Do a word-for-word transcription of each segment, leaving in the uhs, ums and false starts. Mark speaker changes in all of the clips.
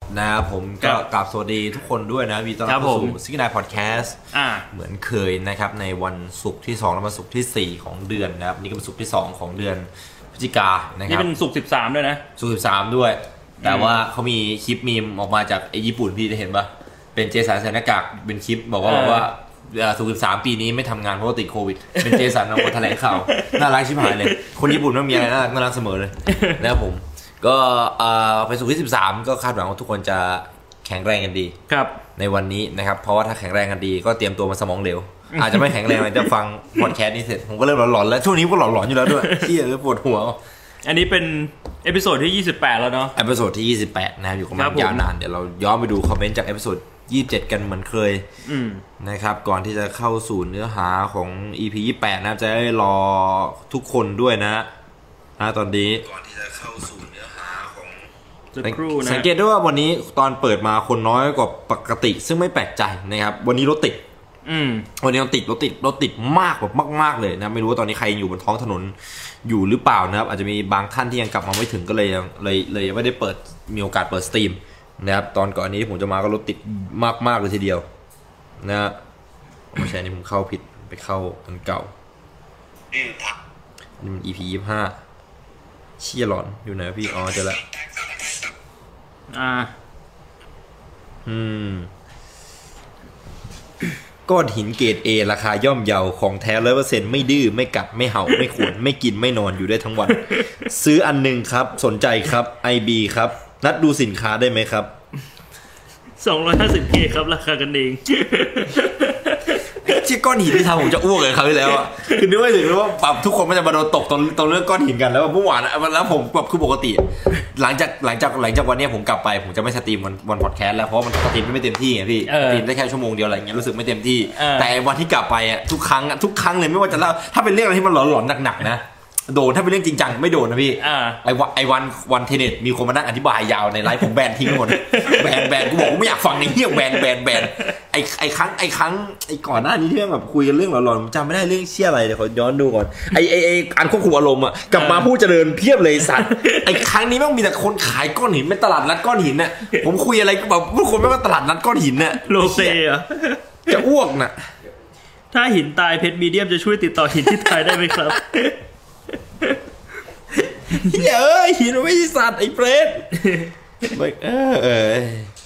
Speaker 1: นะครับผมก็กราบสวัสดีทุกคนด้วยนะวีต้อนรับเข้าสู่ซิกนายพอดแคสต์เหมือนเคยนะครับในวันศุกร์ที่สองและวันศุกร์ที่สี่ของเดือนนะครับนี่ก็เป็นศุกร์ที่สองของเดือนพฤศจิกายนนะครับ
Speaker 2: นี่เป็นศุกร์สิบสามด้วยนะ
Speaker 1: ศุกร์สิบสามด้วยแต่ว่าเขามีคลิปมีมออกมาจากไอ้ญี่ปุ่นพี่ได้เห็นปะเป็นเจสันใส่หน้ากากเป็นคลิปบอกว่าบอกว่าศุกร์สิบสามปีนี้ไม่ทำงานเพราะติดโควิดเป็นเจสันออกมาแถลงข่าวน่ารักชิบหายเลยคนญี่ปุ่นต้องมีอะไรน่ารักน่ารักเสมอเลยนะครับผมก็ไปศุกร์ที่สิบสามก็คาดหวังว่าทุกคนจะแข็งแรงกันดี
Speaker 2: ครับ
Speaker 1: ในวันนี้นะครับเพราะว่าถ้าแข็งแรงกันดีก็เตรียมตัวมาสมองเหลวอาจจะไม่แข็งแรงเลยจะฟังพอดแคสต์นี้เสร็จผมก็เริ่มหลอนๆแล้วช่วงนี้ก็หลอนๆอยู่แล้วด้วยที่เออปวดหัว
Speaker 2: อันนี้เป็นเอพิโซดที่ยี่สิบแปดแล้วเนาะ
Speaker 1: เอพิโซดที่ยี่สิบแปดนะครับอยู่กับมันยาวนานเดี๋ยวเราย้อนไปดูคอมเมนต์จากเอพิโซดยี่สิบเจ็ดกันเหมือนเคยนะครับก่อนที่จะเข้าสู่เนื้อหาของ อี พี ยี่สิบแปดนะจะได้รอทุกคนด้วยนะนะตอนนี้ก่อนที่จะเข้าสู่เนื้อหาของสังเกตด้วยว่าวันนี้ตอนเปิดมาคนน้อยกว่าปกติซึ่งไม่แปลกใจนะครับวันนี้รถติดวันนี้รถติดรถติดรถติดมากแบบมากๆเลยนะไม่รู้ว่าตอนนี้ใครอยู่บนท้องถนนอยู่หรือเปล่านะครับอาจจะมีบางท่านที่ยังกลับมาไม่ถึงก็เลยเลยเลยยังไม่ได้เปิดมีโอกาสเปิดสตรีมนะครับตอนก่อนนี้ผมจะมาก็รถติดมากๆเลยทีเดียวนะไม่ใช่นี่ผมเข้าผิดไปเข้าอันเก่านี่มัน อี พี ยี่สิบห้าเชี่ยหลอนอยู่ไหนพี่อ๋อเจอแล้ว
Speaker 2: อ่า
Speaker 1: อืมก้อนหินเกรด A ราคาย่อมเยาของแท้ ร้อยเปอร์เซ็นต์ ไม่ดื้อไม่กัดไม่เห่าไม่ข่วนไม่กินไม่นอนอยู่ได้ทั้งวันซื้ออันนึงครับสนใจครับ ไอ บี ครับนัดดูสินค้าได้ไหมครับ
Speaker 2: สองร้อยห้าสิบเค ครับราคากันเอง
Speaker 1: ที่ก้อนหินที่ทำผมจะอ้วกเลยคราวที่แล้วอ่ะคือนึกไม่ถึงเลยว่าปรับทุกคนมันจะมาโดนตกตรงตรงเรื่องก้อนหินกันแล้วเมื่อวานแล้วผมแบบคือปกติหลังจากหลังจากหลังจากวันนี้ผมกลับไปผมจะไม่สตรีมวันวันพอดแคสต์แล้วเพราะมันสตรีมไม่เต็มที่ไงพี่สตรีมได้แค่ชั่วโมงเดียวอะไรเงี้ยรู้สึกไม่เต็มที่แต่วันที่กลับไปอ่ะทุกครั้งทุกครั้งเลยไม่ว่าจะเล่าถ้าเป็นเรื่องอะไรที่มันหลอนๆหนักๆนะโดนถ้าเป็นเรื่องจริงจังไม่โดนนะพี่ไอ้ไอ้วันวันเทเน็ตมีคนมานั่งอธิบายยาวในไลฟ์ผมแบนทิ้งหมดแบนแบนกูบอกกูไม่อยากฟังไอ้เหี้ยแบนแบนแบนไอ้ไอ้ครั้งไอ้ครั้งไอ้ก่อนหน้านี้ที่แบบคุยกันเรื่องหลอนๆผมจำไม่ได้เรื่องเชี่ยอะไรเดี๋ยวขอย้อนดูก่อนไอ้ไอ้ไอ้อันควบคุมอารมณ์อ่ะกลับมาพูดเจริญเพียบเลยสัตว์ไอ้ครั้งนี้แม่งมีแต่คนขายก้อนหินเป็นตลาดนัดก้อนหินน่ะผมคุยอะไรแบบผู้คนแม่งก็ตลาดนัดก้อนหินน่ะ
Speaker 2: โลเซ่อะ
Speaker 1: จะอ้วกน่ะ
Speaker 2: ถ้าหินตายเพชรมีเดียมจะช่วยติดต่อหินที่ตายได้ไหมครับ
Speaker 1: เอ้ยหินไม่ใช่สัตว์ไอ้เฟรดเออเออ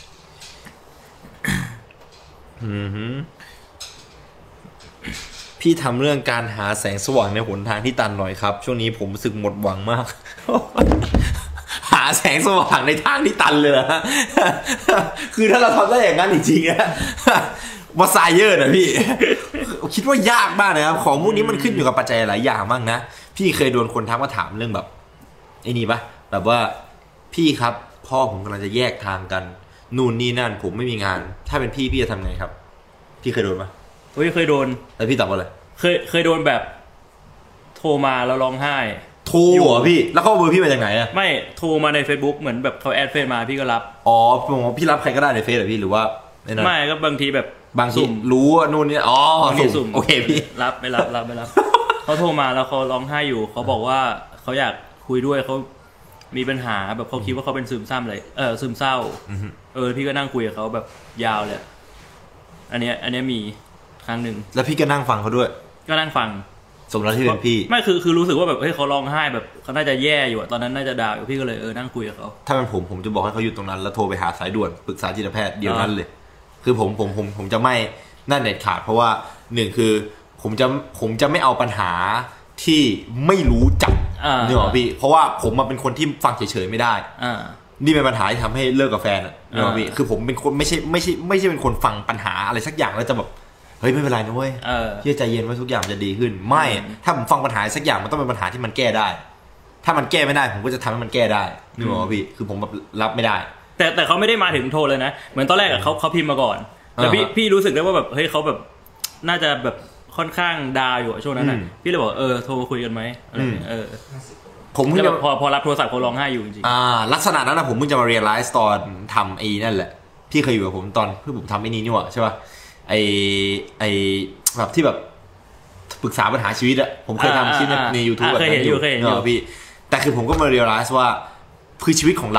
Speaker 1: พี่ทำเรื่องการหาแสงสว่างในหนทางที่ตันหน่อยครับช่วงนี้ผมรู้สึกหมดหวังมากหาแสงสว่างในทางที่ตันเลยนะคือถ้าเราทำได้อย่างนั้นจริงๆนะว่าไซเยอร์นะพี่คิดว่ายากมากนะครับของพวกนี้มันขึ้นอยู่กับปัจจัยหลายอย่างมากนะพี่เคยโดนคนทักมาถามเรื่องแบบไอ้นี่ปะแบบว่าพี่ครับพ่อผมกำลังจะแยกทางกันนู่นนี่นั่นผมไม่มีงานถ้าเป็นพี่พี่จะทำไงครับพี่เคยโดนปะ
Speaker 2: เฮ้ยเคยโดน
Speaker 1: แล้วพี่ตอบว่าอะไร
Speaker 2: เคยเคยโดนแบบโทรมาแล้วร้องไห้
Speaker 1: โทรเหรอพี่แล้วเขาเอาเบอร์พี่มาจากไหนอะ
Speaker 2: ไม่โทรมาใน Facebook เหมือนแบบเขาแอดเฟซมาพี่ก็รับ
Speaker 1: อ๋อผมว่าพี่รับใครก็ได้ในเฟซเหรอพี่หรือว่า
Speaker 2: ไม่ก็บางทีแบบ
Speaker 1: บางทีรู้ว่านู่นนี่อ๋อสุ่มโอเคพี่
Speaker 2: รับไม่รับรับไม่รับเขาโทรมาแล้วเขาร้องไห้อยู่เขาบอกว่าเขาอยากคุยด้วยเขามีปัญหาแบบเขาคิดว่าเขาเป็นซึมเศร้าเลยเออซึมเศร้าเออพี่ก็นั่งคุยกับเขาแบบยาวเลยอันเนี้ยอันเนี้ยมีครั้งหนึ่ง
Speaker 1: แล้วพี่ก็นั่งฟังเขาด้วย
Speaker 2: ก็นั่งฟัง
Speaker 1: สมแล้วที่เป็นพี่
Speaker 2: ไม่คือคือรู้สึกว่าแบบเฮ้ยเขาร้องไห้แบบเขาน่าจะแย่อยู่ตอนนั้นน่าจะด่าอยู่พี่ก็เลยเออนั่งคุยกับเขา
Speaker 1: ถ้าเป็นผมผมจะบอกให้เขาอยู่ตรงนั้นแล้วโทรไปหาสายด่วนปรึกษาจิตแพทย์เดี๋ยวนั้นเลยคือผมผมผมผมจะไม่นั่นเด็ดขาดเพราะว่าหนึ่งคือผมจะผมจะไม่เอาปัญหาที่ไม่รู้จักเนี่ยหรอพี่เพราะว่าผมมาเป็นคนที่ฟังเฉยๆไม่ได้นี่เป็นปัญหาที่ทำให้เลิกกับแฟนเนี่ยหรอพี่คือผมเป็นคนไม่ใช่ไม่ใช่ไม่ใช่เป็นคนฟังปัญหาอะไรสักอย่างแล้วจะแบบเฮ้ยไม่เป็นไรนะเว้ยที่ใจเย็นว่าทุกอย่างจะดีขึ้นไม่ถ้าผมฟังปัญหาสักอย่างมันต้องเป็นปัญหาที่มันแก้ได้ถ้ามันแก้ไม่ได้ผมก็จะทำให้มันแก้ได้นี่หรอพี่คือผมแบบรับไม่ได้
Speaker 2: แต่แต่เขาไม่ได้มาถึงโทรเลยนะเหมือนตอนแรกเขาเขาพิมพ์มาก่อนแต่พี่พี่รู้สึกได้ว่าแบบเฮ้ยเขาแบบน่าจะแบบค่อนข้างดาวอยู่ช่วงนั้นน่ะพี่เลยบอกเออโทรมาคุยกันไหมอะไรเออผมเพิ่งพอพอรับโทรศัพท์เขาร้องไห้อยู่จริง
Speaker 1: ๆอ่าลักษณะนั้นนะผมเพิ่งจะมาเรียนไลฟ์ตอนทำไอ้นั่นแหละที่เคยอยู่กับผมตอนเพื่อผมทำไอ้นี้นี่หว่าใช่ป่ะไอ้ไอ้แบบที่แบบปรึกษาปัญหาชีวิตอะผมเคยทำคลิปใน YouTube แบบนั้นอยู่เคยเห็นอยู่พี่แต่คือผมก็มาเรียลไลซ์ว่าคือชีวิตของเราอะ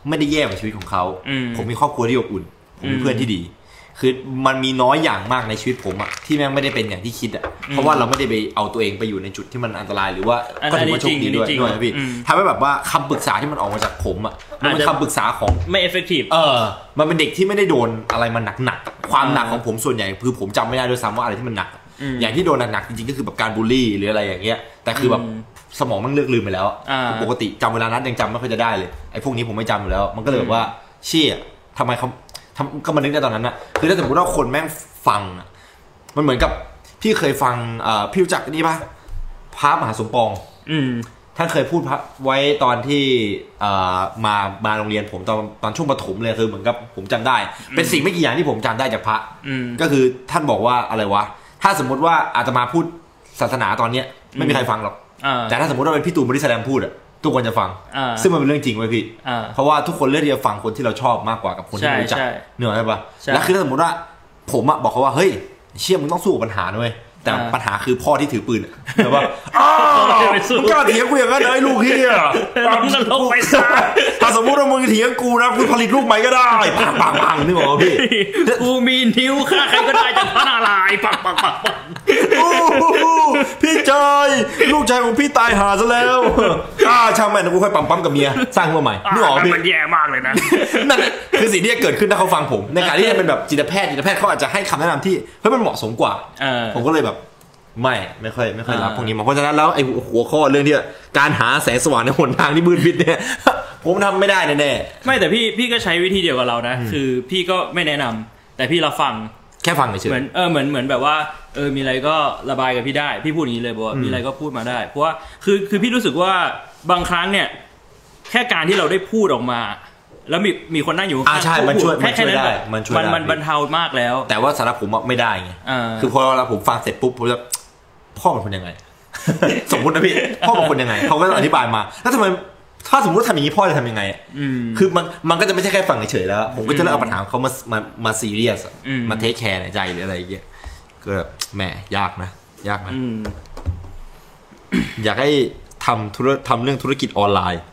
Speaker 1: ไม่ได้แย่กว่าชีวิตของเขาผมมีครอบครัวที่อบอุ่นผมมีเพื่อนที่ดีคือมันมีน้อยอย่างมากในชีวิตผมอะที่แม่งไม่ได้เป็นอย่างที่คิดอะเพราะว่าเราไม่ได้ไปเอาตัวเองไปอยู่ในจุดที่มันอันตรายหรือว่าก็ถือว่าโชคดีด้วยด้วยพี่ทำให้แบบว่าคำปรึกษาที่มันออกมาจากผมอะมันเป็นคำปรึกษาของ
Speaker 2: ไม่ effective
Speaker 1: เออมันเป็นเด็กที่ไม่ได้โดนอะไรมันหนักๆความหนักของผมส่วนใหญ่คือผมจำไม่ได้ด้วยซ้ำว่าอะไรที่มันหนักอย่างที่โดนหนักๆจริงๆก็คือแบบการบูลลี่หรืออะไรอย่างเงี้ยแต่คือแบบสมองมันเลือกลืมไปแล้วปกติจำเวลานั้นยังจำไม่ค่อยจะได้เลยไอ้พวกนี้ผมไม่จำอยู่แล้วมันก็เลยแบบว่าเชี่ยทำไมเขาทำก็มานึกได้ตอนนั้นนะคือถ้าสมมติว่าคนแม่งฟังมันเหมือนกับพี่เคยฟังพี่รู้จักนี่ป่ะพระมหาสมปองท่านเคยพูดไว้ตอนที่มามาโรงเรียนผมตอนตอนช่วงประถมเลยคือเหมือนกับผมจำได้เป็นสิ่งไม่กี่อย่างที่ผมจำได้จากพระก็คือท่านบอกว่าอะไรวะถ้าสมมติว่าอาตมาพูดศาสนาตอนเนี้ยไม่มีใครฟังหรอกแต่ถ้าสมมติว่าเป็นพี่ตูนบริสแลมพูดอะทุกคนจะฟังซึ่งมันเป็นเรื่องจริงเว้ยพี่เพราะว่าทุกคนเลือกที่จะฟังคนที่เราชอบมากกว่ากับคนที่รู้จักเนื้อใช่ปะแล้วคือถ้าสมมติว่าผมอะบอกเขาว่าเฮ้ยเชี่ยมึงต้องสู้กับปัญหาด้วยแต่ปัญหาคือพ่อที่ถือปืนแต่ว่ามึงกล้าเถียงกูอย่างนั้นเลยลูกพี่อะถ้าสมมติว่ามึงเถียงกูนะกูผลิตลูกใหม่ก็ได้ปังปังปังนึกออกพี่
Speaker 2: กูมีนิ้วฆ่าใครก็ได้จะพันอะไรปังปังปังปัง
Speaker 1: พี่ชายลูกชายของพี่ตายหาซะแล้วอ้าช่างแม่งกูค่อยปั๊มปั๊มกับเมียสร้างมาใหม่นึกออกพี่
Speaker 2: มันแย่มากเลยนะ
Speaker 1: นั่นคือสิ่งที่จะเกิดขึ้นถ้าเขาฟังผมในการที่จะเป็นแบบจิตแพทย์จิตแพทย์เขาอาจจะให้คำแนะนำที่เฮ้ยมันเหมาะสมกว่าผมก็เลยแบบไม่ไม่ค่อยไม่ค่อยรับพวกนี้มาเพราะฉะนั้นแล้วไอ้หัวข้อเรื่องที่การหาแสงสว่างในหนทางที่มืดมิดเนี่ยผมทำไม่ได้แน่
Speaker 2: ๆไม่แต่พี่พี่ก็ใช้วิธีเดียวกับเรานะคือพี่ก็ไม่แนะนำแต่พี่รับฟัง
Speaker 1: แค่ฟังเฉย
Speaker 2: เหมือนเออเหมือนเหมือนแบบว่าเออมีอะไรก็ระบายกับพี่ได้พี่พูดอย่างนี้เลยบอกว่ามีอะไรก็พูดมาได้เพราะว่าคือคือพี่รู้สึกว่าบางครั้งเนี่ยแค่การที่เราได้พูดออกมาแล้วมีมีคนนั่งอยู่
Speaker 1: ข้างๆมันช่วยมันช่วยได้
Speaker 2: มันช่วยมันบรรเทามากแล้ว
Speaker 1: แต่ว่าสำหรับผมไม่ได้ไงคือพอเราผมฟังเสร็จปุ๊บผมจะพ่อเป็นคนยังไงสมมตินะพี่พ่อเป็นคนยังไงเขาก็ต้องอธิบายมาแล้วทำไมถ้าสมมติทำอย่างนี้พ่อจะทำยังไงคือมันมันก็จะไม่ใช่แค่ฟังเฉยๆแล้วผมก็จะเลือกเอาปัญหาเขามามามาซีเรียสมาเทคแคร์ในใจหรืออะไรอย่างเงี้ยก็แหมยากนะยากนะอยากให้ทำธุรทำเรื่องธุรกิจออนไลน์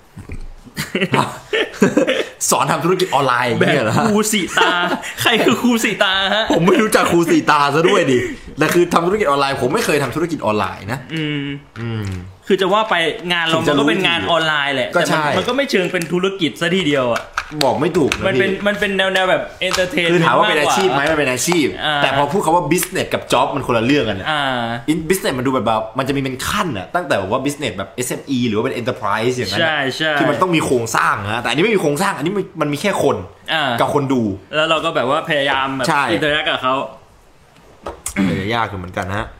Speaker 1: สอนทำธุรกิจออนไลน์แบบ
Speaker 2: ครูสีตาใครคือครูสีตาฮะ
Speaker 1: ผมไม่รู้จักครูสีตาซะด้วยดิแต่คือทำธุรกิจออนไลน์ผมไม่เคยทำธุรกิจออนไลน์นะ
Speaker 2: อืมอืมคือจะว่าไปงานเรามันก็เป็นงานออนไลน์แหละแต่มันก็ไม่เชิงเป็นธุรกิจซะทีเดียวอ่ะ
Speaker 1: บอกไม่ถูก
Speaker 2: มันเป็นมันเป็นแนวแนวแบบเอนเตอร์เทน
Speaker 1: คือถามว่าเป็นอาชีพไหมมันเป็นอาชีพแต่พอพูดคำว่าบิสเนสกับจ็อบมันคนละเรื่องกันอ่ะอินบิสเนสมันดูแบบแบบมันจะมีเป็นขั้นอ่ะตั้งแต่ว่าบิสเนสแบบ เอส เอ็ม อี หรือว่าเป็น Enterprise อย่างนั้นที่มันต้องมีโครงสร้างนะแต่อันนี้ไม่มีโครงสร้างอันนี้มันมีแค่คนกับคนดู
Speaker 2: แล้วเราก็แบบว่าพยายามแบบอินเตอร์แอคกับเขา
Speaker 1: ยากอยู่เหมือนกันนะ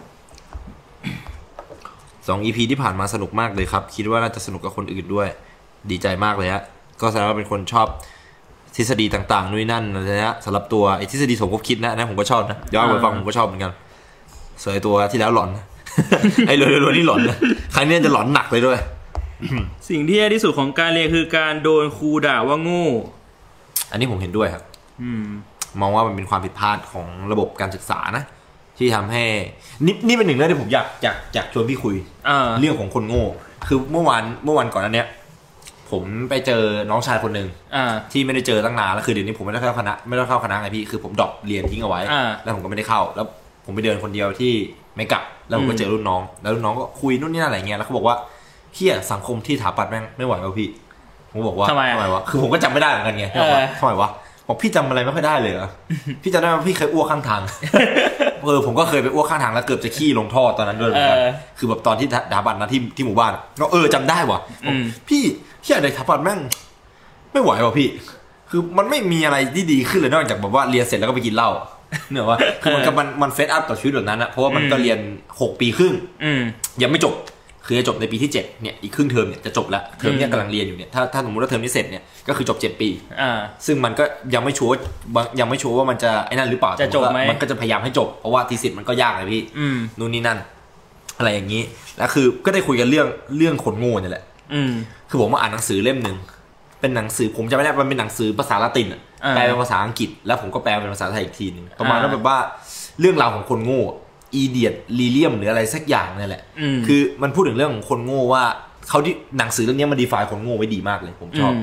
Speaker 1: สอง อี พี ที่ผ่านมาสนุกมากเลยครับคิดว่าน่าจะสนุกกับคนอื่นด้วยดีใจมากเลยฮะก็แสดงว่าเป็นคนชอบทฤษฎีต่างๆนู่นนั่นนะฮะสำหรับตัวไอ้ทฤษฎีสมคบคิดนะนะผมก็ชอบนะย้อนไปฟังผมก็ชอบเหมือนกันสวยตัวที่แล้วหลอนไอ้เรือๆนี่หลอนนะครั้งนี้จะหลอนหนักเลยด้วย
Speaker 2: สิ่งที่แย่ที่สุดของการเรียนคือการโดนครูด่าว่าโง่
Speaker 1: อันนี้ผมเห็นด้วยครับมองว่ามันเป็นความผิดพลาดของระบบการศึกษานะที่ทำให้นี่นี่เป็นหนึ่งเรื่องที่ผมอยากอยากอยากชวนพี่คุยเรื่องของคนโง่คือเมื่อวานเมื่อวันก่อนนั้นเนี้ยผมไปเจอน้องชายคนหนึ่งที่ไม่ได้เจอตั้งนานแล้วคือเดี๋ยวนี้ผมไม่ได้เข้าคณะไม่ได้เข้าคณะไงพี่คือผมดรอปเรียนทิ้งเอาไว้แล้วผมก็ไม่ได้เข้าแล้วผมไปเดินคนเดียวที่ไม่กลับแล้วผมก็เจอรุ่นน้องแล้วรุ่นน้องก็คุยนู่นนี่นั่นอะไรเงี้ยแล้วเขาบอกว่าเฮียสังคมที่ถาปัดแม่งไม่ไหวแล้วพี่ผมบอกว่าทำไมวะคือผมก็จำไม่ได้เหมือนกันไงทำไมวะบอกพี่จำอะไรไม่ค่อยได้เลยเหรอพี่จำได้ว่าพี่เคยอ้วกข้างทางเออผมก็เคยไปอ้วกข้างทางแล้วเกือบจะขี้ลงท่อตอนนั้นด้วยเหมือนกันคือแบบตอนที่ถาปัดนะที่ที่หมู่บ้านก็เออจำได้ว่ะพี่ที่อะไรถาปัดแม่งไม่ไหวว่ะพี่คือมันไม่มีอะไรที่ดีขึ้นเลยนอกจากแบบว่าเรียนเสร็จแล้วก็ไปกินเหล้าเนี่ยว่าคือมันกับมันมันเฟซอัพต่อชีวิตแบบนั้นนะเพราะว่ามันก็เรียนหกปีครึ่งยังไม่จบคือจะจบในปีที่เจ็ดเนี่ยอีกครึ่งเทอมเนี่ยจะจบแล้วเทอมนี้กำลังเรียนอยู่เนี่ยถ้าถ้าสมมติว่าเทอมนี้เสร็จเนี่ยก็คือจบเจ็ดปีซึ่งมันก็ยังไม่ชัวร์ยังไม่ชัวร์ว่ามันจะไอ้นั่นหรือเปล่า
Speaker 2: จะจบไหม
Speaker 1: มันก็จะพยายามให้จบเพราะว่าทีสิทธิ์มันก็ยากเลยพี่นู่นนี่นั่นอะไรอย่างนี้แล้วคือก็ได้คุยกันเรื่องเรื่องคนโง่เนี่ยแหละคือผมมาอ่านหนังสือเล่มนึงเป็นหนังสือผมจะไม่ได้มันเป็นหนังสือภาษาละตินแปลเป็นภาษาอังกฤษแล้วผมก็แปลเป็นภาษาไทยอีกทีนึงประมาณว่าแบบว่าเรื่องราวของคนโง่อีเดียดลีเลียมหรืออะไรสักอย่างนี่แหละคือมันพูดถึงเรื่องของคนโง่ว่าเขาที่หนังสือเรื่องนี้มันดีไฟน์คนโง่ไว้ดีมากเลยผมชอบ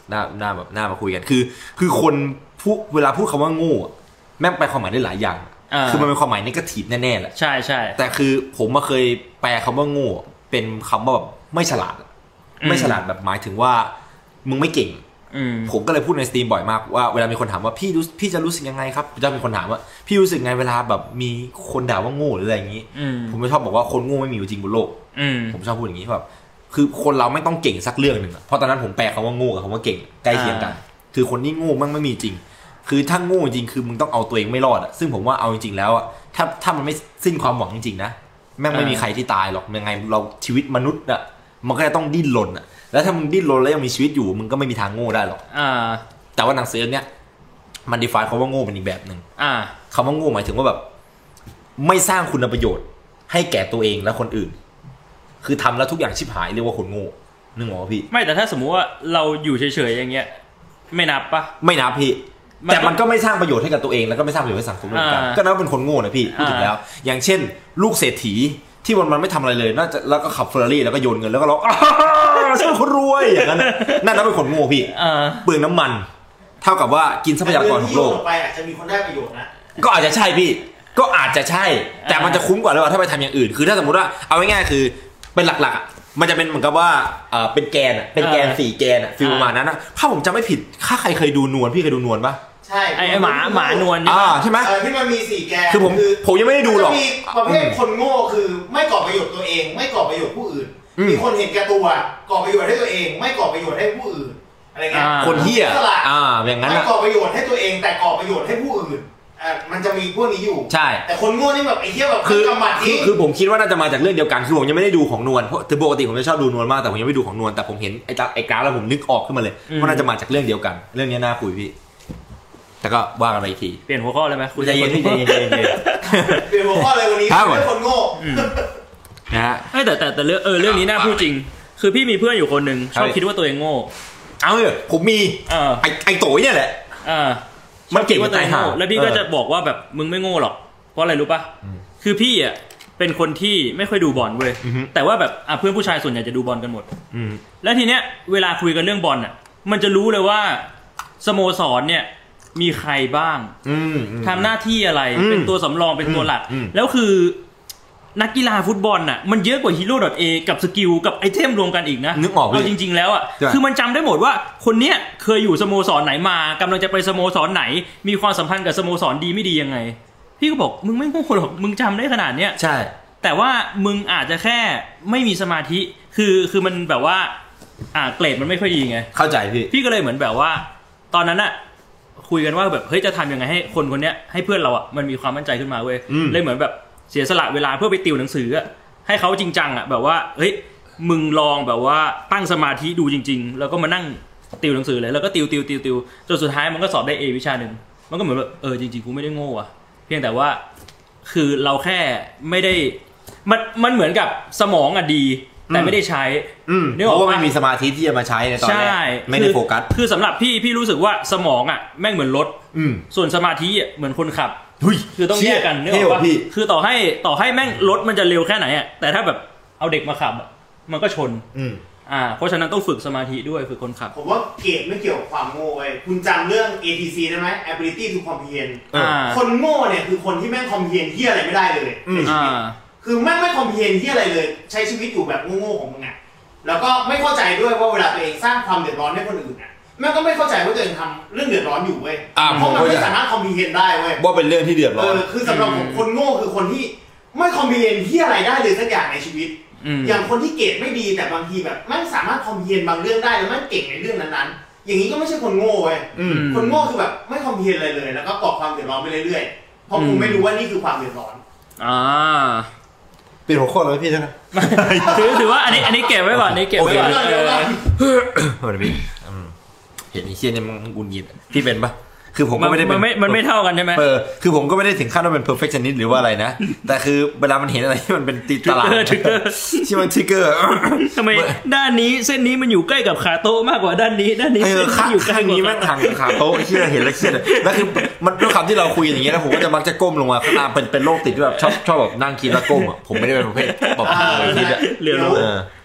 Speaker 1: หน้าหน้าแบบหน้ามาคุยกันคือคือคนพูดเวลาพูดคำว่าโง่แม่งแปลความหมายได้หลายอย่างคือมันเป็นความหมายเนกาทีฟแน่ๆแหละ
Speaker 2: ใช่ใช่
Speaker 1: แต่คือผมมาเคยแปลคำว่าโง่เป็นคำว่าแบบไม่ฉลาดไม่ฉลาดแบบหมายถึงว่ามึงไม่เก่งผมก็เลยพูดในสตรีมบ่อยมากว่าเวลามีคนถามว่าพี่รู้พี่จะรู้สึกยังไงครับจะมีคนถามว่าพี่รู้สึกไงเวลาแบบมีคนด่าว่าโง่หรืออะไรอย่างนี้ผมไม่ชอบบอกว่าคนโง่ไม่มีอยู่จริงบนโลกผมชอบพูดอย่างนี้แบบคือคนเราไม่ต้องเก่งสักเรื่องหนึ่งเพราะตอนนั้นผมแปลคำว่าโง่กับคำว่าเก่งใกล้เคียงกันคือคนที่โง่มั่งไม่มีจริงคือถ้าโง่จริงคือมึงต้องเอาตัวเองไม่รอดอ่ะซึ่งผมว่าเอาจริงๆแล้วอ่ะถ้าถ้ามันไม่สิ้นความหวังจริงๆนะแม่งไม่มีใครที่ตายหรอกยังไงเราชีวิตมนุษย์อ่ะมันก็จะต้องดิ้นรนอ่ะแล้วถ้ามึงดิ้นรนแล้วยังมีชีวิตอยู่มึงก็ไม่มีทางโง่ได้หรอกแต่ว่าหนังสือเนี้ยมัน define คำว่าโง่เป็นอีกแบบหนึ่งคำว่าโง่หมายถึงว่าแบบไม่สร้างคุณประโยชน์ให้แก่ตัวเองและคนอื่นคือทำแล้วทุกอย่างชิบหายเรียกว่าคนโง่นึกออกป่ะพี่
Speaker 2: ไม่แต่ถ้าสมมุติว่าเราอยู่เฉยๆอย่างเงี้ยไม่นับปะ
Speaker 1: ไม่นับพี่แต่มันก็ไม่สร้างประโยชน์ให้กับตัวเองแล้วก็ไม่สร้างประโยชน์ให้สังคมด้วยกันก็นับเป็นคนโง่นะพี่พูดถึงแล้วอย่างเช่นลูกเศรษฐีที่วันมันไม่ทำอะไรเลยน่าจะแล้วก็ขับเฟอร์รารี่แล้วก็โยนเงินแล้วก็ร้องฉันเป็นคนรวยอย่างนั้นนั่นนับเป็นคนโง่พี่เปลืองน้ำมันเท่ากับว่ากินทรัพยากรของโลก
Speaker 3: ไปอาจจะมีคนได้ประโยชน์นะ
Speaker 1: ก็อาจจะใช่พี่ก็อาจจะใช่แต่มันจะคุ้มกว่าหรือเปล่าถ้าไปทำอย่างอื่นคือถ้าสมมติว่าเอาง่ายๆคือเป็นหลักๆมันจะเป็นเหมือนกับว่าเป็นแกนเป็นแกนสี่แกนฟิลประมาณนั้นนะถ้าผมจำไม่ผิดถ้าใครเคยดูนวลพี่เคยดูนวลปะ
Speaker 3: ใช่
Speaker 2: ไอ้หมาหมานวล
Speaker 1: อ่าใช่ไหม
Speaker 3: ที่มันมีสี่แกน
Speaker 1: คือผมผมยังไม่ได้ดูหรอก
Speaker 3: มีประเภทคนโง่คือไม่ก่อประโยชน์ตัวเองไม่ก่อประโยชน์ผู้อื่นมีคนเห็นแก่ตัวก่อประโยชน์ให้ตัวเองไม่ก่อประโยชน์ให้ผู้อื่นอะไรเงี้ย
Speaker 1: คนเหี้ยอ่าอย่างนั้น
Speaker 3: ไม่ก่อประโยชน์ให้ตัวเองแต่ก่อประโยชน์ให้ผู้อื่นอ่ามันจะมีพวกนี้อยู่
Speaker 1: ใช่
Speaker 3: แต่คนโง่นี่แบบไอ้เหี้ยแบบ
Speaker 1: คือกำมัดจริงคือผมคิดว่าน่าจะมาจากเรื่องเดียวกันคือผมยังไม่ได้ดูของนวลเพราะถึงปกติผมจะชอบดูนวลมากแต่ผมยังไม่ดูของนวลแต่ผมเห็นไอ้ไอ้กราฟแล้วผมนึกออกขึ้นมาเลยว่าน่าจะมาจากเรื่องเดียวกันเรื่องนี้น่าคุยพี่แต่ก็ว่ากันไปอีกที
Speaker 2: เปลี่ยนหัวข้อเลยไหม
Speaker 1: คุณใจเย็นพี่ใจเย็นใจเย็น
Speaker 3: เปลี่ยนหัวข้อเลยวันนี้เป็นคนโง่
Speaker 1: นะฮะ
Speaker 2: แต่แต่แต่เรื่องเออเรื่องนี้น่าพูดจริงคือพี่มีเพื่อนอยู่คนหนึ่งชอบคิดว่าตัวเองโง่
Speaker 1: เอาเถอะผมมีไอ้ไอ้โต๋ยเนี่ยแหละ
Speaker 2: มันเก่งว่าตัวเองโง่แล้วพี่ก็จะบอกว่าแบบมึงไม่โง่หรอกเพราะอะไรรู้ป่ะคือพี่อ่ะเป็นคนที่ไม่ค่อยดูบอลเว้ยแต่ว่าแบบเพื่อนผู้ชายส่วนใหญ่จะดูบอลกันหมดแล้วทีเนี้ยเวลาคุยกันเรื่องบอลอ่ะมันจะรู้เลยว่าสโมสรเนี่ยมีใครบ้างทำหน้าที่อะไรเป็นตัวสำรองเป็นตัวหลักแล้วคือนักกีฬาฟุตบอลน่ะมันเยอะกว่า Hero.A กับสกิลกับไอเทมรวมกันอีกนะ
Speaker 1: นึกออก
Speaker 2: เอาจริงๆแล้วอ่ะคือมันจำได้หมดว่าคนเนี้ยเคยอยู่สโมสรไหนมากำลังจะไปสโมสรไหนมีความสัมพันธ์กับสโมสรดีไม่ดียังไงพี่ก็บอกมึงไม่โง่หรอกมึงจำได้ขนาดเนี้ย
Speaker 1: ใช่
Speaker 2: แต่ว่ามึงอาจจะแค่ไม่มีสมาธิคือคือมันแบบว่าอ่าเกรดมันไม่ค่อยดีไง
Speaker 1: เข้าใจพี่
Speaker 2: พี่ก็เลยเหมือนแบบว่าตอนนั้นอ่ะคุยกันว่าแบบเฮ้ยจะทำยังไงให้คนคนเนี้ยให้เพื่อนเราอ่ะมันมีความมั่นใจขึ้นมาเว้ยเลยเหมือนแบบเสียสละเวลาเพื่อไปติวหนังสืออ่ะให้เขาจริงจังอ่ะแบบว่าเฮ้ยมึงลองแบบว่าตั้งสมาธิดูจริงๆแล้วก็มานั่งติวหนังสือเลยแล้วก็ติวติวติวติวจนสุดท้ายมันก็สอบได้ A วิชาหนึ่งมันก็เหมือนแบบเออจริงๆกูไม่ได้โง่อ่ะเพียงแต่ว่าคือเราแค่ไม่ได้มันมันเหมือนกับสมองอ่ะดีแต่ไม่ได้ใช้
Speaker 1: เพราะว่าไม่มีสมาธิที่จะมาใช้ในตอนแรกไม่ได้โฟกัส
Speaker 2: คือสำหรับพี่พี่รู้สึกว่าสมองอ่ะแม่งเหมือนรถส่วนสมาธิเหมือนคนขับคือต้องแยกกัน
Speaker 1: เนี่ยว่า
Speaker 2: คือต่อให้ต่อให้แม่งรถมันจะเร็วแค่ไหนอ่ะแต่ถ้าแบบเอาเด็กมาขับมันก็ชนอ่าเพราะฉะนั้นต้องฝึกสมาธิด้วยฝึกคนขับ
Speaker 3: ผมว่าเกรดไม่เกี่ยวกับความโง่เว้ยคุณจำเรื่อง เอ ที ซี ได้ไหม ability to comprehend คนโง่เนี่ยคือคนที่แม่ง comprehend ที่อะไรไม่ได้เลยในชีวิตคือแม่งไม่ comprehend ที่อะไรเลยใช้ชีวิตอยู่แบบโง่ๆของมึงอ่ะแล้วก็ไม่เข้าใจด้วยว่าเวลาตัวเองสร้างความเดือดร้อนให้คนอื่นอ่ะแม่ก็ไม่เข้าใจว่าตัวเองทำเรื่องเดือดร้อนอยู่เว้ยเพราะมันไม่สามารถคอมพลีเฮนได้เว้ย
Speaker 1: ว่าเป็นเรื่องที่เดือดร้อน
Speaker 3: คือสำหรับผมคนโง่คือคนที่ไม่คอมพลีเฮนที่อะไรได้เลยสักอย่างในชีวิตอย่างคนที่เกรดไม่ดีแต่บางทีแบบไม่สามารถคอมพลีเฮนบางเรื่องได้แล้วไม่เก่งในเรื่องนั้นๆอย่างนี้ก็ไม่ใช่คนโง่เว้ยคนโง่คือแบบไม่คอมพลีเฮนอะไรเลยแล้วก็ก่อความเดือดร้อนไปเรื่อยๆเพราะกูไม่รู้ว่านี่คือความเดือดร้อน
Speaker 2: อ่า
Speaker 1: เปลี่ยนหัวข้อเลยพี่ใช่ไหม
Speaker 2: ถือถือว่าอันนี้อันนี้เก็บไว้ก่อนนี่เก็บไว้ก่อน
Speaker 1: เออพี่เห็นไอ้เชี่ยเนี่ยมันกุนยิดพี่เป็นปะคือผมก็ไม่ได้
Speaker 2: มันไม่มันไม่เท่ากันใช่ไหม
Speaker 1: เออคือผมก็ไม่ได้ถึงขั้นว่าเป็น perfectionist หรือว่าอะไรนะแต่คือเวลามันเห็นอะไรที่มันเป็นตีตลาดที่มันทริกเกอร์
Speaker 2: ทำไมด้านนี้เส้นนี้มันอยู่ใกล้กับขาโต๊ะมากกว่าด้านนี้ด้านนี้เส้น
Speaker 1: ที่อยู่ใกล้นี้แม่งห่างกับขาโต๊ะเชี่ยเห็นแล้วเชี่ยแล้วคือมันด้วยคำที่เราคุยอย่างเงี้ยแล้วผมก็จะมักจะก้มลงมาข้างหน้าเป็นเป็นโรคติดที่แบบชอบชอบแบบนั่งคิดแล้วก้มอ่ะผมไม่ได้เป็นประเภทแบบคิดอ่ะ
Speaker 3: เดี๋ยวป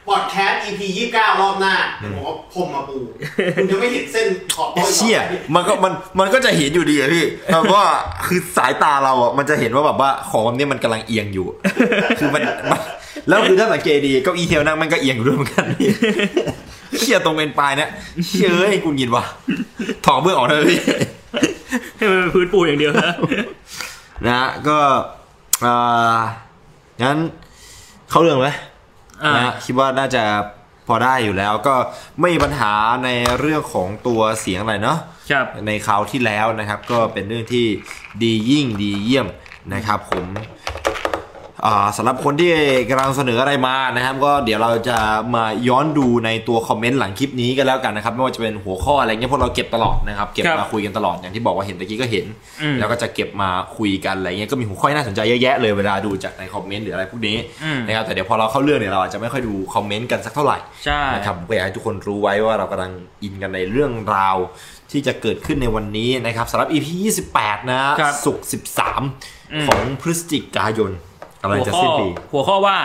Speaker 3: พอดแคสต์ อี พี ยี่สิบเก้ารอบหน้าเดี๋ยวผมเอาพรมมาปูคุณจะไม่เห็นเส้นขอบโต๊ะ
Speaker 1: เชี่ยมันก็มันมันก็จะเห็นอยู่ดีอะพี่เพราะว่าคือสายตาเราอ่ะมันจะเห็นว่าแบบว่าของนี้มันกำลังเอียงอยู่คือมันแล้วคือถ้าสังเกตดีเก้าอี้เทลนั่งมันก็เอียงอยู่ด้วยเหมือนกันพี่เชี่ยตรงเป็นปลายเนี่ยเชี่ยเอ้ยกูยินว่ะถอดเบื้องออกเลยพี่
Speaker 2: ให้มันเป็นพื้นปูอย่างเดียวนะ
Speaker 1: นะก็อ่างั้นเข้าเรื่องไหมนะคิดว่าน่าจะพอได้อยู่แล้วก็ไม่มีปัญหาในเรื่องของตัวเสียงอะไรเนาะในคราวที่แล้วนะครับก็เป็นเรื่องที่ดียิ่งดีเยี่ยมนะครับผมสำหรับคนที่กำลังเสนออะไรมานะครับก็เดี๋ยวเราจะมาย้อนดูในตัวคอมเมนต์หลังคลิปนี้กันแล้วกันนะครับไม่ว่าจะเป็นหัวข้ออะไรเงี้ยพวกเราเก็บตลอดนะครับเก็บมาคุยกันตลอดอย่างที่บอกว่าเห็นตะกี้ก็เห็นแล้วก็จะเก็บมาคุยกันอะไรเงี้ยก็มีหัวข้อน่าสนใจเยอะแยะเลยเวลาดูจากในคอมเมนต์หรืออะไรพวกนี้นะครับแต่เดี๋ยวพอเราเข้าเรื่องเนี่ยเราอาจจะไม่ค่อยดูคอมเมนต์กันสักเท่าไหร่นะครับก็อยากให้ทุกคนรู้ไว้ว่าเรากำลังอินกันในเรื่องราวที่จะเกิดขึ้นในวันนี้นะครับสำหรับ อี พี ยี่สิบแปดนะศุกร์สิบสามของพฤศจิกายนอะไรจะสิ้นปี
Speaker 2: หัวข้อว่า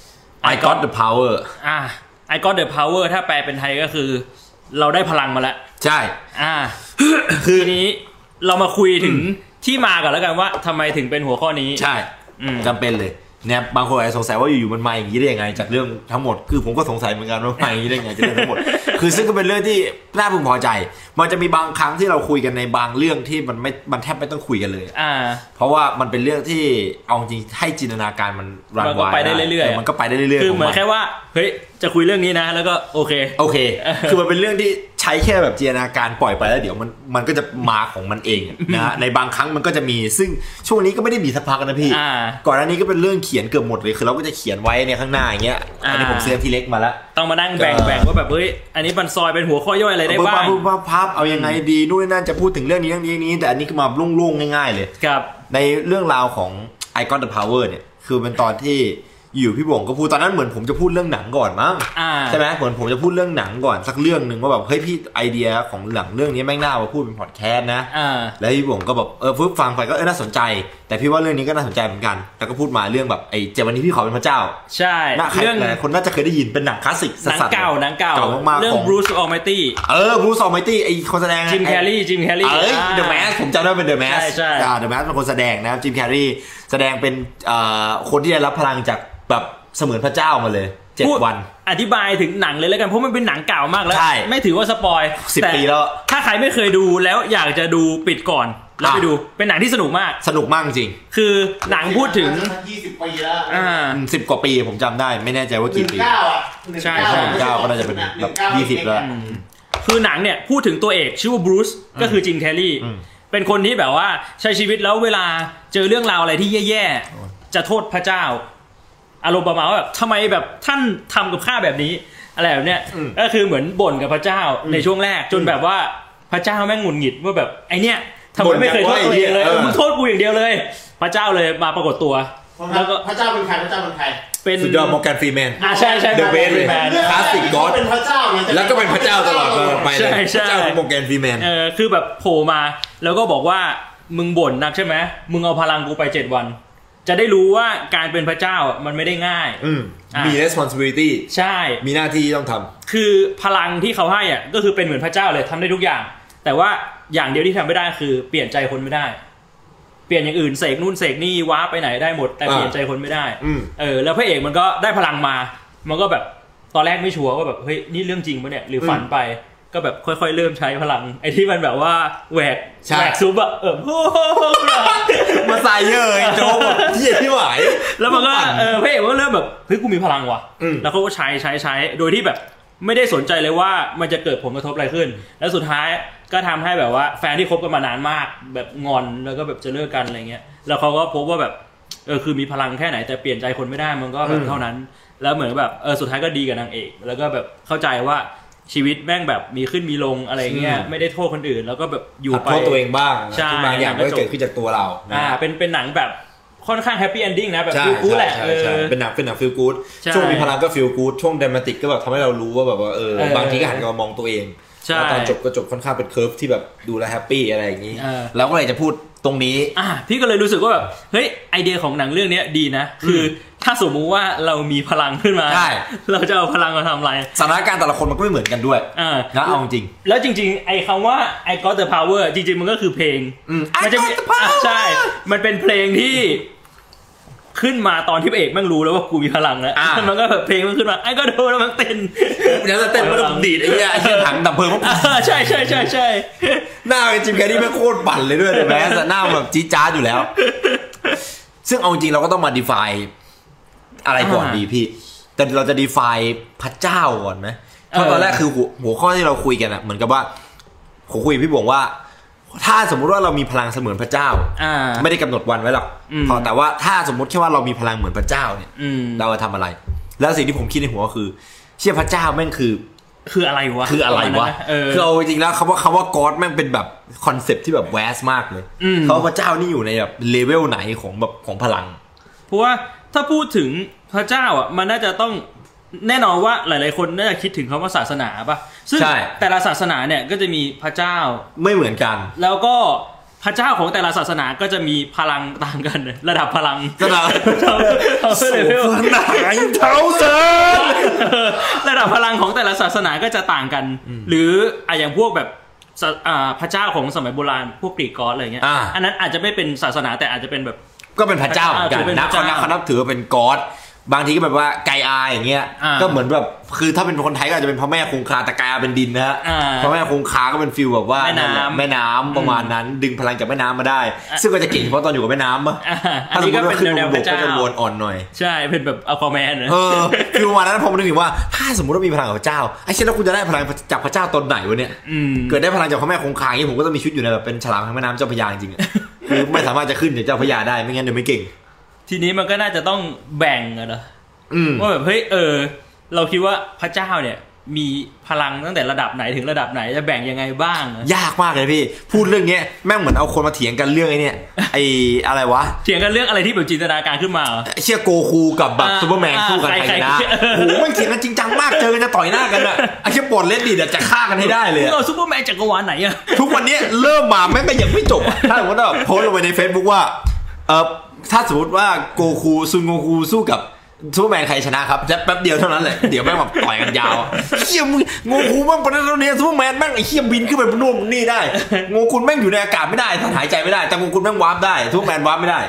Speaker 1: I got the power
Speaker 2: อ่า I got the power ถ้าแปลเป็นไทยก็คือเราได้พลังมาแล้ว
Speaker 1: ใช่
Speaker 2: อ่าคือทีนี้เรามาคุยถึงที่มาก่อนแล้วกันว่าทำไมถึงเป็นหัวข้อนี้
Speaker 1: ใช่จำเป็นเลยเนี่ยบางคนอาจจะสงสัยว่าอยู่ๆมันมาอย่างนี้ได้ยังไงจากเรื่องทั้งหมดคือผมก็สงสัยเหมือนกันว่ามาอย่างนี้ได้ยังไงจากเรื่องทั้งหมดคือซึ่งก็เป็นเรื่องที่น่าพึงพอใจมันจะมีบางครั้งที่เราคุยกันในบางเรื่องที่มันไม่มันแทบไม่ต้องคุยกันเลย
Speaker 2: อ่า
Speaker 1: เพราะว่ามันเป็นเรื่องที่เอาจริงให้จินตนาการมันรันวาย
Speaker 2: ไปได้เรื่อย
Speaker 1: ๆมันก็ไปได้เรื่อยๆ
Speaker 2: คือเหมือนแค่ว่าเฮ้ยจะคุยเรื่องนี้นะแล้วก็โอเค
Speaker 1: โอเคคือมันเป็นเรื่องที่ใช้แค่แบบจินตนาการปล่อยไปแล้วเดี๋ยวมันมันก็จะมาของมันเองนะในบางครั้งมันก็จะมีซึ่งช่วงนี้ก็ไม่ได้มีสักพักนะพี่ก่อนหน้านี้ก็เป็นเรื่องเขียนเกือบหมดเลยคือเราก็จะเขียนไว้ในข้างหน้าอย่างเงี้ยอันนี้ผมเซฟที่เล็กมาแล้ว
Speaker 2: ต้องมานั่งแบ่งๆว่าแบบเฮ้ยอันนี้มันซอยเป็นหัวข้อย่อยอะไรได้บ้าง
Speaker 1: ปุ๊บปั๊บพับเอายังไงดีนู่นนั่นจะพูดถึงเรื่องนี้เรื่องนี้นี้แต่อันนี้ก็มาลุ่งๆง่ายๆเลย
Speaker 2: ครับ
Speaker 1: ในเรื่องราวของ I got the power เนี่ยคือเป็นตอนที่อยู่พี่บ่งก็พูดตอนนั้นเหมือนผมจะพูดเรื่องหนังก่อนมั้งใช่ไหมเหมือนผมจะพูดเรื่องหนังก่อนสักเรื่องนึงว่าแบบเฮ้ยพี่ไอเดียของหนังเรื่องนี้แม่งน่ามาพูดเป็นพอดแคสต์นะแล้วพี่บ่งก็แบบเออฟึบฟังไปก็เออน่าสนใจแต่พี่ว่าเรื่องนี้ก็น่าสนใจเหมือนกันแล้วก็พูดมาเรื่องแบบไอ้เจ็ดวันนี้พี่ขอเป็นพระเจ้า
Speaker 2: ใช่
Speaker 1: เรื่องหลายคนน่าจะเคยได้ยินเป็นหนังคลาสสิก
Speaker 2: หนังเก่าหนังเก่าเรื่อง Bruce Almighty
Speaker 1: เออ Bruce Almighty ไอ้คนแสดง
Speaker 2: จิมแคร์รีจิมแคร์รี
Speaker 1: เอ้ย The Mask ผมจำได้เป็น The Mask
Speaker 2: ใช่
Speaker 1: อ่า The Mask เป็นคนแสดงนะจิมแคร์รีแสดงเป็นอ่าคนที่ได้รับพลังจากแบบเสมือนพระเจ้ามาเลยเจ็ดวัน
Speaker 2: อธิบายถึงหนังเลยแล้วกันเพราะมันเป็นหนังเก่ามากแล้วไม่ถือว่าสปอย
Speaker 1: สิบปีแล้ว
Speaker 2: ถ้าใครไม่เคยดูแล้วอยากจะดูปิดก่อนแล้วไปดูเป็นหนังที่สนุกมาก
Speaker 1: สนุกมากจริง
Speaker 2: คือหนังพูดถึง
Speaker 3: ยี่สิบปีแล้ว
Speaker 2: อ่า
Speaker 1: สิบกว่าปีผมจำได้ไม่แน่ใจว่ากี่ปี
Speaker 3: เก้าอ่ะ
Speaker 2: ใช่
Speaker 1: หนึ่งเก้าก็น่าจะเป็นแบบยี่สิบแล้ว
Speaker 2: คือหนังเนี่ยพูดถึงตัวเอกชื่อว่าบรูซก็คือจิมแคร์รีเป็นคนที่แบบว่าใช้ชีวิตแล้วเวลาเจอเรื่องราวอะไรที่แย่ๆจะโทษพระเจ้าอารมณ์ประมาณว่าแบบทำไมแบบท่านทำกับข้าแบบนี้อะไรแบบเนี้ยก็คือเหมือนบ่นกับพระเจ้าในช่วงแรกจนแบบว่าพระเจ้าแม่งหงุดหงิดว่าแบบไอเนี้ยทำไมไม่เคยโทษตัวเองเลยมึงโทษกูอย่างเดียวเลยพระเจ้าเลยมาปรากฏตัว
Speaker 3: แล้วก็พระเจ้าเป็นใครพระเจ้าเป็นใคร
Speaker 1: เป็นสุดยอดมอร์แกนฟรีแมน
Speaker 2: อ่าใช่ใช่
Speaker 1: เดอะเบสคลาสสิกก็อด
Speaker 3: เป็นพระเจ้า
Speaker 1: แล้วก็เป็นพระเจ้าตลอดไปเลยพระเจ้ามอร์แกนฟรีแมน
Speaker 2: เออคือแบบโผล่มาแล้วก็บอกว่ามึงบ่นนักใช่ไหมมึงเอาพลังกูไปเจ็ดวันจะได้รู้ว่าการเป็นพระเจ้ามันไม่ได้ง่าย
Speaker 1: มี responsibility
Speaker 2: ใช่
Speaker 1: มีหน้าที่ต้องท
Speaker 2: ำคือพลังที่เขาให้อ่ะก็คือเป็นเหมือนพระเจ้าเลยทำได้ทุกอย่างแต่ว่าอย่างเดียวที่ทำไม่ได้คือเปลี่ยนใจคนไม่ได้เปลี่ยนอย่างอื่นเสกนู่นเสกนี่ว้าไปไหนได้หมดแต่เปลี่ยนใจคนไม่ได้เออแล้วพระเอกมันก็ได้พลังมามันก็แบบตอนแรกไม่ชัวร์ว่าแบบเฮ้ยนี่เรื่องจริงปะเนี่ยหรือฝันไปก็แบบค่อยๆเริ่มใช้พลังไอ้ที่มันแบบว่าแหวกแหวกซุปอะเออ
Speaker 1: มาใส่เยอะโจ๊กที่ที่ไหว
Speaker 2: แล้วมันก็เออพระเอกก็เริ่มแบบเฮ้ยกูมีพลังว่ะแล้วเขาก็ใช้ใช้ใช้โดยที่แบบไม่ได้สนใจเลยว่ามันจะเกิดผลกระทบอะไรขึ้นแล้วสุดท้ายก็ทำให้แบบว่าแฟนที่คบกันมานานมากแบบงอนแล้วก็แบบจะเลิกกันอะไรเงี้ยแล้วเขาก็พบว่าแบบเออคือมีพลังแค่ไหนแต่เปลี่ยนใจคนไม่ได้มันก็แบบเท่านั้นแล้วเหมือนแบบเออสุดท้ายก็ดีกับนางเอกแล้วก็แบบเข้าใจว่าชีวิตแม่งแบบมีขึ้นมีลงอะไรเงี้ยไม่ได้โทษคนอื่นแล้วก็แบบอยู่ไป
Speaker 1: โทษตัวเองบ้างทุกบางอย่างก็เกิดขึ้นจากตัวเรา
Speaker 2: อ่าเป็นเป็นหนังแบบค่อนข้างแฮปปี้เอนดิ้งนะแบบฟีลกู๊ดแหละเออ
Speaker 1: เป็นหนังเป็นหนังฟีลกู๊ดช่วงมีพลังก็ฟีลกู๊ดช่วงดรามาติกก็แบบทำให้เรารู้ว่าแบบว่าเออบางทีก็หันมามองตัวเองแล้วตอนจบก็จบค่อนข้างเป็นเคิร์ฟที่แบบดูแลแฮปปี้อะไรอย่างนี้แล้วก็เลยจะพูดตรงนี้
Speaker 2: อ่ะพี่ก็เลยรู้สึกว่าแบบเฮ้ยไอเดียของหนังเรื่องนี้ดีนะคือถ้าสมมุติว่าเรามีพลังขึ้นมาเราจะเอาพลังมาทำอะไร
Speaker 1: สถานการณ์แต่ละคนมันก็ไม่เหมือนกันด้วยนะเอาจริง
Speaker 2: แล้วจริงๆไอคำว่า I got the power จริงๆมันก็คือเพลง
Speaker 1: มันจะมี
Speaker 2: ใช่มันเป็นเพลงที่ขึ้นมาตอนที่เอกแม่งรู้แล้วว่ากูมีพลังแล้วมันก็แบบเพลงมันขึ้นมาไอ้ก็ดูแล้วมันเต้น
Speaker 1: เดี๋ยวจะเต้นมันดีดไอ้เนี่ยไอ้เหี้ยถังดับเพลิงมัน
Speaker 2: ใช่ใช่ใช่ใช่
Speaker 1: หน้าเป็นจิมแคร์นี่แม่งโคตรปั่นเลยด้วยแม้แต่หน้าแบบจี๊ดจ๊าดอยู่แล้วซึ่งเอาจริงเราก็ต้องมา define อะไรก่อนดีพี่แต่เราจะ define พระเจ้าก่อนไหมเพราะตอนแรกคือหัวข้อที่เราคุยกันอะเหมือนกับว่าผมคุยกับพี่บวงว่าถ้าสมมุติว่าเรามีพลังเสมือนพระเจ้าไม่ได้กำหนดวันไว้หรอกแต่ว่าถ้าสมมติแค่ว่าเรามีพลังเหมือนพระเจ้าเนี่ยเราจะทำอะไรแล้วสิ่งที่ผมคิดในหัวคือเชื่อพระเจ้าแม่งคือ
Speaker 2: คืออะไรวะ
Speaker 1: คืออะไรวะคือเอาจริงๆแล้วคำว่าคำว่า God แม่งเป็นแบบคอนเซ็ปต์ที่แบบแวสมากเลยเขาพระเจ้านี่อยู่ในแบบเลเวลไหนของแบบของพลัง
Speaker 2: เพราะว่าถ้าพูดถึงพระเจ้าอ่ะมันน่าจะต้องแน่นอนว่าหลายๆคนน่าจะคิดถึงคำว่าศาสนาป่ะซึ่งแต่ละศาสนาเนี่ยก็จะมีพระเจ้า
Speaker 1: ไม่เหมือนกัน
Speaker 2: แล้วก็พระเจ้าของแต่ละศาสนาก็จะมีพลังต่างกันระดับพลัง
Speaker 1: ระดับไหนเท่าเดิม
Speaker 2: ระดับพลังของแต่ละศาสนาก็จะต่างกันหรืออ่ะอย่างพวกแบบพระเจ้าของสมัยโบราณพวกกรีกกอสอะไรเงี้ยอันนั้นอาจจะไม่เป็นศาสนาแต่อาจจะเป็นแบบ
Speaker 1: ก็เป็นพระเจ้าเหมือนกันนะเขานับถือเป็นกอสบางทีก็แบบว่าไกอาอย่างเงี้ยก็เหมือนแบบคือถ้าเป็นคนไทยก็อาจจะเป็นพระแม่คงคาแต่ไกอาเป็นดินนะฮะพระแม่คงคาก็เป็นฟิลแบบว่า
Speaker 2: แม่น้ำ
Speaker 1: แม่น้ำประมาณนั้นดึงพลังจากแม่น้ำมาได้ซึ่งก็จะเก่งเฉพาะตอนอยู่กับแม่น้ำป่ะ
Speaker 2: อันนี้ก็เป็นแนวพระเจ้า
Speaker 1: ก็จะวนอ่อนหน่อย
Speaker 2: ใช่เป็นแบบอควาแมน
Speaker 1: เออคือประมาณนั้นผมนึกถึงว่าถ้าสมมติว่ามีพลังจากพระเจ้าไอ้เช่นแล้วคุณจะได้พลังจากพระเจ้าตนไหนวะเนี่ยเกิดได้พลังจากพระแม่คงคาอย่างนี้ผมก็ต้องมีชุดอยู่ในแบบเป็นฉลามแห่งแม่น้ำเจ้าพระยาจริงๆคือไม่สามารถจะขึ้นจากเจ้าพระยาได้ไม่งั้นเดี๋ยวไม่เก่ง
Speaker 2: ทีนี้มันก็น่าจะต้องแบ่งอะนะว่าแบบเฮ้ยเออเราคิดว่าพระเจ้าเนี่ยมีพลังตั้งแต่ระดับไหนถึงระดับไหนจะแบ่งยังไงบ้าง
Speaker 1: ยากมากเลยพี่พูดเรื่องนี้แม่งเหมือนเอาคนมาเถียงกันเรื่องไอ้นี่ไอ้อะไรวะ
Speaker 2: เถียงกันเรื่องอะไรที่แบบจินตนาการขึ้นมา
Speaker 1: เชี่ยโกคูกับแบบซูเปอร์แมนสู้กันใครนะโอ้โหมันเถียงกันจริงจังมากเจอกันจะต่อยหน้ากันอะไอ้เชี่ยปวดเล่นดิจะฆ่ากันให้ได้เลย
Speaker 2: เอาซูเปอร์แมนจักรวาลไหนอะ
Speaker 1: ทุกวันนี้เริ่มมาแม่งก็ยังไม่จบถ้าสมมติว่าโพสต์ลงไปใน Facebook ว่าเออถ้าสมมติว่าโกคูซุนโกคูสู้กับซูเปอร์แมนใครชนะครับแป๊บเดียวเท่านั้นแหละเดี๋ยวแม่งแบบต่อยกันยาวเขี้ยมงูคูแม่งปนนั้นเนี่ยซูเปอร์แมนแม่งไอ้เขี้ยมบินขึ้นไปบนนู่นนี่ได้งูคุณแม่งอยู่ในอากาศไม่ได้ท่านหายใจไม่ได้แต่งูคุณแม่งวาร์ปได้ซูเปอร์แมนวาร์ปไม่ได้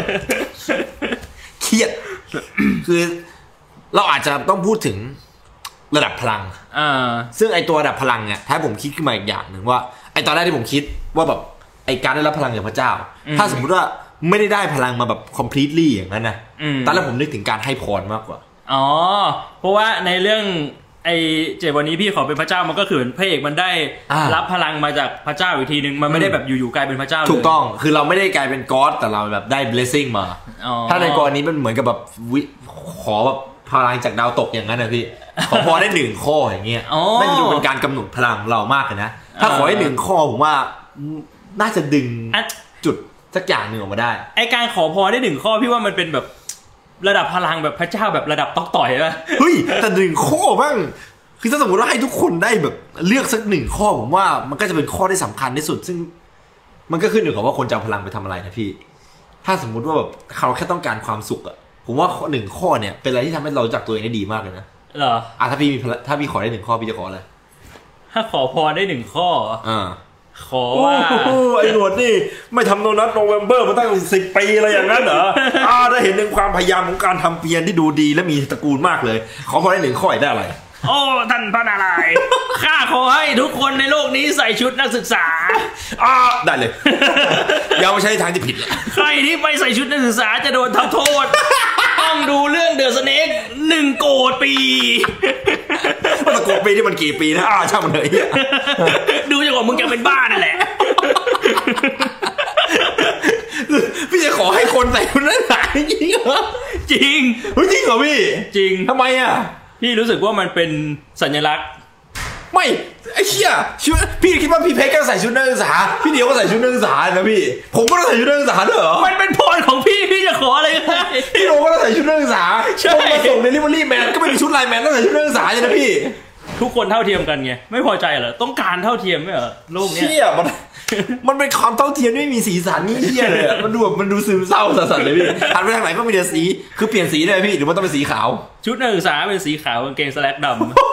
Speaker 1: เครียดคือเราอาจจะต้องพูดถึงระดับพลังซึ่งไอตัวระดับพลังเนี่ยถ้าผมคิดขึ้นมาอีกอย่างหนึ่งว่าไอตอนแรกที่ผมคิดว่าแบบไอการได้รับพลังจากพระเจ้าถ้าสมมติว่าไม่ได้ได้พลังมาแบบ completely อย่างนั้นนะตอนแรกผมนึกถึงการให้พรมากกว่า
Speaker 2: อ๋อเพราะว่าในเรื่องไอ้เจ็ดวันนี้พี่ขอเป็นพระเจ้ามันก็คือพระเอกมันได้รับพลังมาจากพระเจ้าอีกทีนึงมันไม่ได้แบบอยู่ๆกลายเป็นพระเจ้าเลย
Speaker 1: ถูกต้องคือเราไม่ได้กลายเป็นก็อดแต่เราแบบได้ blessing มาถ้าในกรณีมันเหมือนกับแบบขอแบบพลังจากดาวตกอย่างนั้นนะพี่ขอพรได้หนึ่งข้ออย่างเงี้ยไม่ดูเป็นการกำหนดพลังเรามากเลยนะถ้าขอให้หนึ่งข้อผมว่าน่าจะดึงจุดสักอย่างหนึ่งออกมาได้
Speaker 2: ไอการขอพรได้หนึ่งข้อพี่ว่ามันเป็นแบบระดับพลังแบบพระเจ้าแบบระดับต๊อกต่อยป่ะ
Speaker 1: เฮ้ยแต่หนึ่งข้อบ้างคือถ้าสมมติว่าให้ทุกคนได้แบบเลือกสักหนึ่งข้อผมว่ามันก็จะเป็นข้อที่สำคัญที่สุดซึ่งมันก็ขึ้นอยู่กับว่าคนจะเอาพลังไปทำอะไรนะพี่ถ้าสมมุติว่าแบบเขาแค่ต้องการความสุขอะผมว่าหนึ่งข้อเนี่ยเป็นอะไรที่ทำให้เรารู้จักตัวเองได้ดีมากเลยนะ
Speaker 2: เหรอ
Speaker 1: อ่ะถ้าพี่มีถ้าพี่ขอได้หนึ่งข้อพี่จะขออะไร
Speaker 2: ถ้าขอพรได้หนึ่งข้อ
Speaker 1: อ่า
Speaker 2: ขอว่า
Speaker 1: ไอ้หนวดนี่ไม่ทำโดนัทโนเวมเบอร์มาตั้งสิบปีอะไรอย่างนั้นเหรออ่าได้เห็นถึงความพยายามของการทำเพียรที่ดูดีและมีตระกูลมากเลยขอพอได้หนึ่งข้อได้อะไร
Speaker 2: โอ้ท่านพระนารายณ์ข้าขอให้ทุกคนในโลกนี้ใส่ชุดนักศึกษา
Speaker 1: อ่าได้เลยอย่าไปใช้ทางที่ผิด
Speaker 2: ใครที่ไม่ใส่ชุดนักศึกษาจะโดนทำโทษต้องดูเรื่องเดอะสเนกหนึ่งโกดปี
Speaker 1: มันโกดปีที่มันกี่ปีนะอ่าช่างมันเลย
Speaker 2: ดูจังหวะมึงจะเป็นบ้านั่นแหละ
Speaker 1: พี่จะขอให้คนใส่ชุดนักศึกษาจริงเหรอ
Speaker 2: จริง
Speaker 1: จริงเหรอพี่
Speaker 2: จริง
Speaker 1: ทำไมอ่ะ
Speaker 2: พี่รู้สึกว่ามันเป็นสัญลักษณ์
Speaker 1: ไม่ไอ้เชี่ยชุดพี่คิดว่าพี่เพชรก็ใส่ชุดนักศึกษาพี่เดียวก็ใส่ชุดนักศึกษานะพี่ผมก็ต้องใส่ชุดนักศึกษาด้วยเหรอ
Speaker 2: มันเป็นพรของพี่พี่จะขออะไรได้
Speaker 1: พี่โดก็ต้องใส่ชุดนักศึกษาต้องมาส่งเดลิเวอรี่แมนก็ไม่มีชุดไลน์แมนต้องใส่ชุดนักศึกษาใช่ไหมพี่
Speaker 2: ทุกคนเท่าเทียมกันไงไม่พอใจเหรอต้องการเท่าเทียมไหมเหรอโลกเนี้ย
Speaker 1: เชี่ยมันมันเป็นความเท่าเทียมไม่มีสีสันนี่เชี่ยเลยมันดูแบบมันดูซึมเศร้าสัสๆเลยพี่หันไปทางไหนก็มีแต่สีคือเปลี่ยนสีได้พี่หรือมันต้องเป็นสีขาว
Speaker 2: ชุดนักศึกษาเป็นสีขาวกางเกงสแลกด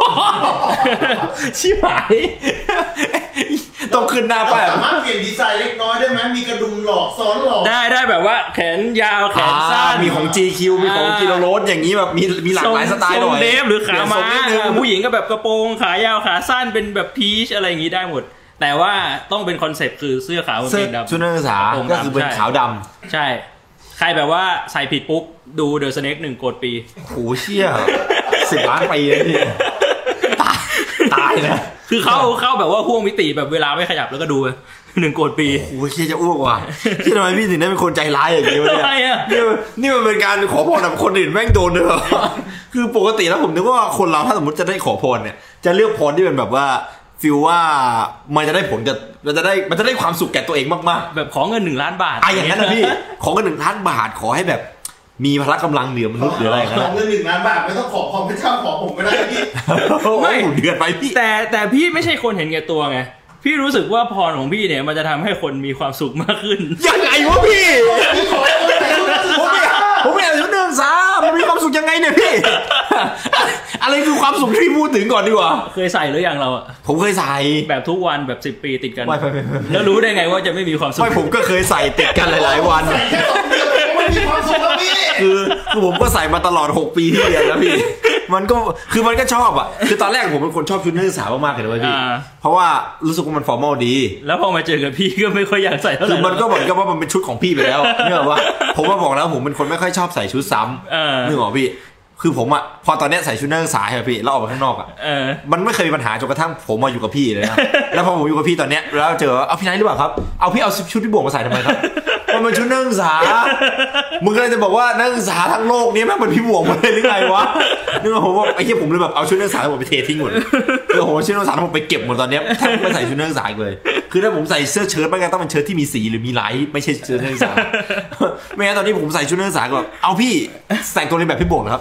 Speaker 1: ำชิบหายต้องขึ้นหน้าป้าย
Speaker 3: สามารถเปลี่ยนดีไซน์เล็กน้อยได้ไหมมีกระดุมหลอกซ้อนหลอก
Speaker 2: ได้ได้แบบว่าแขนยาวแขนสั้น
Speaker 1: มีของ จี คิว มีของกิโลโรสอย่างนี้แบบมีมีหลากหลายสไตล์หน่อย
Speaker 2: เดฟหรือขาม้าผู้หญิงก็แบบกระโปรงขายาวขาสั้นเป็นแบบพีชอะไรอย่างนี้ได้หมดแต่ว่าต้องเป็นคอนเซ็ปต์คือเสื้อขาวกางเกงดำ
Speaker 1: ชุดนักศึกษาก็คือเป็นขาวดำ
Speaker 2: ใช่ใครแบบว่าใส่ผิดปุ๊บดูเดอะสเน็กหนึ่งกดปี
Speaker 1: โหเชี่ยสิบล้านปีเลยพี่ตายตายนะ
Speaker 2: คือเข้าเข้าแบบว่าพ่วงมิติแบบเวลาไม่ขยับแล้วก็ดูหนึ่งโกดปี
Speaker 1: โอ้ยเชี่ยจะอ้วกว่ะที่ทำไมพี่ถึงได้เป็นคนใจร้ายอย่างนี้วะเนี่ยนี่นี่มันเป็นการขอพรแบบคนอื่นแม่งโดนด้วยเหรอคือปกติแล้วผมนึกว่าคนเราถ้าสมมติจะได้ขอพรเนี่ยจะเลือกพรที่เป็นแบบว่าฟีลว่ามันจะได้ผลกับมันจะได้มันจะได้ความสุขแก่ตัวเองมาก
Speaker 2: ๆแบบขอเงินหนึ่งล้านบาท
Speaker 1: อ่ะอย่างนั้นนะพี่ขอเงินหนึ่งล้านบาทขอให้แบบมีพละกำลังเหนือมนุษย์หรืออะไร
Speaker 3: ขอเงินหนึ่งล้านบาทไม่ต้องขอของพระเจ้าขอผมก็ได้พี่
Speaker 1: ไม่เดือดไปพี่
Speaker 2: แต่แต่พี่ไม่ใช่คนเห็นแก่ตัวไงพี่รู้สึกว่าพรของพี่เนี่ยมันจะทำให้คนมีความสุขมากขึ้น
Speaker 1: ยังไงวะพี่ผมไม่ผมไม่อยากจะเดินสามันมีความสุขยังไงเนี่ยพี่อะไรคือความสุขที่พูดถึงก่อนดีกว่า
Speaker 2: เคยใส่หรือยังเราอ่ะ
Speaker 1: ผมเคยใส่
Speaker 2: แบบทุกวันแบบสิบปีติดกันแล้วรู้ได้ไงว่าจะไม่มีความสุข
Speaker 1: ไม่ผมก็เคยใส่ติดกันหลายๆวัน
Speaker 3: มีความสุขแล้วพี่
Speaker 1: คือคือผมก็ใส่มาตลอดหกปีที่เรียนแล้วพี่มันก็คือมันก็ชอบอ่ะคือตอนแรกผมเป็นคนชอบชุดนักศึกษามากๆเลยนะพี่เพราะว่ารู้สึกว่ามันฟอร์มอลดี
Speaker 2: แล้วพอมาเจอกับพี่ก็ไม่ค่อยอยากใส่เท่าไหร่
Speaker 1: คือมันก็เหมือนกับว่ามันเป็นชุดของพี่ไปแล้วเนี่ยว่าผมมาบอกแล้วผมเป็นคนไม่ค่อยชอบใส่ชุดซ้ำนึกออกพี่คือผมอ่ะพอตอนนี้ใส่ชุดนักศึกษาใช่ไหมพี่แล้วออกไปข้างนอกอ่ะมันไม่เคยมีปัญหาจนกระทั่งผมมาอยู่กับพี่เลยนะแล้วพอผมอยู่กับพี่ตอนเนี้ยแล้วเจอเอาพี่ไนท์หรือเปล่าครับเอาพี่เอาชุดที่บวกมาใส่ทำไมครับมันเป็นชุดนักศึกษามึงก็เลยจะบอกว่านักศึกษาทั้งโลกนี้แม่งเป็นพี่บวกมาเลยหรือไงวะนึกว่าผมว่าไอ้ที่ผมเลยแบบเอาชุดนักศึกษาผมไปเททิ้งหมดเออผมชุดนักศึกษาผมไปเก็บหมดตอนนี้แทบไม่ใส่ชุดนักศึกษาเลยคือถ้าผมใส่เสื้อเชิ้ตไม่งั้นต้องเป็นเชิ้ตที่มีสีหรือมีลายไม่ใช่เชิ้ตนักศึกษาไม่งั้นตอนนี้ผมใส่ชุดนักศึกษาก็เอาพี่แต่งตัวเรียนแบบพี่บวกนะครับ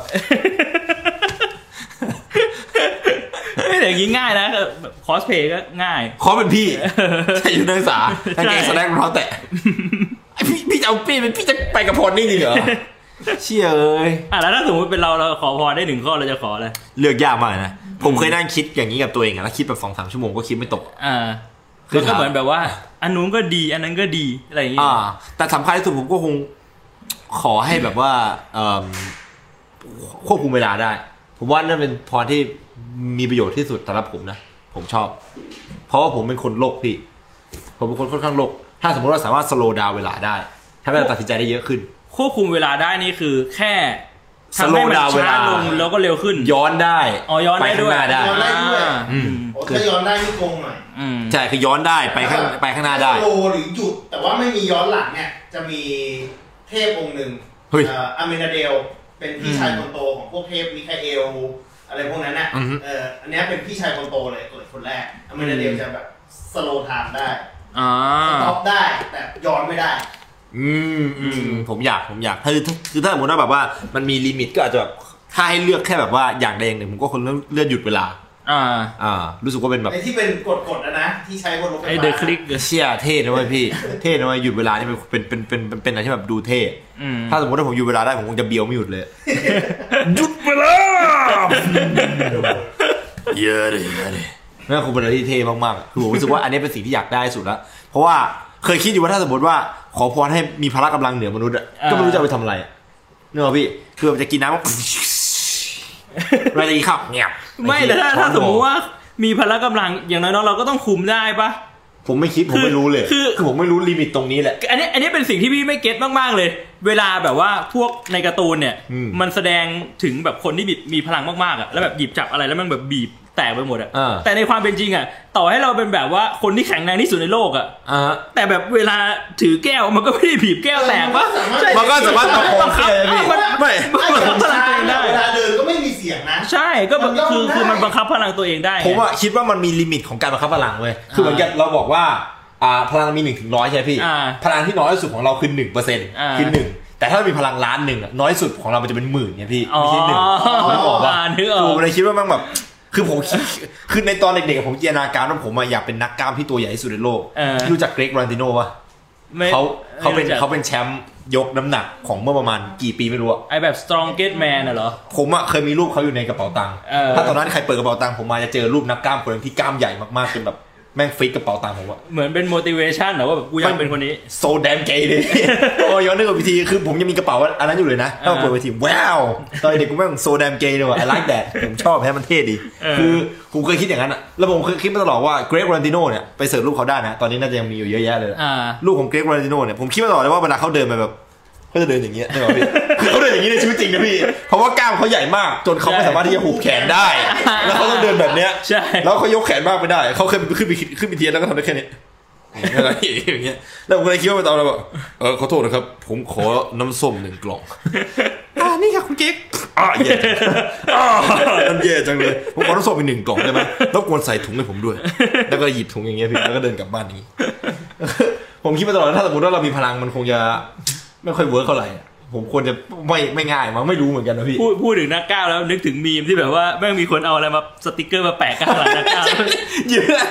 Speaker 2: ไม่แต่อย่างนี้ง่ายนะคอสเพย์ก็ง่าย
Speaker 1: คอสเป็นพี่ใช่ชุดนักศึกษากางเกงสแลกรองเท้าแตะพี่พี่จะเอาพี่เป็นพี่จะไปกับพรนี่จริงเหรอเชี่ยเอ้ย
Speaker 2: อ่ะแล้วถ้าสมมติเป็นเราเราขอพรได้หนึ่งข้อเราจะขออะไร
Speaker 1: เลือกยากมากนะผมเคยนั่งคิดอย่างนี้กับตัวเองอะแล้วคิดแบบสองสามชั่วโมงก็คิดไม่ตก
Speaker 2: อ่าคือก็เหมือนแบบว่าอันนู้นก็ดีอันนั้นก็ดีอะไรอย่างงี้
Speaker 1: อ่าแต่สำคัญที่สุดผมก็คงขอให้แบบว่าควบคุมเวลาได้ผมว่านั่นเป็นพรที่มีประโยชน์ที่สุดสำหรับผมนะผมชอบเพราะว่าผมเป็นคนโลกพี่ผมเป็นคนค่อนข้างโลกถ้าสมมติว่าสามารถสโลว์ดาวเวลาได้ทำให้เราตัดสินใจได้เยอะขึ้น
Speaker 2: ควบคุมเวลาได้นี่คือแค่ทำให้มันช้าลงแล้วก็เร็วขึ้น
Speaker 1: ย้อนได้
Speaker 2: อ๋อย้อนได้ด้วย
Speaker 3: ย้อนได้ด้วยถ้าย้อนได้นี่โกงหน่อย
Speaker 1: ใช่คือย้อนได้ไปข้างไปข้างหน้าได้
Speaker 3: โลหรือหยุดแต่ว่าไม่มีย้อนหลังเนี่ยจะมีเทพองค์หนึ่งอเมนาเดลเป็นพี่ชายคนโตของพวกเทพมิคาเอลอะไรพวกนั้นนะเอออันนี้เป็นพี่ชายคนโตเลยเกิดคนแรกอเมนาเดลจะแบบสโลว์ไทม์ได้สต็อปได้แต่ย้อนไม่ได้
Speaker 1: อืมอืมผมอยากผมอยากคือคือถ้าสมมติว่าแบบว่ามันมีลิมิตก็อาจจะแบบถ้าให้เลือกแค่แบบว่าอย่างใดอย่างหนึ่งผมก็คนเลือกหยุดเวลาอ่าอ่ารู้สึกว่าเป็นแบบ
Speaker 3: ไอ้ที่เป็นกดๆนะนะที่ใช้บนรถไฟฟ้า
Speaker 2: ไอ้เดอะคลิก
Speaker 1: เชี่ยเท่นะเว้ยพี่เท่นะเว้ยหยุดเวลานี่เป็นเป็นเป็นเป็นเป็นอะไรที่แบบดูเท่ถ้าสมมติว่าผมหยุดเวลาได้ผมคงจะเบียวไม่หยุดเลยหยุดเวลาเยอะเลยเยอะเลยนั่นคงเป็นอะไรที่เท่มากๆคือผมรู้สึกว่าอันนี้เป็นสิ่งที่อยากได้สุดแล้วเพราะว่าเคยคิดอยู่ว่าถ้าสมมติว่าขอพรให้มีพละกำลังเหนือมนุษย์อ่ะก็ไม่รู้จะเอาไปทำอะไรเนอะพี่คือมันจะกินน้ำมันเราจะกินข้าวเงียบ
Speaker 2: ไม่แต่ถ้าถ้าสมมติว่ามีพละกำลังอย่างน้อยๆเราก็ต้องคุมได้ปะ
Speaker 1: ผมไม่คิดผมไม่รู้เลยคือผมไม่รู้ลิมิตตรงนี้แหละ
Speaker 2: อันนี้อันนี้เป็นสิ่งที่พี่ไม่เก็ตมากๆเลยเวลาแบบว่าพวกในการ์ตูนเนี่ยมันแสดงถึงแบบคนที่มีพลังมากๆอ่ะแล้วแบบหยิบจับอะไรแล้วมันแบบบีบแตกไปหมดอ่ะแต่ในความเป็นจริงอ่ะต่อให้เราเป็นแบบว่าคนที่แข็งแรงที่สุดในโลกอ่ะแต่แบบเวลาถือแก้วมันก็ไม่ได้บีบแก้วแตกปะ
Speaker 1: มันก็สามารถบังคับไม่
Speaker 3: ไม่บังคับพลังตัวเองได้เวลาเดินก็ไม่มีเสียงนะ
Speaker 2: ใช่ก็คือคือมันบังคับพลังตัวเองได้
Speaker 1: ผมว่าคิดว่ามันมีลิมิตของการบังคับพลังเว้ยคือเหมือนกับเราบอกว่าอ่าพลังมีหนึ่งถึงร้อยใช่พี่พลังที่น้อยที่สุดของเราคือหนึ่งเปอร์เซ็นต์คือหนึ่งแต่ถ้ามีพลังล้านหนึ่งน้อยสุดของเรามันจะเป็นหมื่นเนี่ยพี่ไม่ใช่หนึ่งนึกออกป่ะคือผมเลยคิดว่ามันแบบคือผมคือในตอนเด็กๆผมจินตนาการว่าผมอยากเป็นนักกล้ามที่ตัวใหญ่ที่สุดในโลกรู้จักเกรก วาเลนติโน่ป่ะเขาเขาเป็นเขาเป็นแชมป์ยกน้ำหนักของเมื่อประมาณกี่ปีไม่รู้อะ
Speaker 2: ไอแบบ strongest man น่ะเหรอ
Speaker 1: ผมอะเคยมีรูปเขาอยู่ในกระเป๋าตังค์ถ้าตอนนั้นใครเปิดกระเป๋าตังค์ผมมาจะเจอรูปนักกล้ามคนนึงที่กล้ามใหญ่มากๆจนแบบแม่งฟิตกระเป๋าตังค์ผมอะ
Speaker 2: เหมือนเป็น motivation เหรอว่าแบบกูอยากเป็นคนนี้
Speaker 1: โซแดมเกย์เลยโอ้ย้อนนึกวิธีคือผมยังมีกระเป๋าอันนั้นอยู่เลยนะถ้าเปิดวิธีว้าวตอนเด็กกูแม่งโซแดมเกย์เลยว่ะ I like that ผมชอบแฮมันเท่ดีคือผมเคยคิดอย่างนั้นอะแล้วผมเคยคิดมาตลอดว่าเกรก วาเลนติโน่เนี่ยไปเสิร์ชรูปเขาได้นะตอนนี้น่าจะยังมีอยู่เยอะแยะเลยรูปของเกรก วาเลนติโน่เนี่ยผมคิดมาตลอดเลยว่าเวลาเขาเดินไปแบบเขาจะเดินอย่างเงี้ยใช่ไหมพี่คือเขาเดินอย่างนี้ในชีวิตจริงนะพี่เพราะว่ากล้ามเขาใหญ่มากจนเขาไม่สามารถที่จะหุบแขนได้แล้วเขาต้องเดินแบบเนี้ยแล้วเขายกแขนมากไม่ได้เขาเคยขึ้นไปขึ้นไปเทียนแล้วก็ทำได้แค่นี้อะไรอย่างเงี้ยแล้วผมก็เลยคิดว่าไปตอนเราแบบเออขอโทษนะครับผมขอน้ำส้มหนึ่งกล่องอ่านี่ค่ะคุณเก๊กอ่าเย่อ่าน้ำเย่จังเลยผมขอน้ำส้มอีกหนึ่งกล่องได้ไหมรบกวนใส่ถุงให้ผมด้วยแล้วก็หยิบถุงอย่างเงี้ยพี่แล้วก็เดินกลับบ้านนี้ผมคิดมาตลอดถ้าสมมติว่าเรามีพลังมันคงจะไม่ค่อยเวิร์คเท่าไหร่ผมควรจะไม่ไม่ง่ายมั้งไม่รู้เหมือนกันนะพี่
Speaker 2: พูดพูดถึงนักก้าวแล้วนึกถึงมีมที่แบบว่าแม่งมีคนเอาอะไรมาสติกเกอร์มาแปะข้างหลังนักก้าว
Speaker 1: เยอะ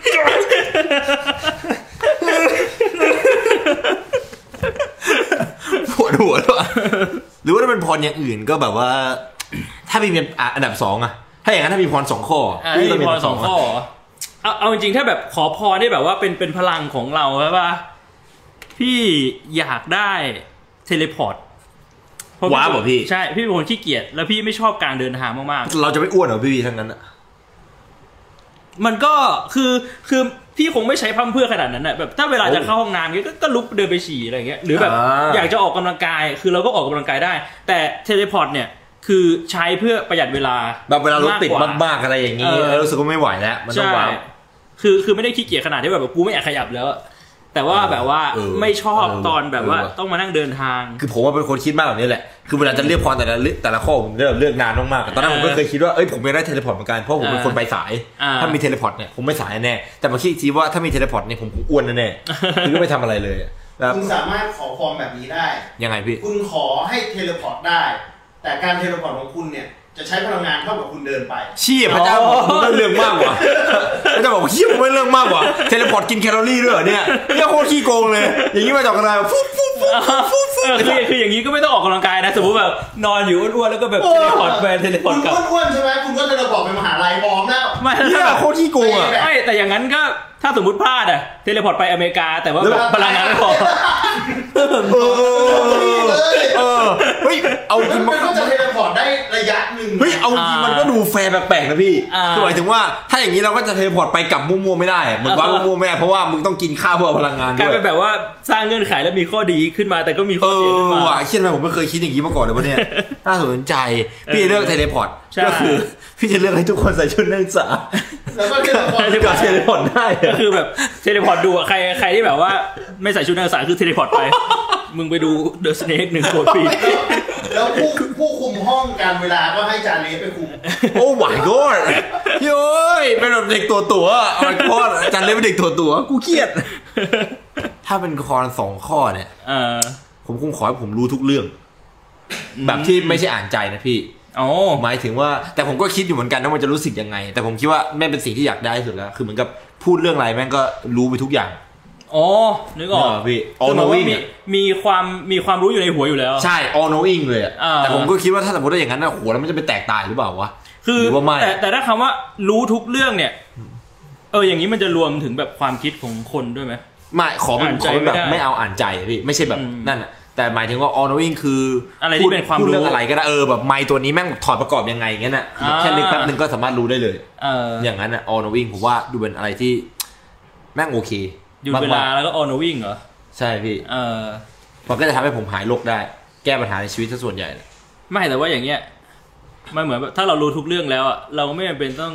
Speaker 1: ปวดหัวด้วยหรือว่าถ้าเป็นพรอย่างอื่นก็แบบว่าถ้ามีเป็นอันดับสองอะถ้าอย่างนั้นถ้ามีพรสองข้อ
Speaker 2: มีพรสองข้อเอาเอาจริงๆถ้าแบบขอพรได้แบบว่าเป็นเป็นพลังของเราใช่ป่ะพี่อยากได้เทเลพอร์ต
Speaker 1: ว้าวเหรอพี่
Speaker 2: ใช่พี่เป็นคนขี้เกียจแล้วพี่ไม่ชอบการเดินทางมาก
Speaker 1: ๆเราจะไม่อ้วนเหรอพี่ทั้งนั้นอ่ะ
Speaker 2: มันก็คือคือพี่คงไม่ใช้พั่มเพื่อขนาดนั้นน่ะแบบถ้าเวลาจะเข้าห้องน้ำก็ก็ลุกเดินไปฉี่อะไรเงี้ยหรือแบบอยากจะออกกำลังกายคือเราก็ออกกำลังกายได้แต่เทเลพอร์ตเนี่ยคือใช้เพื่อประหยัดเวลา
Speaker 1: แบบเวลารถติดมากๆอะไรอย่างงี้แล้วรู้สึกว่าไม่ไหวแล้วมันต้องว้าว
Speaker 2: คือคือไม่ได้ขี้เกียจขนาดที่แบบกูไม่อยากขยับแล้วแต่ว่าแบบว่าไม่ชอบตอนแบบว่าต้องมานั่งเดินทาง
Speaker 1: คือผมว่าเป็นคนคิดมากแบบนี้แหละคือเวลาจะเลือกพรแต่ละแต่ละข้อผมเลือกเลือกนานมากๆตอนนั้นผมก็เคยคิดว่าเอ้ยผมอยากได้เทเลพอร์ตเหมือนกันเพราะผมเป็นคนไปสายถ้ามีเทเลพอร์ตเนี่ยผมไม่สายแน่แต่มาคิดทีว่าถ้ามีเทเลพอร์ตเนี่ยผมคงอ้วนแน่ๆคือไม่ทำอะไรเลย
Speaker 3: คุณสามารถขอพรแบบนี้ได้
Speaker 1: ยังไงพี่
Speaker 3: คุณขอให้เทเลพอร์ตได้แต่การเทเลพอร์ตของคุณเนี่ยจะใช้พลังงานเท่ากับคุณเดินไป
Speaker 1: เชี่ยพระเจ้าผมไม่เรื่องมากกว่าพระเจ้าบอกเชี่ยผมไม่เรื่องมากกว่าเทเลพอร์ตกินแคลอรี่ด้วยเนี่ยเนี่ยโคตรขี้โกงเลยอย่างนี้มาจากอะไรฟุ๊บฟุ๊บฟุ๊บ
Speaker 2: ฟุ๊บฟุ๊บคือคืออย่างนี้ก็ไม่ต้องออกกำลังกายนะสมมติแบบนอนอยู่อ้วนๆแล้วก็แบบเทเลพอร์ตไปเทเลพอร์ต
Speaker 3: กลับคุณอ้วนๆใช่ไหมคุณก็เทเลพอร์ตไปมหาลัยมองแล้ว
Speaker 2: ไม่
Speaker 1: เนี่ยโคตรขี้โกงอ่ะ
Speaker 2: ไม่แต่อย่างนั้นก็ถ้าสมมติพลาดอะเทเลพอร์ตไปอเมริกาแต่ว่าพลังงานไม่พอ
Speaker 1: เออเออเฮ้ยเอาจริง
Speaker 3: มันก็จะเทเลพอร์ตได้ระยะหนึ่ง
Speaker 1: เฮ้ยเอาจริงมันก็ดูแฟร์แปลกๆนะพี่คือหมายถึงว่าถ้าอย่างนี้เราก็จะเทเลพอร์ตไปกลับมั่วๆไม่ได้เหมือนว่ามั่วๆไม่ได้เพราะว่ามึงต้องกินข้าวเพื่อพลังงานด้วย
Speaker 2: กลายเป็นแบบว่าสร้างเงื่อนไขแล้วมีข้อดีขึ้นมาแต่ก็มีข้อเสียขึ้นมา
Speaker 1: ว่ะเช่นไรผมไม่เคยคิดอย่างนี้มาก่อนเลยว่าเนี่ยน่าสนใจพี่เลือกเทเลพอร์ตก็คือพี่จะเลือกให้ทุกคนใส่ชุดนักศึกษา
Speaker 3: แล้วก็เทเลพอร์ต
Speaker 1: เทเลพอร์ตได้
Speaker 2: ก็คือแบบเทเลพอร์ตดูใครใครที่แบบว่าไม่ใส่ชุดนักศึกษาคือเทเลพอร์ตไปมึงไปดู The Snake หนึ่งโคตรปี
Speaker 3: แล้วผู้ผู้คุมห้องการเวลาก็ให้จาเลสไปคุม
Speaker 1: โอ้ my god โย้ยเป็นแบบเด็กตัวตัวอ๋อโคตรจาเลสเป็นเด็กตัวตัวกูเครียดถ้าเป็นคอนสองข้อเนี่ยผมคงขอให้ผมรู้ทุกเรื่องแบบที่ไม่ใช่อ่านใจนะพี่
Speaker 2: อ๋อ
Speaker 1: หมายถึงว่าแต่ผมก็คิดอยู่เหมือนกันว่ามันจะรู้สึกยังไงแต่ผมคิดว่าแม่งเป็นสิ่งที่อยากได้ที่สุดแล้วคือเหมือนกับพูดเรื่องอะไรแม่งก็รู้ไปทุกอย่าง
Speaker 2: อ๋อนึกออก
Speaker 1: พี่
Speaker 2: all knowing มีมีความมีความรู้อยู่ในหัวอยู่แล้ว
Speaker 1: ใช่ all knowing เลยแต่ผมก็คิดว่าถ้าสมมติว่าอย่างนั้นนะหัวแล้วมันจะไปแตกตายหรือเปล่าวะ
Speaker 2: คือแต่แต่ถ้าคำว่ารู้ทุกเรื่องเนี่ยเอออย่างนี้มันจะรวมถึงแบบความคิดของคนด้วยไหม
Speaker 1: ไม่ขอมันขอแบบไม่เอาอ่านใจพี่ไม่ใช่แบบนั่นอ่ะแต่หมายถึงว่า all knowing คือ
Speaker 2: อะไรที่เป็นความรู้
Speaker 1: เรื่องอะไรก็ได้เออแบบไมค์ตัวนี้แม่งถอดประกอบยังไงอย่างเงี้ยน่ะแค่นึกแป๊บนึงก็สามารถรู้ได้เลยอย่างนั้นอ่ะ all knowing ผมว่าดูเป็นอะไรที่แม่งโอเค
Speaker 2: หยุดเวลาแล้วก็ all knowing เหรอ
Speaker 1: ใช่พี่
Speaker 2: เออ
Speaker 1: มันก็จะทำให้ผมหายโรคได้แก้ปัญหาในชีวิตซะส่วนใหญ่
Speaker 2: ไม่แต่ว่าอย่างเงี้ยมันเหมือนถ้าเรารู้ทุกเรื่องแล้วอ่ะเราไม่จำเป็นต้อง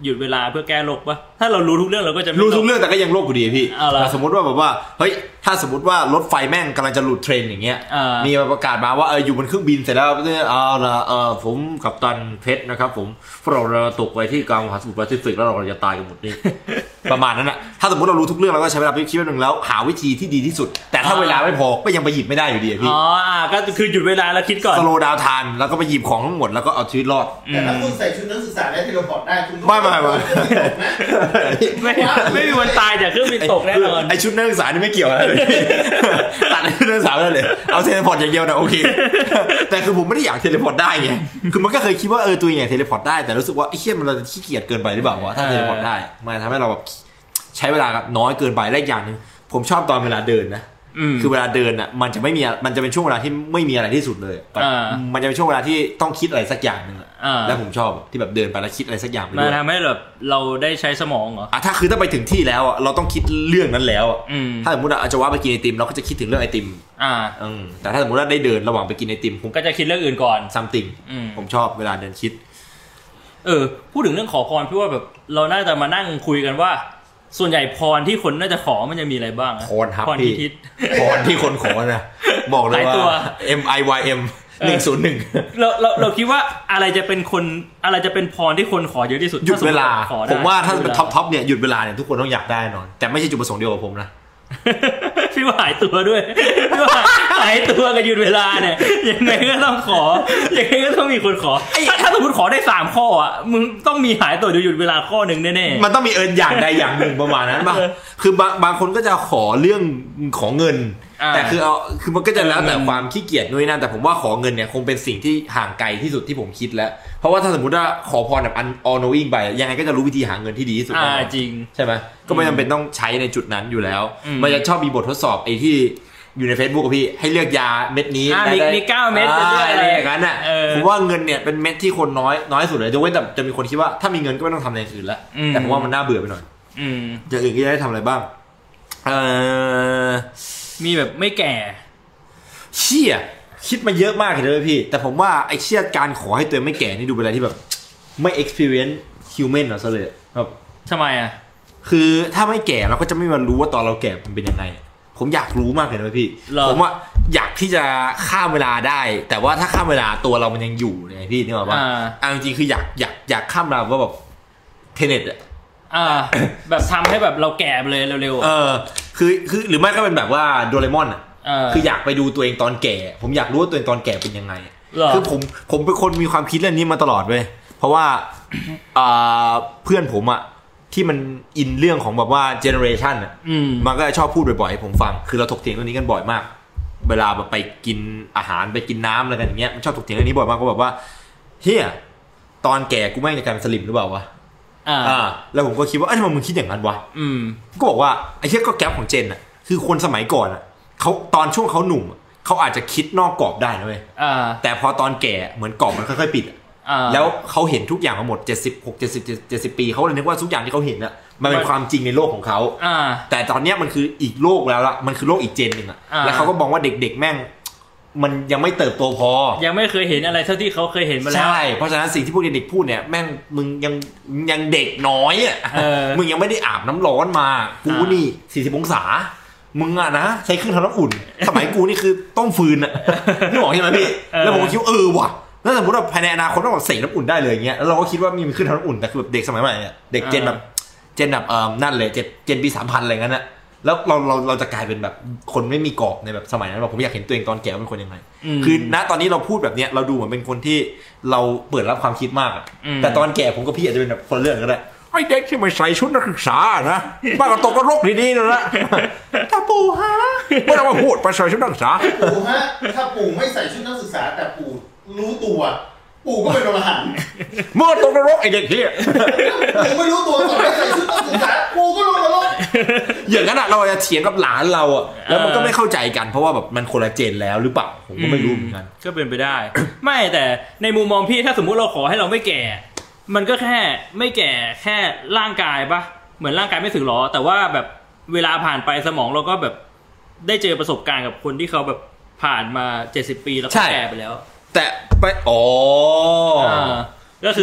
Speaker 2: หยุดเวลาเพื่อแก้โรคปะถ้าเรารู้ทุกเรื่องเราก็จะ
Speaker 1: รู้ทุกเรื่องแต่ก็ยังโรคอยู่ดีพี่สมมติว่าแบบว่าเฮ้ยถ้าสมมติว่ารถไฟแม่งกำลังจะหลุดเทรนอย่างเงี้ยมีประกาศมาว่าเอออยู่บนเครื่องบินเสร็จแล้วเนี่ยเอาละเออผมกัปตันเพชรนะครับผมเราเราตกไปที่กลางมหาสมุทรแปซิฟิกแล้วเราจะตายกันหมดนี่ประมาณนั้นนะถ้าสมมติเรารู้ทุกเรื่องเราก็ใช้เวลาไปคิดว่าหนึ่งแล้วหาวิธีที่ดีที่สุดแต่ถ้าเวลาไม่พอก็ยังไปหยิบไม่ได้อยู่ดีพี่
Speaker 2: อ๋ออ่าก็คือหยุดเวลาแล้วคิดก่อน
Speaker 1: สโลว์ดาวน์ไทม์แล้วก็ไปหยิบของทั้งหมดแล้วก็เอาชีวิตรอด
Speaker 3: แต่ถ้าคุณใส่ชุดนักศึกษาได้เทเลพอร์ตได้คุณ
Speaker 1: ไม่ไม่ไม่
Speaker 2: ไม่ไม่มีวันตายจากเครื่องบินตกแน่นอน
Speaker 1: ไอชุดนักศึกษานี่ไม่เกี่ยวอะไรเลยตัดชุดนักศึกษาไปเลยเอาเทเลพอร์ตอย่างเดียวนะโอเคแต่คือผมไม่ได้อยากเทเลพอร์ตได้ไงคือมันก็เคยคิดว่าเออตัวเองอยากเทเลพอร์ตได้แต่รู้สึกว่าไอ้เหี้ยมันเราจะขี้เกียจเกินไปหรือเปล่าวะถ้าเทเลพอร์ตได้มันทำให้เราแบบใช้เวลาน้อยเกินไปและอย่างนึงผมชอบตอนเวลาเดินนะคือเวลาเดินอ่ะมันจะไม่มีมันจะเป็นช่วงเวลาที่ไม่มีอะไรที่สุดเลยมันจะเป็นช่วงเวลาที่ต้องคิดอะไรสักอย่างนึงแล้วผมชอบที่แบบเดินไปแล้วคิดอะไรสักอย่างไปด้วย
Speaker 2: มันทำให้แบบเราได้ใช้สมองเหรอ
Speaker 1: อ่ะถ้าคือถ้าไปถึงที่แล้วอ่ะเราต้องคิดเรื่องนั้นแล้วถ้าสมมติอาจจะว่าไปกินไอติมเราก็จะคิดถึงเรื่องไอติมอ่าแต่ถ้าสมมติว่าได้เดินระหว่างไปกินไอติม
Speaker 2: ผมก็จะคิดเรื่องอื่นก่อน
Speaker 1: something ผมชอบเวลาเดินคิด
Speaker 2: เออพูดถึงเรื่องขอพรพี่ว่าแบบเราน่าจะมานั่งคุยกันว่าส่วนใหญ่พรที่คนน่าจะขอมันจะมีอะไรบ้าง
Speaker 1: พรครับพี่พรที่คนขอนะบอกเลยว่า M I Y M หนึ่งศูนย์หนึ่ง
Speaker 2: เราเราเราคิดว่าอะไรจะเป็นคนอะไรจะเป็นพรที่คนขอเยอะที่สุด
Speaker 1: หยุดเวลาผมว่าถ้าเป็นท็อปท็อปเนี่ยหยุดเวลาเนี่ยทุกคนต้องอยากได้นอนแต่ไม่ใช่จุดประสงค์เดียวกับผมนะ
Speaker 2: พี่ว่าหายตัวด้วยพี่ว่าหายตัวกับหยุดเวลาเนี่ยยังไงก็ต้องขอยังไงก็ต้องมีคนขอถ้าถ้าสมมติขอได้สามข้ออ่ะมึงต้องมีหายตัวหรือหยุดเวลาข้อนึงแน่
Speaker 1: ๆมันต้องมีเอิญอย่างใดอย่างหนึ่งประมาณนั้นป่ะคือบางบางคนก็จะขอเรื่องของเงินแต่คือเอาคือมันก็จะแล้วแต่ความขี้เกียจด้วยนะแต่ผมว่าขอเงินเนี่ยคงเป็นสิ่งที่ห่างไกลที่สุดที่ผมคิดแล้วเพราะว่าถ้าสมมติว่าขอพรแบบ all knowing ไปยังไงก็จะรู้วิธีหาเงินที่ดีที่สุด
Speaker 2: อ่าจริง
Speaker 1: ใช่ไหมก็ไม่จำเป็นต้องใช้ในจุดนั้นอยู่แล้วมันจะชอบมีบททดสอบไอ้ที่อยู่ใน Facebook กับพี่ให้เลือกยาเม็ดนี้
Speaker 2: ได้มีเก้าเม็ด
Speaker 1: อะไรอย่างนั้นน่ะผมว่าเงินเนี่ยเป็นเม็ดที่คนน้อยน้อยสุดเลยยกเว้นแต่จะมีคนคิดว่าถ้ามีเงินก็ไม่ต้องทำอะไรอื่นแล้วแต่ผมว่ามันน่าเบื่อไปหน่อยอย่างอื่นก็ได้ทำอะไรบ้างเออ
Speaker 2: มีแบบไม่แก่
Speaker 1: เชี่ยคิดมาเยอะมากเลยพี่แต่ผมว่าไอ้เชี่ยการขอให้ตัวไม่แก่นี่ดูเป็นอะไรที่แบบไม่ experience human หรอซะเลยแบบ
Speaker 2: ทำไมอ่ะ
Speaker 1: คือถ้าไม่แก่เราก็จะไม่มารู้ว่าตอนเราแก่มันเป็นยังไงผมอยากรู้มากเลยนะพี่ผมว่าอยากที่จะข้ามเวลาได้แต่ว่าถ้าข้ามเวลาตัวเรามันยังอยู่ไงพี่นี่หรอว่าอ่าจริงๆคืออยากอยากอยากข้ามเวลาว่าแบบเทเน็ตอ่ะ
Speaker 2: อ่าแบบทำให้แบบเราแก่ไปเลยเร็ว
Speaker 1: ๆเออคือคือหรือไม่ก็เป็นแบบว่าโดเรมอนอ่ะคืออยากไปดูตัวเองตอนแก่ผมอยากรู้ว่าตัวเองตอนแก่เป็นยังไงคือผมผมเป็นคนมีความคิดเรื่องนี้มาตลอดเว้ยเพราะว่าเพื่อนผมอ่ะที่มันอินเรื่องของแบบว่าเจเนอเรชันอ่ะมันก็ชอบพูดบ่อยๆให้ผมฟังคือเราถกเถียงเรื่องนี้กันบ่อยมากเวลาแบบไปกินอาหารไปกินน้ำอะไรกันอย่างเงี้ยมันชอบถกเถียงเรื่องนี้บ่อยมากก็แบบว่าเฮียตอนแก่กูแม่งจะกลายเป็นสลิมหรือเปล่าวะอ่าแล้วผมก็คิดว่าเอ้ยทำไมมึงคิดอย่างนั้นวะก็บอกว่าไอ้เฮียก็แก๊ปของเจนอ่ะคือคนสมัยก่อนอ่ะเขาตอนช่วงเขาหนุ่มเขาอาจจะคิดนอกกรอบได้นะเว้ยแต่พอตอนแก่เหมือนกรอบมันค่อยๆปิดแล้วเขาเห็นทุกอย่างมาหมดเจ็ดสิบหก เจ็ดสิบ เจ็ดสิบปีเขาเลยนึกว่าทุกอย่างที่เขาเห็นน่ะมันเป็นความจริงในโลกของเขาแต่ตอนนี้มันคืออีกโลกแล้วล่ะมันคือโลกอีกเจนนึงอ่ะแล้วเขาก็มองว่าเด็กๆแม่งมันยังไม่เติบโตพอ
Speaker 2: ยังไม่เคยเห็นอะไรเท่าที่เขาเคยเห็นมาแล้ว
Speaker 1: ใช่เพราะฉะนั้นสิ่งที่พวกเด็กๆพูดเนี่ยแม่งมึงยังยังเด็กน้อยอ่ะมึงยังไม่ได้อาบน้ำร้อนมากูนี่สี่สิบองศามึงอะนะใช้เครื่องทำน้ำอุ่นสมัยกูนี่คือต้มฟืนอะนึกออกใช่ไหมพี่แล้วผมก็คิดเออว่ะแล้วสมมติว่าภายในอนาคตต้องแบบเสกน้ำอุ่นได้เลยอย่างเงี้ยแล้วเราก็คิดว่ามีเครื่องทำน้ำอุ่นแต่คือแบบเด็กสมัยใหม่อะเด็กเจนแบบเจนแบบเออนั่นเลยเจนเจนปีสามพันอะไรเงี้ยนะแล้วเราเราเราจะกลายเป็นแบบคนไม่มีกรอบในแบบสมัยนั้นแบบผมอยากเห็นตัวเองตอนแก่เป็นคนยังไงคือณตอนนี้เราพูดแบบเนี้ยเราดูเหมือนเป็นคนที่เราเปิดรับความคิดมากอะแต่ตอนแก่ผมกับพี่อาจจะเป็นแบบคนเรื่องก็ได้ไอ้เด็กที่ไม่ใส่ชุดนักศึกษานะบ้านก็ตกกระรกดีๆนั่นแหละถ้าปู่ฮะไม่ต้องมาพูดไปใส่ชุดนักศึกษา
Speaker 3: ปู่ฮะถ้าปู่ไม่ใส่ชุดนักศึกษาแต่ปู่รู้ตัวปู่ก็เป็นอรหันต์
Speaker 1: เมื่อตกกระรกไอ้เด็กที่
Speaker 3: ปู่ไม่รู้ตัวตอนไม่ใส่ชุดนักศึกษาปู่ก็ลงนรก
Speaker 1: อย่างนั้นอะเราจะเถียงกับหลานเราอะแล้วมันก็ไม่เข้าใจกันเพราะว่าแบบมันคนละเจนแล้วหรือเปล่าผมก็ไม่รู้เหมือนกัน
Speaker 2: ก็เป็นไปได้ไม่แต่ในมุมมองพี่ถ้าสมมุติเราขอให้เราไม่แก่มันก็แค่ไม่แก่แค่ร่างกายปะเหมือนร่างกายไม่สึกหรอแต่ว่าแบบเวลาผ่านไปสมองเราก็แบบได้เจอประสบการณ์กับคนที่เขาแบบผ่านมาเจ็ดสิบปีแล้วก็แก่ไปแล้ว
Speaker 1: แต่ไปอ๋อ
Speaker 2: ก็คืออา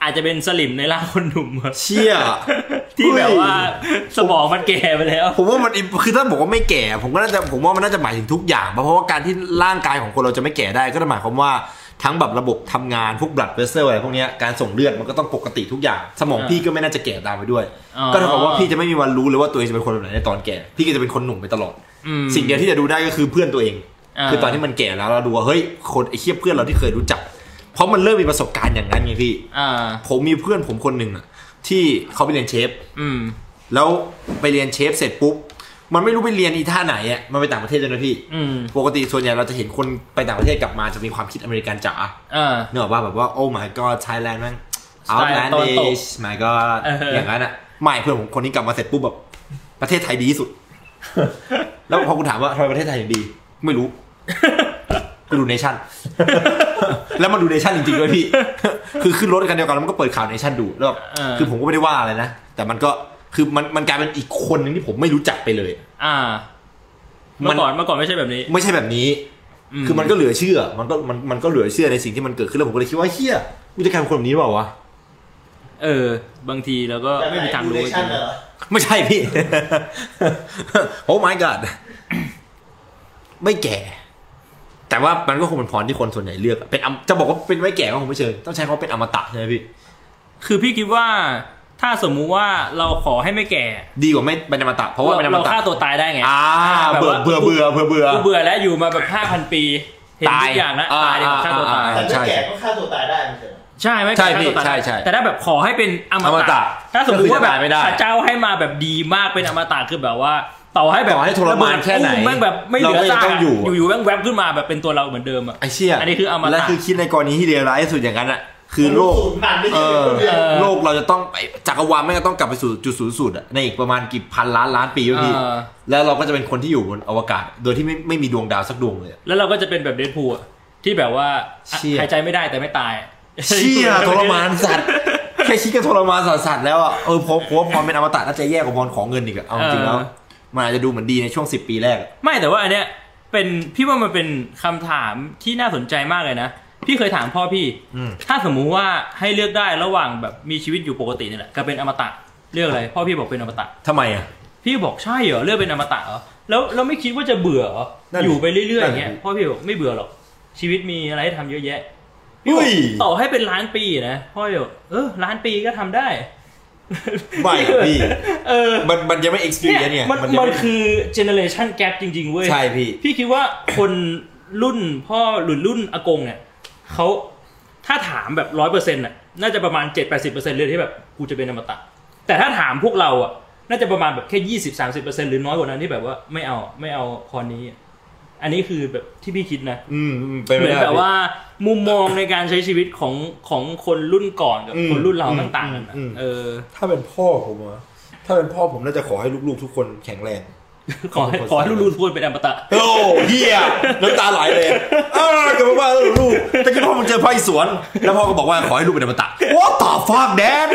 Speaker 2: อาจจะเป็นสลิมในร่างคนหนุ่ม
Speaker 1: เชี่ย
Speaker 2: ที่แบบว่าสมองมันแก่ไปแล้ว
Speaker 1: ผมว่ามันคือถ้าบอกว่าไม่แก่ผมก็น่าจะผมว่ามันน่าจะหมายถึงทุกอย่างเพราะว่าการที่ร่างกายของคนเราจะไม่แก่ได้ก็หมายความว่าทั้งแบบระบบทำงานพวก blood vessel อะไรพวกนี้การส่งเลือดมันก็ต้องปกติทุกอย่างสมองพี่ก็ไม่น่าจะแก่ตามไปด้วยก็เท่ากับว่าพี่จะไม่มีวันรู้เลยว่าตัวเองจะเป็นคนแบบไหนในตอนแก่พี่ก็จะเป็นคนหนุ่มไปตลอดสิ่งเดียวที่จะดูได้ก็คือเพื่อนตัวเองคือตอนที่มันแก่แล้วเราดูว่าเฮ้ยคนไอ้เหี้ยเพื่อนเราที่เคยรู้จักเพราะมันเริ่มมีประสบการณ์อย่างนั้นไงพี่ผมมีเพื่อนผมคนหนึ่งที่เขาไปเรียนเชฟแล้วไปเรียนเชฟเสร็จปุ๊บมันไม่รู้ไปเรียนอีท่าไหนอ่ะมันไปต่างประเทศเลยนะพี่ปกติส่วนใหญ่เราจะเห็นคนไปต่างประเทศกลับมาจะมีความคิดอเมริกันจ๋าเนอะว่าแบบว่าโอ้ my god Thailand นั่ง outlandish my god อย่างนั้นอ่ะไม่เพื่อนผมคนนี้กลับมาเสร็จปุ๊บแบบประเทศไทยดีที่สุดแล้วพอคุณถามว่าทำไมประเทศไทยดีไม่รู้ไปดูเนชั่นแล้วมาดูเนชั่นจริงๆด้วยพี่คือขึ้นรถกันเดียวกันแล้วมันก็เปิดข่าวเนชั่นดูแล้วคือผมก็ไม่ได้ว่าอะไรนะแต่มันก็คือมันมันกลายเป็นอีกคนนึงที่ผมไม่รู้จักไปเลย
Speaker 2: อ่าเมื่อก่อนเมื่อก่อนไม่ใช่แบบนี้
Speaker 1: ไม่ใช่แบบนี้คือมันก็เหลือเชื่อมันก็มันมันก็เหลือเชื่อในสิ่งที่มันเกิดขึ้นแล้วผมก็เลยคิดว่าเฮียกูจะกลายเป็นคนแบบนี้หรือเปล่าวะ
Speaker 2: เออบางทีแล้วก็ไม่มีทางรู้จริง
Speaker 1: ไม่ใช่พี่โอ้ my god ไม่แก่แต่ว่ามันก็คงเป็นพรที่คนส่วนใหญ่เลือกเป็นจะบอกว่าเป็นไม่แก่ก็คงไม่เชิงต้องใช้คำว่าเป็นอมตะใช่ไหมพี่
Speaker 2: คือพี่คิดว่าถ้าสมมุติว่าเราขอให้ไม่แก่
Speaker 1: ดีกว่าไม่เป็นอมตะเพราะว่าเป็นอมตะ
Speaker 2: เราฆ่าตัวตายได้ไง
Speaker 1: อ่าเบื่อเบื่อเบื่อเบื่อเบื่อ
Speaker 2: เบื่อแล้วอยู่มาแบบ ห้าพัน ปีเห็นทุกอย่างแล้วตายดีกว่าฆ่าตัวตาย
Speaker 3: แต่ถ้าแก่ก็ฆ่าตัวตายได้ไม่ใช่
Speaker 2: ใช่ไม่ฆ่าตัวตายแต่ถ้าแบบขอให้เป็นอมตะถ้าสมมติว่าแบบพระเจ้าให้มาแบบดีมากเป็นอมตะคือแบบว่าต่อให้แบบ
Speaker 1: ให้ทรมานแค่ไหน
Speaker 2: แม่งแบบไม่เหลือซากอยู่ๆแม่งแวบขึ้นมาแบบเป็นตัวเราเหมือนเดิมอ่ะ
Speaker 1: ไอ้เชี่ย
Speaker 2: อันนี้คืออมตะ
Speaker 1: และคือคิดในกรณีที่เลวร้ายที่สุดอย่างนั้นอ่ะคือโลกโลกเราจะต้องไปจักรวาลไม่ก็ต้องกลับไปสู่จุดศูนย์สุดอ่ะในอีกประมาณกี่พันล้านล้านปีพี่แล้วเราก็จะเป็นคนที่อยู่บนอวกาศโดยที่ไม่ไม่มีดวงดาวสักดวงเลย
Speaker 2: แล้วเราก็จะเป็นแบบเดดพูลที่แบบว่าหายใจไม่ได้แต่ไม่ตาย
Speaker 1: เชี่ยทรมานสัตว์แค่คิดก็ทรมานสัตว์แล้วอ่ะเออผมผมพอเป็นอมตะน่าจะแย่กว่าพรของเงินอีกอ่ะเอาจริงแล้วมันอาจจะดูเหมือนดีในช่วงสิบปีแรก
Speaker 2: ไม่แต่ว่าอันเนี้ยเป็นพี่ว่ามันเป็นคำถามที่น่าสนใจมากเลยนะพี่เคยถามพ่อพี่ถ้าสมมุติว่าให้เลือกได้ระหว่างแบบมีชีวิตอยู่ปกตินี่แหละกับเป็นอมตะเลือกอะไรพ่อพี่บอกเป็นอมตะ
Speaker 1: ทำไมอ่ะ
Speaker 2: พี่บอกใช่เหรอเลือกเป็นอมตะเหรอแล้วเราไม่คิดว่าจะเบื่อเหรออยู่ไปเรื่อยๆอย่างเงี้ยพ่อพี่บอกไม่เบื่อหรอกชีวิตมีอะไรให้ทำเยอะแยะต่อให้เป็นล้านปีนะพ่อพี่บอกเออล้านปีก็ทำได้
Speaker 1: ไม่พี่เออมันมันยังไม่ experience เนี่ย
Speaker 2: มันมันคือ generation gap จริงๆเว้ย
Speaker 1: ใช่พี่
Speaker 2: พี่คิดว่าคนรุ่นพ่อหรือรุ่นอากงเนี่ยเขาถ้าถามแบบ ร้อยเปอร์เซ็นต์ น่ะน่าจะประมาณ เจ็ดถึงแปดสิบเปอร์เซ็นต์ เลยที่แบบกูจะเป็นอมตะแต่ถ้าถามพวกเราอ่ะน่าจะประมาณแบบแค่ ยี่สิบถึงสามสิบเปอร์เซ็นต์ หรือน้อยกว่านั้นที่แบบว่าไม่เอาไม่เอาพรนี้อันนี้คือแบบที่พี่คิดนะ
Speaker 1: อืม
Speaker 2: เหมือนแบบว่ามุมมองในการใช้ชีวิตของของคนรุ่นก่อนกับคนรุ่นเราต่างๆกันเออ
Speaker 1: ถ้าเป็นพ่อผมอะถ้าเป็นพ่อผมน่าจะขอให้ลูกๆทุกคนแข็งแรง
Speaker 2: ขอให้ขอให้ลูกๆทุกคนเป็นอมตะ
Speaker 1: โอ้เหี้ยน้ำตาไหลเลยเออก็บอกว่าลูกแต่คิดพ่อมึงเจอพ่ออีสวนแล้วพ่อก็บอกว่าขอให้ลูกเป็นอมตะ What the fuck dad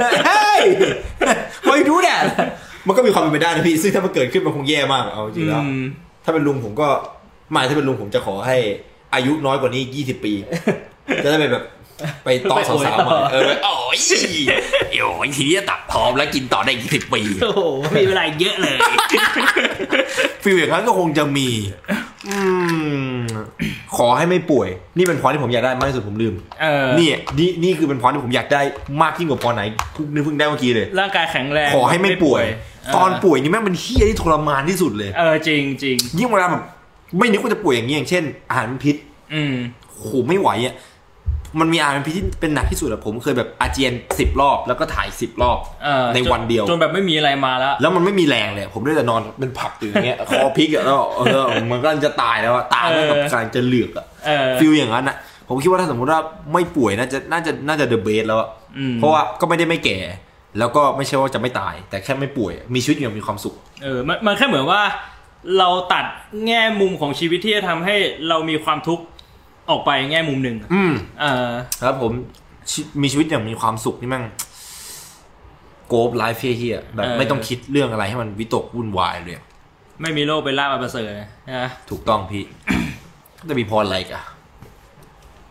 Speaker 1: Hey why you do that มันก็มีความเป็นไปได้นะพี่ซึ่งถ้ามันเกิดขึ้นมันคงแย่มากเอาจริงแล้วถ้าเป็นลุงผมก็ไม่ถ้าเป็นลุงผมจะขอให้อายุน้อยกว่านี้ยี่สิบปีจะได้ไปแบบไปต่อสาวๆมาเออโอ้ยโอ้ยทีนี้ตัดพร้อมแล้วกินต่อได้ยี่สิบปี
Speaker 2: โอ้โหมีเวลาเยอะเลย
Speaker 1: ฟีลอย่างนั้นก็คงจะมีอืมขอให้ไม่ป่วยนี่เป็นพรที่ผมอยากได้มากที่สุดผมลืมนี่นี่นี่คือเป็นพรที่ผมอยากได้มากยิ่งกว่าพรไหนนึกเพิ่งได้เมื่อกี้เลย
Speaker 2: ร่างกายแข็งแรง
Speaker 1: ขอให้ไม่ป่วยตอนป่วยนี่แม่งเป็นเหี้ยที่ทรมานที่สุดเลย
Speaker 2: เออจริงจริง
Speaker 1: ยิ่งเวลาแบบไม่นึกว่าจะป่วยอย่างนี้อย่างเช่นอาหารพิษ
Speaker 2: อืม
Speaker 1: โหไม่ไหวอ่ะมันมีอาหารพิษที่เป็นหนักที่สุดอะผมเคยแบบอาเจียนสิบรอบแล้วก็ถ่ายสิบรอบในวันเดียว
Speaker 2: จนแบบไม่มีอะไรมาแล้ว
Speaker 1: แล้วมันไม่มีแรงเลยผมได้แต่นอนเป็นผักอยู่อย่างเงี้ยคอพลิกอะแล้วเออมันก็จะตายแล้วตาแล้วแบบกำลังจะเหลือกอะฟีลอย่างนั้นอะผมคิดว่าถ้าสมมติว่าไม่ป่วยน่าจะน่าจะน่าจะเดอะเบสแล้วเพราะว่าก็ไม่ได้ไม่แก่แล้วก็ไม่ใช่ว่าจะไม่ตายแต่แค่ไม่ป่วยมีชีวิตอย่างมีความสุข
Speaker 2: เออมันมันแค่เหมือนว่าเราตัดแง่มุมของชีวิตที่จะทำให้เรามีความทุกข์ออกไปแง่มุมหนึ่ง
Speaker 1: อืมเออครับผมมีชีวิตอย่างมีความสุขนี่มั่งโกฟไลฟ์เฮียแบบไม่ต้องคิดเรื่องอะไรให้มันวิตกวุ่นวายเลย
Speaker 2: ไม่มีโลกเป็นลาบอันประเสริฐนะ
Speaker 1: ถูกต้องพี่จะมีพรอะไรกัน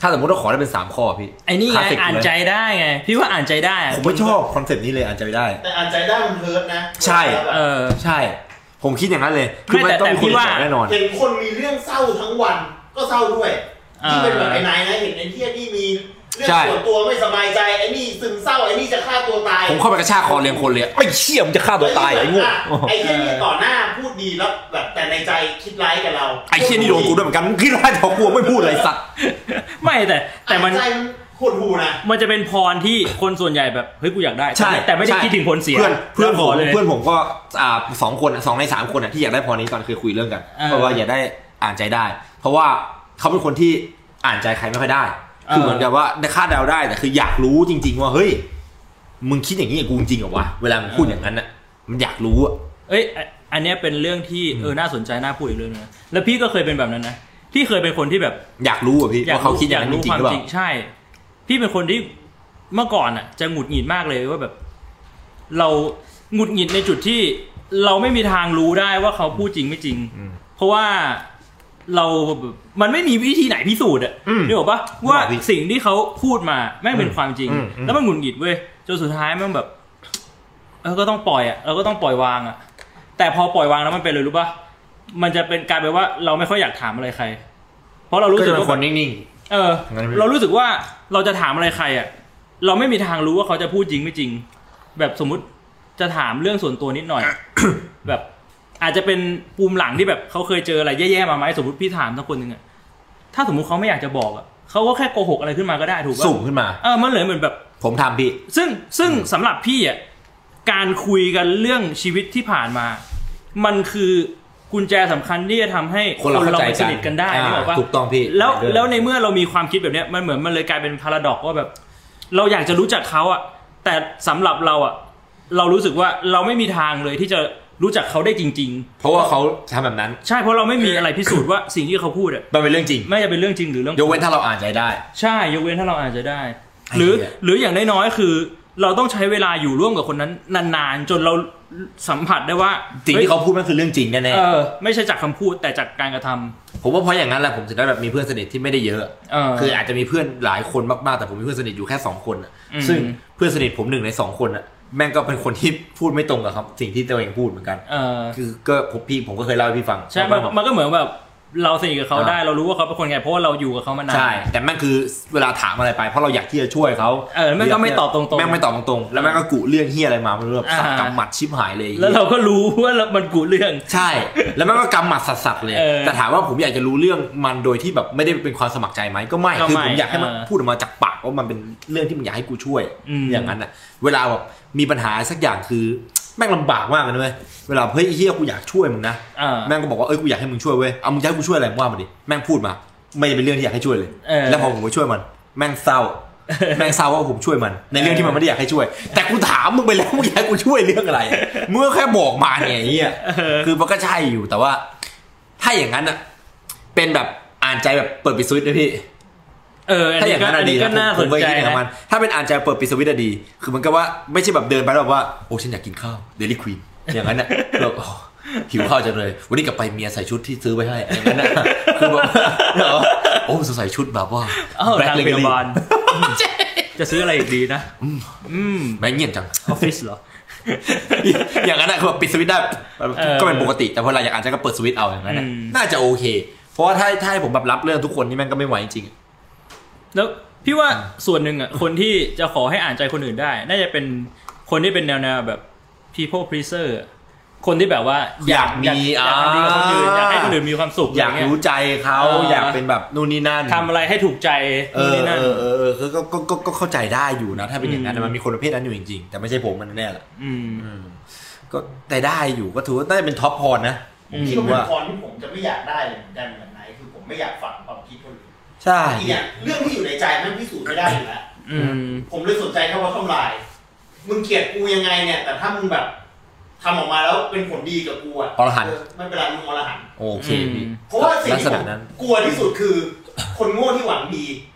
Speaker 1: ถ้าสมมติเราขอได้เป็นสามข้อพี่
Speaker 2: ไอ้นี่ไงอ่านใจได้ไงพี่ว่าอ่านใจได้
Speaker 1: ผมไม่ชอบคอนเซ็ปต์นี้เลยอ่านใจได้
Speaker 3: แต่อ่านใจได้มันเฮิร์ตนะ
Speaker 1: ใช่เออใช่ผมคิดอย่างนั้นเลยคือมันต้องมีคนบอกแน่นอน
Speaker 3: เห็นคนมีเรื่องเศร้าทั้งวันก็เศร้าด้วยที่เป็นแบบไอ้นายนะเห็นไอ้เที่ยนี่มีเรื่องส่วนตัวไม่สบายใจไอ้นี่ซึมเศร้าไอ้นี่จะฆ่าตัวตาย
Speaker 1: ผมเข้าไปกระชากคอเลี้ยงคนเลยไอ้เชี่ยมันจะฆ่าตัวตายไอ้งู
Speaker 3: ไอ้เที่ยนี่ต่อหน้าพูดดีแล้วแบบแต่ในใจคิดร้ายกับเรา
Speaker 1: ไอ้เชี่ยนี่โดนกูด้วยเหมือนกันคิดร้ายแต่กูไม่พูดอะไรสัตว์
Speaker 2: ไม่แต่แต่มัน
Speaker 3: โคตรหูนะ
Speaker 2: มันจะเป็นพรที่คนส่วนใหญ่แบบเฮ้ยกูอยากได้แต่ไม่ได้คิดถึงผลเสีย
Speaker 1: เพื่อนเพื่อนผมเพื่อนผมก็อ่าสองคนสองในสามคนอ่ะที่อยากได้พรนี้ตอนเคยคุยเรื่องกันเพราะว่าอยากได้อ่านใจได้เพราะว่าเขาเป็นคนที่อ่านใจใครไม่ค่อยได้คือเหมือนกับว่าได้คาดเดาได้แต่คืออยากรู้จริงๆว่าเฮ้ยมึงคิดอย่างนี้กับกูจริงเหรอวะเวลามึงพูดอย่างนั้นอ่ะมันอยากรู้อ่ะ
Speaker 2: เอ้ยอันนี้เป็นเรื่องที่เออน่าสนใจน่าพูดอีกเรื่องนึงแล้วพี่ก็เคยเป็นแบบนั้นนะพี่เคยเป็นคนที่แบบ
Speaker 1: อยากรู้อ่ะพี่ว่าเขาคิดอย่างนั้นจริงหรือเปล่า
Speaker 2: ใช่พี่เป็นคนที่เมื่อก่อนอ่ะจะหงุดหงิดมากเลยว่าแบบเราหงุดหงิดในจุดที่เราไม่มีทางรู้ได้ว่าเขาพูดจริงไม่จริงเพราะว่าเรามันไม่มีวิธีไหนพิสูจน์อ่ะนึกออกปะว่าสิ่งที่เขาพูดมาแม่งเป็นความจริงแล้วมันหงุดหงิดเว้ยจนสุดท้ายมันแบบเออก็ต้องปล่อยอ่ะเราก็ต้องปล่อยวางอ่ะแต่พอปล่อยวางแล้วมันเป็นเลยรู้ปะมันจะเป็นกลายเป็นว่าเราไม่ค่อยอยากถามอะไรใครเพราะเรารู้สึกว่า
Speaker 1: คนนิ่ง
Speaker 2: ๆเออเรารู้สึกว่าเราจะถามอะไรใครอ่ะเราไม่มีทางรู้ว่าเขาจะพูดจริงไม่จริงแบบสมมุติจะถามเรื่องส่วนตัวนิดหน่อย แบบอาจจะเป็นปูมหลังที่แบบเขาเคยเจออะไรแย่ๆมาไหมสมมติพี่ถามสักคนนึงอ่ะถ้าสมมุติเขาไม่อยากจะบอกอ่ะเขาก็แค่โกหกอะไรขึ้นมาก็ได้ถูกป่ะ
Speaker 1: สุ่มขึ้นมา
Speaker 2: เออมันเลยเหมือนแบบ
Speaker 1: ผมทำพี่
Speaker 2: ซึ่งซึ่งสำหรับพี่อ่ะการคุยกันเรื่องชีวิตที่ผ่านมามันคือกุญแจสำคัญที่จะทำให้
Speaker 1: คนเรา
Speaker 2: สนิทกันได้นี่บอกว่า
Speaker 1: ถูกต้องพี่
Speaker 2: แล้วแล้วในเมื่อเรามีความคิดแบบเนี้ยมันเหมือนมันเลยกลายเป็นพาราดอกซ์ว่าแบบเราอยากจะรู้จักเขาอ่ะแต่สำหรับเราอ่ะเรารู้สึกว่าเราไม่มีทางเลยที่จะรู้จักเขาได้จริง
Speaker 1: ๆเพราะว่าเขาทำแบบนั้น
Speaker 2: ใช่เพราะเราไม่มีอะไรพิสูจน์ว่าสิ่งที่เขาพูดอ่ะ
Speaker 1: มันเป็นเรื่องจริง
Speaker 2: ไม่จะเป็นเรื่องจริงหรือเรื่อง
Speaker 1: ยกเว้นถ้าเราอ่านใจได้
Speaker 2: ใช่ยกเว้นถ้าเราอ่านใจได้หรือหรืออย่างน้อยๆคือเราต้องใช้เวลาอยู่ร่วมกับคนนั้นนานๆจนเราสัมผัสได้ว่า
Speaker 1: สิ่งที่เขาพูดมันคือเรื่องจริงแน่ๆ
Speaker 2: เออไม่ใช่จากคำพูดแต่จากการกระทำ
Speaker 1: ผมว่าเพราะอย่างนั้นแหละผมถึงได้แบบมีเพื่อนสนิทที่ไม่ได้เยอะคืออาจจะมีเพื่อนหลายคนมากๆแต่ผมมีเพื่อนสนิทอยู่แค่สองคนซึ่งเพื่อนสนิทผมหนึ่งในสองคนอ่ะแม่งก็เป็นคนที่พูดไม่ตรงกับครับสิ่งที่ตัวเองพูดเหมือนกันคือก็ผมพี่ผมก็เคยเล่าให้พี่ฟัง
Speaker 2: ใช่มันก็เหมือนแบบเราสนิทกับเขาได้เรารู้ว่าเขาเป็นคนไงเพราะว่าเราอยู่กับเขามานาน
Speaker 1: ใช่แต่แม่งคือเวลาถามอะไรไปเพราะเราอยากที่จะช่วยเขา
Speaker 2: เออแม่งก็ไม่ตอบตรงๆ
Speaker 1: แม่งไม่ตอบตรงๆแล้วแม่งก็กุเรื่องเหี้ยอะไรมาไม่รู้แบบสับกำหมัดชิบหายเลย
Speaker 2: แล้วเราก็รู้ว่ามันกุเรื่อง
Speaker 1: ใช่แล้วแม่งก็กำหมัดสัสๆเลยแต่ถามว่าผมอยากจะรู้เรื่องมันโดยที่แบบไม่ได้เป็นความสมัครใจไหมก็ไม่คือผมอยากให้มันพูดออกมาจากปากว่ามันเป็นเรื่องที่มันอยากให้กูช่วยอย่างนั้นน่ะเวลาแบบมีปัญหาสักอย่างคือแม่งลำบากมากเลยเว้ยเวลาเฮ้ยไอ้เหี้ยกูอยากช่วยมึงนะแม่งก็บอกว่าเอ้ยกูอยากให้มึงช่วยเว้ยเอามึงจะให้กูช่วยอะไรมึงว่ามาดิแม่งพูดมาไม่เป็นเรื่องที่อยากให้ช่วยเลยแล้วพอผมไปช่วยมันแม่งเศร้าแม่งเศร้าว่าผมช่วยมันในเรื่องที่มันไม่ได้อยากให้ช่วยแต่กูถามมึงไปแล้วมึงอยากให้กูช่วยเรื่องอะไรมึงก็แค่บอกมาเนี่ยไอ้เหี้ยคือมันก็ใช่อยู่แต่ว่าถ้าอย่างนั้นอ่ะเป็นแบบอ่านใจแบบเปิดปิดสวิตช์นะพี่
Speaker 2: เออถ้าอย่างนั้นดีก็น่าสนใจนะ
Speaker 1: ถ้าเป็นอ่านใจเปิดปิดสวิตช์ดีคือมันก็ว่าไม่ใช่แบบเดินไปแล้วแบบว่าโอ้ฉันอยากกินข้าวเดลี่ควีนอย่างนั้นน่ะแบบหิวข้าวจังเลยวันนี้กลับไปเมียใส่ชุดที่ซื้อไว้ให้อย่างนั้นน่ะคือแบบโอ้ใส่ชุดแบบว่า
Speaker 2: แบล็คเลเบลจะซื้ออะไรอีกดีนะ
Speaker 1: อืมแม่งเงียบจัง
Speaker 2: ออฟฟิศเหรอ
Speaker 1: อย่างนั้นน่ะคือปิดสวิตช์ได้ก็เป็นปกติแต่พอเราอยากอ่านใจก็เปิดสวิตช์เอาอย่างนั้นน่าจะโอเคเพราะว่าถ้าถ้าให้ผมแบบรับเรื่องทุกคนนี่แม่งก็ไม่ไหวจริง
Speaker 2: แล้วพี่ว่าส่วนหนึ่งอ่ะคนที่จะขอให้อ่านใจคนอื่นได้น่าจะเป็นคนที่เป็นแนวๆแบบ people pleaser คนที่แบบว่า
Speaker 1: อยากมี
Speaker 2: อยากทำดีกับคนอื่นอยากให้คนอื่นมีความสุข
Speaker 1: อยากรู้ใจเขาอยากเป็นแบบนู่นนี่นั่น
Speaker 2: ทำอะไรให้ถูกใจนู่นนี่นั่น
Speaker 1: เออเออเออก็ก็ก็ก็เข้าใจได้อยู่นะถ้าเป็นอย่างนั้นมันมีคนประเภทนั้นอยู่จริงๆแต่ไม่ใช่ผมมันแน่แหละก็แต่ได้อยู่ก็ถือว่าได้เป็นท็อปพรนะ
Speaker 3: ผมคิดว่าเป็นพรที่ผมจะไม่อยากได้เลยเหมือนกันเหมือนไหนคือผมไม่อยากฟังความคิดคนอื่น
Speaker 1: ใช่
Speaker 3: อีกอย่างเรื่องที่อยู่ในใจมันพิสูจน์ไม่ได้อยู่แล้วผมเลยสนใจแค่ว่าทำลายมึงเกลียดกูยังไงเนี่ยแต่ถ้ามึงแบบทำออกมาแล้วเป็นผลดีกับกูอ่ะ
Speaker 1: อรหันต์
Speaker 3: ไม่เป็นไรมึงอรหันต์
Speaker 1: โอเคพี่
Speaker 3: เพราะว่าสิ่งที่ผมกลัวที่สุดคือคนโง่ที่หวังดี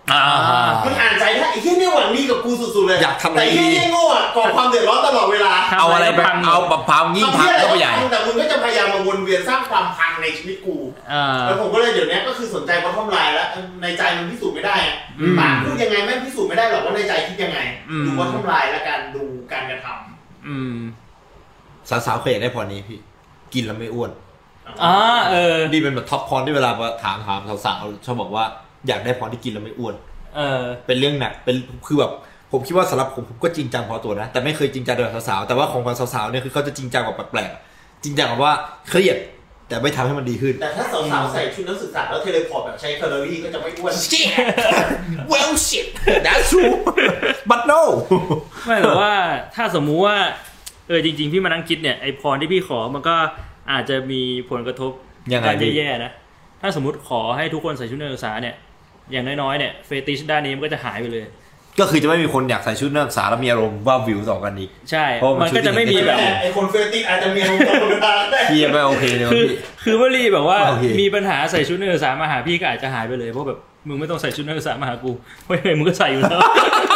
Speaker 3: มึงอ่านใจได้ไอ้เหี้ยเนี่ยหวังดีกับกูสุดๆเลย
Speaker 1: อยากทำอะไร
Speaker 3: แต่ไอ้เหี้ยเนี่ยโง่ก่อความเดือดร้อนตลอดเวลา
Speaker 1: เอาอะไรไปเอาแบบพังยิ่งพังเข้าไปใหญ่
Speaker 3: แต่มึงก็จะพยายามมาวนเวียนสร้างความพังในชีวิตกูแล้วผมก็เลยเดี๋ยวนี้ก็คือสนใจบอททอมไลน์แล้วในใจมันพิสูจน์ไม่ได้ปากพูดยังไงแม่งพิสูจน์ไม่ได้หรอกว่าในใจคิดยังไงดูบอททอมไลน์แล้วกันดูการกระท
Speaker 1: ำสาวๆเคยอยากได้พอนี้พี่กินแล้วไม่อ้วน
Speaker 2: อ่าเออ
Speaker 1: นี่เป็นแบบท็อปพรที่เวลาถามถามสาวๆชอบบอกว่าอยากได้พรที่กินแล้วไม่อ้วน
Speaker 2: เออ
Speaker 1: เป็นเรื่องหนักเป็นคือแบบผมคิดว่าสำหรับผมผมก็จริงจังพอตัวนะแต่ไม่เคยจริงจังแบบสาวๆแต่ว่าของคนสาวๆเนี่ยคือเขาจะจริงจังแบบแปลกๆจริงจังแบบว่าเครียดแต่ไม่ทำให้มันดีขึ้น
Speaker 3: แต่ถ้าสาวๆใส่ชุดนักศึกษาแล้วเทเลพอร์ตแบบใช้แคลอรี่ก็จะไม่อ้วน
Speaker 1: well shit that's true but no
Speaker 2: ไม่หรอกว่าถ้าสมมุติว่าเออจริงๆพี่มานั่งคิดเนี่ยไอพรที่พี่ขอมันก็อาจจะมีผลกระทบการแย่ๆนะถ้าสมมุติขอให้ทุกคนใส่ชุดนักศึกษาเนี่ยอย่างน้อยๆเนี่ยเฟติชด้านนี้มันก็จะหายไปเลย
Speaker 1: ก็คือจะไม่มีคนอยากใส่ชุดนักศึกษาแล้วมีอารมณ์ว่าวิวต่อกันอีก
Speaker 2: ใช่มันก็จะไม่มีแบบ
Speaker 3: ไอคนเฟติชอาจจะมีอารมณ์ต่อกันได้
Speaker 1: พี่ไม่โอเคเลย
Speaker 2: คือคือวลีแบบว่ามีปัญหาใส่ชุดนักศึกษามาหาพี่ก็อาจจะหายไปเลยเพราะแบบมึงไม่ต้องใส่ชุดนักศึกษามาหากูเพราะมึงก็ใส่อยู่แล้ว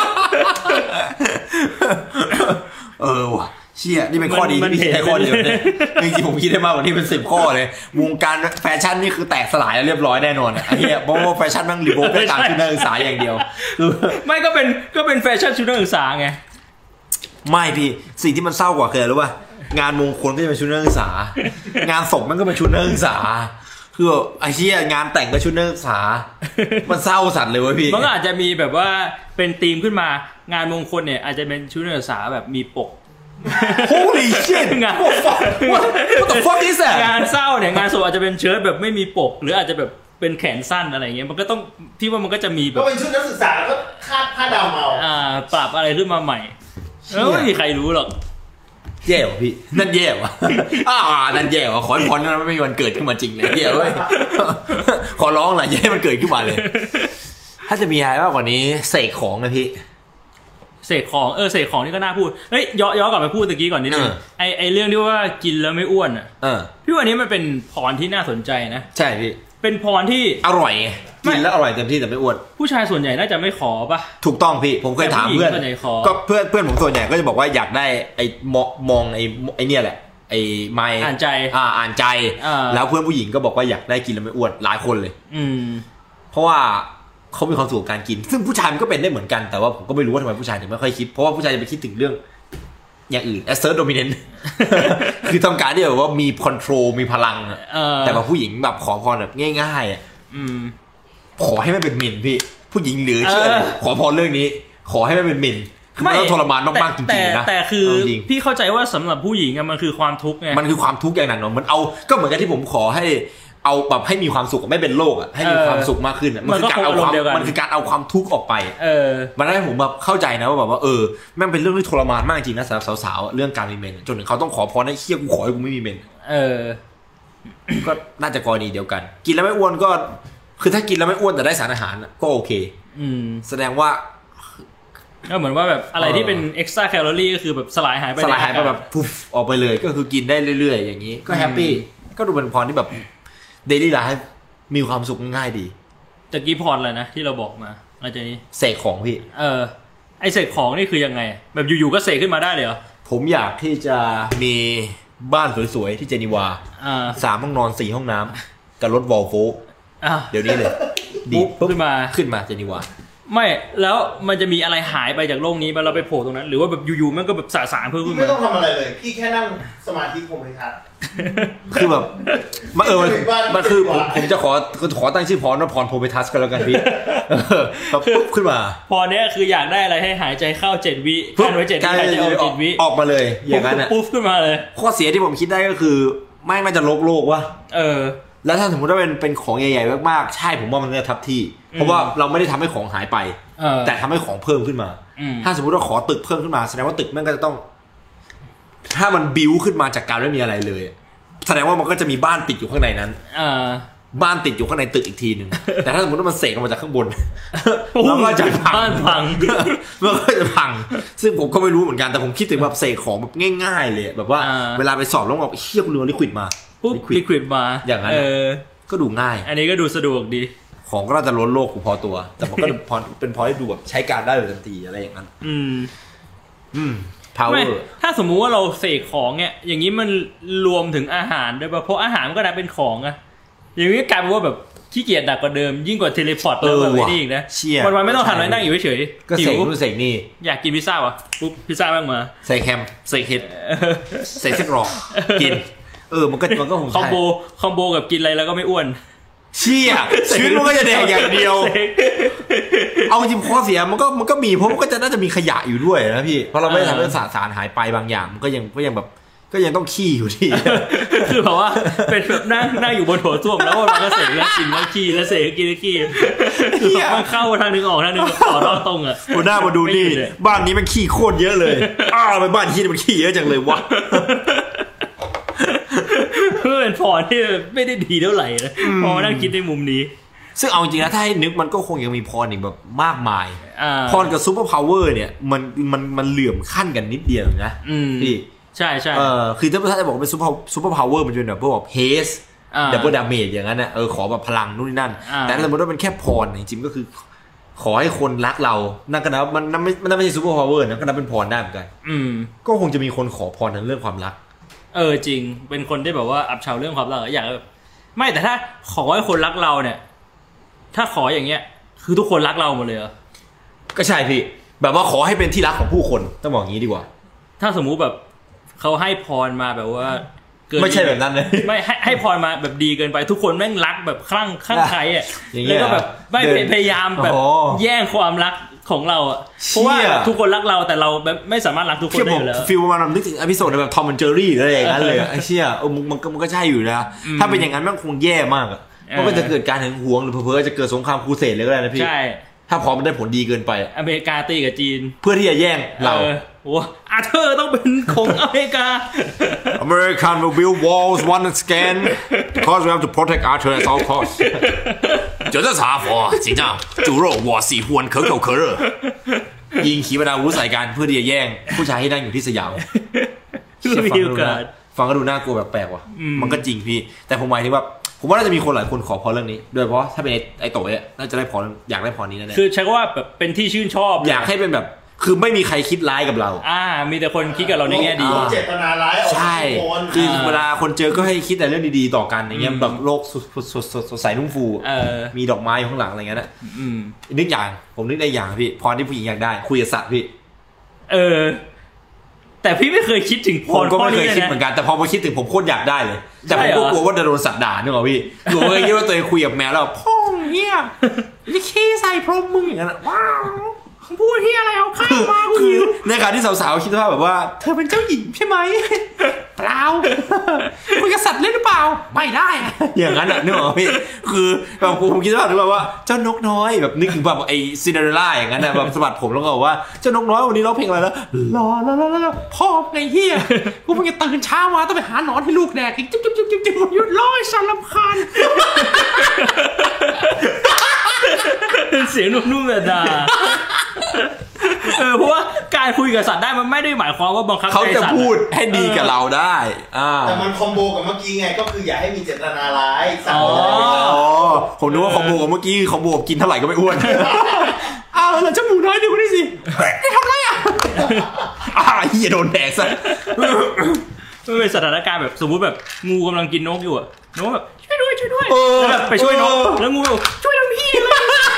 Speaker 1: เออว่ะเชี่ยนี่เป็นข้อดีที่พี่คิดได้ข้อเดียวเนี่ยจริงๆผมคิดได้มากกว่านี้เป็นสิบข้อเลยวงการแฟชั่นนี่คือแตกสลายแล้วเรียบร้อยแน่นอนไอ้เหี้ยเพราะว่าแฟชั่นนั่งรีโวล์ฟด้วยการชุดนักศึกษาอย่างเดียว
Speaker 2: ไม่ก็เป็นก็เป็นแฟชั่นชุดนักศึกษาไง
Speaker 1: ไม่พี่สิ่งที่มันเศร้ากว่าคืออะไรรู้ป่ะงานมงคลก็จะเป็นชุดนักศึกษางานศพมันก็เป็นชุดนักศึกษาคือไอ้เหี้ยงานแต่งก็ชุดนักศึกษามันเศร้าสัตว์เลยเว้ยพี่
Speaker 2: มันก็อาจจะมีแบบว่าเป็นธีมขึ้นมางานมงคลเนี่ยอาจจะเป็นชุดนักศึกษาแบบมีปก
Speaker 1: Holy shit
Speaker 2: งาน
Speaker 1: What the fuck is that
Speaker 2: งานเศร้าเนี่ยงานศพอาจจะเป็นเชิ้ตแบบไม่มีปกหรืออาจจะแบบเป็นแขนสั้นอะไรเงี้ยมันก็ต้องพี่ว่ามันก็จะมีแบบ
Speaker 3: ก็เป็นชุดนักศึกษาแล้วก็คาดผ้าดำเอา
Speaker 2: อ่าปรับอะไรขึ้นมาใหม่แล้วไม่มีใครรู้หรอก
Speaker 1: แย่ว่ะพี่นั่นแย่ว่ะอ่านั่นแย่ว่ะขอให้พรนั้นไม่มีวันเกิดขึ้นมาจริงเลยแย่เว้ยขอร้องหน่อยอย่าให้มันเกิดขึ้นมาเลยถ้าจะมีอะไรมากกว่านี้เสกของนะพี่
Speaker 2: เสกของเออเสกของนี่ก็น่าพูดเฮ้ยย้อนย้อนกลับไปพูดตะกี้ก่อนนิดนึงไอไอเรื่องที่ว่ากินแล้วไม่อ้วนอ่ะพี่ว่านี้มันเป็นพรที่น่าสนใจนะ
Speaker 1: ใช่พี่
Speaker 2: เป็นพรที่
Speaker 1: อร่อยกินแล้วอร่อยเต็มที่แต่ไม่อ้วน
Speaker 2: ผู้ชายส่วนใหญ่น่าจะไม่ขอป่ะ
Speaker 1: ถูกต้องพี่ผมเคยถามเพื่อนก็เพื่อนเพื่อนผมส่วนใหญ่ก็จะบอกว่าอยากได้ไอมองไอไอเนี่ยแหละไอไมค์
Speaker 2: อ่านใจ
Speaker 1: อ่าอ่านใจแล้วเพื่อนผู้หญิงก็บอกว่าอยากได้กินแล้วไม่อ้วนหลายคนเลย
Speaker 2: อืม
Speaker 1: เพราะว่าเขามีความสุขกับการกินซึ่งผู้ชายมันก็เป็นได้เหมือนกันแต่ว่าผมก็ไม่รู้ว่าทำไมผู้ชายถึงไม่ค่อยคิดเพราะว่าผู้ชายจะไปคิดถึงเรื่องอย่างอื่น assert dominant คือต้องการที่แบบว่ามี control มีพลังแต่ว่าผู้หญิงแบบขอพรแบบง่ายๆอ่ะขอให้ไม่เป็นหมิ่นพี่ผู้หญิงเหลือเชื่อขอพรเรื่องนี้ขอให้ไม่เป็นหมิ่นไม่ต้องทรมานมากๆจริงๆนะ
Speaker 2: แต่คือพี่เข้าใจว่าสำหรับผู้หญิงมันคือความทุกข์ไง
Speaker 1: มันคือความทุกข์อย่างนั้นเนาะมันเอาก็เหมือนกับที่ผมขอให้เอาแบบให้มีความสุขไม่เป็นโรคอ่ะให้มีความสุขมากขึ้นมันคือการเอาความมันคือการเอาความทุกข์ออกไป
Speaker 2: เออ
Speaker 1: มันทำให้ผมแบบเข้าใจนะว่าแบบว่าเออแม่งเป็นเรื่องที่ทรมานมากจริงนะสำหรับสาวๆเรื่องการมีเมนจนถึงเขาต้องขอพรให้เชี่ยกูขอให้กูไม่มีเมน
Speaker 2: เออ
Speaker 1: ก็น่าจะกรณีเดียวกันกินแล้วไม่อ้วนก็คือถ้ากินแล้วไม่อ้วนแต่ได้สารอาหารก็โอเค
Speaker 2: อืม
Speaker 1: แสดงว่า
Speaker 2: ก็เหมือนว่าแบบอะไรที่เป็นเอ็กซ์ตร้าแคลอรี่ก็คือแบบสลายหายไป
Speaker 1: สลายหายไปแบบปุ๊บออกไปเลยก็คือกินได้เรื่อยๆอย่างนี้ก็แฮปปี้ก็ดูเป็นพรที่แบบเดลี่ไลฟ์มีความสุขง่ายดี
Speaker 2: ตะกี้พรอะไรนะที่เราบอกมาอาจจะนี้
Speaker 1: เสกของพี่
Speaker 2: เออไอเสกของนี่คือยังไงแบบอยู่ๆก็เสกขึ้นมาได้เลยเหรอ
Speaker 1: ผมอยากที่จะมีบ้านสวยๆที่เจนีวาสามห้องนอนสี่ห้องน้ำกับรถวอลโฟเดี๋ยวนี้เลย
Speaker 2: ดีขึ้นมา
Speaker 1: ขึ้นมาเจนีวา
Speaker 2: ไม่แล้วมันจะมีอะไรหายไปจากโลกนี้มาเราไปโผล่ตรงนั้นหรือว่าแบบอยู่ๆมันก็แบบสารๆเพิ่มขึ้นมา
Speaker 3: ไม่ต้องทำอะไรเลยพี่แค่นั่งสมาธิผมเลยครับ
Speaker 1: คือแบบมาเออมันคือผมผมจะขอขอตั้งชื่อพรว่าพรโพเมทัสกันแล้วกันพี่แบบปุ๊บขึ้นมา
Speaker 2: พรเนี้ยคืออยากได้อะไรให้หายใจเข้าเจ็ดวิกั้นไว้เจ็ดวิหายใจออกเจ็ดวิ
Speaker 1: ออกมาเลยอย่างนั้น
Speaker 2: ปุ๊บขึ้นมาเลย
Speaker 1: ข้อเสียที่ผมคิดได้ก็คือไม่น่าจะลบโลกว่ะ
Speaker 2: เออ
Speaker 1: แล้วถ้าสมมติว่าเป็นเป็นของใหญ่ๆมากๆใช่ผมว่ามันจะทับที่เพราะว่าเราไม่ได้ทำให้ของหายไปแต่ทำให้ของเพิ่มขึ้นมาถ้าสมมติว่าขอตึกเพิ่มขึ้นมาแสดงว่าตึกมันก็จะต้องถ้ามันบิ้วขึ้นมาจากการไม่มีอะไรเลยแสดงว่ามันก็จะมีบ้านติดอยู่ข้างในนั้นบ้านติดอยู่ข้างในตึกอีกทีนึงแต่ถ้าสมมติว่ามันเสกออกมาจากข้างบนแล้วก็จะพัง
Speaker 2: บ้านพัง
Speaker 1: มันก็จะพังซึ่งผมก็ไม่รู้เหมือนกันแต่ผมคิดถึงแบบเสกของแบบง่ายๆเลยแบบว่าเวลาไปสอบแล้วแบบเฮี้ยกูเรือลิควิดมา
Speaker 2: ปุ๊บลิควิดมา
Speaker 1: อย่างนั้นก็ดูง่าย
Speaker 2: อันนี้ก็ดูสะดวกดี
Speaker 1: ของก็น่าจะล้นโลกกูพอตัวแต่มันก็พอเป็นพอให้ดูแบบใช้การได้เลยทันทีอะไรอย่างนั้น
Speaker 2: อืม
Speaker 1: อืม power
Speaker 2: ถ้าสมมุติว่าเราเสกของเนี่ยอย่างนี้มันรวมถึงอาหารด้วยป่ะเพราะอาหารก็ได้เป็นของอะอย่างนี้กลายเป็นว่าแบบขี้เกียจหนักกว่าเดิมยิ่งกว่าเทเลพอร์ตแล้วแบบนี้อีกนะวันวันไม่ต้องทำอะไรนั่งอยู่เฉย
Speaker 1: ๆก็เสกนู่นเสกนี่
Speaker 2: อยากกินพิซซ่าวะปุ๊บพิซซ่าบ้างมา
Speaker 1: ใส่แคมใส่เห็ดใส่เส้นรองกินเออมันก็มันก็คง
Speaker 2: คอมโบคอมโบกับกินอะไรแล้วก็ไม่อ้วน
Speaker 1: เชี่ยชีวิตมันก็จะแดกอย่างเดียวเอาจริงข้อเสียมันก็มันก็มีเพราะมันก็จะน่าจะมีขยะอยู่ด้วยนะพี่เพราะเราไม่ได้ทำให้สารสารหายไปบางอย่างมันก็ยังก็ยังแบบก็ยังต้องขี้อยู่ที่
Speaker 2: คือแบบว่าเป็นแบบนั่งนั่งอยู่บนโถส้วมแล้วมันก็เสกแล้วกินแล้วขี้แล้วเสกกินแล้วขี้คือมันเข้าทางนึงออกทางนึงต่อตรงอ่ะ
Speaker 1: หัวหน้ามาดูนี่บ้านนี้มันขี้โคตรเยอะเลยอ้าวไปบ้านที่มันขี้เยอะจังเลยวะ
Speaker 2: เพื่อเป็นพรที่ไม่ได้ดีเท่าไหร่นะพอนั่งคิดในมุมนี้
Speaker 1: ซึ่งเอาจริงนะถ้าให้นึกมันก็คงยังมีพรอีกแบบมากมายพรกับซูเปอร์พาวเวอร์เนี่ยมันมันมันเหลื่อมขั้นกันนิดเดียวนะพี่
Speaker 2: ใช่ใช่
Speaker 1: เออคือถ้าถ้าจะบอกว่าเป็นซูเปอร์ซูเปอร์พาวเวอร์มันจะเป็นแบบพวกเฮสดับเบิลดาเมจอย่างนั้นนะเออขอแบบพลังนู่นนี่นั่นแต่ถ้าสมมติว่าเป็นแค่พรจริงๆก็คือขอให้คนรักเรานั่นก็นับมันนั่นไม่มันไม่ใช่ซูเปอร์พาวเวอร์นะก็นับเป็นพรได้เหมือนกันก็คงจะมีคนขอพรในเรื่องความรัก
Speaker 2: เออจริงเป็นคนที่แบบว่าอับเฉาเรื่องความรักอยากแบบไม่แต่ถ้าขอให้คนรักเราเนี่ยถ้าขออย่างเงี้ยคือทุกคนรักเราหมดเลยเหรอ
Speaker 1: ก็ใช่พี่แบบว่าขอให้เป็นที่รักของผู้คนต้องบอกอย่างนี้ดีกว่า
Speaker 2: ถ้าสมมุติแบบเขาให้พรมาแบบว่า
Speaker 1: ไม่ใช่แบบนั้นเลย
Speaker 2: ไม่ให้ให้พรมาแบบดีเกินไปทุกคนแม่งรักแบบคลั่งคลั่งไคล้อ่ะแล้วก็แบบไม่พยายามแบบแย่งความรักของเราอ่ะเพราะว่าทุกคนรักเราแต่เราแบบไม่สามารถรักทุกคนได้อยู่แล้ว
Speaker 1: ฟีลประมาณนึกถึงอพิโซดแบบทอมแอนด์เจอรี่อะไรอย่างนั้นเลยไอ้เชี่ยเออมันมันก็ใช่อยู่นะถ้าเป็นอย่างนั้นมันคงแย่มากอ่ะเพราะมันจะเกิดการหึงหวงหรือเผลอๆจะเกิดสงครามครูเสดเลยก็ได้นะพี่ใช่ถ้าพอมันได้ผลดีเกินไป
Speaker 2: อเมริกาตีกับจีน
Speaker 1: เพื่อที่จะแย่งเรา
Speaker 2: โอ้อาเธอร์ต้องเป็นของอเมริกา
Speaker 1: American will build walls once again because we have to protect Arthur at all costs 酒这茶佛警长猪肉我喜欢可口可乐ยิงขีปนาวุธใส่กันเพื่อที่จะแย่งผู้ชายที่นั่งอยู่ที่สยามฟังก็ดูน่ากลัวแบบแปลกว่ะมันก็จริงพี่แต่ผมหมายถึงว่าผมว่าน่าจะมีคนหลายคนขอพรเรื่องนี้โดยเฉพาะถ้าเป็นไอ้โต๋ยน่าจะได้พรอยากได้พรนี้แน่
Speaker 2: ๆคือใช้ว่าแบบเป็นที่ชื่นชอบ
Speaker 1: อยากให้เป็นแบบคือไม่มีใครคิดร้ายกับเรา
Speaker 2: อ่ามีแต่คนคิดกับเราในแง่ดี
Speaker 3: เจตนาร้ายออก
Speaker 1: ใช่คือเวลาคนเจอก็ให้คิดแต่เรื่องดีๆต่อกันอย่างเงี้ยแบบโลกสดใสนุ่มฟูมีดอกไม้อยู่ข้างหลังอะไรเงี้ยนะนึกอย่างผมนึกได้อย่างพี่พรที่ผู้หญิงอยากได้คุยกับสัตว์พี่
Speaker 2: เออแต่พี่ไม่เคยคิดถึงพ
Speaker 1: รก็ไม่เคยคิดเหมือนกันแต่พอมาคิดถึงผมโคตรอยากได้เลยแต่ผมก็กลัวว่าจะโดนสัตว์ด่านึกออกพี่กลัวว่าคิดว่าตัวเองคุยกับแมวแล้วพ่องเหี้ยจะขี้ใส่พรมมึงอย่างนั้นว้าว
Speaker 2: พูดที่อะไรเอาข้าวมา
Speaker 1: คือในขณะที่สาวๆคิดว่าแบบว่าเธอเป็นเจ้าหญิงใช่ไหมเปล่าคุยกับสัตว์เล่นหรือเปล่าไม่ได้อย่างนั้นอ่ะนึกออกพี่คือแบบผมคิดว่าหรือว่าเจ้านกน้อยแบบนึกถึงแบบไอ้ซินเดอเรลล่าอย่างนั้นนะแบบสะบัดผมแล้วก็บอกว่าเจ้านกน้อยวันนี้ร้องเพลงอะไรแล้วรอรอรอรอพ่อไงเฮียกูเพิ่งจะตื่นเช้ามาต้องไปหาหนอนให้ลูกแดกอีกจิ๊บจิ๊บจิ๊บจิ๊บจิ๊บหยุดร้อยสั่นรำคาญ
Speaker 2: เสียงนุ่มๆแบบด่าเออเพราะว่าการคุยกับสัตว์ได้มันไม่ได้หมายความว่าบังคับ
Speaker 1: เขาจะพูดให้ดีกับเราได้
Speaker 3: แต่มันคอมโบกับเมื่อกี้ไงก็คืออย่าให้มีเจตนาร้ายสัตว์
Speaker 1: ผมนึกว่าคอมโบกับเมื่อกี้คอมโบกินเท่าไหร่ก็ไม่อ้วนอ้าวแล้วจมูกน้อยดิคุณได้สิไม่ทำไรอ่ะอ่าเหี้ยโดนแดกซะ
Speaker 2: มันเป็นสถานการณ์แบบสมมุติแบบงูกำลังกินนกอยู่อ่ะนกแบบช่วยด้วยช่วยด้วยไปช่วยนกแล้วงูแบบช่วยทั้งพี่เลย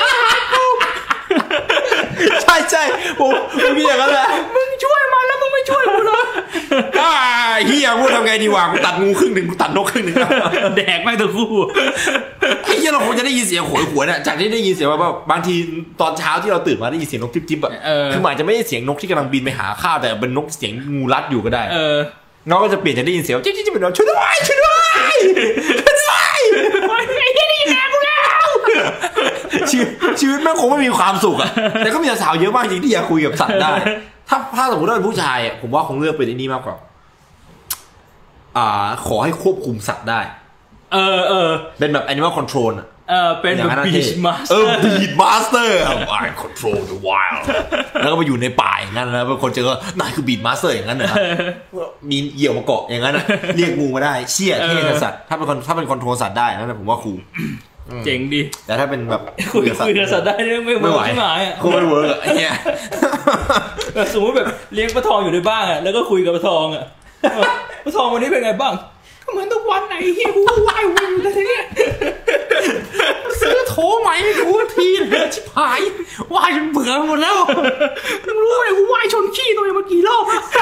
Speaker 1: ใช่ใช่ผมผมคิดอย่างนั้นแหละ
Speaker 2: มึงช่วยมันแล้วมึงไม่ช่วยกูเลย
Speaker 1: อ่าเฮียกูทำไงดีวะกูตัดงูครึ่งหนึ่งกูตัดนกครึ่งหนึ่ง
Speaker 2: แดกไม่ทั้งคู่
Speaker 1: ไอ้เฮียเราคงจะได้ยินเสียงโหยหวนอ่ะจากที่ได้ยินเสียงว่าบางทีตอนเช้าที่เราตื่นมาได้ยินเสียงนกจิ๊บๆอ่ะคืออาจจะไม่ใช่เสียงนกที่กำลังบินไปหาข้าวแต่เป็นนกเสียงงูรัดอยู่ก็ได้น้องก็จะเปลี่ยนจะได้ยินเสียงจิ๊บจิ๊บเป็นน้องช่วยด้วยช่วยด้วยช่วยด้วยไอ้เฮียได้ยินแม่กูแล้วชีวิตแม่งคงไม่มีความสุขอ่ะแต่ก็มีสาวเยอะมากจริงที่อยากคุยกับสัตว์ได้ถ้าถ้าสมมติว่าเป็นผู้ชายอ่ะผมว่าคงเลือกเป็นไอ้นี่มากกว่าอ่าขอให้ควบคุมสัตว์ได้
Speaker 2: เออเออ
Speaker 1: เป็นแบบ animal control อ่ะ
Speaker 2: เออเป็นแบบ beach master
Speaker 1: เออ beach master I control the wild แล้วก็ไปอยู่ในป่าอย่างนั้นแล้วบางคนเจอนายคือ beach master อย่างนั้นเหรอมีเหยี่ยวมาเกาะอย่างนั้นเรียกงูมาได้เชี่ยเท่สัตว์ถ้าเป็นคนถ้าเป็นคอนโทรลสัตว์ได้นั่นแหละผมว่าคูล
Speaker 2: เจ๋งดี
Speaker 1: แต่ถ้าเป็นแบบ
Speaker 2: คุยคุยกับสัตว์ได้ไม่ไม่ไหวใช่ไหมอ่ะ
Speaker 1: คุยไม่เวิร์กไอ้เนี่ย
Speaker 2: สมมติแบบเลี้ยงปลาทองอยู่ในบ้านอ่ะแล้วก็คุยกับปลาทองอ่ะปลาทองวันนี้เป็นไงบ้างก็เหมือนทุกวันไหนเฮียกูว่ายวิ่งอะไรเนี่ยซื้อโถใหม่ให้กูทีเลยชิบหายว่ายจนเบื่อหมดแล้วมึงรู้ไหมกูว่ายชนขี้ตัวเองมากี่รอบอะ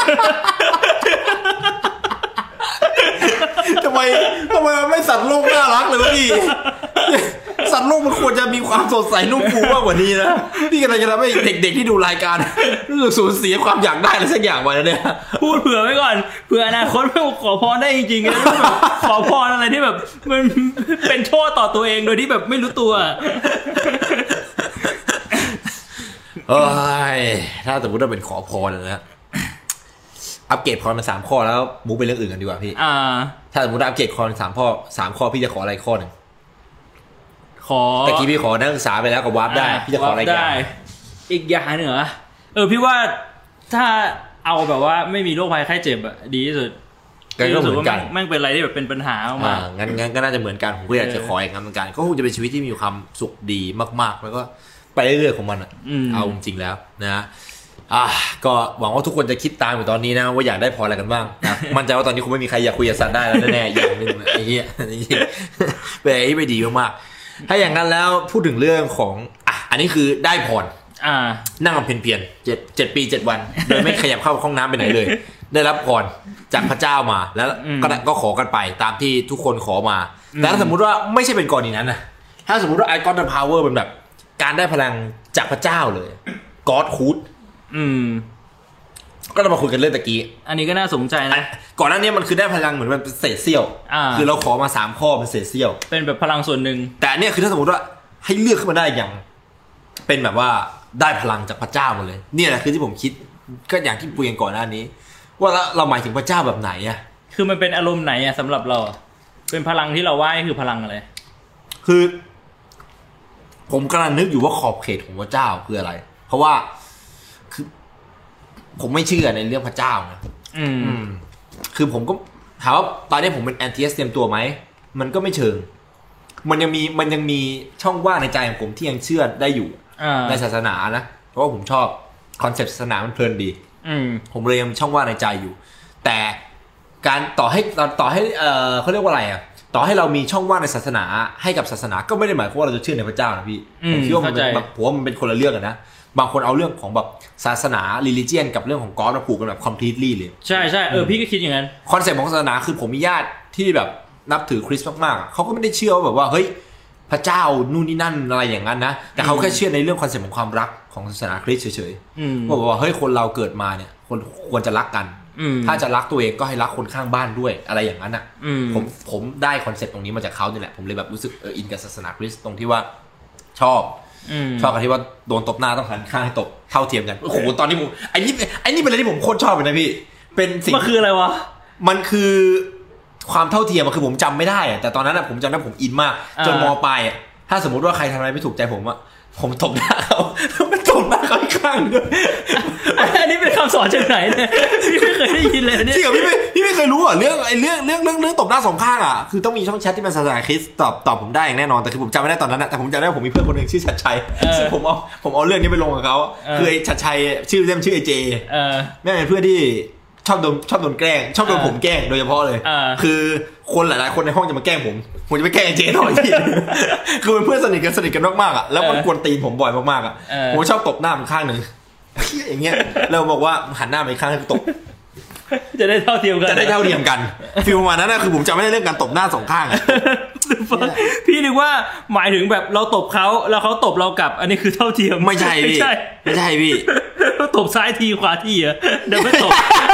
Speaker 1: ทำไมทำไมมันไม่สัตว์โลกน่ารักเลยวะพี่สัตว์โลกมันควรจะมีความสดใสนุ่มฟูมากกว่านี้นะพี่กำลังจะทำให้เด็กๆที่ดูรายการรู้สึกสูญเสียความอยากได้อะไรสักอย่างไปแล้วเนี่ย
Speaker 2: พูดเผื่อไว้ก่อนเผื่ออนาคตไม่ขอพรได้จริงๆนะขอพรอะไรที่แบบมันเป็นโทษต่อตัวเองโดยที่แบบไม่รู้ตัว
Speaker 1: เอ้ยถ้าสมมติว่าเป็นขอพรนะอัปเกรดพรมาสามข้อแล้วมูฟไปเรื่องอื่นกันดีกว่าพี่
Speaker 2: อ่า
Speaker 1: ถ้าสมมติอัปเกรดพรสามข้อสามข้อพี่จะขออะไรข้อหนึ่ง
Speaker 2: ขอ
Speaker 1: ตะกี้พี่ขอนักศึกษาไปแล้วกับวาร์ปได้พี่จะขออะไรกัน
Speaker 2: อีกอย่างหนึ่งเหรอเออพี่ว่าถ้าเอาแบบว่าไม่มีโรคภัยไข้เจ็บอะดีที่สุด
Speaker 1: ก็เหมือนกัน
Speaker 2: แม่งเป็นอะไรที่แบบเป็นปัญหามาก
Speaker 1: งั้นงั้นก็น่าจะเหมือนกันผมก็อยากจะขออย่างนั้นเหมือนกันก็คงจะเป็นชีวิตที่มีความสุขดีมากๆแล้วก็ไปเรื่อยๆของมันอะเอาจริงๆแล้วนะอ่ะก็หวังว่าทุกคนจะคิดตามอยู่ตอนนี้นะว่าอยากได้พออะไรกันบ้างนะมั่นใจว่าตอนนี้คงไม่มีใครอยากคุยกับสัตว์ได้แล้วแน่ๆอย่างนึงไอ้เหี้ยเป็นอะไรที่ไม่ดีมากๆถ้าอย่างนั้นแล้วพูดถึงเรื่องของอ่ะอันนี้คือได้พร
Speaker 2: อ่า
Speaker 1: นั่งบำเพ็ญเพียรเจ็ดเจ็ดปีเจ็ดวันโดยไม่ขยับเข้าห้องน้ำไปไหนเลยได้รับพรจากพระเจ้ามาแล้วก็ก็ขอกันไปตามที่ทุกคนขอมาแต่ถ้าสมมุติว่าไม่ใช่เป็นกรณีนั้นนะถ้าสมมุติว่า I got the power เป็นแบบการได้พลังจากพระเจ้าเลย God Hood
Speaker 2: อืม
Speaker 1: ก็เรามาคุยกันเรื่องตะกี้
Speaker 2: อันนี้ก็น่าสนใจนะ
Speaker 1: ก่อนหน้านี้มันคือได้พลังเหมือนเป็นเศษเสี้ยวคือเราขอมาสามข้อเป็นเศษเสี้ยว
Speaker 2: เป็นแบบพลังส่วนหนึ่ง
Speaker 1: แต่อันนี้คือถ้าสมมติว่าให้เลือกขึ้นมาได้อย่างเป็นแบบว่าได้พลังจากพระเจ้าหมดเลยเนี่ยแหละคือที่ผมคิดก็อย่างที่คุยกันก่อนหน้านี้ว่าเราหมายถึงพระเจ้าแบบไหนอะ
Speaker 2: คือมันเป็นอารมณ์ไหนอะสำหรับเราเป็นพลังที่เราว่าคือพลังอะไร
Speaker 1: คือผมกำลังนึกอยู่ว่าขอบเขตของพระเจ้าคืออะไรเพราะว่าคือผมไม่เชื่อในเรื่องพระเจ้านะ
Speaker 2: อืม
Speaker 1: คือผมก็ถามว่าตอนนี้ผมเป็นแอนตี้เตรียมตัวไหมมันก็ไม่เชิงมันยังมีมันยังมีช่องว่างในใจของผมที่ยังเชื่อได้อยู่ในศาสนานะเพราะว่าผมชอบคอนเซ็ปต์ศาสนามันเพลินดีผมเลยยังมีช่องว่างในใจอยู่แต่การต่อให้ต่อให้เออเขาเรียกว่าอะไรอ่ะต่อให้เรามีช่องว่างในศาสนาให้กับศาสนาก็ไม่ได้หมายความว่าเราจะเชื่อในพระเจ้านะพี่ผมคิดว่ามันเป็นผมว่ามันเป็นคนละเรื่องกันนะบางคนเอาเรื่องของแบบศาสนา religion กับเรื่องของ God มาผูกกันแบบ completely เลย
Speaker 2: ใช่ใช่เออพี่ก็คิดอย่างนั้น
Speaker 1: คอนเซ็ปต์ของศาสนาคือผมมีญาติที่แบบนับถือคริสต์มากๆเขาก็ไม่ได้เชื่อว่าแบบว่าเฮ้ยพระเจ้านู่นนี่นั่นอะไรอย่างนั้นนะแต่เขาแค่เชื่อในเรื่องคอนเซ็ปต์ของความรักของศาสนาคริสต์เฉยๆว่าบอกว่าเฮ้ยคนเราเกิดมาเนี่ยคนควรจะรักกันถ้าจะรักตัวเองก็ให้รักคนข้างบ้านด้วยอะไรอย่างนั้นอ่ะผมผมได้คอนเซ็ปต์ตรงนี้มาจากเขาเนี่ยแหละผมเลยแบบรู้สึกเอออินกับศาสนาคริสต์ตรงที่ว่าชอบชอบกันที่ว่าโดนตบหน้าต้องหันข้างให้ตบเท่าเทียมกันโอ้โหตอนนี้ผมไอ้นี่ไอ้นี่เป็นอะไรที่ผมโคตรชอบเลยนะพี่เป็นสิ่ง
Speaker 2: มันคืออะไรวะ
Speaker 1: มันคือความเท่าเทียมมันคือผมจำไม่ได้อะแต่ตอนนั้นอะผมจำได้ผมอินมากจนม.ปลายอะถ้าสมมติว่าใครทำอะไรไม่ถูกใจผมอะผมตบหน้าเขาไม่ตบหน้าเขาอีกข้างด้วย
Speaker 2: อันนี้เป็นคำสอนจากไหนเนี่ยพี่ไม่เคยได้ยินเลยเนี่ย
Speaker 1: จริงเหรอพี่ไม่พี่ไม่เคยรู้เหรอเรื่องไอ้เรื่องเรื่องเรื่องเรื่องตบหน้าสองข้างอะคือต้องมีช่องแชทที่เป็นศาสนาคริสต์ตอบตอบผมได้อย่างแน่นอนแต่คือผมจำไม่ได้ตอนนั้นอะแต่ผมจำได้ผมมีเพื่อนคนนึงชื่อชัดชัยซึ่งผมเอาผมเอาเรื่องนี้ไปลงกับเขาคือไอ้ชัดชัยชื่อเล่มชื่อไอ้เจแม่งเป็นเพื่อนที่ชอบโดนชอบโดนแกล้งชอบโดนผมแกล้งโดยเฉพาะเลยคือคนหลายๆคนในห้องจะมาแกล้งผมผมจะไปแกล้งเจหน่อยทีคือเป็นเพื่อนสนิทกันสนิทกันมากๆอ่ะแล้วมันกวนตีนผมบ่อยมากๆอ่ะผมชอบตบหน้ามันข้างหนึ่งอย่างเงี้ยแล้วบอกว่าหันหน้าไปข้างให้ตบ
Speaker 2: จะได้เท่าเทียมกัน
Speaker 1: จะได้เท่าเทียมกันฟีลประมาณนั้นนะคือผมจำไม่ได้เรื่องการตบหน้าสองข้าง
Speaker 2: พี่นึกว่าหมายถึงแบบเราตบเขาแล้วเขาตบเรากลับอันนี้คือเท่าเทียม
Speaker 1: ไม่ใช่พี่ไม่ใช่พี่
Speaker 2: เราตบซ้ายทีขวาทีอ่ะเดี๋ยวไม่ตบ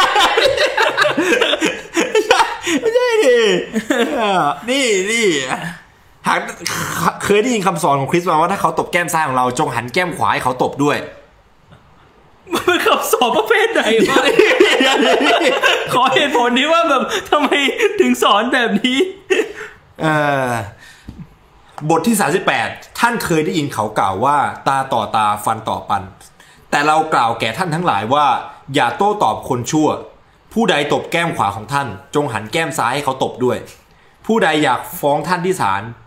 Speaker 1: ไม่ใช่ดินี่นี่หากเคยได้ยินคำสอนของคริสต์มาว่าถ้าเขาตบแก้มซ้ายของเราจงหันแก้มขวาให้เขาตบด้วย
Speaker 2: มันเป็นคำสอนประเภทไหนวะขอเหตุผลนี้ว่าแบบทำไมถึงสอนแบบนี้
Speaker 1: เอ่อบทที่สามสิบแปดท่านเคยได้ยินเขากล่าวว่าตาต่อตาฟันต่อฟันแต่เรากล่าวแก่ท่านทั้งหลายว่าอย่าโต้ตอบคนชั่วผู้ใดตบแก้มขวาของท่านจงหันแก้มซ้ายให้เขาตบด้วยผู้ใดอยากฟ้องท่านที่ศาล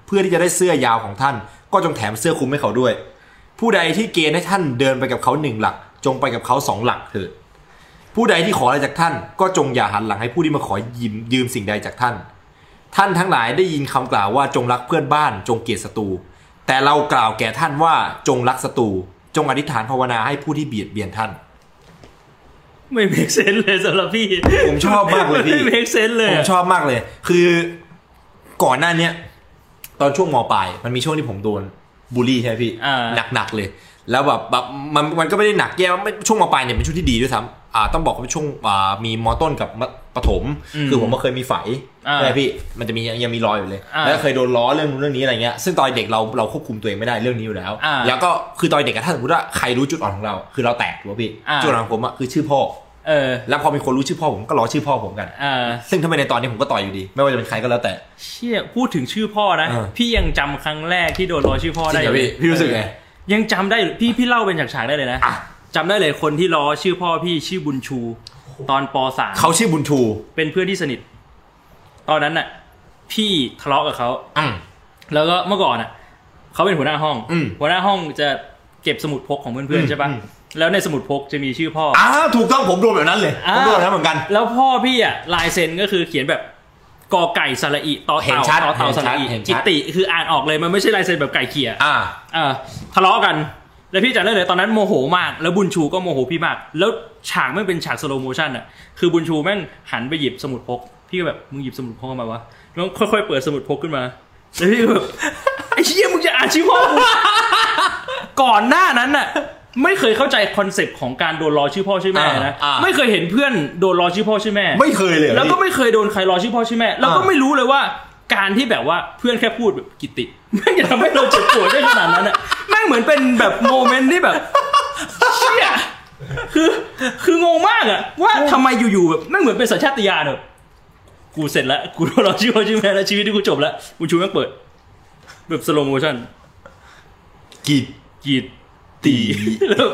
Speaker 1: เพื่อที่จะได้เสื้อยาวของท่านก็จงแถมเสื้อคลุมให้เขาด้วยผู้ใดที่เกณฑ์ให้ท่านเดินไปกับเขาหนึ่งหลักจงไปกับเขาสองหลักเถิดผู้ใดที่ขออะไรจากท่านก็จงอย่าหันหลังให้ผู้ที่มาขอยืมยืมสิ่งใดจากท่านท่านทั้งหลายได้ยินคำกล่าวว่าจงรักเพื่อนบ้านจงเกลียดศัตรูแต่เรากล่าวแก่ท่านว่าจงรักศัตรูจงอธิษฐานภาวนาให้ผู้ที่เบียดเบียนท่าน
Speaker 2: ไม่เมคเซนส์เลยสำหรับพี่
Speaker 1: ผมชอบมากเลยพี่
Speaker 2: ไม่เมคเซนส์เลย
Speaker 1: ผมชอบมากเลยคือก่อนหน้านี้ตอนช่วงม.ปลายมันมีช่วงที่ผมโดนบูลลี่ใช่ไหมพี่หนักๆเลยแล้วแบบแบบมันมันก็ไม่ได้หนักแย่ว่าช่วงม.ปลายเนี่ยเป็นช่วงที่ดีด้วยซ้ำอ่าต้องบอกว่าเป็นช่วงอ่ามีม.ต้นกับประถมคือผมก็เคยมีไฝใช่ไหมพี่มันจะมียังมีรอยอยู่เลยแล้วเคยโดนล้อเรื่องเรื่องนี้อะไรเงี้ยซึ่งตอนเด็กเราเราควบคุมตัวเองไม่ได้เรื่องนี้อยู่แล้วแล้วก็คือตอนเด็กถ้าสมมติว่าใครรู้จุดอ่อนของเราคือเราแตกถูกป่ะพี่จุดอ่อนของผมอ่ะคือชื่อพ่อเออแล้วพอมีคนรู้ชื่อพ่อผมก็ล้อชื่อพ่อผมกันซึ่งถ้าไม่ในตอนนี้ผมก็ต่อยอยู่ดีไม่ว่าจะเป็นใครก็แล้วแต่
Speaker 2: เชี่ยพูดถึงชื่อพ่อนะพี่ยังจำครั้งแรกที่โดนล้อชื่อพ่อได้
Speaker 1: พี่พี่รู้สึกไง
Speaker 2: ยังจำได้พี่พี่เล่าเป็นฉากๆได้เลยนะจำได้เลยคนที่ล้อชื่อพ่อพี่ชื่อบุญชูตอนป.สาม
Speaker 1: เขาชื่อบุญชู
Speaker 2: เป็นเพื่อนที่สนิทตอนนั้นน่ะพี่ทะเลาะกับเขาแล้วก็เมื่อก่อนน่ะเขาเป็นหัวหน้าห้องหัวหน้าห้องจะเก็บสมุดพกของเพื่อนๆใช่ปะแล้วในสมุดพกจะมีชื่อพ่อ
Speaker 1: อ้าถูกต้องผมโดนแบบนั้นเลยผมโดนแบบนั้นเหมือนกัน
Speaker 2: แล้วพ่อพี่อ่ะลายเซ็นก็คือเขียนแบบกอไก่สระอิต่อเต่าต่อเต่าสระอิกิติคืออ่านออกเลยมันไม่ใช่ลายเซ็นแบบไก่เขี่ยอ่าอ่าทะเลาะกันแล้วพี่จำได้เลยตอนนั้นโมโหมากแล้วบุญชูก็โมโหพี่มากแล้วฉากไม่เป็นฉากสโลว์โมชั่นอ่ะคือบุญชูแม่งหันไปหยิบสมุดพกพี่ก็แบบมึงหยิบสมุดพกมาวะแล้วค่อยๆเปิดสมุดพกขึ้นมาแล้วพี่ก็แบบไอ้เหี้ยมึงจะอ่านชื่อพ่อกูก่อนหน้านั้นน่ะไม่เคยเข้าใจคอนเซ็ปต์ของการโดนล้อชื่อพ่อชื่อแม่นะไม่เคยเห็นเพื่อนโดนล้อชื่อพ่อชื่อแม่
Speaker 1: ไม่เคยเลย
Speaker 2: แล้วก็ไม่เคยโดนใครล้อชื่อพ่อชื่อแม่แล้วก็ไม่รู้เลยว่าการที่แบบว่าเพื่อนแค่พูดแบบกิตติแม่งจะทำให้เราเจ็บปวดได้ขนาดนั้นน่ะแม่งเหมือนเป็นแบบโมเมนต์ที่แบบเชี่ยคือคืองงมากอะว่าทำไมอยู่ๆแบบแม่งเหมือนเป็นสัญชาตญาณแบบกูเสร็จแล้วกูโดนล้อชื่อพ่อชื่อแม่แล้วชีวิตที่กูจบแล้วกูชูแม่งเปิดแบบสโลว์โมชั่น
Speaker 1: กิต
Speaker 2: กิตตีแล้ว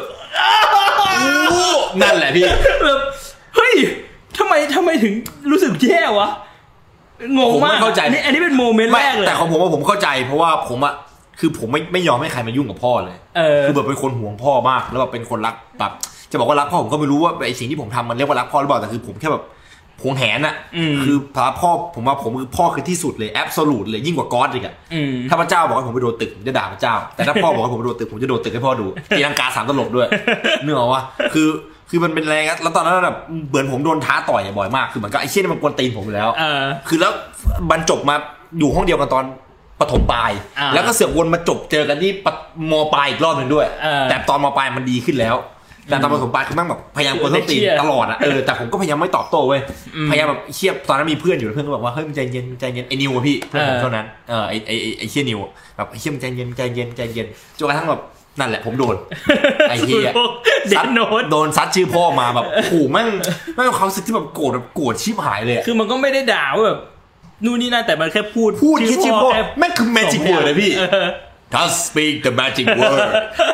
Speaker 1: นั่นแหละพี่
Speaker 2: แบบเฮ้ยทำไมทำไมถึงรู้สึกแย่วะงงมาก
Speaker 1: เข้าใจ
Speaker 2: นี่อันนี้เป็นโมเมนต์แรกเลย
Speaker 1: แต่ของผมว่าผมเข้าใจเพราะว่าผมอะคือผมไม่ไม่ยอมให้ใครมายุ่งกับพ่อเลยคือแบบเป็นคนห่วงพ่อมากแล้วแบบเป็นคนรักแบบจะบอกว่ารักพ่อผมก็ไม่รู้ว่าไอ้สิ่งที่ผมทำมันเรียกว่ารักพ่อหรือเปล่าแต่คือผมแค่แบบหวงแหนอะคือพระพ่อผมว่าผมคือพ่อคือที่สุดเลยแอบโซลูทเลยยิ่งกว่าก๊อดอีกอะถ้าพระเจ้าบอกให้ผมไปโดนตึกผมจะด่าพระเจ้าแต่ถ้าพ่อบอกให้ผมไปโดนตึกผมจะโดนตึกให้พ่อดูตีลังกาสามตลบด้วยนึกออกว่าคือคือมันเป็นอะไรครับแล้วตอนนั้นแบบเหมือนผมโดนท้าต่อยบ่อยมากคือเหมือนกับไอ้เชี่ยนี่มันกวนตีนผมอยู่แล้วคือแล้วบรรจบมาอยู่ห้องเดียวกันตอนปฐมปลายแล้วก็เสือกวนมาจบเจอกันที่ม.ปลายอีกรอบหนึ่งด้วยแต่ตอนม.ปลายมันดีขึ้นแล้วแต่ตอนปฐมปลายคือแม่งแบบพยายามกวนตีนตลอดอ่ะเออแต่ผมก็พยายามไม่ตอบโต้เว้ยพยายามแบบเชี่ยตอนนั้นมีเพื่อนอยู่เพื่อนก็บอกว่าเฮ้ยมึงใจเย็นใจเย็นไอ้นิวอะพี่เพื่อนผมเท่านั้นเออไอ้ไอ้ไอ้เชี่ยนิวแบบไอ้เชี่ยมึงใจเย็นใจเย็นใจเย็นจนกระทั่งแบบนั่นแหละผมโดนไอ้เหี้ยซัดโดนซัดชื่อพ่อมาแบบโอ้แม่งแม่งเขาสึกที่แบบโกรธแบบโกรธชิบหายเลย
Speaker 2: คือมันก็ไม่ได้ด่าว่าแบบนู่นนี่นั่นแต่มันแค่พูด
Speaker 1: พูดชื่อพ่อแม่งคือ magic word เลยพี่ Just speak the magic word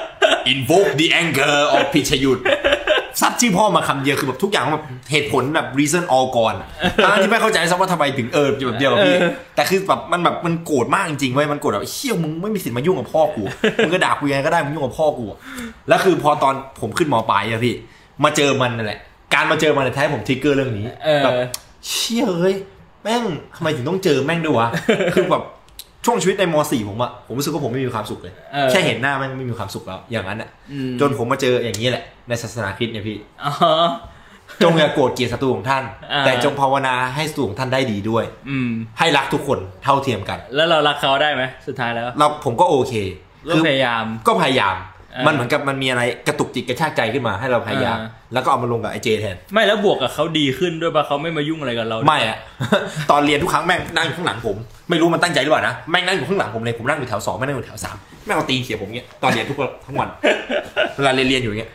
Speaker 1: invoke the anger of พิชยุทธซัดชื่อพ่อมาคำเดียวคือแบบทุกอย่างแบบเหตุผลแบบ reason all ก่อนทั้งที่ไม่เข้าใจซะว่าทำไมถึงเออแบบเดียวกับพี่แต่คือแบบมันแบบมันโกรธมากจริงๆเว้ยมันโกรธแบบเชี่ยมึงไม่มีสิทธิ์มายุ่งกับพ่อกูมึงก็ด่ากูยังไงก็ได้มึงยุ่งกับพ่อกูแล้วคือพอตอนผมขึ้นม.ปลายอะพี่มาเจอมันนั่นแหละการมาเจอมันในท้ายผมทริกเกอร์เรื่องนี้แบบเชี่ยเฮ้ยแม่งทำไมถึงต้องเจอแม่งด้วยวะคือแบบช่วงชีวิตในม.สี่ ผมอะผมรู้สึกว่าผมไม่มีความสุขเลยแค่เห็นหน้าแม่งไม่มีความสุขแล้วอย่างนั้นอะจนผมมาเจออย่างนี้แหละในศาสนาคริสต์เนี่ยพี่จงอย่าโกรธเกลียดศัตรูของท่านแต่จงภาวนาให้ศัตรูของท่านได้ดีด้วยให้รักทุกคนเท่าเทียมกัน
Speaker 2: แล้วเรารักเขาได้ไหมสุดท้ายแล้ว
Speaker 1: เราผมก็โอเค
Speaker 2: คือพยายาม
Speaker 1: ก็พยายามมันเหมือนกับมันมีอะไรกระตุกจิตกระชากใจขึ้นมาให้เราพยายามแล้วก็เอามาลงกับไอเจแทน
Speaker 2: ไม่แล้วบวกกับเขาดีขึ้นด้วยป่ะเขาไม่มายุ่งอะไรกับเรา
Speaker 1: ไม่อะตอนเรียนทุกครั้งแม่งนั่งอยู่ข้างหลังผมไม่รู้มันตั้งใจหรือเปล่านะแม่งนั่งอยู่ข้างหลังผมเลยผมนั่งอยู่แถวสองแม่งนั่งอยู่แถวสามแม่งเอาตีนเขี่ยผมเงี้ยตอนเรียนทุกทั้งวันเวลาเรียนเรียนอยู่เงี้ย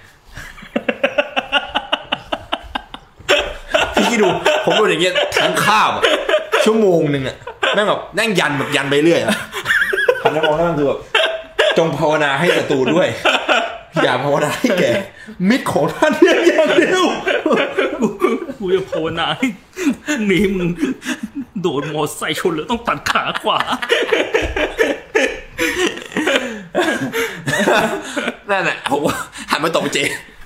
Speaker 1: พี่คิดดูผมโดนอย่างเงี้ยทั้งข้าวชั่วโมงนึงอะแม่งแบบนั่งยันแบบยันไปเรื่อยอะผมนั่งมองหน้ามันคือแบบจงภาวนาให้ศัตรูด้วยอย่าภาวนาให้แก่มิตรของท่านเพียงอย่างเดียว
Speaker 2: กูจะภาวนาให้หนีมึงโดนมอไซค์ชนแล้วต้องตัดขาขวา
Speaker 1: นั่นแหละผมว่าหันมาตบเจ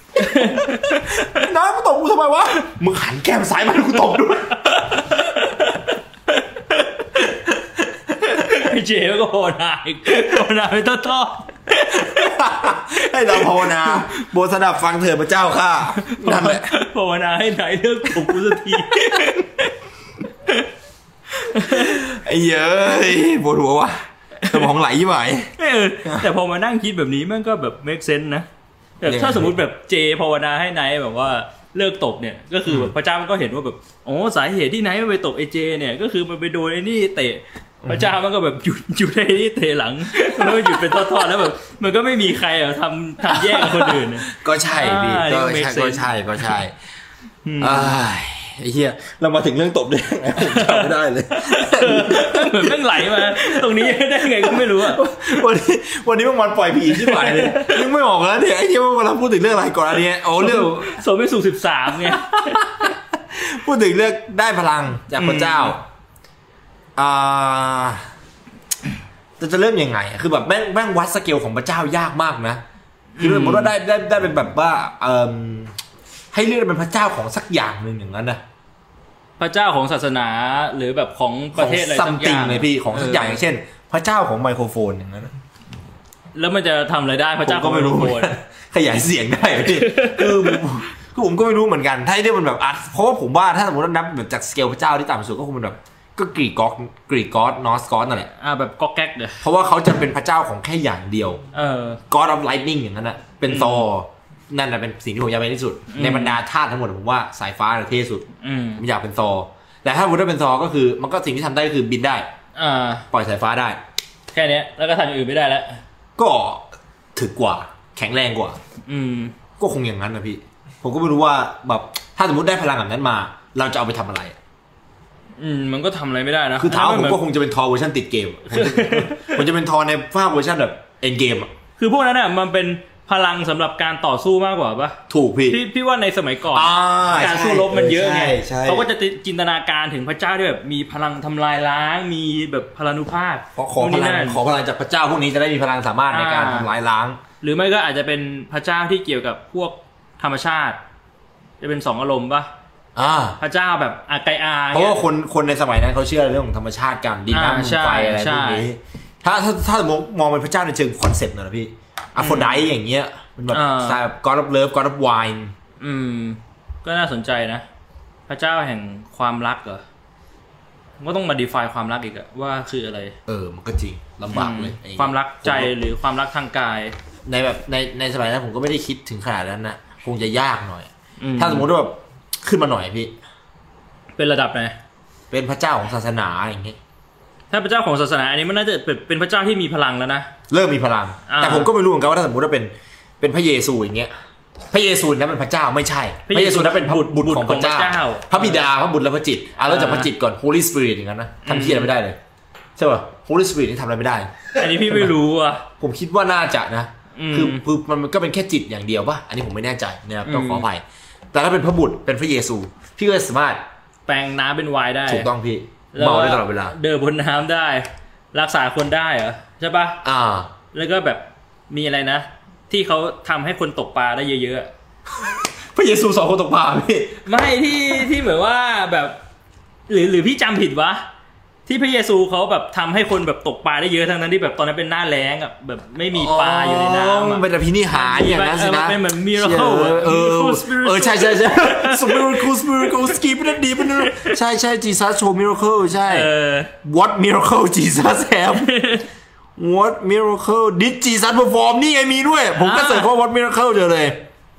Speaker 1: น้อยมาตบกูทำไมวะมึงหันแก้มซ้ายมาให้กูตบด้วย
Speaker 2: ไอ้เจก็ภาวนาอีกภาวนาไปทอด
Speaker 1: ๆให้เราภาวนาโบสดับฟังเถิดพระเจ้าข้านั่นแหละ
Speaker 2: ภาวนาให้ไหนเลิกตบกูสักที
Speaker 1: ไอ้เย้ยปวดหัววะสมองไหลยี่ไหม
Speaker 2: แต่พอมานั่งคิดแบบนี้มันก็แบบ make sense นะแบบถ้าสมมุติแบบเจภาวนาให้ไนท์แบบว่าเลิกตบเนี่ยก็คือแบบพระเจ้ามันก็เห็นว่าแบบอ๋อสาเหตุที่ไนท์มันไปตบไอเจเนี่ยก็คือมันไปโดนไอ้นี่เตะพระเจ้ามันก็แบบหยุดหยุดไอ้นี่เตะหลังแล้วหยุดเป็นทอดๆแล้วแบบมันก็ไม่มีใครอ่ะทำทำแย่งคนอื่น
Speaker 1: ก็ใช่ดิก็ใช่ก็ใช่ก็ใช่ไอ้เหี้ยเรามาถึงเรื่องตบได้ยังไงผมจำไม่ได้เลย
Speaker 2: เหมือนแม่งไหลมาตรงนี้ได้ไงก็ไม่รู้อ่ะ
Speaker 1: วันนี้วันนี้มันปล่อยผีที่ไหนเลยยังไม่ออกแล้วเนี่ยไอ้เหี้ยมันเราพูดถึงเรื่องอะไรก่อนอันนี้โอ้เรื่อง
Speaker 2: โสมสุขสิบสามไง
Speaker 1: พูดถึงเรื่องได้พลังจากพระเจ้าอ่าจะจะเริ่มยังไงคือแบบแม่งแม่งวัดสเกลของพระเจ้ายากมากนะคือสมมติว่าได้ได้ได้เป็นแบบว่าเอ่อให้เลือกเป็นพระเจ้าของสักอย่างนึงอย่างนั้นนะ
Speaker 2: พระเจ้าของศาสนาหรือแบบของประเทศอะไร
Speaker 1: สักอย่างเลยพี่ของสักอย่างอย่างเช่นพระเจ้าของไมโครโฟนอย่างนั้น
Speaker 2: แล้วมันจะทำอะไรได้พระเจ้า
Speaker 1: ก็ไม่รู้ขยายเสียงได้พี่คือคือผมก็ไม่รู้เหมือนกันถ้าได้มันแบบอัดเพราะว่าผมว่าถ้าสมมติว่านับแบบจากสเกลพระเจ้าที่ต่ำสุดก็คงเป็นแบบก็กรีกก็อดกรีกก็อดนอร์สก็อดนั่นแหละ
Speaker 2: อ่าแบบก็แก๊กเด้อ
Speaker 1: เพราะว่าเขาจะเป็นพระเจ้าของแค่อย่างเดียว
Speaker 2: เออ
Speaker 1: God of Lightning อย่างนั้นน่ะเป็นซอนั่นน่ะเป็นสิ่งที่ผมอยากเป็นที่สุดในบรรดาธาตุทั้งหมดผมว่าสายฟ้าน่ะเท่สุดผมอยากเป็นซอแต่ถ้าพูดว่าเป็นซอก็คือมันก็สิ่งที่ทำได้ก็คือบินได้
Speaker 2: อ่า
Speaker 1: ปล่อยสายฟ้าได้
Speaker 2: แค่นี้แล้วก็ทำอย่างอื่นไม่ได้แล้ว
Speaker 1: ก็ถึกกว่าแข็งแรงกว่า
Speaker 2: อืม
Speaker 1: ก็คงอย่างนั้นนะพี่ผมก็ไม่รู้ว่าแบบถ้าสมมติได้พลังแบบนั้นมาเราจะเอาไปทำอะไร
Speaker 2: อืมมันก็ทำอะไรไม่ได้นะ
Speaker 1: คือเท้าผมก็คงจะเป็นทอเวอร์ชันติดเกมผมจะเป็นทอในภาคเวอร์ชันแบบเอ็นเกมอ่ะ
Speaker 2: คือพวกนั้นน่ะมันเป็นพลังสำหรับการต่อสู้มากกว่าป่ะ
Speaker 1: ถูกพี่
Speaker 2: พี่ว่าในสมัยก่อนการสู้รบมันเยอะไงเขาก็จะจินตนาการถึงพระเจ้าที่แบบมีพลังทำลายล้างมีแบบพลานุภาพ
Speaker 1: ขอพลังขอพลังจากพระเจ้าพวกนี้จะได้มีพลังสามารถในการทำลายล้าง
Speaker 2: หรือไม่ก็อาจจะเป็นพระเจ้าที่เกี่ยวกับพวกธรรมชาติจะเป็นสองอารมณ์ป่ะพระเจ้าแบบอากายอา
Speaker 1: เพราะว่าคนคนในสมัยนั้นเขาเชื่อเรื่องของธรรมชาติกันดินน้ำไฟอะไรพวกนี้ถ้าถ้าถ้ามองเป็นพระเจ้าในเชิงคอนเซ็ปต์นะพี่อโฟไดต์อย่างเงี้ยมันแบบสไตล์ God of Love God of Wine
Speaker 2: อืมก็น่าสนใจนะพระเจ้าแห่งความรักเหรอก็ต้องมา define ความรักอีกอะว่าคืออะไร
Speaker 1: เออมันก็จริงลำบากเลย
Speaker 2: ความรักใจหรือความรักทางกาย
Speaker 1: ในแบบในในสมัยนั้นผมก็ไม่ได้คิดถึงขนาดนั้นนะคงจะยากหน่อยถ้าสมมติว่าแบบขึ้นมาหน่อยพี่
Speaker 2: เป็นระดับไหน
Speaker 1: เป็นพระเจ้าของศาสนาอย่างเงี้ย
Speaker 2: ถ้าพระเจ้าของศาสนาอันนี้มันน่าจะเป็นเป็นพระเจ้าที่มีพลังแล้วนะ
Speaker 1: เริ่มมีพลังแต่ผมก็ไม่รู้เหมือนกันว่าถ้าสมมติว่าเป็นเป็นพระเยซูอย่างเงี้ยพระเยซูนั้นเป็นพระเจ้าไม่ใช่พระเยซูนั้นเป็นบุตรบุตรของพระเจ้าพระบิดาพระบุตรและพระจิตอ่ะเราจากพระจิตก่อน Holy Spirit อย่างนั้นนะทำที่อะไรไม่ได้เลยใช่ป่ะ Holy Spirit นี่ทำอะไรไม่ได้
Speaker 2: อันนี้พี่ไม่รู้อ่ะ
Speaker 1: ผมคิดว่าน่าจะนะคือคือมันก็เป็นแค่จิตอย่างเดียวป่ะอันนี้ผมไม่แน่ใจนะครับต้องขออภัยแต่ถ้าเป็นพระบุตรเป็นพระเยซูพี่ก็สามารถ
Speaker 2: แปลงน้ำเป็นไวน์ได้
Speaker 1: ถูกต้องพี่เมาได้ตลอดเวลา
Speaker 2: เดินบนน้ำได้รักษาคนได้เหรอใช่ป่ะ
Speaker 1: อ่า
Speaker 2: แล้วก็แบบมีอะไรนะที่เขาทำให้คนตกปลาได้เยอะ
Speaker 1: ๆพระเยซูสอนคนตกปลาพี่
Speaker 2: ไม่ที่ที่เหมือนว่าแบบหรือหรือพี่จำผิดวะที่พระเยซูเขาแบบทำให้คนแบบตกปลาได้เยอะทั้งนั้นที่แบบตอนนั้นเป็นหน้าแล้งอ่ะแบบไม่มีปลาอยู่ในน้ำ
Speaker 1: เป็นพินิหารอย่างนั้นสินะ
Speaker 2: เป็นเหมือนมิราเคิล
Speaker 1: เออเออใช่ใช่ใช่สมิราเคิลสมิราเคิลสกีปนั่นดีปนั่นใช่ใช่จีซัสโชว์มิราเคิลใช่ What miracle Jesus have What miracle did Jesus perform นี่ไงมีด้วยผมก็เสิร์ชว่า What miracle เจอเลย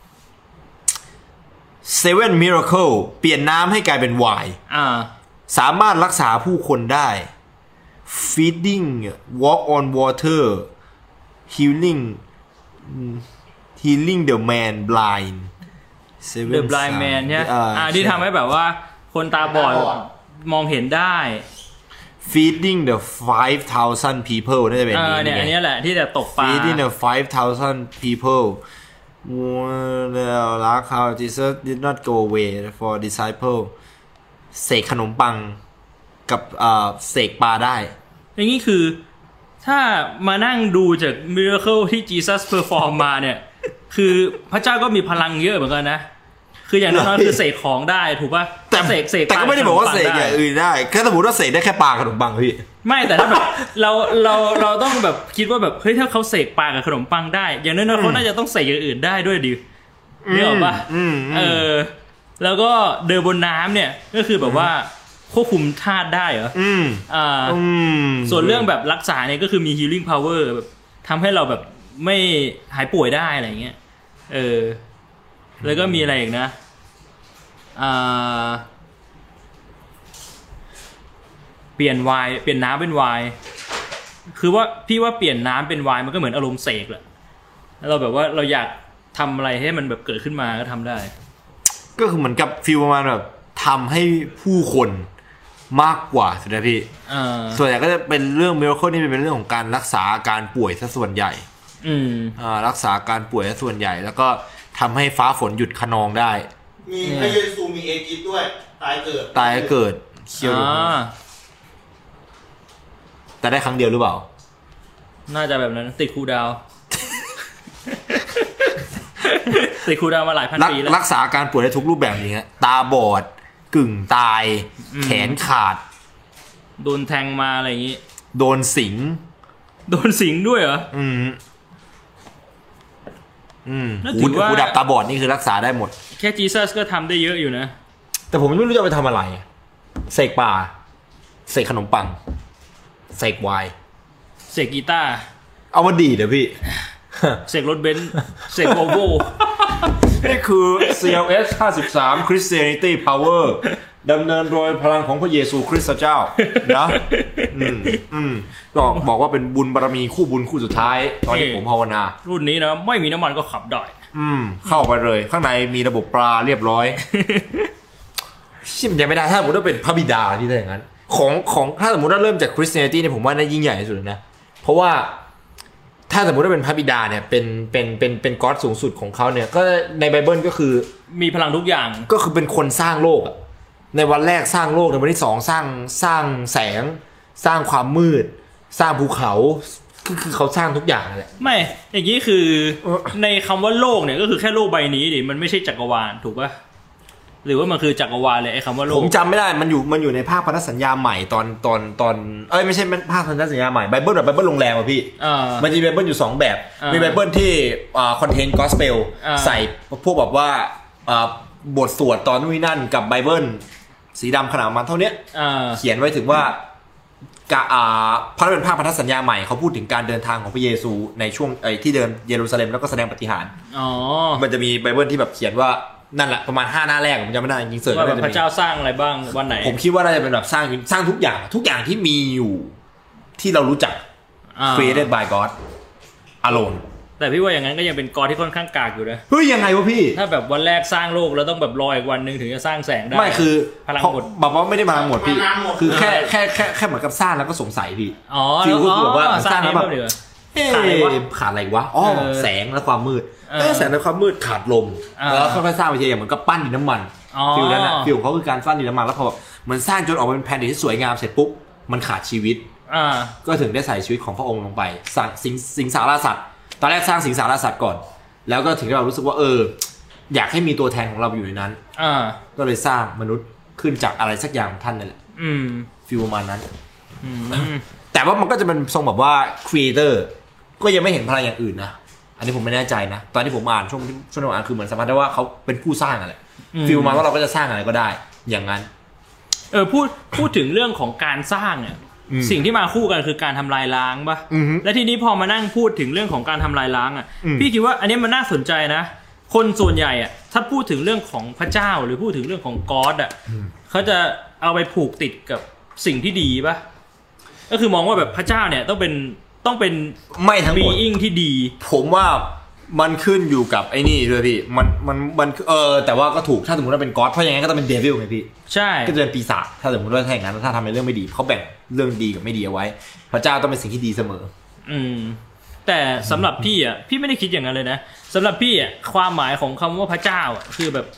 Speaker 1: Seven miracle เปลี่ยนน้ำให้กลายเป็นไวน์
Speaker 2: อ่า
Speaker 1: สามารถรักษาผู้คนได้ feeding walk on water healing healing the man blind
Speaker 2: the blind man ใช่อ่าที่ทำให้แบบว่าคนตาบอดมองเห็นได้
Speaker 1: feeding the five thousand people น่าจะเป็น
Speaker 2: นี้เนี่ยอันนี้แหละที่จะตกปลา
Speaker 1: feeding the five thousand people like how Jesus did not go away for discipleเสกขนมปังกับเสกปลาได้
Speaker 2: อย่างนี้คือถ้ามานั่งดูจาก Miracle ที่ Jesus perform มาเนี่ยคือพระเจ้าก็มีพลังเยอะเหมือนกันนะคืออย่างน้อยๆคือเสกของได้ถูกป่ะ
Speaker 1: แต่เสกเสกแต่ก็ไม่ได้บอกว่าเสกอย่างอื่นได้แค่สมมติว่าเสกได้แค่ปลาขนมปังพี่
Speaker 2: ไม่แต่ถ้าแบบเราเราเราต้องแบบคิดว่าแบบเฮ้ยถ้าเขาเสกปลากับขนมปังได้อย่างน้อยๆเขาน่าจะต้องเสกอย่างอื่นได้ด้วยดินึกออกป่ะเออแล้วก็เดินบนน้ำเนี่ยก็คือแบบว่าควบคุมธาตุได้เหรออืมอ่าส่วนเรื่องแบบรักษาเนี่ยก็คือมี healing power แบบทำให้เราแบบไม่หายป่วยได้อะไรเงี้ยเออแล้วก็มีอะไรอีกนะอ่าเปลี่ยนไวน์เปลี่ยนน้ำเป็นไวน์คือว่าพี่ว่าเปลี่ยนน้ำเป็นไวน์มันก็เหมือนอารมณ์เสกแหละเราแบบว่าเราอยากทำอะไรให้มันแบบเกิดขึ้นมาก็ทำได้
Speaker 1: ก็คือเหมือนกับฟีลประมาณแบบทำให้ผู้คนมากกว่าสินะพี่ส่วนใหญ่ก็จะเป็นเรื่องมิราเคิลนี่เป็นเรื่องของการรักษาอาการป่วยซะส่วนใหญ่รักษาการป่วยซะส่วนใหญ่แล้วก็ทำให้ฟ้าฝนหยุดคะนองได้
Speaker 3: มีพระเยซูมีเอจิปต์ด้วยตายเกิด
Speaker 1: ตายเกิดเคียวแต่ได้ครั้งเดียวหรือเปล่า
Speaker 2: น่าจะแบบนั้นติดคูดาวติดคูดาวมาหลายพันปีแล้ว
Speaker 1: รักษาการป่วยได้ทุกรูปแบบนี้ฮะตาบอดกึ่งตายแขนขาด
Speaker 2: โดนแทงมาอะไรอย่างงี้
Speaker 1: โดนสิง
Speaker 2: โดนสิงด้วยเหรออืม
Speaker 1: อืมหูหูดับตาบอดนี่คือรักษาได้หมด
Speaker 2: แค่จีซัสก็ทำได้เยอะอยู่นะ
Speaker 1: แต่ผมไม่รู้จะไปทำอะไรเสกปลาเสกขนมปังเสกไวน์
Speaker 2: เสกกีตาร์
Speaker 1: เอามาดีเดี๋ยวพี่
Speaker 2: เสกรถเบนซ์เสกโวโว่
Speaker 1: นี่คือ ซี แอล เอส ห้าสิบสาม Christianity Power ดำเนินโดยพลังของพระเยซูคริสต์เจ้านะอืมอืมก็บอกว่าเป็นบุญบารมีคู่บุญคู่สุดท้ายตอนที่ผมภาวนา
Speaker 2: รุ่นนี้นะไม่มีน้ำมันก็ขับได้
Speaker 1: อืมเข้าไปเลยข้างในมีระบบปลาเรียบร้อยชิมใจไม่ได้ถ้าสมมติว่าเป็นพระบิดาที่ได้อย่างนั้นของของถ้าสมมติว่าเริ่มจาก Christianity เนี่ยผมว่าน่ายิ่งใหญ่ที่สุดนะเพราะว่าถ้าสมมติว่าเป็นพระบิดาเนี่ยเป็นเป็นเป็นเป็นก็อดสูงสุดของเขาเนี่ยก็ในไบเบิลก็คือ
Speaker 2: มีพลังทุกอย่าง
Speaker 1: ก็คือเป็นคนสร้างโลกในวันแรกสร้างโลกในวันที่สองสร้างสร้างแสงสร้างความมืดสร้างภูเขาคือคือเขาสร้างทุกอย่างแหละ
Speaker 2: ไม่อย่างนี้คือในคำว่าโลกเนี่ยก็คือแค่โลกใบนี้ดิมันไม่ใช่จักรวาลถูกป่ะหรือว่ามันคือจักรวาลเลยไอ้คำว่าโลก
Speaker 1: ผมจำไม่ได้มันอยู่มันอยู่ในภาคพันธสัญญาใหม่ตอนตอนตอนเอ้ยไม่ใช่ภาคพันธสัญญาใหม่ไบเบิลแบบไบเบิลโรงแรมอ่ะพี่มันจะมีไบเบิลอยู่สองแบบมีไบเบิลที่อ่าคอนเทนต์กอสเปลใส่พวกแบบว่าอ่าบทสวดตอนนู้นนั่นกับไบเบิลสีดำขนาดมันเท่านี้เขียนไว้ถึงว่ากะอ่าพระเป็นภาคพันธสัญญาใหม่เขาพูดถึงการเดินทางของพระเยซูในช่วงไอ้ที่เดินเยรูซาเล็มแล้วก็แสดงปาฏิหาริย์อ๋อมันจะมีไบเบิลที่แบบเขียนว่านั่นแหละประมาณห้าหน้าแรกผมจำไม่ได้ยิงเสิร์ช
Speaker 2: ว่าพระเจ้าสร้างอะไรบ้างวันไหน
Speaker 1: ผมคิดว่าน่าจะเป็นแบบสร้างสร้างทุกอย่างทุกอย่างที่มีอยู่ที่เรารู้จัก created by God alone
Speaker 2: แต่พี่ว่าอย่างนั้นก็ยังเป็นกอที่ค่อนข้างกากอยู่นะ
Speaker 1: เฮ้ยยังไงวะพี่
Speaker 2: ถ้าแบบวันแรกสร้างโลกแล้วต้องแบบรออีกวันนึงถึงจะสร้างแสงได้
Speaker 1: ไม่คือพลังหมดบอกว่าไม่ได้มาหมดพี่คือแค่แค่แค่แค่เหมือนกับสร้างแล้วก็สงสัยพี่
Speaker 2: อ๋อ
Speaker 1: คือ
Speaker 2: คือ
Speaker 1: แบบว่าสร้างแล้วแบบขาดอะไรวะขาดอะไรวะอ๋อแสงและความมืดเออแสงและความมืดขาดลมแล้วค่อยๆสร้างไปทีอย่างเหมือนกับปั้นดินน้ำมันฟิลนั้นนะฟิลของเขาคือการปั้นดินน้ำมันแล้วพอแบบเหมือนสร้างจนออกมาเป็นแผ่นดินที่สวยงามเสร็จปุ๊บมันขาดชีวิตก็ถึงได้ใส่ชีวิตของพระองค์ลงไปสิงสิงสารสัตว์ตอนแรกสร้างสิงสารสัตว์ก่อนแล้วก็ถึงได้เรารู้สึกว่าเอออยากให้มีตัวแทนของเราอยู่ในนั้นก็เลยสร้างมนุษย์ขึ้นจากอะไรสักอย่างของท่านนั่นแหละฟิลประมาณนั้นแต่ว่ามันก็จะเป็นทรงแบบว่าครีเอเตอร์ก็ยังไม่เห็นพลังอย่างอื่นนะอันนี้ผมไม่แน่ใจนะตอนที่ผมอ่านช่วงช่วงอ่านคือเหมือนสัมผัสได้ว่าเขาเป็นผู้สร้างอะไรฟีลมาว่าเราก็จะสร้างอะไรก็ได้อย่างนั้น
Speaker 2: เออพูดพูดถึงเรื่องของการสร้างเนี่ยสิ่งที่มาคู่กันคือการทำลายล้างป่ะและทีนี้พอมานั่งพูดถึงเรื่องของการทำลายล้างอ่ะพี่คิดว่าอันนี้มันน่าสนใจนะคนส่วนใหญ่อ่ะถ้าพูดถึงเรื่องของพระเจ้าหรือพูดถึงเรื่องของก็อดอ่ะเขาจะเอาไปผูกติดกับสิ่งที่ดีป่ะก็คือมองว่าแบบพระเจ้าเนี่ยต้องเป็นต้องเป็น
Speaker 1: ไม่ทั้งหมด
Speaker 2: being ที่ดี
Speaker 1: ผมว่ามันขึ้นอยู่กับไอ้นี่ด้วยพี่มันมันมันเออแต่ว่าก็ถูกถ้าสมมติว่าเป็นก็อดเพราะอย่างนั้นก็ต้องเป็นเดวิลไงพี่
Speaker 2: ใช่
Speaker 1: ก็จะเป็นปีศาจถ้าสมมติว่าถ้าอย่างนั้นถ้าทำในเรื่องไม่ดีเขาแบ่งเรื่องดีกับไม่ดีเอาไว้พระเจ้าต้องเป็นสิ่งที่ดีเสมอ
Speaker 2: อืมแต่สำหรับพี่อ่ะพี่ไม่ได้คิดอย่างนั้นเลยนะสำหรับพี่อ่ะความหมายของคำว่าพระเจ้าอ่ะคือแบบ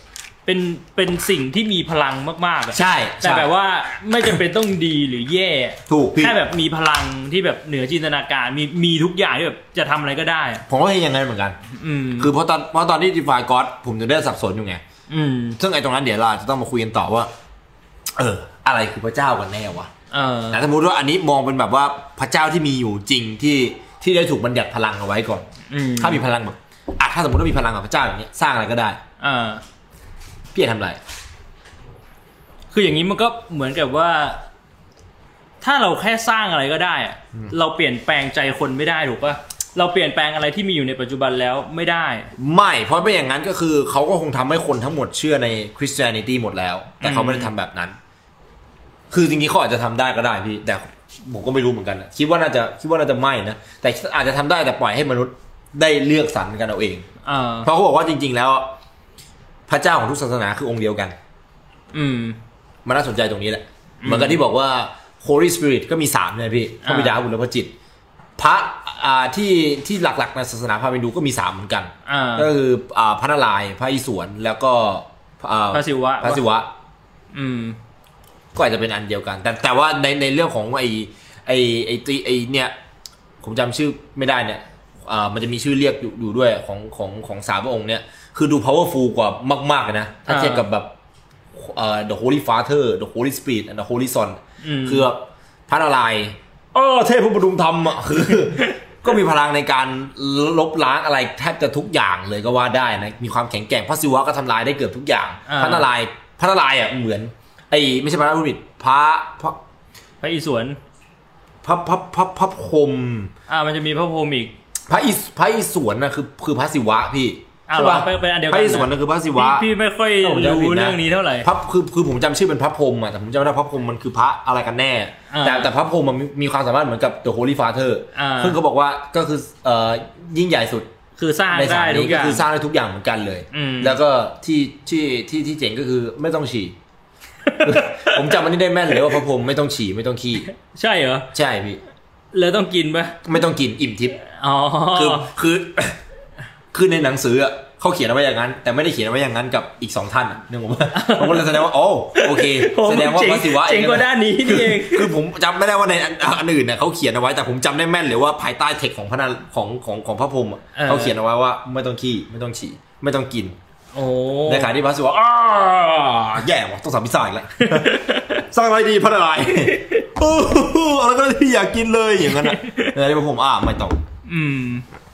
Speaker 2: เป็นเป็นสิ่งที่มีพลังมากๆ
Speaker 1: ใช่
Speaker 2: แต่แบบว่าไม่จำเป็นต้องดีหรือแย่
Speaker 1: ถูก
Speaker 2: แค่แบบมีพลังที่แบบเหนือจินตนาการมีมีทุกอย่างที่แบบจะทำอะไรก็ได้
Speaker 1: ผมก็เห็นอย่างนั้นเหมือนกันคือเพราะตอนเพราะตอนที่ Defy God ผมถึงได้สับสนอยู่ไงซึ่งไอ้ตรงนั้นเดี๋ยวเราจะต้องมาคุยกันต่อว่าเอออะไรคือพระเจ้ากันแน่วะแต่สมมติว่าอันนี้มองเป็นแบบว่าพระเจ้าที่มีอยู่จริงที่ที่ได้ถูกบัญญัติพลังเอาไว้ก่อนถ้ามีพลังแบบอ่ะถ้าสมมติว่ามีพลังแบบพระเจ้าอย่างนี้สร้างอะไรก็ได้พี่จะทำอะไร
Speaker 2: คืออย่างนี้มันก็เหมือนกับว่าถ้าเราแค่สร้างอะไรก็ได้เราเปลี่ยนแปลงใจคนไม่ได้ถูกป่ะเราเปลี่ยนแปลงอะไรที่มีอยู่ในปัจจุบันแล้วไม่ได้
Speaker 1: ไม่เพราะเป็นอย่างนั้นก็คือเขาก็คงทำให้คนทั้งหมดเชื่อใน Christianity หมดแล้วแต่เขาไม่ได้ทำแบบนั้นคือจริงๆเขาอาจจะทำได้ก็ได้พี่แต่ผมก็ไม่รู้เหมือนกันคิดว่าน่าจะคิดว่าน่าจะไม่นะแต่อาจจะทำได้แต่ปล่อยให้มนุษย์ได้เลือกสรรกันเอาเองเพราะเขาบอกว่าจริงๆแล้วพระเจ้าของทุกศาสนาคือองค์เดียวกันอืมมันน่าสนใจตรงนี้แหละเหมือนกันที่บอกว่า Holy Spirit ก็มีสามเลยพี่พระบิดาบุตรและพระจิตพระอ่าที่ที่หลักๆในศาสนาพราหมณ์ฮินดูก็มีสามเหมือนกันก็คืออ่าพระนารายณ์พระอิศวรแล้วก็
Speaker 2: พระศิวะ
Speaker 1: พระศิวะอืมก็อาจจะเป็นอันเดียวกันแต่แต่ว่าในในเรื่องของไอ้ไอ้ไอ้ไอ้เนี่ยผมจำชื่อไม่ได้เนี่ยอ่ามันจะมีชื่อเรียกอยู่อยู่ด้วยของของของสามพระองค์เนี่ยคือดู powerful กว่ามากๆเลยนะถ้าเทียบกับแบบเอ่อ the Holy Father the Holy Spirit and the Holy Son คือพระนารายณ์เออเทพผู้ประดุมธรรมอ่ะคือก็มีพลังในการลบล้างอะไรแทบจะทุกอย่างเลยก็ว่าได้นะมีความแข็งแกร่งพระศิวะก็ทำลายได้เกือบทุกอย่างพระนารายณ์พระนารายณ์อ่ะเหมือนไอ้ไม่ใช่พระพุทธมิตรพระพระ
Speaker 2: พระอิศวร
Speaker 1: พระพระพระพระพรหม
Speaker 2: อ่ามันจะมีพระพรหมอีก
Speaker 1: พระอิศพระอิศวรน่ะคือคือพระศิวะพี่
Speaker 2: ใช่ป่ะเป็นอันเดียวกัน
Speaker 1: พระอิศวรนั่นคือพระศิวะ
Speaker 2: พี่ไม่ค่อยรู้เรื่องนี้เท่าไหร่
Speaker 1: พระคือคือผมจำชื่อเป็นพระพรหมอ่ะแต่ผมจำไม่ได้พระพรหมมันคือพระอะไรกันแน่แต่แต่พระพรหมมันมีความสามารถเหมือนกับ The Holy Father ซึ่งเขาบอกว่าก็คือเอ่อยิ่งใหญ่สุด
Speaker 2: คือสร้างได้ทุกอย่าง
Speaker 1: คือสร้างได้ทุกอย่างเหมือนกันเลยแล้วก็ที่ที่ที่ที่เจ๋งก็คือไม่ต้องฉี่ผมจำมันนี่ได้แม่นเลยว่าพระพรหมไม่ต้องฉี่ไม่ต้องขี้
Speaker 2: ใช่เหรอ
Speaker 1: ใช่พี่
Speaker 2: แล้วต้องกินปะ
Speaker 1: ไม่ต้องกินอิ่มทิพย์อ๋อคือคือคือในหนังสือเขาเขียนเอาไว้อย่างนั้นแต่ไม่ได้เขียนเอาไว้อย่างนั้นกับอีกสองท่านนึกออกป่ะผมก็เลยแสดงว่าโอ้โอเคแสดงว่าพระศิวะ
Speaker 2: เองก็ด้านนี้นี่เอง
Speaker 1: คือผมจำไม่ได้ว่าในอันอื่นเนี่ยเขาเขียนเอาไว้แต่ผมจำได้แม่นเลยว่าภายใต้เทคของพระของของของพระพรหมเขาเขียนเอาไว้ว่าไม่ต้องขี้ไม่ต้องฉี่ไม่ต้องกิน
Speaker 2: โอ้
Speaker 1: ในขณะที่พระศิวะอ้าแย่ว่ะต้องสั่งพิซซ่าอีกแล้วสร้างอะไรดีพระนารายณ์โอ้โหอะไรก็ที่อยากกินเลยอย่างนั้นน่ะในที่พระพรหมอ่าไม่ต้องอืม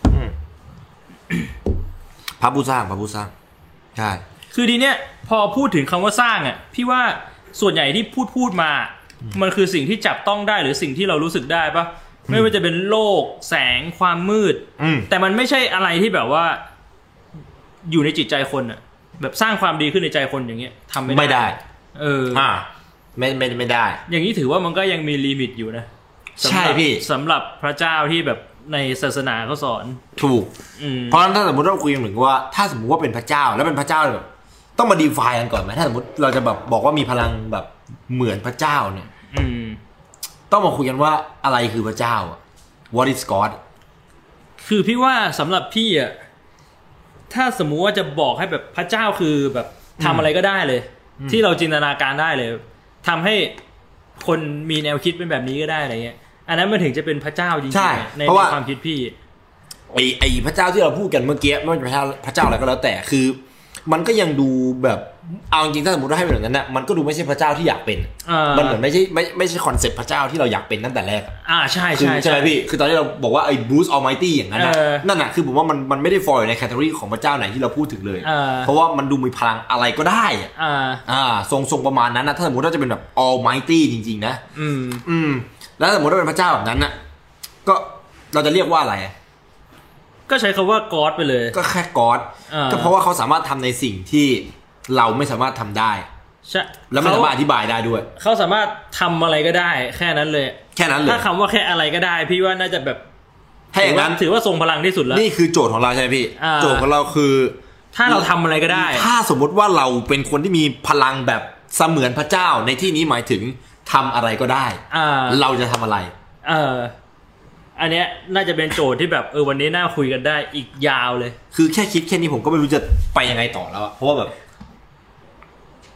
Speaker 1: พระผู้สร้างพระผู้สร้างใช่
Speaker 2: คือทีเนี้ยพอพูดถึงคำว่าสร้างอ่ะพี่ว่าส่วนใหญ่ที่พูดพูดมามันคือสิ่งที่จับต้องได้หรือสิ่งที่เรารู้สึกได้ปะไม่ว่าจะเป็นโลกแสงความมืดแต่มันไม่ใช่อะไรที่แบบว่าอยู่ในจิตใจคนอ่ะแบบสร้างความดีขึ้นในใจคนอย่างเงี้ยทำไม่ได้ไม่ได้เออ
Speaker 1: อ่าไม่ไม่ไม่ได้
Speaker 2: อย่างนี้ถือว่ามันก็ยังมีลิมิตอยู่นะ
Speaker 1: ใช่พี่
Speaker 2: สำหรับพระเจ้าที่แบบในศาสนาเขาสอน
Speaker 1: ถูกเพราะฉะนั้นถ้าสมมติเราคุยกันถึงว่าถ้าสมมติว่าเป็นพระเจ้าแล้วเป็นพระเจ้าแบบต้องมาดีไฟกันก่อนไหมถ้าสมมติเราจะแบบบอกว่ามีพลังแบบเหมือนพระเจ้าเนี่ยต้องมาคุยกันว่าอะไรคือพระเจ้า What is God
Speaker 2: คือพี่ว่าสำหรับพี่อ่ะถ้าสมมุติว่าจะบอกให้แบบพระเจ้าคือแบบทำอะไรก็ได้เลยที่เราจินตนาการได้เลยทำให้คนมีแนวคิดเป็นแบบนี้ก็ได้อะไรเงี้ยอันนั้นมันถึงจะเป็นพระเจ้าจริงๆในความคิดพี่
Speaker 1: ไอ้ไอ้พระเจ้าที่เราพูดกันเมื่อกี้ไม่ว่าจะพระเจ้าพระเจ้าอะไรก็แล้วแต่คือมันก็ยังดูแบบเอาจริงๆถ้าสมมติว่าให้เป็นแบบนั้นนะมันก็ดูไม่ใช่พระเจ้าที่อยากเป็นมันเหมือนไม่ใช่ไม่ไม่ใช่คอนเซ็ปต์พระเจ้าที่เราอยากเป็นตั้งแต่แรก
Speaker 2: อ่าใช่ใช่
Speaker 1: ใช่ไหมพี่คือตอนที่เราบอกว่าไอ้บรูซออลไมตี้อย่างนั้นนั่นน่ะคือผมว่ามันมันไม่ได้ฟอลอยู่ในแคตตาล็อกของพระเจ้าไหนที่เราพูดถึงเลยเพราะว่ามันดูมีพลังอะไรก็ได้อ่าอ่าทรงทรงประมาณนั้นนะถ้าสมมติว่าจะเป็นแบบออลไมตี้จริงๆนะอืมอืมแล้วสมมติว่าเป็นพระเจ้าแบบนั้นน่ะก็เราจะเรียกว่าอะไร
Speaker 2: ก็ใช้คำว่าก็อดไปเลย
Speaker 1: ก็แค่ก็อดก็เพราะว่าเขาสามารถทำในสิ่งที่เราไม่สามารถทำได้ใช่แล้วไม่สามารถอธิบายได้ด้วย
Speaker 2: เขาสามารถทำอะไรก็ได้แค่นั้นเลย
Speaker 1: แค่นั้นเลย
Speaker 2: ถ้าคำว่าแค่อะไรก็ได้พี่ว่าน่าจะแบบ
Speaker 1: ถ้าอย่างนั้น
Speaker 2: ถือว่าทรงพลังที่สุดแล้ว
Speaker 1: นี่คือโจทย์ของเราใช่ไหมพี่โจทย์ของเราคือ
Speaker 2: ถ้าเราทำอะไรก็ได้
Speaker 1: ถ้าสมมติว่าเราเป็นคนที่มีพลังแบบเสมือนพระเจ้าในที่นี้หมายถึงทำอะไรก็ได้เราจะทำอะไร
Speaker 2: เอออันเนี้ยน่าจะเป็นโจทย์ที่แบบเออวันนี้น่าคุยกันได้อีกยาวเลย
Speaker 1: คือแค่คิดแค่นี้ผมก็ไม่รู้จะไปยังไงต่อแล้วเพราะว่าแบบ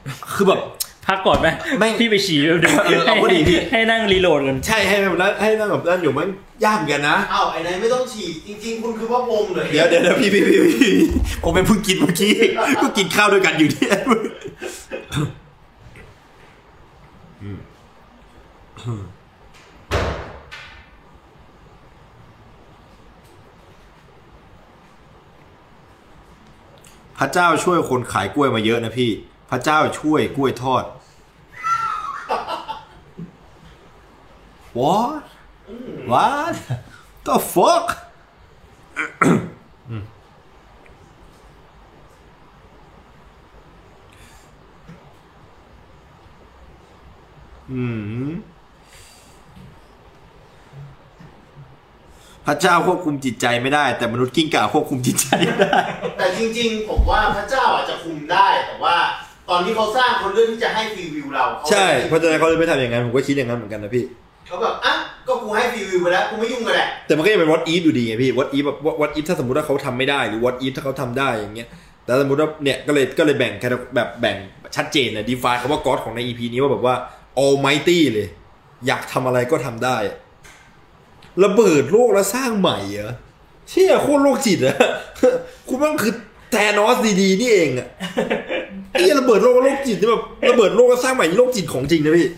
Speaker 1: คือแบบ
Speaker 2: พักก่อนไหมไม่พี่ไปฉี่เดี๋ยว
Speaker 1: เอาก็ดีพี่
Speaker 2: ให้นั่งรีโหลดกัน
Speaker 1: ใช่ให้แบบนั้นให้นั่งแบบนั้นอยู่มันยากกันนะ
Speaker 3: อ้าวไอ้ไหนไม่ต้องฉี่จริงๆคุณคือพ่อพรหมเลย
Speaker 1: เดี๋ยวเดี๋ยวพี่พี่พี่ผมเป็นเพิ่งกินเมื่อกี้ก็กินข้าวด้วยกันอยู่ที่พระเจ้าช่วยคนขายกล้วยมาเยอะนะพี่พระเจ้าช่วยกล้วยทอด What What the fuck อืมพระเจ้าควบคุมจิตใจไม่ได้แต่มนุษย์กิ้งก่าควบคุมจิตใจได้
Speaker 3: แต่จริงๆผมว่าพระเจ้าอาจจะคุมได้แต่ว่าตอนที่เขาสร้างเขาเลือกที่จะให้ฟรีวิวเรา
Speaker 1: ใช่เพราะฉะนั้นเขาเลยไม่ทำอย่างนั้นผมก็คิดอย่างนั้นเหมือนกันนะพี่
Speaker 3: เขาแบบอ่ะก็กูให้ฟรีวิวไปแล้วกูไม่ยุ่งกันแหละ
Speaker 1: แต่มันก็ยังเป็น what if อยู่ดีไงพี่ what if แบบ what if ถ้าสมมติว่าเขาทำไม่ได้หรือ what if ถ้าเขาทำได้อย่างเงี้ยแต่สมมติว่าเนี่ยก็เลยก็เลยแบ่งแค่แบบแบ่งชัดเจนนะ define คำว่า God ของใน อี พี นี้ว่าแบบว่า almighty เลยอยากทำอะไรก็ทำได้ระเบิดโลกแล้วสร้างใหม่เหรอเชี่ยโคตรโลกจิตอะคุณมันคือแทนอสดีๆนี่เองอะไอ้ระเบิดโลกโลกจิตนี่แบบระเบิดโลกแล้วสร้างใหม่โลกจิตของจริงนะพี่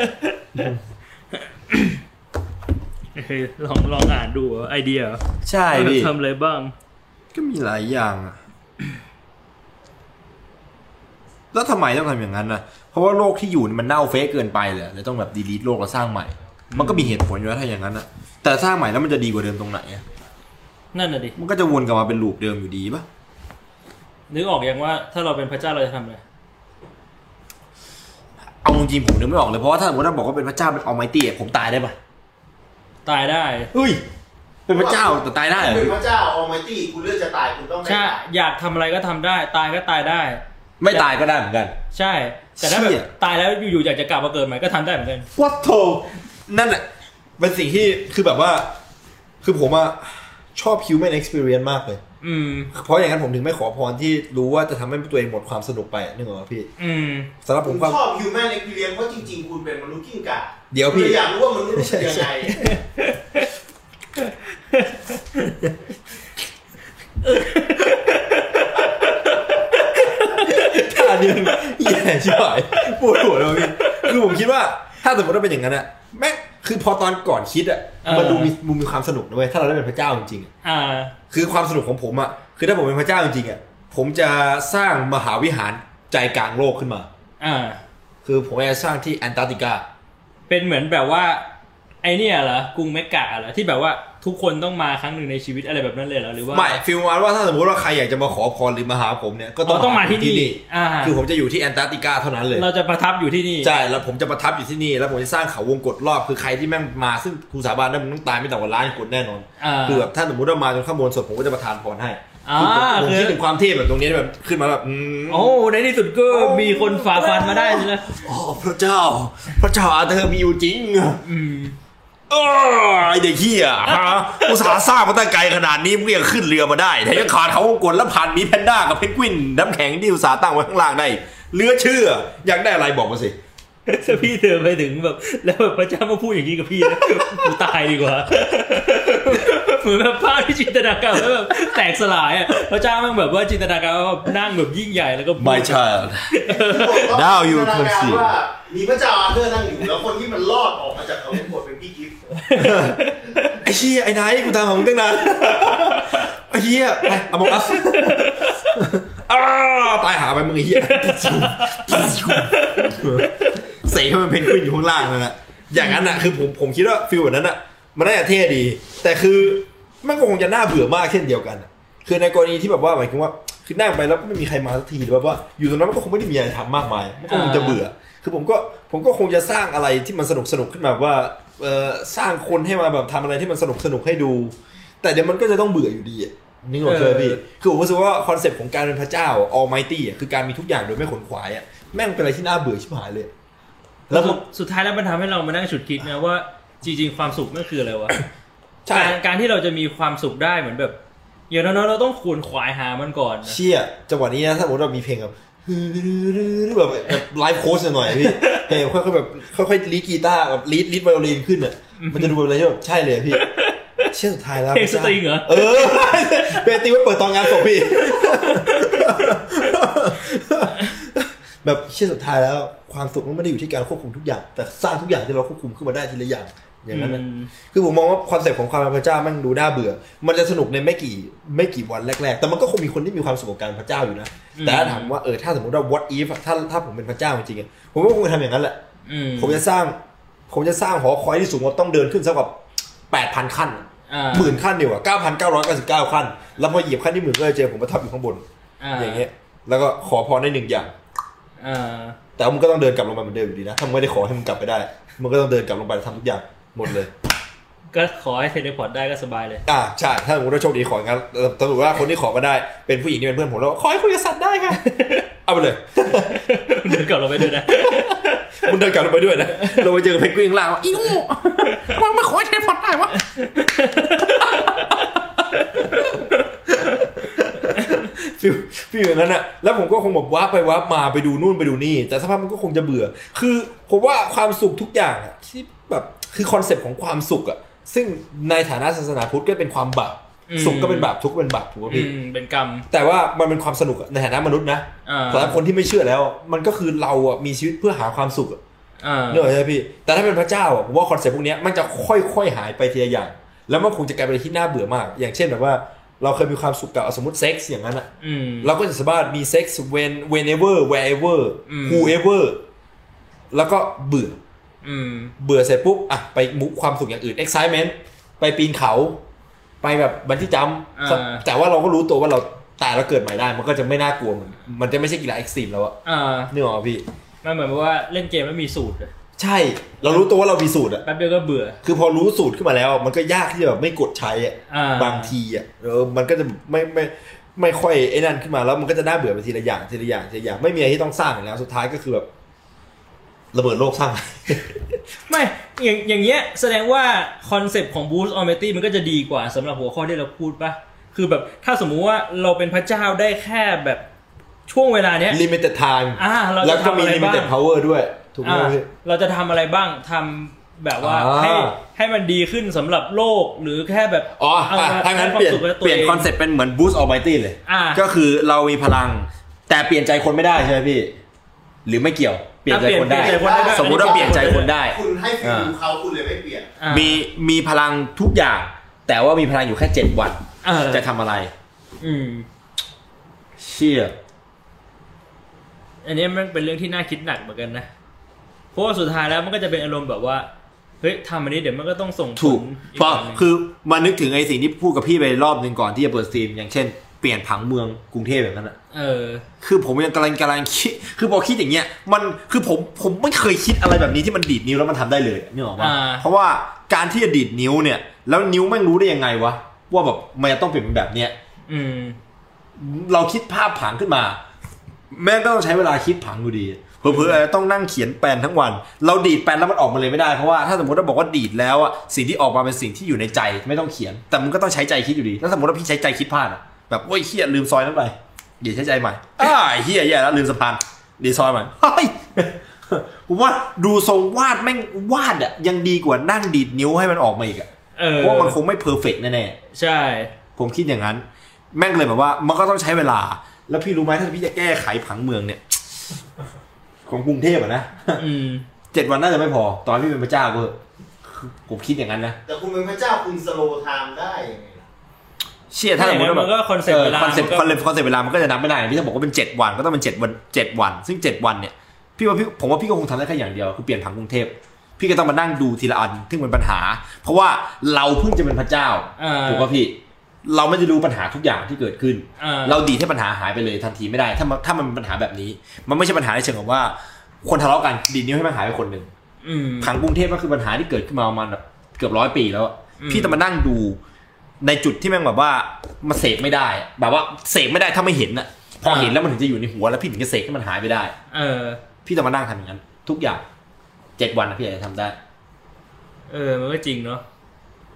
Speaker 2: ลองลองอ่านดูไอเดีย
Speaker 1: ใช่พี่
Speaker 2: ทำอะไรบ้าง
Speaker 1: ก็มีหลายอย่างอะแล้วทำไมต้องทำอย่างนั้นนะเพราะว่าโลกที่อยู่มันเน่าเฟะเกินไปเลยเลยต้องแบบดีลีทโลกแล้วสร้างใหม่มันก็มีเหตุผลอยู่แล้วถ้าอย่างนั้นนะแต่สร้างใหม่แล้วมันจะดีกว่าเดิมตรงไหนอ่ะ
Speaker 2: นั่นน่ะดิ
Speaker 1: มันก็จะวนกลับมาเป็นลูปเดิมอยู่ดีป่ะ
Speaker 2: นึกออกยังว่าถ้าเราเป็นพระเจ้าเราจะทำอะไร
Speaker 1: เอาจริงๆผมนึกไม่ออกเลยเพราะว่าถ้าสมมติว่าบอกว่าเป็นพระเจ้าเป็นAlmightyผมตายได้ป่ะ
Speaker 2: ตายได้
Speaker 1: เฮ้ยเป็นพระเจ้าแต่ตายได้เหรอ
Speaker 3: เป็นพระเจ้าAlmightyคุณเลือกจะตายคุณต้องไม่
Speaker 2: ตายอยากทำอะไรก็ทำได้ตายก็ตายได้
Speaker 1: ไม่ตายก็ได้เหมือนกัน
Speaker 2: ใช่แต่ถ้าแบบตายแล้วอยู่ๆอยากจะกลับมาเกิดใหม่ก็ทำได้เหมือนกัน
Speaker 1: What the นั่นแหละเป็นสิ่งที่คือแบบว่าคือผมอะชอบ human experience มากเลย
Speaker 2: อืม
Speaker 1: เพราะอย่างนั้นผมถึงไม่ขอพรที่รู้ว่าจะทำให้ตัวเองหมดความสนุกไปนึกออกไหมพี่
Speaker 2: อืม
Speaker 1: สำหรับผม
Speaker 3: ชอบ human experience เพราะจริงๆคุณเป็นมนุษย์กิ้งก่า
Speaker 1: เดี๋ยวพี่
Speaker 3: อยากรู้ว่ามนุษย์เป็นยังไง
Speaker 1: ท่านี้แย่ชิบหายปวดหัวเลยพี่คือผมคิดว่าถ้าสมมติว่าเป็นอย่างนั้นอะแม่คือพอตอนก่อนคิดอะมันดูมีมีความสนุกด้วยถ้าเราได้เป็นพระเจ้าจริง
Speaker 2: ๆอ่า
Speaker 1: คือความสนุกของผมอะคือถ้าผมเป็นพระเจ้าจริงๆอะผมจะสร้างมหาวิหารใจกลางโลกขึ้นมา
Speaker 2: อ่า
Speaker 1: คือผมจะสร้างที่แอนตาร์กติกา
Speaker 2: เป็นเหมือนแบบว่าไอเนี่ยเหรอกรุงเมกะเหรอที่แบบว่าทุกคนต้องมาครั้งหนึ่งในชีวิตอะไรแบบนั้นเลยเหรอหรือว่า
Speaker 1: ไม่ฟีลว่าถ้าสมมติว่าใครอยากจะมาขอพรหรือมาหาผมเนี่ยก็
Speaker 2: ต้องมาที่นี่
Speaker 1: คือผมจะอยู่ที่แอนตาร์กติกาเท่านั้นเลย
Speaker 2: เราจะประทับอยู่ที่นี่
Speaker 1: ใช่แล้วผมจะประทับอยู่ที่นี่แล้วผมจะสร้างเขาวงกฏรอบคือใครที่แม่งมาซึ่งกูสาบานได้มึงต้องตายไม่ต่ำกว่าล้านคนแน่นอนคือแบบถ้าสมมติว่ามาจนข้างบนสุดผมก็จะประทานพรให้ผมคิดถึงความเทพแบบตรงนี้แบบขึ้นมาแบบ
Speaker 2: โอ้ในที่สุดก็มีคนฝ่าฟันมาได้ใช่ไหม
Speaker 1: อ๋อพระเจ้าพระเจ้าอาเธอร์มีอยู่จริง
Speaker 2: อืม
Speaker 1: เออไอเด็กเหี้ยฮะอุตส่าห์สร้างมาตั้งไกลขนาดนี้มึงยังขึ้นเรือมาได้แต่ยังขาดเขาวงกฏแล้วผ่านมีแพนด้ากับเพนกวินน้ำแข็งที่อุตส่าห์ตั้งไว้ข้างล่างได้เลือเชื่ออยากได้อะไรบอกมาสิ
Speaker 2: ถ้าพี่เธอไปถึงแบบแล้วแบบพระเจ้ามาพูดอย่างนี้กับพี่นะกูตายดีกว่าเหมือนแบบภาพที่จินตนาการแล้วแบบแตกสลายอ่ะพระเจ้ามันแบบว่าจินตนาการว่านั่งแบบยิ่งใหญ่แล้วก็
Speaker 1: ไม่ใช่ Now you can see
Speaker 3: ว่ามีพระเจ้าอาเธอร์นั่งอยู่แล้วคนที่มันรอดออกมาจากเขาเป็นบทเป็นพี่กิฟต์
Speaker 1: ไอ้เหี้ยไอ้นายกูตามหามึงตั้งนานไอ้เหี้ยไปเอาบอกอัสอ้าตายหาไปมึงไอ้เหี้ยเสกให้มันเพนกวินอยู่ข้างล่างนั่นแหละอย่างนั้นน่ะคือผมผมคิดว่าฟีลแบบนั้นน่ะมันน่าจะเท่ดีแต่คือมันก็คงจะน่าเบื่อมากเช่นเดียวกันคือในกรณีที่แบบว่าหมายถึงว่าคือนั่งไปแล้วไม่มีใครมาสักทีหรือแบบว่าอยู่ตรงนั้นมันก็คงไม่ได้มีอะไรทำมากมายมันก็คงจะเบื่อคือผมก็ผมก็คงจะสร้างอะไรที่มันสนุกสนุกขึ้นมาว่าเอ่อสร้างคนให้มาแบบทำอะไรที่มันสนุกสนุกให้ดูแต่เดี๋ยวมันก็จะต้องเบื่ออยู่ดีอ่ะนี่ก็คือพี่คือผมรู้สึกว่าคอนเซ็ปต์ของการเป็นพระเจ้า Almighty อ่ะคือการมีทุกอย่างโดยไม่ขนขวายอ่ะแม่งเป็นอะไรที่น่าเบื่อชิบหายเลย
Speaker 2: แล้วสุดท้ายแล้วมันทำให้เรามานั่งฉุดคิดนะว่าจริงๆความสุขนั่นคืออะไรวะการการที่เราจะมีความสุขได้เหมือนแบบอย่างน้อยๆเราต้องขวนขวายหามันก่อน
Speaker 1: เชี่ยจังหวะนี้นะถ้าสมมติเรามีเพลงแบบแบบไลฟ์โค้ชหน่อยพี่เฮ้ยค่อยๆแบบค่อยๆลีดกีตาร์แบบลีดลีดไวโอลินขึ้นอ่ะมันจะดูอะไรที่แบบใช่เลยพี่เชื่อสุดท้ายแล้ว
Speaker 2: เพลงสตริงเหรอ
Speaker 1: เออเป็นตีไว้เปิดตอนงานศพพี่แบบเชื่อสุดท้ายแล้วความสุขมันไม่ได้อยู่ที่การควบคุมทุกอย่างแต่สร้างทุกอย่างที่เราควบคุมขึ้นมาได้ทีละอย่างอย่างนั้นนะคือผมมองว่าคอนเซ็ปต์ของความเป็นพระเจ้ามันดูน่าเบื่อมันจะสนุกในไม่กี่ไม่กี่วันแรกๆแต่มันก็คงมีคนที่มีความสุขกับการพระเจ้าอยู่นะแต่ถ้าถามว่าเออถ้าสมมติว่า what if ถ้าถ้าผมเป็นพระเจ้าจริงๆผมก็คงจะทำอย่างนั้นแหละผมจะสร้างผมจะสร้างหอคอยที่สูงว่าต้องเดินขึ้นสักแบบแปดพันขั้นหมื่นขั้นเดียวอ่ะเก้าพันเก้าร้อยเก้าสิบเก้าขั้นแล้วพอเหยียบขั้นที่หมื่นก็จะเจอผมประทับอยู่ข้างบนอย่างเงี้ยแล้วก็ขอพรได้หนึ่งอย่างแต่มึงก็ต้องเดินกลับลงมาเหมือนเดิมอยู่ดีนะถ้ามึงไม่ได้ขอให้มึงกลับไปได้มึงก็ต้องเดินกลับลงไปทำทุกอย่างหมดเลย
Speaker 2: ก็ขอให้เทเลพอร์ตได้ก็สบายเลย
Speaker 1: อ่าใช่ถ้าสมมติว่าโชคดีของั้นสมมติว่าคนที่ขอมาได้เป็นผู้หญิงที่เป็นเพื่อนผมแล้วขอให้คุยกับสัตว์ได้ค่ะเอาไปเลย
Speaker 2: เดินกลับลงไปด้วยนะ
Speaker 1: มึงเดินกลับลงไปด้วยนะลงไปเจอเพนกวินข้างล่างว่าอีโง่มึงมาขอให้เทเลพอร์ตได้วะฟิลฟิลอย่างนั้นน่ะแล้วผมก็คงแบบว้าไปว้ามาไปดูนู่นไปดูนี่แต่สภาพมันก็คงจะเบื่อคือผมว่าความสุขทุกอย่างอ่ะที่แบบคือคอนเซ็ปต์ของความสุขอ่ะซึ่งในฐานะศาสนาพุทธก็เป็นความบาปสุขก็เป็นบาปทุกข์ก็เป็นบาปถูกป่ะพี่
Speaker 2: เป็นกรรม
Speaker 1: แต่ว่ามันเป็นความสนุกในฐานะมนุษย์นะสำหรับคนที่ไม่เชื่อแล้วมันก็คือเราอ่ะมีชีวิตเพื่อหาความสุขอ่ะเนี่ยใช่พี่แต่ถ้าเป็นพระเจ้าอ่ะผมว่าคอนเซ็ปต์พวกนี้มันจะค่อยๆหายไปทีละอย่างแล้วมันคงจะกลายเป็นที่น่าเบื่อมากอย่างเช่นแบบว่าเราเคยมีความสุขกับสมมติเซ็กส์อย่างนั้นอ่ะเราก็จะสามารถมีเซ็กส์ when whenever wherever whoever แล้วก็เบื่อเบื่อเสร็จปุ๊บอ่ะไปมุกความสุขอย่างอื่น excitement ไปปีนเขาไปแบบบันจี้จัมป์แต่ว่าเราก็รู้ตัวว่าเราตายแล้วเกิดใหม่ได้มันก็จะไม่น่ากลัวเหมือนมันจะไม่ใช่กีฬาเอ็กซ์ตรีมแล้วอ่ะนึกออกป่ะพี่
Speaker 2: มันเหมือนว่าเล่นเกมแล้วมีสูตร
Speaker 1: ใช่เรารู้ตัวว่าเรามีสูตรอ่ะ
Speaker 2: แป๊บเดียวก็เบื่อ
Speaker 1: คือพอรู้สูตรขึ้นมาแล้วมันก็ยากที่จะแบบไม่กดใช้อ่ะบางทีอ่ะเออมันก็จะไม่ไม่ไม่ค่อยไอ้นั่นขึ้นมาแล้วมันก็จะน่าเบื่อไปทีละอย่างทีละอย่างทีละอย่างไม่มีอะไรที่ต้องสร้างแล้วสุดท้ายก็คือแบบระเบิดโลกสร้าง
Speaker 2: ไม่อย่างอย่างเงี้ยแสดงว่าคอนเซ็ปต์ของ Boost Almighty มันก็จะดีกว่าสำหรับหัวข้อที่เราพูดป่ะคือแบบถ้าสมมุติว่าเราเป็นพระเจ้าได้แค่แบบช่วงเวลาเนี้ย
Speaker 1: limited time
Speaker 2: อ่าเรา
Speaker 1: แล้วก็มี limited power ด้วยถูกไหมพี่
Speaker 2: เราจะทำอะไรบ้างทำแบบว่าให้ให้มันดีขึ้นสำหรับโลกหรือแค่แบบ
Speaker 1: อ๋อถ้างั้นเปลี่ยนเปลี่ยนคอนเซ็ปต์เป็นเหมือน Boost Almighty เลยก็คือเรามีพลังแต่เปลี่ยนใจคนไม่ได้ใช่ไหมพี่หรือไม่เกี่ยวเปลี่ยนใจคนได้สมมุติว่าเปลี่ยนใจคนได้
Speaker 3: คุณให้ฟิลเขาคุณเลยไม่เปลี่ยน
Speaker 1: มีมีพลังทุกอย่างแต่ว่ามีพลังอยู่แค่เจ็ดวันจะทำอะไร
Speaker 2: อืม
Speaker 1: เชี่ย
Speaker 2: อันนี้มันเป็นเรื่องที่น่าคิดหนักเหมือนกันนะเพราะว่าสุดท้ายแล้วมันก็จะเป็นอารมณ์แบบว่าเฮ้ยทำอันนี้เดี๋ยวมันก็ต้องส่ง
Speaker 1: ถูกเพราะคือมานึกถึงไอ้สิ่งที่พูดกับพี่ไปรอบนึงก่อนที่จะเปิดสตรีมอย่างเช่นเปลี่ยนผังเมืองกรุงเทพแบบนั้นอ่ะ
Speaker 2: เออ
Speaker 1: คือผมยังกำลังกำลังคิดคือพอคิดอย่างเงี้ยมันคือผมผมไม่เคยคิดอะไรแบบนี้ที่มันดีดนิ้วแล้วมันทำได้เลยนี่หรอวะเพราะว่าการที่จะดีดนิ้วเนี่ยแล้วนิ้วแม่งรู้ได้ยังไงวะว่าแบบมันจะต้องเปลี่ยนเป็นแบบเนี้ย
Speaker 2: อืม
Speaker 1: เราคิดภาพผังขึ้นมาแม่งก็ต้องใช้เวลาคิดผังอยู่ดีเผลอๆต้องนั่งเขียนแปลนทั้งวันเราดีดแปลนแล้วมันออกมาเลยไม่ได้เพราะว่าถ้าสมมติว่าบอกว่าดีดแล้วอ่ะสิ่งที่ออกมาเป็นสิ่งที่อยู่ในใจไม่ต้องเขียนแต่มันก็ต้องใช้ใจคิดอยู่ดีแล้วสมมติว่าพี่ใช้ใจคิดพลาดอ่ะแบบโอ้ยเหี้ยลืมซอยนั้นไปเดี๋ยวใช้ใจใหม่อ้าเหี้ยแย่แล้วลืมสะพานดีซอยใหม่เฮ้ยผมว่าดูทรงวาดแม่งวาดอ่ะยังดีกว่านั่งดีดนิ้วให้มันออกมาอีกอ่ะเพราะมันคงไม่เพอร์เฟกต์แน่
Speaker 2: ๆใช่
Speaker 1: ผมคิดอย่างนั้นแม่งเลยแบบว่ามันก็ต้องใช้เวลาแล้วพี่รู้ไหมถ้าพี่จะแก้ไขผังเมืองเนี่ยของกรุงเทพอ่ะนะเจ็ดวันน่าจะไม่พอตอนพี่เป็นพระเจ้าก็ผมคิดอย่างนั้นนะ
Speaker 3: แต่คุณเป็นพระเจ้าคุณสโลว์ไทม์ได้ยังไง
Speaker 1: เชี่ยถ้าสมมติว่า
Speaker 2: มันก็คอนเซ็ปต์เวลา
Speaker 1: คอนเซ็ปต์คอนเซ็ปต์คอนเซ็ปต์เวลามันก็จะนับไม่ได้พี่ถ้าบอกว่าเป็นเจ็ดวันก็ต้องเป็นเจ็ดวันเจ็ดวันซึ่งเจ็ดวันเนี่ยพี่ว่าพี่ผมว่าพี่ก็คงทำได้แค่อย่างเดียวคือเปลี่ยนผังกรุงเทพพี่ก็ต้องมานั่งดูทีละอันซึ่งเป็นปัญหาเพราะว่าเราเพิ่งจะเป็นพระเจ้าถูกป่ะพี่เราไม่ได้รู้ปัญหาทุกอย่างที่เกิดขึ้นเราดีให้ปัญหาหายไปเลยทันทีไม่ได้ถ้าถ้ามันเป็นปัญหาแบบนี้มันไม่ใช่ปัญหาในเชิงของว่าคนทะเลาะกันดีนิ้วให้มันหายไปคนหนึ่งผังกรุงเทพก็คือปัญหาที่เกิดขึ้นมาประมาณแบบเกือบร้อยปีแล้วพี่ต้องมานั่งดูในจุดที่แม่งแบบว่ามาเสกไม่ได้แบบว่าเสกไม่ได้ถ้าไม่เห็นน่ะพอเห็นแล้วมันถึงจะอยู่ในหัวแล้วพี่ถึงจะเสกให้มันหายไปได้
Speaker 2: เออ
Speaker 1: พี่ต้องมานั่งทำอย่างนั้นทุกอย่างเจ็ดวันนะพี่อาจจะทำได้
Speaker 2: เออมันก็จริงเนาะ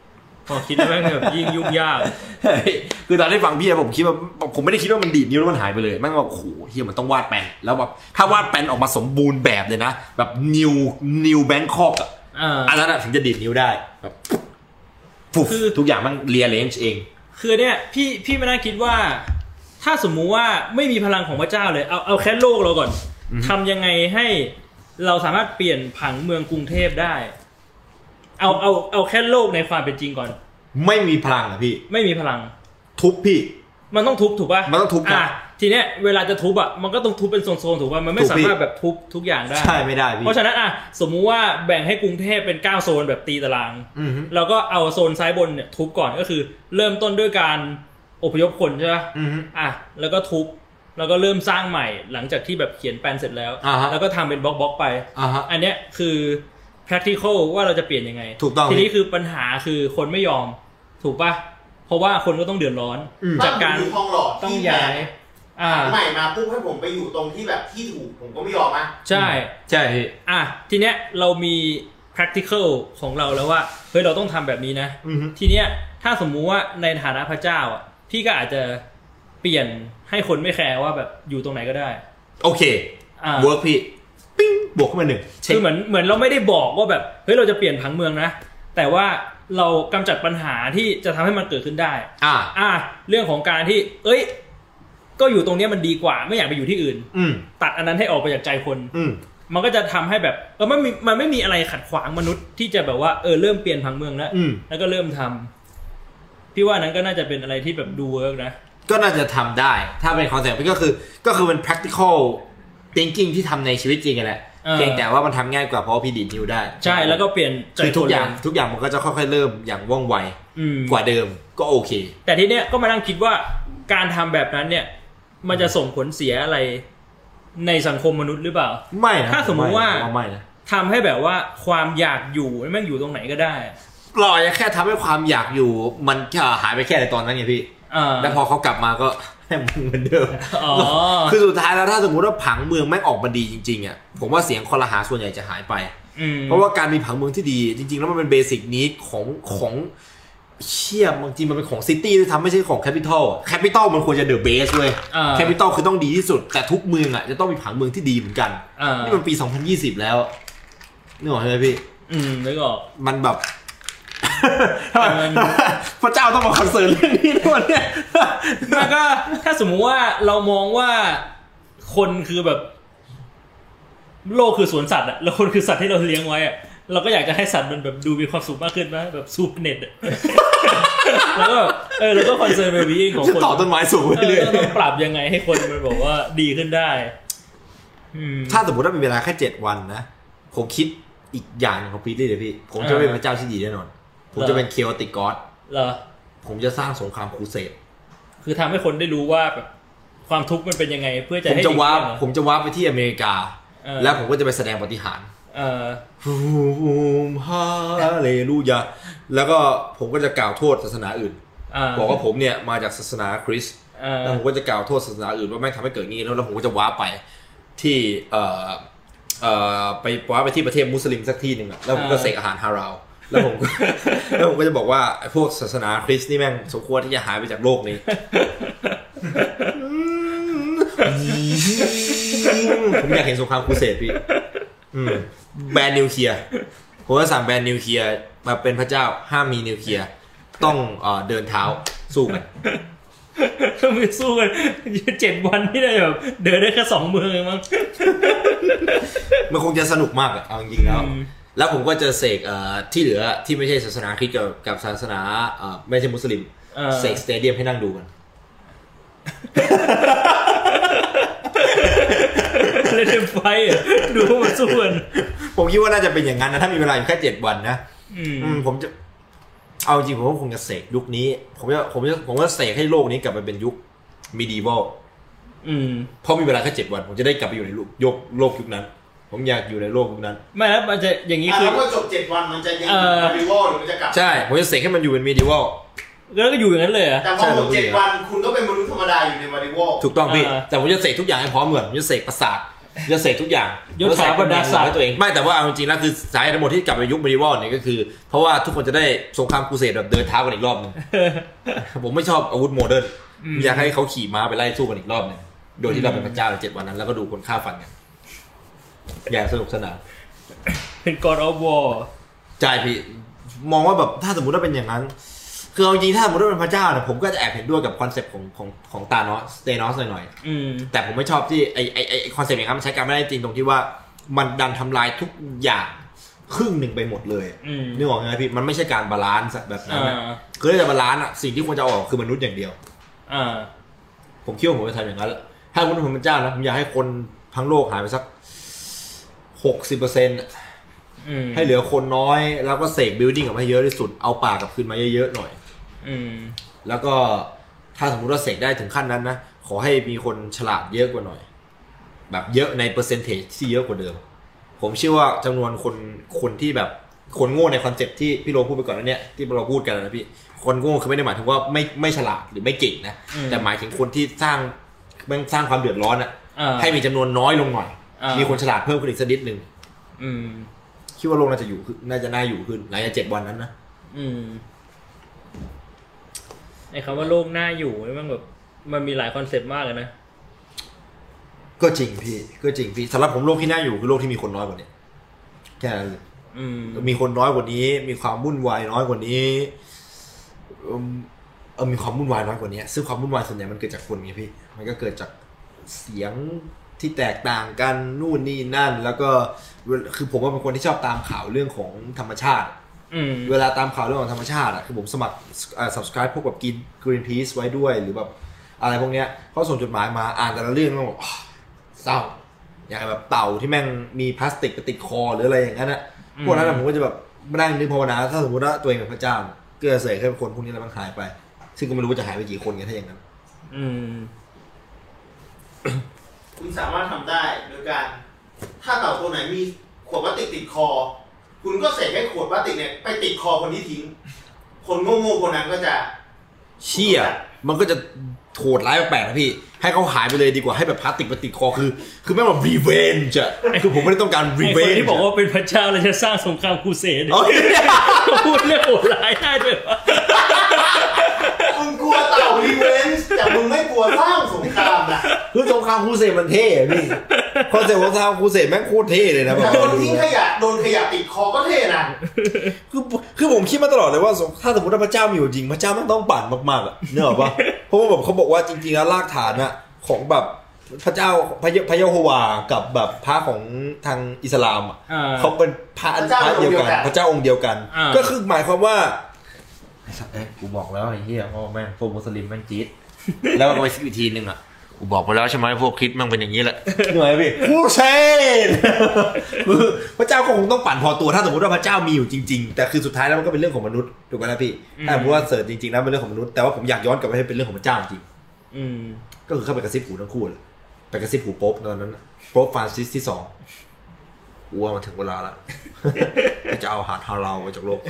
Speaker 2: พอคิดแล้วแม่งแบบยิ่งยุ่งยาก
Speaker 1: คือตอนที่ฟังพี่ผมคิดว่าผมไม่ได้คิดว่ามันดีดนิ้วแล้วมันหายไปเลยแม่งแบบโอ้โหเฮียมันต้องวาดแปนแล้วแบบถ้าวาดแปนออกมาสมบูรณ์แบบเลยนะแบบนิวนิวแบงคอกอ่ะอันนั้นถึงจะดีดนิ้วได้แบบคือทุกอย่างมันเรียเลนจ์เอง
Speaker 2: คือเนี่ยพี่พี่ไม่น่าคิดว่าถ้าสมมุติว่าไม่มีพลังของพระเจ้าเลยเอาเอาแค่โลกเราก่อนทำยังไงให้เราสามารถเปลี่ยนผังเมืองกรุงเทพได้เอาเอาเอาแค่โลกในความเป็นจริงก่อน
Speaker 1: ไม่มีพลังอ่ะพี่
Speaker 2: ไม่มีพลัง
Speaker 1: ทุบพี่
Speaker 2: มันต้องทุบถูกป่ะ
Speaker 1: มันต้องทุบ
Speaker 2: อ่ะทีเนี้ยเวลาจะทุบอ่ะมันก็ต้องทุบเป็นโซนๆถูกป่ะมันไม่สามารถแบบทุบทุกอย่างได้
Speaker 1: ใช่ไม่ได้พี่
Speaker 2: เพราะฉะนั้นอ่ะสมมุติว่าแบ่งให้กรุงเทพเป็นเก้าโซนแบบตีตารางแล้วก็เอาโซนซ้ายบนเนี่ยทุบก่อนก็คือเริ่มต้นด้วยการอพยพคนใช่ป่ะอ่ะแล้วก็ทุบแล้วก็เริ่มสร้างใหม่หลังจากที่แบบเขียนแปลนเสร็จแล้วแล้วก็ทำเป็นบล็อกๆไปอันเนี้ยคือ practical ว่าเราจะเปลี่ยนยังไง
Speaker 1: ถูกต้อง
Speaker 2: ทีนี้คือปัญหาคือคนไม่ยอมถูกป่ะเพราะว่าคนก็ต้องเดือดร้อนจากการ
Speaker 3: ต้อง
Speaker 2: ย้าย
Speaker 3: ใหม่มาปุ๊บให้ผมไปอยู่ตรงที่แบบที่ถูกผมก็ไม่ยอมนะ
Speaker 2: ใช่
Speaker 1: ใช่
Speaker 2: อ่ะทีเนี้ยเรามี practical ของเราแล้วว่าเฮ้ยเราต้องทำแบบนี้นะทีเนี้ยถ้าสมมุติว่าในฐานะพระเจ้าอ่ะพี่ก็อาจจะเปลี่ยนให้คนไม่แคร์ว่าแบบอยู่ตรงไหนก็ได้
Speaker 1: โอเคเวิร์กพี่ปิ้งบวกขึ้นมาหนึ่ง
Speaker 2: คือเหมือนเหมือนเราไม่ได้บอกว่าแบบเฮ้ยเราจะเปลี่ยนผังเมืองนะแต่ว่าเรากำจัดปัญหาที่จะทำให้มันเกิดขึ้นได้
Speaker 1: อ่า
Speaker 2: อ่าเรื่องของการที่เอ้ยก็อยู่ตรงนี้มันดีกว่าไม่อยากไปอยู่ที่อื่นตัดอันนั้นให้ออกไปจากใจคนมันก็จะทำให้แบบเออมันมีมันไม่มีอะไรขัดขวางมนุษย์ที่จะแบบว่าเออเริ่มเปลี่ยนผังเมืองแล้วแล้วก็เริ่มทำพี่ว่านั้นก็น่าจะเป็นอะไรที่แบบดูเวิร์กนะ
Speaker 1: ก็น่าจะทำได้ถ้าเป็นคอนเซ็ปต์ก็คือก็คือเป็น practical thinking ที่ทำในชีวิตจริงกันแหละเพียงแต่ว่ามันทำง่ายกว่าเพราะพี่ดีดนิ้วได้
Speaker 2: ใช่แล้วก็เปลี่ยน
Speaker 1: คือทุกอย่างทุกอย่างมันก็จะค่อยๆเริ่มอย่างว่องไวกว่าเดิมก็โอเค
Speaker 2: แต่ทีเนี้ยก็มานั่งคิดว่าการทำแบบนั้นเนี่ยมันจะส่งผลเสียอะไรในสังคมมนุษย์หรือเปล่า
Speaker 1: ไม่นะ
Speaker 2: ถ้าสมมติว่า
Speaker 1: ไม่นะ
Speaker 2: ทำให้แบบว่าความอยากอยู่แม่งอยู่ตรงไหนก็ได้
Speaker 1: ปล่อยแค่ทำให้ความอยากอยู่มันจะหายไปแค่ในตอนนั้นไงพี่แล้วพอเขากลับมาก็ให้มึงเหมือนเดิมคือสุดท้ายแล้วถ้าสมมติว่าผังเมืองแม่งออกมาดีจริงๆอ่ะผมว่าเสียงคอรหาส่วนใหญ่จะหายไปเพราะว่าการมีผังเมืองที่ดีจริงๆแล้วมันเป็นเบสิกนี้ของของเชี่ยบางทีมันเป็นของซิตี้ด้วยทำไม่ใช่ของแคปิตอลแคปิตอลมันควรจะเดอะเบสเว้ยแคปิตอลคือต้องดีที่สุดแต่ทุกเมืองอ่ะจะต้องมีผังเมืองที่ดีเหมือนกันนี่มันปีสองพันยี่สิบแล้วนึกออกใช่ไหมพี่
Speaker 2: อืมนึกออก
Speaker 1: มันแบบพระเจ้าต้องมาคอนเซิร์นเรื่องนี้ด้วยเนี่ย
Speaker 2: แล้วก็ถ้าสมมุติว่าเรามองว่าคนคือแบบโลกคือสวนสัตว์อะแล้วคนคือสัตว์ที่เราเลี้ยงไว้อะเราก็อยากจะให้สัตว์มันแบบดูมีความสุขมากขึ้นนะแบบซูเปอร์เน็ตอะแล้วก็เออแล้วก็คอนเซิร์นเบบี้ของคน
Speaker 1: ต่อต้นไม้สูงไปเรื่อย
Speaker 2: ต้องปรับยังไงให้คนมันบอกว่าดีขึ้นได้
Speaker 1: ถ้าสมมติว่ามีเวลาแค่เจ็ดวันนะผมคิดอีกอย่างนึงของพีทเลยพี่ผมจะเป็นพระเจ้าที่ดีแน่นอนผมจะเป็นเคโอติกก็อด
Speaker 2: เหรอ
Speaker 1: ผมจะสร้างสงครามครูเสด
Speaker 2: คือทำให้คนได้รู้ว่าแบบความทุกข์มันเป็นยังไงเพื่อจะให้
Speaker 1: ผมจะวาร์ปผมจะวาร์ปไปที่อเมริกาแล้วผมก็จะไปแสดงปาฏิหาริย์ฮูมฮาเลลูยาแล้วก็ผมก็จะกล่าวโทษศาสนาอื่นบอกว่าผมเนี่ยมาจากศาสนาคริสต์แล้วผมก็จะกล่าวโทษศาสนาอื่นว่าแม่งทำให้เกิดงี้แล้วผมก็จะวาร์ปไปที่เอ่อเอ่อไปวาร์ปไปที่ประเทศมุสลิมสักที่นึงแล้วผมก็เสกอาหารฮาลาลแล้วผมแล้วผมก็จะบอกว่าไอ้พวกศาสนาคริสต์นี่แม่งสมควรที่จะหายไปจากโลกนี้ผมอยากเห็นสงครามครูเสดพี่แบนนิวเคลียร์ผมจะสั่งแบนนิวเคลียร์มาเป็นพระเจ้าห้ามมีนิวเคลียร์ต้องเอ่อเดินเท้าสู้กัน
Speaker 2: ต้องไปสู้กันเจ็ดวันที่ได้แบบเดินได้แค่สองเมืองเองมั้ง
Speaker 1: มันคงจะสนุกมากอะเอาจริงๆแล้วแล้วผมก็จะเสกที่เหลือที่ไม่ใช่ศาสนาคริสต์กับศาสนาไม่ใช่มุสลิมเสกสเตเดียมให้นั่งดูกัน
Speaker 2: เล่นไฟดูมันสู้กัน
Speaker 1: ผมคิดว่าน่าจะเป็นอย่างนั้นนะถ้ามีเวลาอยู่แค่เจ็ดวันนะผมจะเอาจริงผมว่าคงจะเสกยุคนี้ผมจะผมจะผมจะเสกให้โลกนี้กลับไปเป็นยุคมีดีวอลเพราะมีเวลาแค่เจ็ดวันผมจะได้กลับไปอยู่ในโลกโลกยุคนั้นผมอยากอยู่ในโลกพวกนั้น
Speaker 2: ไม่แล้วมันจะอย่างนี้คือ
Speaker 3: แล้วพอจบเจ็ดวันมันจะยังมีดีวอลหรือมันจะกลับ
Speaker 1: ใช่ผมจะเสกให้มันอยู่เป็นมีดีวอล
Speaker 2: แล้วก็อยู่อย่างนั้นเลย
Speaker 3: แต่พอจบเจ็ดวันคุณก็เป็นมนุษย์ธรรมดาอยู่ในมีดีวอล
Speaker 1: ถูกต้องพี่แต่ผมจะเสกทุกอย่างให้พร้อมเหมือนผมจะเสกประสาทจะเสกทุกอย่าง
Speaker 2: ยศถาบรรดาศักดิ์
Speaker 1: ตัวเองไม่แต่ว่าเอาจริงๆแล้วคือสาเหตุทั้งหมดที่กลับไปยุคเมดิวอลเนี่ยก็คือเพราะว่าทุกคนจะได้สงครามครูเสดแบบเดินเท้ากันอีกรอบนึงผมไม่ชอบอาวุธโมเดิร์นอยากให้เขาขี่ม้าไปไล่สู้กันอีกรอบนึงโดยที่เราเป็นพระเจ้าในเจ็ดวันนั้นแล้วก็ดูคนฆ่าฟันกันอย่างสนุกสนาน
Speaker 2: เป็น God of War
Speaker 1: ใช่พี่มองว่าแบบถ้าสมมติว่าเป็นอย่างนั้นคือเอาจริงถ้าสมมติว่าเป็นพระเจ้าเนี่ยผมก็จะแอบเห็นด้วยกับคอนเซ็ปต์ของของของตานอสเตนอสหน่อยๆแต่ผมไม่ชอบที่ไอไอไอคอนเซ็ปต์อย่างนั้นมันใช้การไม่ได้จริงตรงที่ว่ามันดันทำลายทุกอย่างครึ่งหนึ่งไปหมดเลยนึกออกไหมพี่มันไม่ใช่การบาลานซ์แบบนั้นนะคือถ้าจะบาลานซ์อ่ะสิ่งที่ควรจะออกคือมนุษย์อย่างเดียวผมคิดว่าผมจะทำอย่างนั้นถ้าผมเป็นพระเจ้านะผมอยากให้คนทั้งโลกหายไปสักหกสิบเปอร์เซ็นต์ให้เหลือคนน้อยแล้วก็เสกบิลดิ้งออกมาเยอะที่สุดเอาป่ากลับคืนมาเยอะๆหน่อยแล้วก็ถ้าสมมติว่าเสกได้ถึงขั้นนั้นนะขอให้มีคนฉลาดเยอะกว่าหน่อยแบบเยอะในเปอร์เซ็นเทจที่เยอะกว่าเดิมผมเชื่อว่าจำนวนคนคนที่แบบคนโง่ในคอนเซ็ปต์ที่พี่โรพูดไปก่อนแล้วเนี่ยที่เราพูดกันนะพี่คนโง่คือไม่ได้หมายถึงว่าไม่ไม่ฉลาดหรือไม่เก่งนะแต่หมายถึงคนที่สร้างมันสร้างความเดือดร้อนอ่ะให้มีจำนวนน้อยลงหน่อยมีคนฉลาดเพิ่มขึ้นอีกสักนิดนึงคิดว่าโลกน่าจะอยู่น่าจะน่าอยู่ขึ้นหลังจากเจ็ดวันนั้นนะ
Speaker 2: อืมไอ้คำว่าโลกน่าอยู่นี่มันแบบมันมีหลายคอนเซ็ปต์มากเลยนะ
Speaker 1: ก็จริงพี่ก็จริงพี่สำหรับผมโลกที่น่าอยู่คือโลกที่มีคนน้อยกว่านี้แค่นั้นเลยมีคนน้อยกว่านี้มีความวุ่นวายน้อยกว่านี้เออมีความวุ่นวายน้อยกว่านี้ซึ่งความวุ่นวายส่วนใหญ่มันเกิดจากคนไงพี่มันก็เกิดจากเสียงที่แตกต่างกันนู่นนี่นั่นแล้วก็คือผมว่าเป็นคนที่ชอบตามข่าวเรื่องของธรรมชาติเวลาตามข่าวเรื่องของธรรมชาติอ่ะคือผมสมัคร subscribe พวกแบบกิน Greenpeace ไว้ด้วยหรือแบบอะไรพวกเนี้ยเขาส่งจดหมายมาอ่านแต่ละเรื่องแล้วแบบเศร้าอย่างแบบเต่าที่แม่งมีพลาสติกติดคอหรืออะไรอย่างนั้นนะพวกนั้นผมก็จะแบบนั่งนึกภาวนาถ้าสมมติว่าตัวเองเป็นพระเจ้าก็จะเสกให้คนพวกนี้แล้วมันหายไปซึ่งก็ไม่รู้ว่าจะหายไปกี่คนกันถ้าอย่างนั้น
Speaker 3: คุณสามารถทำได้โดยการถ้าเต่าตัวไหนมีขวดพลาสติกติดคอคุณก็เสกให้ขวดพลาสติกเนี่ยไปติดคอคนที่ทิ้งคนโง่ๆคนนั้นก็จะ
Speaker 1: เชี่ยมันก็จะโหดร้ายแปลกๆนะพี่ให้เขาหายไปเลยดีกว่าให้แบบพลาสติกมาติดคอคือคือแม่งแบบรีเวนจ์อ่ะคือผมไม่ได้ต้องการรีเวนจ์
Speaker 2: ที่บอกว่าเป็นพระเจ้าเลยจะสร้างสงครามครูเสดพูดเรื่องโหดร้ายได้ด้วยวะ
Speaker 3: มึงกลัวเต่ารีเวนจ์แต่มึงไม่กลัวสร้างสงครามนะ
Speaker 1: คือสงครามครูเสดมันเท่พี่คอนเซ็ปต์ของสงครามครูเสดแม่งโคตรเท่เลยนะ
Speaker 3: โดนทิ้งขยะโดนขยะติดคอก็เท่นะ
Speaker 1: คือคือผมคิดมาตลอดเลยว่าถ้าสมมติว่าพระเจ้ามีอยู่จริงพระเจ้ามันต้องปั่นมากๆอ่ะเนอะป่ะเพราะว่าแบบเขาบอกว่าจริงๆแล้วรากฐานอะของแบบพระเจ้าพระพระเยโฮวากับแบบพระของทางอิสลามอ่ะเขาเป็นพระพระเดียวกันพระเจ้าองค์เดียวกันก็คือหมายความว่าไอ้สัตว์เอ้ยกูบอกแล้วไอ้เหี้ยพ่อแม่พวกมุสลิมแม่งจี๊ดแล้วก็ไปซื้ออีกทีนึงอ่ะกูบอกไปแล้วใช่ไหมพวกคริสต์มันเป็นอย่างนี้แหละเหนื่อยพี่ผู้เชนพระเจ้าก็คงต้องปั่นพอตัวถ้าสมมติว่าพระเจ้ามีอยู่จริงๆแต่คือสุดท้ายแล้วมันก็เป็นเรื่องของมนุษย์ถูกไหมนะพี่ถ้าพูดว่าเสิร์ชจริงๆแล้วเป็นเรื่องของมนุษย์แต่ว่าผมอยากย้อนกลับไปให้เป็นเรื่องของพระเจ้าจริงก็คือเข้าไปกระซิบหูทั้งคู่เลยไปกระซิบหูโป๊ปตอนนั้นโป๊ปฟรานซิสที่สองอ้วมันถึงเวลาแล้วจะเอาหาดฮาลาลไปจากโลก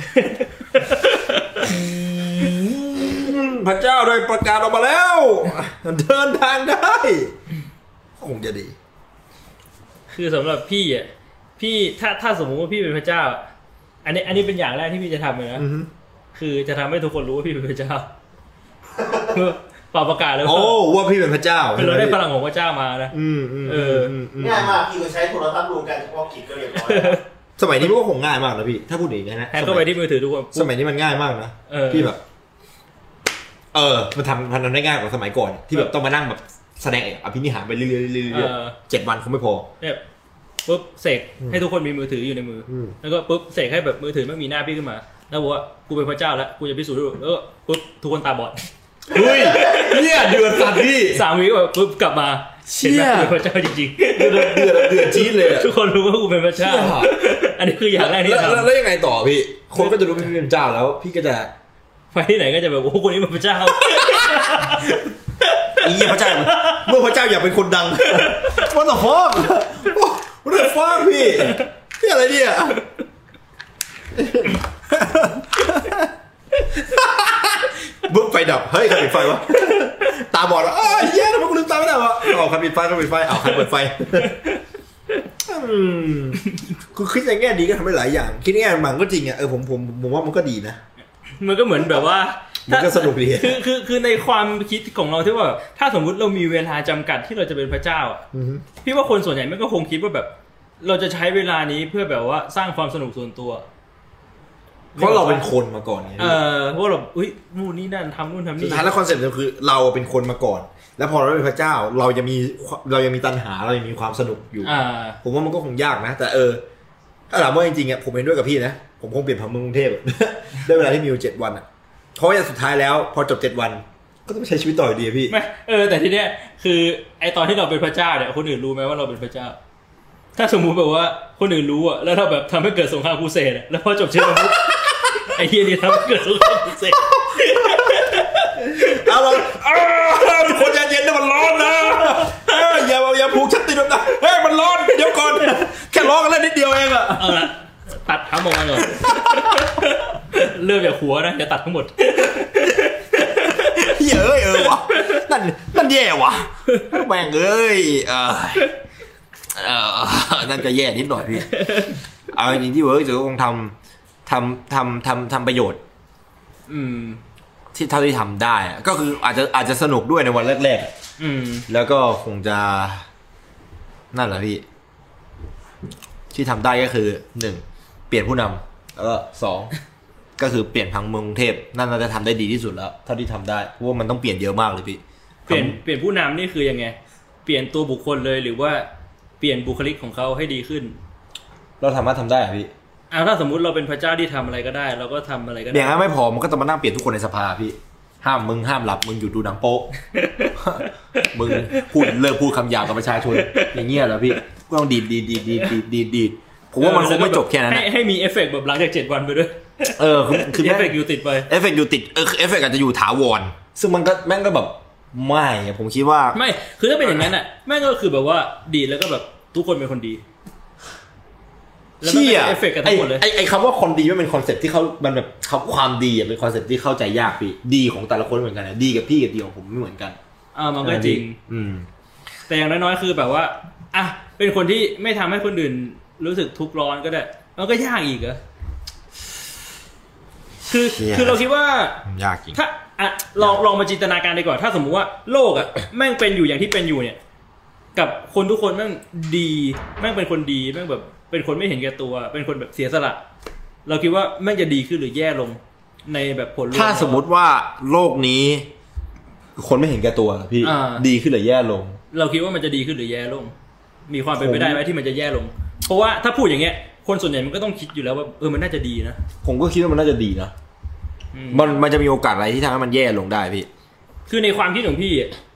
Speaker 1: พระเจ้าได้ประกาศออกมาแล้วเดินทางได้คงจะดี
Speaker 2: คือสำหรับพี่อ่ะพี่ถ้าถ้าสมมติว่าพี่เป็นพระเจ้าอันนี้อันนี้เป็นอย่างแรกที่พี่จะทำเลยนะคือจะทำให้ทุกคนรู้ว่าพี่เป็นพระเจ้าเป่าประกาศเลย
Speaker 1: โอ้ว่าพี่เป็นพระเจ้า
Speaker 2: เราได้พลังของพระเจ้ามานะเออ
Speaker 3: ง่ายมากพี่ก็ใช้โทรทัศน์รวมกันเฉพาะกิจก็เรียบร้อย
Speaker 1: สมัยนี้มันก็คงง่ายมากนะพี่ถ้าพูดอย่างนี้นะ
Speaker 2: แฮกเข้าไปที่มือถือทุกคน
Speaker 1: สมัยนี้มันง่ายมากนะพี่แบบเออมันทำมันทำได้ง่ายกว่าสมัยก่อนที่แบบต้องมานั่งแบบแสดงอภินิหารไปเรื่อยๆเจ็ดวันคงไม่พอ
Speaker 2: เนี่ยปุ๊บเสกให้ทุกคนมีมือถืออยู่ในมือแล้วก็ปุ๊บเสกให้แบบมือถือไม่มีหน้าพี่ขึ้นมาแล้วบอกว่ากูเป็นพระเจ้าแล้วกูจะพิสูจน์ด้วยแล้วปุ๊บทุกคนตาบอด
Speaker 1: เฮ้ยเนี่ยเดือดสัตว์พี่
Speaker 2: สามวิแบบปุ๊บกลับมาเห็นไหมเป็นพระเจ้าจริงๆ
Speaker 1: เดือดเดือดเดือดจี๊ดเลย
Speaker 2: ทุกคนรู้ว่ากูเป็นพระเจ้าอันนี้คืออย่างแรกที่ทำ
Speaker 1: แล้วยังไงต่อพี่คนก็จะรู้ว่าพี่เป็นเจ้าแล้วพี่ก็จะ
Speaker 2: ไปที่ไหนก็จะแบบโอ้คนนี้เป็นพระเจ้า
Speaker 1: อีพระเจ้าเมื่อพระเจ้าอยากเป็นคนดัง What the fuck What the fuck พี่พี่อะไรเนี่ยบึ้มไฟดับเฮ้ยใครปิดไฟวะตาบอดวะเอ้ยเย้ทำไมกูลืมตาไม่ได้วะอ๋อใครปิดไฟใครปิดไฟอ้าวใครเปิดไฟคือคิดในแง่ดีก็ทำได้หลายอย่างคิดในแง่มันก็จริงอ่ะเออผมผมผมว่ามันก็ดีนะ
Speaker 2: มันก็เหมือนแบบว่า
Speaker 1: มันก็สนุกดี
Speaker 2: คือคือคือในความคิดของเราที่ว่าถ้าสมมุติเรามีเวลาจำกัดที่เราจะเป็นพระเจ้าอ่ะพี่ว่าคนส่วนใหญ่มันก็คงคิดว่าแบบเราจะใช้เวลานี้เพื่อแบบว่าสร้างความสนุกส่วนตัว
Speaker 1: เพราะเราเป็นคนมาก่อน
Speaker 2: เออเพราะเราอุ้ยนู่นนี่นั่นทำนู่นทำนี่
Speaker 1: สุดท้ายแล้วคอนเซ็ปต์คือเราเป็นคนมาก่อนแล้วพอเราเป็นพระเจ้าเราจะมีเรายังมีตัณหาเรายังมีความสนุกอยู่ผมว่ามันก็คงยากนะแต่เออถ้าถามว่าจริงๆอ่ะผมเห็นด้วยกับพี่นะผมคงเปลี่ยนผังเมืองกรุงเทพได้เวลาที่มีอยู่เจ็ดวันอ่ะเพราะว่าสุดท้ายแล้วพอจบเจ็ดวันก็ต้องใช้ชีวิตต่ออยู่ดีพี่
Speaker 2: ไม่เออแต่ทีเนี้ยคือไอตอนที่เราเป็นพระเจ้าเนี่ยคนอื่นรู้ไหมว่าเราเป็นพระเจ้าถ้าสมมุติแบบว่าคนอื่นรู้อ่ะแล้วเราแบบทำให้เกิดสงครามครูเสดแล้วพอจบเจ็ดวันไอ้เฮียนี่ทำให้เกิดสงครามครูเสด
Speaker 1: เอาเราทุกคนเย็นๆนะมันร้อนนะอย่าอย่าผูกชัดติดนะเฮ้ยมันร้อนเดี๋ยวก่อนแค่ร้อนกันเล่นนิดเดียวเองอะ
Speaker 2: เอาละตัดทั้งหมดมาก่อนเริ่มจากหัวนะอย่าตัดทั้งหมด
Speaker 1: เหี้ยเอ้ยเออวะนั่นนั่นแย่วะแม่งเอ้ยเออเออนั่นก็แย่นิดหน่อยพี่เอาจริงที่เวิร์กจะคงทำทำทำทำทำประโยชน์
Speaker 2: อืม
Speaker 1: ที่เท่าที่ทำได้ก็คืออาจจะอาจจะสนุกด้วยในวันแรก
Speaker 2: ๆอืม
Speaker 1: แล้วก็คงจะนั่นแหละพี่ที่ทำได้ก็คือหนึ่งเปลี่ยนผู้นำแล้วก็สองก็คือเปลี่ยนผังเมืองกรุงเทพนั่นเราจะทำได้ดีที่สุดแล้วเท่าที่ทำได้เพราะว่ามันต้องเปลี่ยนเยอะมากเลยพี่
Speaker 2: เปลี่ยนเปลี่ยนผู้นำนี่คือยังไงเปลี่ยนตัวบุคคลเลยหรือว่าเปลี่ยนบุคลิกของเขาให้ดีขึ้น
Speaker 1: เราสามารถทำได้พี่
Speaker 2: อ่าถ้าสมมุติเราเป็นพระเจ้าที่ทำอะไรก็ได้เราก็ทำอะไรก็ได้
Speaker 1: อย่างนั้นไม่พอมันก็ต้องมานั่งเปลี่ยนทุกคนในสภาพี่ห้ามมึงห้ามหลับมึงอยู่ดูหนังโป๊ะมึงพูดเลิกพูดคำหยาบกับประชาชนอย่างเงี้ยเหรอพี่ก็ต้องดีดดีดดีดดีดดีดดีดผมว่ามันคงไม่จบแค่นั้น
Speaker 2: ให้ให้มีเอฟเฟกต์แบบหลังจากเจ็ดวันไปด้วย
Speaker 1: เออคือ
Speaker 2: เอฟเฟกต์อยู่ติดไป
Speaker 1: เอฟเฟกต์อยู่ติดเออเอฟเฟกต์อาจจะอยู่ถาวรซึ่งมันก็แม่งก็แบบไม่ผมคิดว่า
Speaker 2: ไม่คือถ้าเป็นอย่างนั้นอ่ะแม่งก็คือแบบว่าดีแล้วก็แบบทุกคนเป็นคนดี
Speaker 1: แล้วมันเป็นเอฟเฟกต์กันทั้งหมดเลยไอ้ไอ้คำว่าคนดีมันเป็นคอนเซ็ปต์ที่เขามันแบบคำความดีเป็นคอนเซ็ปต์ที่เข้าใจยากพี่ดีของแต่ละคนเหมือนกันนะดีกับพี่กับดีของผมไม่เหมือนกัน
Speaker 2: อ่ามันก็จริง
Speaker 1: อืม
Speaker 2: แต่อย่างน้อยๆคือแบบว่าอ่ะเป็นคนที่ไม่ทำให้คนอื่นรู้สึกทุกข์ร้อนก็ได้มันก็ยากอีกเหรอคือคือเราคิดว่าย
Speaker 1: ากจริง
Speaker 2: ถ้าอ่ะลองลองมาจินตนาการดีกว่าถ้าสมมุติว่าโลกอ่ะแม่งเป็นอยู่อย่างที่เป็นอยู่เนี่ยกับคนทุกคนแม่งดีแม่งเป็นคนดีแม่งแบบเป็นคนไม่เห็นแก่ตัวเป็นคนแบบเสียสละเราคิดว่าแม่งจะดีขึ้นหรือแย่ลงในแบบผล
Speaker 1: ถ้าสมมุติว่าโลกนี้คนไม่เห็นแก่ตัวพี่ดีขึ้นหรือแย่ลง
Speaker 2: เราคิดว่ามันจะดีขึ้นหรือแย่ลงมีความเป็นไปได้ไหมที่มันจะแย่ลงเพราะว่าถ้าพูดอย่างเงี้ยคนส่วนใหญ่มันก็ต้องคิดอยู่แล้วว่าเออมันน่าจะดีนะ
Speaker 1: ผมก็คิดว่ามันน่าจะดีนะมันมันจะมีโอกาสอะไรที่ทำให้มันแย่ลงได้พี่
Speaker 2: คือในความคิดของพี่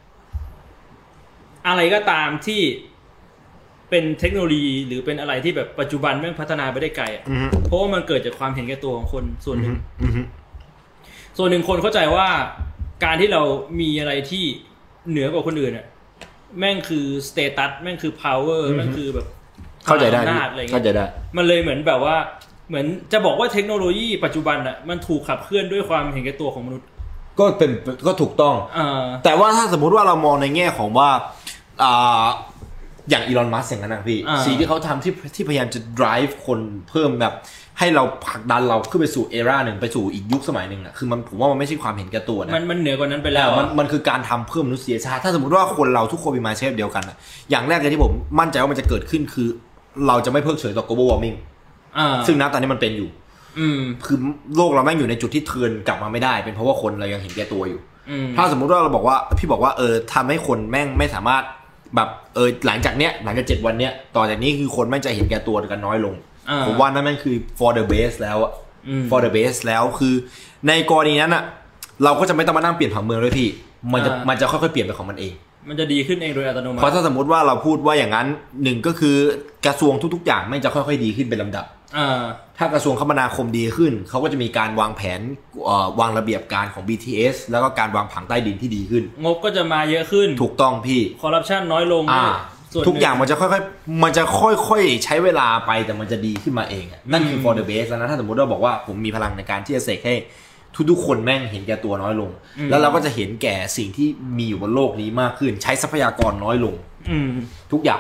Speaker 2: อะไรก็ตามที่เป็นเทคโนโลยีหรือเป็นอะไรที่แบบปัจจุบันแม่งพัฒนาไปได้ไกลอ่ะเพราะว่ามันเกิดจากความเห็นแก่ตัวของคนส่วนหนึ่งส่วนหนึ่งคนเข้าใจว่าการที่เรามีอะไรที่เหนือกว่าคนอื่นอ่ะแม่งคือสเตตัสแม่งคือพาวเวอร์แม่งคือแบบ
Speaker 1: เข้าใจได้เข้าใจได้
Speaker 2: มันเลยเหมือนแบบว่าเหมือนจะบอกว่าเทคโนโลยีปัจจุบันอ่ะมันถูกขับเคลื่อนด้วยความเห็นแก่ตัวของมนุษย์
Speaker 1: ก็เป็นก็ถูกต้องแต่ว่าถ้าสมมุติว่าเรามองในแง่ของว่าอ่าอย่างอีลอนมัสก์อย่างนั้นนะพี่สิ่งที่เขาทำที่ที่พยายามจะ drive คนเพิ่มแบบให้เราผลักดันเราขึ้นไปสู่เอราหนึ่งไปสู่อีกยุคสมัยหนึ่งอ่ะคือมันผมว่ามันไม่ใช่ความเห็นแก่ตัวนะ
Speaker 2: มันมันเหนือกว่านั้นไปแล้ว
Speaker 1: มันมันคือการทำเพิ่มมนุษยชาติถ้าสมมติว่าคนเราทุกคนมี mindset เดียวกันอ่ะอย่างแรกเลยที่ผมมั่นใจว่ามันจะเกิดขึ้นคือเราจะไม่เพิกเฉยต่อ global warming ซึ่งณตอนนี้มันเป็นอยู่คือโลกเราแม่งอยู่ในจุดที่เทิร์นกลับมาไม่ได้เป็นเพราะว่าคนเรายังเห็นแก่ตัวอยู่ถ้าสมมติว่าเราบอกว่าพี่บอกว่าเออทำให้คนแม่งไม่สามารถแบบเออหลังจากเนี้ยหลังจากเจ็ดวันเนี้ยต่อจากนี้คือคนแม่งจะเห็นแก่ตัวกันน้อยลงผมว่านั่นแม่งคือ for the best แล้วอะ for the best แล้วคือในกรณีนั้นอะเราก็จะไม่ต้องมานั่งเปลี่ยนผังเมืองด้วยพี่มันจะมันจะค่อยๆเปลี่ยนไปของมันเอง
Speaker 2: มันจะดีขึ้นเองโดยอัตโนมัติ
Speaker 1: เพราะถ้าสมมติว่าเราพูดว่าอย่างนั้นหนึ่งก็คือกระทรวงทุกๆอย่างแม่งจะค่อยๆดีขึ้นเป็นลำดับถ้ากระทรวงคมนาคมดีขึ้นเขาก็จะมีการวางแผนวางระเบียบการของ บี ที เอส แล้วก็การวางผังใต้ดินที่ดีขึ้น
Speaker 2: งบก็จะมาเยอะขึ้น
Speaker 1: ถูกต้องพี่
Speaker 2: คอร์รัปชันน้อยลง
Speaker 1: ทุกอย่างมันจะค่อยๆมันจะค่อยๆใช้เวลาไปแต่มันจะดีขึ้นมาเองนั่นคือ for the best แล้วนะถ้าสมมติเราบอกว่าผมมีพลังในการที่จะเสกให้ทุกๆคนแม่งเห็นแก่ตัวน้อยลงแล้วเราก็จะเห็นแก่สิ่งที่มีอยู่บนโลกนี้มากขึ้นใช้ทรัพยากรน้อยลงทุกอย่าง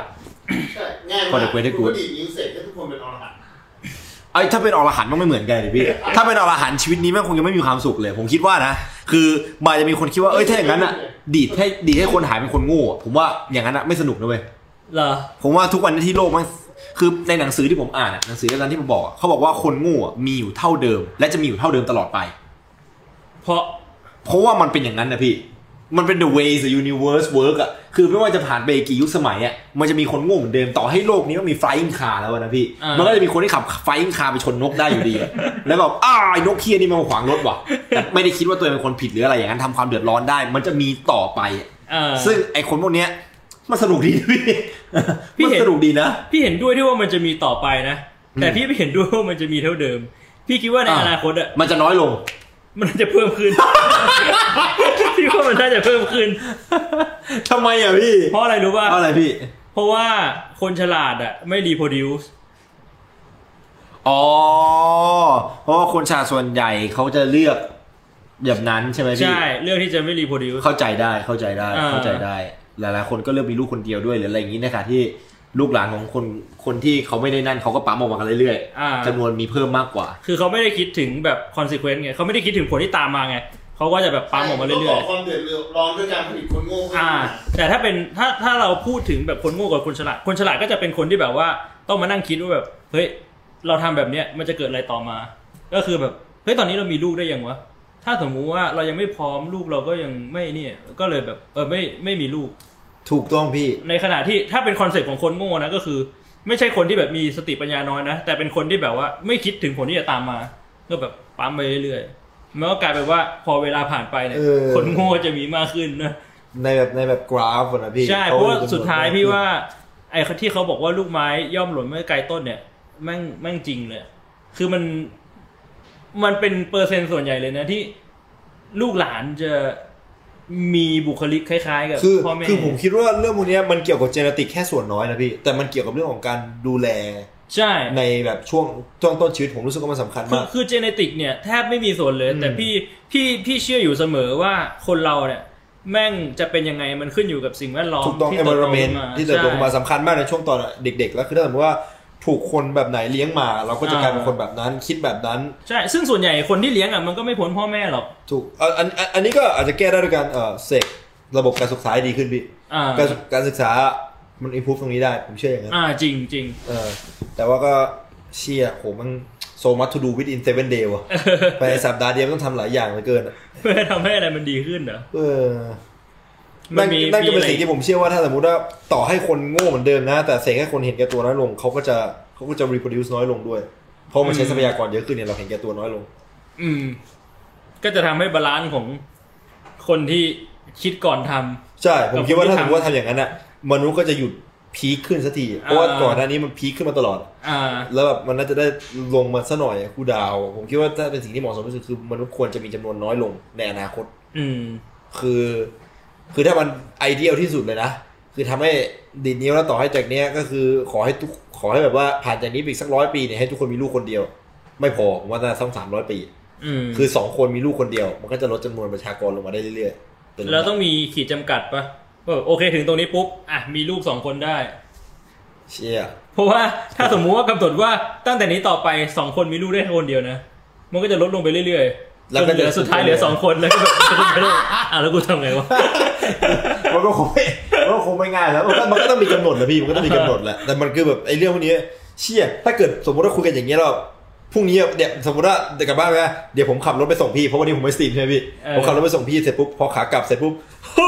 Speaker 3: ง่ายมากคุณดีดนิ้วเสร็จก็ทุกคนเป็นอรหันต์
Speaker 1: ไอ้ถ้าเป็นอรหันต์มันไม่เหมือนกันเลยพี่ถ้าเป็นอรหันต์ชีวิตนี้แม่งคงยังไม่มีความสุขเลยผมคิดว่านะคือมาจะมีคนคิดว่าเอ้ยถ้าอย่างนั้นอ่ะดีดให้ดีดให้คนหายเป็นคนโง่ผมว่าอย่างนั้นอ่ะไม่สนุกนะเว้ย
Speaker 2: เหรอ
Speaker 1: ผมว่าทุกวันนี้ที่โลกมันคือในหนังสือที่ผมอ่านหนังสืออาจารย์ที่มันบอกเขาบอกว่าคนโง่มีอยู่เท่าเดิมและจะมีอยู่เท่าเดิมตลอดไป
Speaker 2: เพราะ
Speaker 1: เพราะว่ามันเป็นอย่างนั้นนะพี่มันเป็น the way the universe work อ่ะคือไม่ว่าจะผ่านไปกี่ยุคสมัยอ่ะมันจะมีคนโง่เหมือนเดิมต่อให้โลกนี้มันมี flying car แล้วนะพี่มันก็จะมีคนที่ขับ flying car ไปชนนกได้อยู่ดีแล้วแบบอ้าวไอ้นกเคี้ยนี่มันมาขวางรถว่ะแต่ไม่ได้คิดว่าตัวเองเป็นคนผิดหรืออะไรอย่างนั้นทำความเดือดร้อนได้มันจะมีต่อไปซึ่งไอ้คนพวกเนี้ยมันสนุกดีพี่พี่สนุกดีนะ
Speaker 2: พี่เห็นด้วยที่ว่ามันจะมีต่อไปนะแต่พี่ไม่เห็นด้วยว่ามันจะมีเท่าเดิมพี่คิดว่าในอนาคตอ่ะ
Speaker 1: มันจะน้อยลง
Speaker 2: มันจะเพิ่มขึ้นพี่ว่ามันน่าจะเพิ่มขึ้น
Speaker 1: ทำไมอ่ะพี่
Speaker 2: เพราะอะไรรู้ป่ะ
Speaker 1: เพราะอะไรพี่
Speaker 2: เพราะว่าคนฉลาดอ่ะไม่รีโปรดิวส์
Speaker 1: อ๋อเพราะว่าคนฉลาดส่วนใหญ่เขาจะเลือกแบบนั้นใช่ไหมพี่
Speaker 2: ใช่เลือกที่จะไม่รีโปรดิวส์
Speaker 1: เข้าใจได้เข้าใจได้เข้าใจได้หลายๆคนก็เลือกมีลูกคนเดียวด้วยหรืออะไรอย่างนี้นะคะที่ลูกหลานของคนคนที่เขาไม่ได้นั่นเขาก็ปั๊มออกมากันเรื่อยๆจำนวนมีเพิ่มมากกว่า
Speaker 2: คือเขาไม่ได้คิดถึงแบบ consequence ไงเขาไม่ได้คิดถึงผลที่ตามมาไงเขาก็จะแบบปั๊มออกมาเรื่อย
Speaker 3: ๆความเดือดร้อนด้วยการผลิตคนโง่
Speaker 2: อ่าแต่ถ้าเป็นถ้าถ้าเราพูดถึงแบบคนโง่กับคนฉลาดคนฉลาดก็จะเป็นคนที่แบบว่าต้องมานั่งคิดว่าแบบเฮ้ยเราทำแบบเนี้ยมันจะเกิดอะไรต่อมาก็คือแบบเฮ้ยตอนนี้เรามีลูกได้ยังวะถ้าสมมุติว่าเรายังไม่พร้อมลูกเราก็ยังไม่เนี่ยก็เลยแบบเออไม่ไม่มีลูก
Speaker 1: ถูกต้องพี่
Speaker 2: ในขณะที่ถ้าเป็นคอนเซ็ปต์ของคนโง่นะก็คือไม่ใช่คนที่แบบมีสติปัญญาน้อยนะแต่เป็นคนที่แบบว่าไม่คิดถึงผลที่จะตามมาก็แบบปั๊มไปเรื่อยๆมันก็กลายเป็นว่าพอเวลาผ่านไปเนี่ยคนโง่จะมีมากขึ้นนะ
Speaker 1: ในแบบในแบบกราฟนะพี่
Speaker 2: ใช่เพราะว่าสุดท้ายพี่ว่าไอ้ที่เขาบอกว่าลูกไม้ย่อมหล่นไม่ไกลต้นเนี่ยแม่งแม่งจริงเลยคือมันมันเป็นเปอร์เซ็นต์ส่วนใหญ่เลยนะที่ลูกหลานจะมีบุคลิกคล้ายๆกับพ่อแม่
Speaker 1: คือผมคิดว่าเรื่องพวกนี้มันเกี่ยวกับเจเนติกแค่ส่วนน้อยนะพี่แต่มันเกี่ยวกับเรื่องของการดูแล
Speaker 2: ใช่
Speaker 1: ในแบบช่วงช่วงต้นชีวิตผมรู้สึกว่ามันสำคัญมาก
Speaker 2: คือเจเนติกเนี่ยแทบไม่มีส่วนเลยแต่พี่พี่พี่เชื่ออยู่เสมอว่าคนเราเนี่ยแม่งจะเป็นยังไงมันขึ้นอยู่กับสิ่งแวดล้อม
Speaker 1: ที่เติบโตมาที่เติบโตมาสำคัญมากในช่วงตอนเด็กๆแล้วคือถ้าสมมติว่าถูกคนแบบไหนเลี้ยงมาเราก็จะกลายเป็นคนแบบนั้นคิดแบบนั้น
Speaker 2: ใช่ซึ่งส่วนใหญ่คนที่เลี้ยงอ่ะมันก็ไม่พ้นพ่อแม่หรอก
Speaker 1: ถูกอันอันนี้ก็อาจจะแก้ได้ด้วยการเอ่อเสกระบบการศึกษาดีขึ้นพี่การการศึกษามันอิมพูฟตรงนี้ได้ผมเชื่ออย่างนั้น
Speaker 2: อ่าจริงจริง
Speaker 1: เออแต่ว่าก็เชี่ยโหมันโซมัททูดูวิดอินเซเว่นเดย์ว่ะไปสัปดาห์เดียวต้องทำหลายอย่างเหลือเกิน
Speaker 2: เพื่อทำให้อะไรมันดีขึ้นเหรอ
Speaker 1: เออนั่นนั่นก็เป็นสิ่งที่ผมเชื่อว่าถ้าสมมติว่าต่อให้คนโง่เหมือนเดิมนะแต่เสกให้คนเห็นแก่ตัวน้อยลงเขาก็จะเขาก็จะ reproduce น้อยลงด้วยเพราะมันใช้ทรัพยากรเยอะขึ้นเนี่ยเราเห็นแก่ตัวน้อยลง
Speaker 2: อืมก็จะทำให้บาลานซ์ของคนที่คิดก่อนทำ
Speaker 1: ใช่ผมคิดว่าถ้าสมมติว่าทำอย่างนั้นอ่ะมนุษย์ก็จะหยุดพีคขึ้นสักทีเพราะว่าก่อนหน้านี้มันพีคขึ้นมาตลอด
Speaker 2: อ่า
Speaker 1: แล้วแบบมันน่าจะได้ลงมาซะหน่อยคู่ดาวผมคิดว่าถ้าเป็นสิ่งที่เหมาะสมที่สุดคือมนุษย์ควรจะมีจำนวนน้อยลงในอนาคต
Speaker 2: อืม
Speaker 1: คือคือถ้ามันไอเดียลที่สุดเลยนะคือทำให้ดินนิ้วแล้วต่อให้จากเนี้ยก็คือขอให้ทุกขอให้แบบว่าผ่านจากนี้อีกสักร้อยปีเนี่ยให้ทุกคนมีลูกคนเดียวไม่พอผมว่าจะต้องสามร้อยปีคือสองคนมีลูกคนเดียวมันก็จะลดจำนวนประชากรลงมาได้เรื่อย
Speaker 2: ๆแล้วต้องมีขีดจำกัดปะว่าโอเคถึงตรงนี้ปุ๊บอ่ะมีลูกสองคนได้
Speaker 1: เชี่ย
Speaker 2: เพราะว่าถ้าสมมุติว่ากำหนดว่าตั้งแต่นี้ต่อไปสองคนมีลูกได้คนเดียวนะมันก็จะลดลงไปเรื่อยๆแล้วก็เหลือสุดท้ายเหลือสองคนแล้วก็แบบอ่ะแล้วกูทำไงวะ
Speaker 1: มันก็คงไม่มันก็คงไม่ง่ายแล้วมันก็ต้องมีกำหนดแหละพี่มันก็ต้องมีกำหนดแหละแต่มันคือแบบไอ้เรื่องพวกนี้เชี่ยถ้าเกิดสมมติว่าคุยกันอย่างเงี้ยเราพรุ่งนี้เดี๋ยวสมมติว่าเดี๋ยวกลับบ้านไปเดี๋ยวผมขับรถไปส่งพี่เพราะวันนี้ผมไม่สตรีมใช่ไหมพี่ผมขับรถไปส่งพี่เสร็จปุ๊บพอขากลับเสร็จปุ๊บ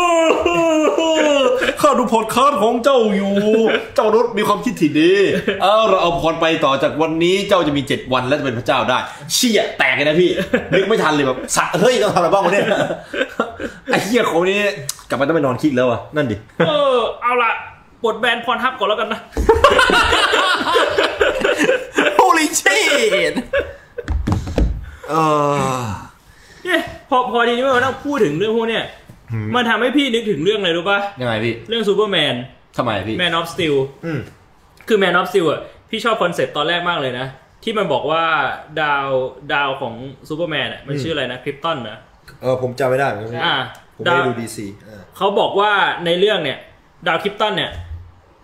Speaker 1: ข้าดูพอดคาสต์ของเจ้าอยู่เจ้ารถมีความคิดที่ดีเออเราเอาพรไปต่อจากวันนี้เจ้าจะมีเจ็ดวันและจะเป็นพระเจ้าได้เชี่ยแตกเลยนะพี่นึกไม่ทันเลยแบบสะเฮ้ยต้องทำอะไรบ้างวะเนี่ยไอ้เหี้ยคนนี้กลับมาต้องไปนอนคิดแล้วอ่ะนั่นดิ
Speaker 2: เออเอาล่ะปลดแบนพรทับก่อนแล้วกันนะ
Speaker 1: Holy shit เออ
Speaker 2: เนี่ยพอพอทีนี้เราต้องพูดถึงเรื่องพวกเนี้ยมันทำให้พี่นึกถึงเรื่องอะไรรู้ป่ะ
Speaker 1: ยังไงพี่
Speaker 2: เรื่องซูเปอร์แมน
Speaker 1: ทำไมพี่
Speaker 2: Man of Steel อืมคือ Man of Steel อ่ะพี่ชอบคอนเซ็ปต์ตอนแรกมากเลยนะที่มันบอกว่าดาวดาวของซูเปอร์แมนอ่ะมันชื่ออะไรนะคริปตันนะ
Speaker 1: เออผมจำไม่ได้เหมือนกัน
Speaker 2: อ่า
Speaker 1: ผมไม่ได้ดู ดี ซี
Speaker 2: เขาบอกว่าในเรื่องเนี่ยดาวคริปตันเนี่ย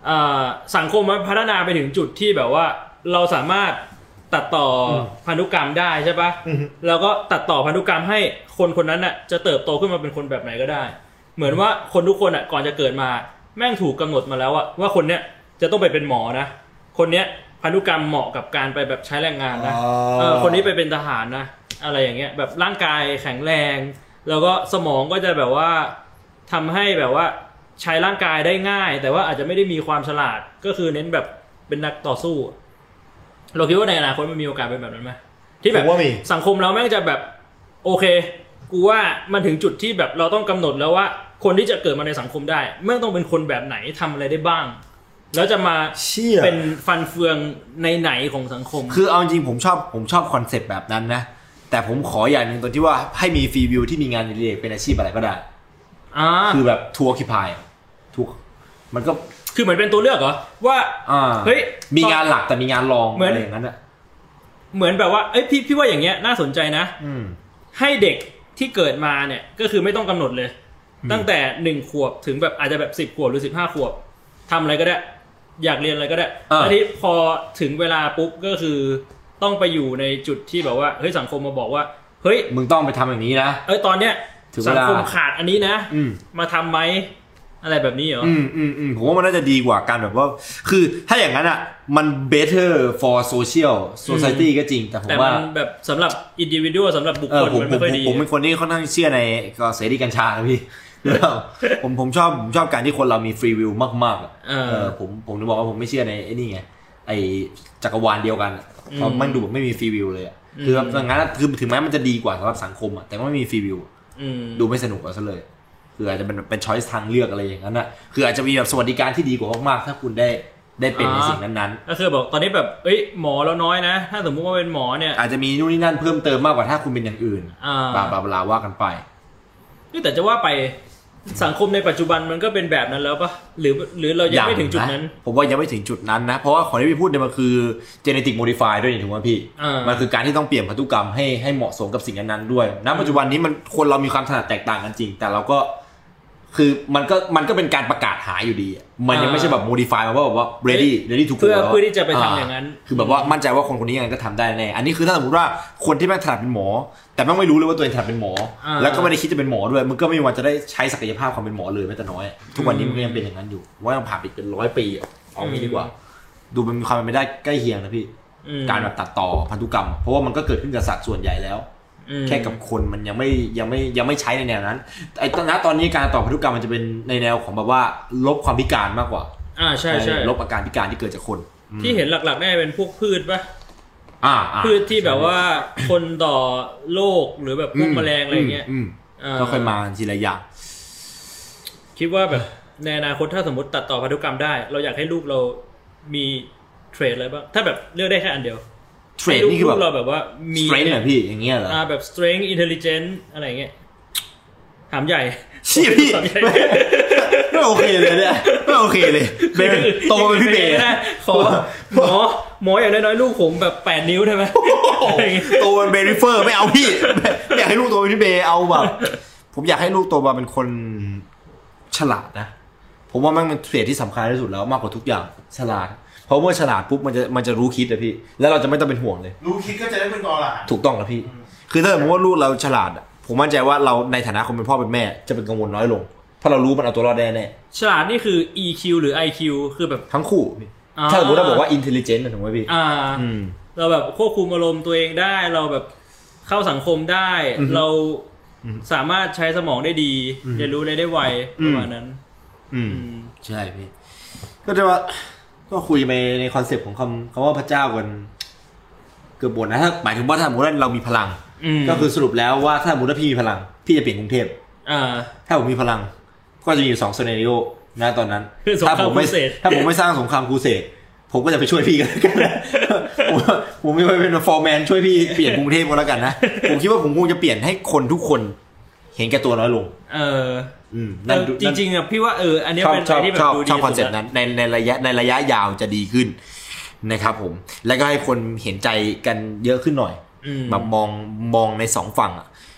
Speaker 2: สังคมมันพัฒนาไปถึงจุดที่แบบว่าเราสามารถตัดต่อพันธุกรรมได้ใช่ปะแล้วก็ตัดต่อพันธุกรรมให้คนคนนั้นน่ะจะเติบโตขึ้นมาเป็นคนแบบไหนก็ได้เหมือนว่าคนทุกคนอ่ะก่อนจะเกิดมาแม่งถูกกำหนดมาแล้วอะว่าคนเนี้ยจะต้องไปเป็นหมอนะคนเนี้ยพันธุกรรมเหมาะกับการไปแบบใช้แรงงานนะเออคนนี้ไปเป็นทหารนะอะไรอย่างเงี้ยแบบร่างกายแข็งแรงแล้วก็สมองก็จะแบบว่าทำให้แบบว่าใช้ร่างกายได้ง่ายแต่ว่าอาจจะไม่ได้มีความฉลาดก็คือเน้นแบบเป็นนักต่อสู้เราคิดว่าในอนาคตมันมีโอกาสเป็นแบบนั้นไหมที่แบบสังคมเราแม่งจะแบบโอเคกูว่ามันถึงจุดที่แบบเราต้องกำหนดแล้วว่าคนที่จะเกิดมาในสังคมได้แม่งต้องเป็นคนแบบไหนทำอะไรได้บ้างแล้วจะมาเป็นฟันเฟืองในไหนของสังคม
Speaker 1: คือเอาจริงผมชอบผมชอบคอนเซ็ปต์แบบนั้นนะแต่ผมขออย่างหนึ่งตรงที่ว่าให้มีฟรีวิวที่มีงานอดิเรกเป็นอาชีพอะไรก็ได้คือแบบทัวร์คิพายทุกมันก็
Speaker 2: คือเหมือนเป็นตัวเลือกเหรอว่าเฮ้ย
Speaker 1: มีงานหลักแต่มีงานรองอะไรอย่างนั้นอ่ะ
Speaker 2: เหมือนแบบว่าเอ้ยพี่พี่ว่าอย่างเงี้ยน่าสนใจนะให้เด็กที่เกิดมาเนี่ยก็คือไม่ต้องกำหนดเลยตั้งแต่หนึ่งขวบถึงแบบอาจจะแบบสิบขวบหรือสิบห้าขวบทำอะไรก็ได้อยากเรียนอะไรก็ได้แล้วที่พอถึงเวลาปุ๊บก็คือต้องไปอยู่ในจุดที่แบบว่าเฮ้ยสังคมมาบอกว่าเฮ้ย
Speaker 1: มึงต้องไปทำอย่างนี้นะ
Speaker 2: เอ้ยตอนเนี้ยสังคมขาดอันนี้นะมาทำไหมอะไรแบบนี้เหรอ
Speaker 1: อืมอืมอืมผมว่ามันน่าจะดีกว่าการแบบว่าคือถ้าอย่างนั้นอ่ะมัน better for social society ก็จริงแต่ผมว่า
Speaker 2: แต่มันแบบสำหรับ individual สำหรับบุคคลมันไม่ค่อยดี
Speaker 1: ผมเป็นคนที่ค่อนข้างเชื่อในก็เสรีกัญชานะพี่ผมผมชอบผมชอบการที่คนเรามีฟรีวิวมากๆเออผมผมจะบอกว่าผมไม่เชื่อในไอ้นี่ไงไอ้จักรวาลเดียวกันเพราะมันดูแบบไม่มีฟรีวิวเลยคือแบบงั้นคือถึงแม้มันจะดีกว่าสำหรับสังคมอ่ะแต่ก็ไม่มีฟรีวิวดูไม่สนุกเอาซะเลยคืออาจจะเป็นเป็นช้อยส์ทางเลือกอะไรอย่างนั้นน่ะคืออาจจะมีแบบสวัสดิการที่ดีกว่ามากๆถ้าคุณได้ได้เป็นในสิ่งนั้น
Speaker 2: ๆก็คือบอกตอนนี้แบบเอ้ยหมอแล้วน้อยนะถ้าสมมุติว่าเป็นหมอเนี่ย
Speaker 1: อาจจะมีนู่นนี่นั่นเพิ่มเติมมากกว่าถ้าคุณเป็นอย่างอื่นบลาบลาบลาว่ากันไป
Speaker 2: นี่แต่จะว่าไปสังคมในปัจจุบันมันก็เป็นแบบนั้นแล้วปะหรือหรือเรายังไม่ถึงจุดนั้น
Speaker 1: ผมว่ายังไม่ถึงจุดนั้นนะเพราะว่าของที่พี่พูดเนี่ยมันคือ genetic modify ด้วยนี่ถูกไหมพี่มันคือการที่ต้องเปลี่ยนพันธุกรรมให้ให้เหมาะสมกับสิ่งนั้นๆด้วยณปัจจุบันนี้มันคนเรามีความถนัดแตกต่างกันจริงแต่เราก็คือมันก็มันก็เป็นการประกาศหาอยู่ดีมันยังไม่ใช่แบบ modify มาว่าแบบว่า ready ready to go
Speaker 2: เพื่อเพื่อที่จะไปทำอย่างนั้น
Speaker 1: คือแบบว่ามั่นใจว่าคนคนนี้ยังไงก็ทำได้แน่อันนี้คือถ้าสมมติว่าคนที่แม่งถนัดเป็นหมอแต่แม่งไม่รู้เลยว่าตัวเองถนัดเป็นหมอแล้วก็ไม่ได้คิดจะเป็นหมอด้วยมันก็ไม่มีวันจะได้ใช้ศักยภาพความเป็นหมอเลยแม้แต่น้อยทุกวันนี้มันก็ยังเป็นอย่างนั้นอยู่ว่ายังผ่านไปเป็นร้อยปีเอางี้ดีกว่าดูมันมีความเป็นไปได้ใกล้เคียงนะพี่การแบบตัดต่อพันธุกรรมเพราะว่ามันก็เกิดขึ้นกับสัตว์ส่วนใหญ่แล้วแค่กับคนมันยังไม่ยังไม่ยังไม่ใช้ในแนวนั้นไอ้ตอนนั้นตอนนี้การต่อพันธุกรรมมันจะเป็นในแนวของแบบว่าลบความพิการมากกว่า
Speaker 2: อ่าใช่ใช่
Speaker 1: ลบอาการพิการที่เกิดจากคน
Speaker 2: ที่เห็นหลักๆแน่เป็นพวกพืชป่ะอ่าพืชที่แบบว่าคนต่อโรคหรือแบบพวกแมลงอะไรเงี้ย
Speaker 1: ก็ค่อยมาทีละอย่าง
Speaker 2: คิดว่าแบบในอนาคตถ้าสมมติตัดต่อพันธุกรรมได้เราอยากให้ลูกเรามีเทรดอะไรบ้างถ้าแบบเลือกได้แค่อันเดียว
Speaker 1: เทรดนี่คือแบบ
Speaker 2: เราแบบว่ามี
Speaker 1: strength เหรอพี่อย่างเงี้ยเหรอ
Speaker 2: อ่าแบบ strength intelligence อะไรเงี้ยถามใหญ่
Speaker 1: เชี่ยพี่ไม่โอเคเลยเนี่ยไม่โอเคเลยเบย์โตเป็นพี่เบย์
Speaker 2: ขอหมอหมออย่างน้อยๆลูกผมแบบแปดนิ้วได้ไหม
Speaker 1: โตเป็นเบย์ริเฟอร์ไม่เอาพี่ไม่อยากให้ลูกโตเป็นพี่เบย์เอาแบบผมอยากให้ลูกโตมาเป็นคนฉลาดนะผมว่ามันเป็นเทรดที่สำคัญที่สุดแล้วมากกว่าทุกอย่างฉลาดเพราะเมื่อฉลาดปุ๊บมันจะมันจะรู้คิดอะพี่แล้วเราจะไม่ต้องเป็นห่วงเลย
Speaker 3: รู้คิดก็จะได้เป็นกอล่ะ
Speaker 1: ถูกต้องครับพี่คือถ้าสมมติว่าลูกเราฉลาดอะผมมั่นใจว่าเราในฐานะคนเป็นพ่อเป็นแม่จะเป็นกังวลน้อยลงเพราะเรารู้มันเอาตัวรอดได้แน่
Speaker 2: ฉลาดนี่คือ อี คิว หรือ ไอ คิว คือแบบ
Speaker 1: ทั้งคู่พี่ถ้าสมมติเราบอกว่า intelligent ถูกไหมพี่
Speaker 2: อ่าเราแบบควบคุมอารมณ์ตัวเองได้เราแบบเข้าสังคมได้เราสามารถใช้สมองได้ดีเรียนรู้ได้ได้ไวประมาณนั้น
Speaker 1: อืมใช่พี่ก็จะว่าก็คุยไปในคอนเซปต์ของคำคำว่าพระเจ้ากันเกือบหมดนะถ้าหมายถึงว่าถ้าสมมติว่าเรามีพลังก็คือสรุปแล้วว่าถ้าสมมติว่าพี่มีพลังพี่จะเปลี่ยนกรุงเทพถ้าผมมีพลังก็จะมีอยู่สองซีนาริโอนะตอนนั้นถ้าผมไม่ถ้าผมไม่สร้างสงครามครูเสดผมก็จะไปช่วยพี่กันนะผมไม่ไปเป็นฟอร์แมนช่วยพี่เปลี่ยนกรุงเทพก็แล้วกันนะผมคิดว่าผมคงจะเปลี่ยนให้คนทุกคนเห็นแก่ตัวน้อยลง
Speaker 2: เออจริงๆอ่ะพี่ว่าเอออันนี้เป็นอะไรที่แบบดูดี
Speaker 1: ชอบคอนเซ็ปต์นั้นในในระยะในระยะยาวจะดีขึ้นนะครับผมแล้วก็ให้คนเห็นใจกันเยอะขึ้นหน่อยแบบมองมองในสองฝั่งอ่ะ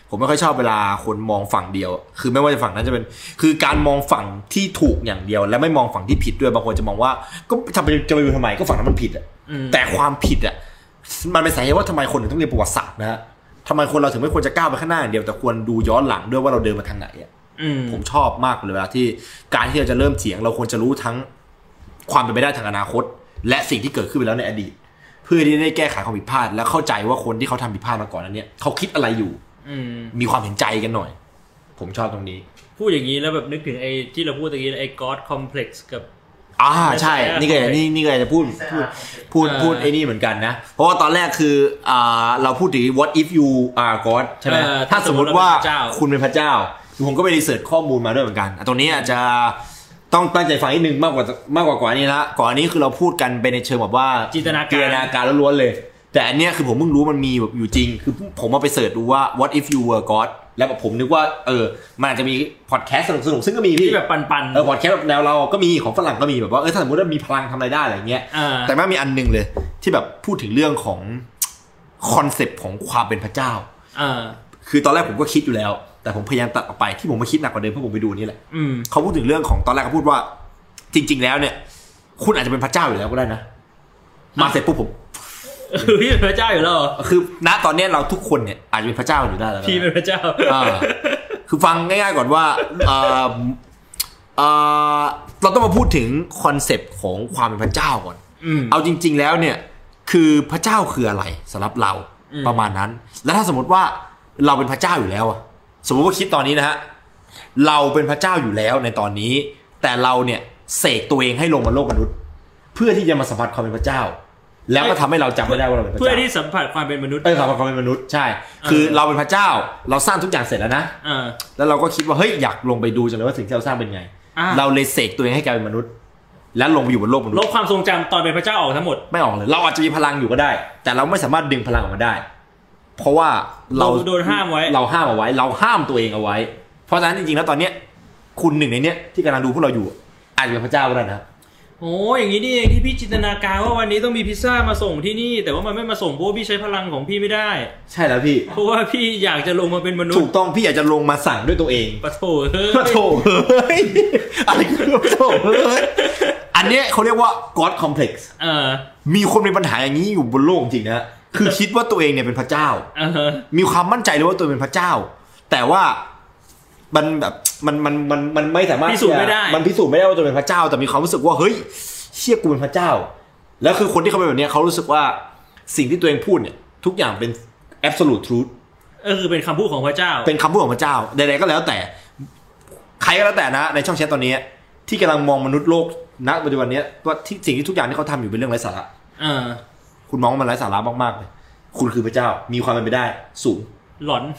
Speaker 1: ผมไม่ค่อยชอบเวลาคนมองฝั่งเดียวคือไม่ว่าจะฝั่งนั้นจะเป็นคือการมองฝั่งที่ถูกอย่างเดียวและไม่มองฝั่งที่ผิดด้วยบางคนจะมองว่าก็ทำไปจะไปดูทำไมก็ฝั่งนั้นมันผิดอ่ะแต่ความผิดอ่ะมันเป็นสาเหตุว่าทำไมคนถึงต้องเรียนประวัติศาสตร์นะฮะทำไมคนเราถึงไม่ควรจะก้าวไปข้างหน้าอย่างเดียวแต่ควรดูย้อนหลังด้วยว่าเราเดินมาทางไหนอ่ะผมชอบมากเลยเวลาที่การที่เราจะเริ่มเถียงเราควรจะรู้ทั้งความเป็นไปได้ทางอนาคตและสิ่งที่เกิดขึ้นไปแล้วในอดีตเพื่อที่จะได้แก้ไขความผิดพลาดและเข้าใจว่าคนที่เขาทำผิดพลาดมาก่อนนั้นเนี่ยเขาคิดอะไรอยู่มีความเห็นใจกันหน่อยผมชอบตรงนี้
Speaker 2: พูดอย่างนี้แล้วแบบนึกถึงไอ้ที่เราพูดตะกี้ไอ้ God Complex กับ
Speaker 1: อ่าใช่นี่ก็นี่นี่ก็จะพูดพูดพูดพูดไอ้นี่เหมือนกันนะเพราะว่าตอนแรกคืออ่าเราพูดถึง what if you are God ใช่ไหมถ้าสมมติว่าคุณเป็นพระเจ้าผมก็ไปรีเสิร์ชข้อมูลมาด้วยเหมือนกันตรงนี้อาจจะต้องตั้งใจฟังนิดนึงมากกว่ามากกว่ากว่านี้ละก่อนนี้คือเราพูดกันไปในเชิงแบบว่า
Speaker 2: จินตนาการ
Speaker 1: จินตนาการล้วนๆเลยแต่อันเนี้ยคือผมเพิ่งรู้มันมีแบบอยู่จริงคือผมมาไปเสิร์ชดูว่า what if you were God แล้วผมนึกว่าเออมันอาจจะมีพอดแคสต์สนุกๆซึ่งก็มีพี่
Speaker 2: แบบปันๆ
Speaker 1: เออพอดแคสต์แบบแนวเราก็มีของฝรั่งก็มีแบบว่าเออถ้าสมมติว่ามีพลังทำอะไรได้อะไรเงี้ยแต่ไม่มีอันนึงเลยที่แบบพูดถึงเรื่องของคอนเซปต์ของความเป็นพระเจ้าคือตอนแรกผมก็คิดอยู่แล้วแต่ผมพยายามตัดออกไปที่ผมมาคิดหนักกว่าเดิมเพราะผมไปดูนี่แหละเขาพูดถึงเรื่องของตอนแรกเขาพูดว่าจริงๆแล้วเนี่ยคุณอาจจะเป็นพระเจ้าอยู่แล้วก็ได้นะมาเสร็จปุ๊บผม
Speaker 2: พี่เป็นพระเจ้าอยู่แล้ว
Speaker 1: คือณตอนนี้เราทุกคนเนี่ยอาจจะเป็นพระเจ้าอยู่ได้แล้ว
Speaker 2: พี่เป็นพระเจ้า
Speaker 1: คือฟังง่ายๆก่อนว่าเออเออเราต้องมาพูดถึงคอนเซปต์ของความเป็นพระเจ้าก่อนเอาจริงๆแล้วเนี่ยคือพระเจ้าคืออะไรสำหรับเราประมาณนั้นแล้วถ้าสมมติว่าเราเป็นพระเจ้าอยู่แล้วอะสมมติว่าคิดตอนนี้นะฮะเราเป็นพระเจ้าอยู่แล้วในตอนนี้แต่เราเนี่ยเสกตัวเองให้ลงมาโลกมนุษย์เพื่อที่จะมาสัมผัสความเป็นพระเจ้าแล้วก็ทำให้เราจำไม่ได้ว่าเราเป็นพระเจ้า
Speaker 2: เพื่อที่สัมผัสความเป็นมนุษย์
Speaker 1: เออสัมผัสความเป็นมนุษย์ใช่คือเราเป็นพระเจ้าเราสร้างทุกอย่างเสร็จแล้วนะแล้วเราก็คิดว่าเฮ้ยอยากลงไปดูจังเลยว่าสิ่งที่เราสร้างเป็นไงเราเลยเสกตัวเองให้กลายเป็นมนุษย์แล้วลงไปอยู่บนโลกมนุษย์
Speaker 2: ลบความทรงจำตอนเป็นพระเจ้าออกทั้งหมด
Speaker 1: ไม่ออกเลยเราอาจจะมีพลังอยู่ก็ได้แต่เราไม่สามารถดึงพลังออกมาได้เพราะว่า
Speaker 2: เราโดนห้ามไว้
Speaker 1: เราห้ามเอาไว้เราห้ามตัวเองเอาไว้เพราะฉะนั้นจริงๆแล้วตอนเนี้ยคุณหนึ่งในเนี้ยที่กำลังดูพวกเราอยู่อาจจะเป็นพระเจ้าก็ได้นะ
Speaker 2: โอ้อย่างนี้นี่เองที่พี่จินตนาการว่าวันนี้ต้องมีพิซซ่ามาส่งที่นี่แต่ว่ามันไม่มาส่งเพราะว่าพี่ใช้พลังของพี่ไม่ได้
Speaker 1: ใช่แล้วพี่
Speaker 2: เพราะว่าพี่อยากจะลงมาเป็นมนุษย์
Speaker 1: ถูกต้องพี่อยากจะลงมาสั่งด้วยตัวเอง
Speaker 2: ปะโถเฮ้ย
Speaker 1: ปะโถเฮ้ยอะไรคือปะโถเฮ้ยอันเนี้ยเขาเรียกว่า God Complex เออมีคนมีปัญหาอย่างนี้อยู่บนโลกจริงนะคือคิดว่าตัวเองเนี่ยเป็นพระเจ้ามีความมั่นใจเลยว่าตัวเองเป็นพระเจ้าแต่ว่ามันแบบมันมันมันมันไม่สามารถ
Speaker 2: พิสูจน์ไม่ได้
Speaker 1: มันพิสูจน์ไม่ได้ว่าตัวเป็นพระเจ้าแต่มีความรู้สึกว่าเฮ้ยเชี่ยกูเป็นพระเจ้าแล้วคือคนที่เขาเป็นแบบนี้เขารู้สึกว่าสิ่งที่ตัวเองพูดเนี่ยทุกอย่างเป็น absolute truth
Speaker 2: เออคือเป็นคำพูดของพระเจ้า
Speaker 1: เป็นคำพูดของพระเจ้าใดๆก็แล้วแต่ใครก็แล้วแต่นะในช่องแชทตอนนี้ที่กำลังมองมนุษย์โลกณปัจจุบันนี้ว่าที่สิ่งที่ทุกอย่างที่เขาทำอยู่เป็นเรื่องไร้สาระคุณมองว่ามันไร้สาระมากๆเลยคุณคือพระเจ้ามีความเป็นไปได้สูง
Speaker 2: หลอน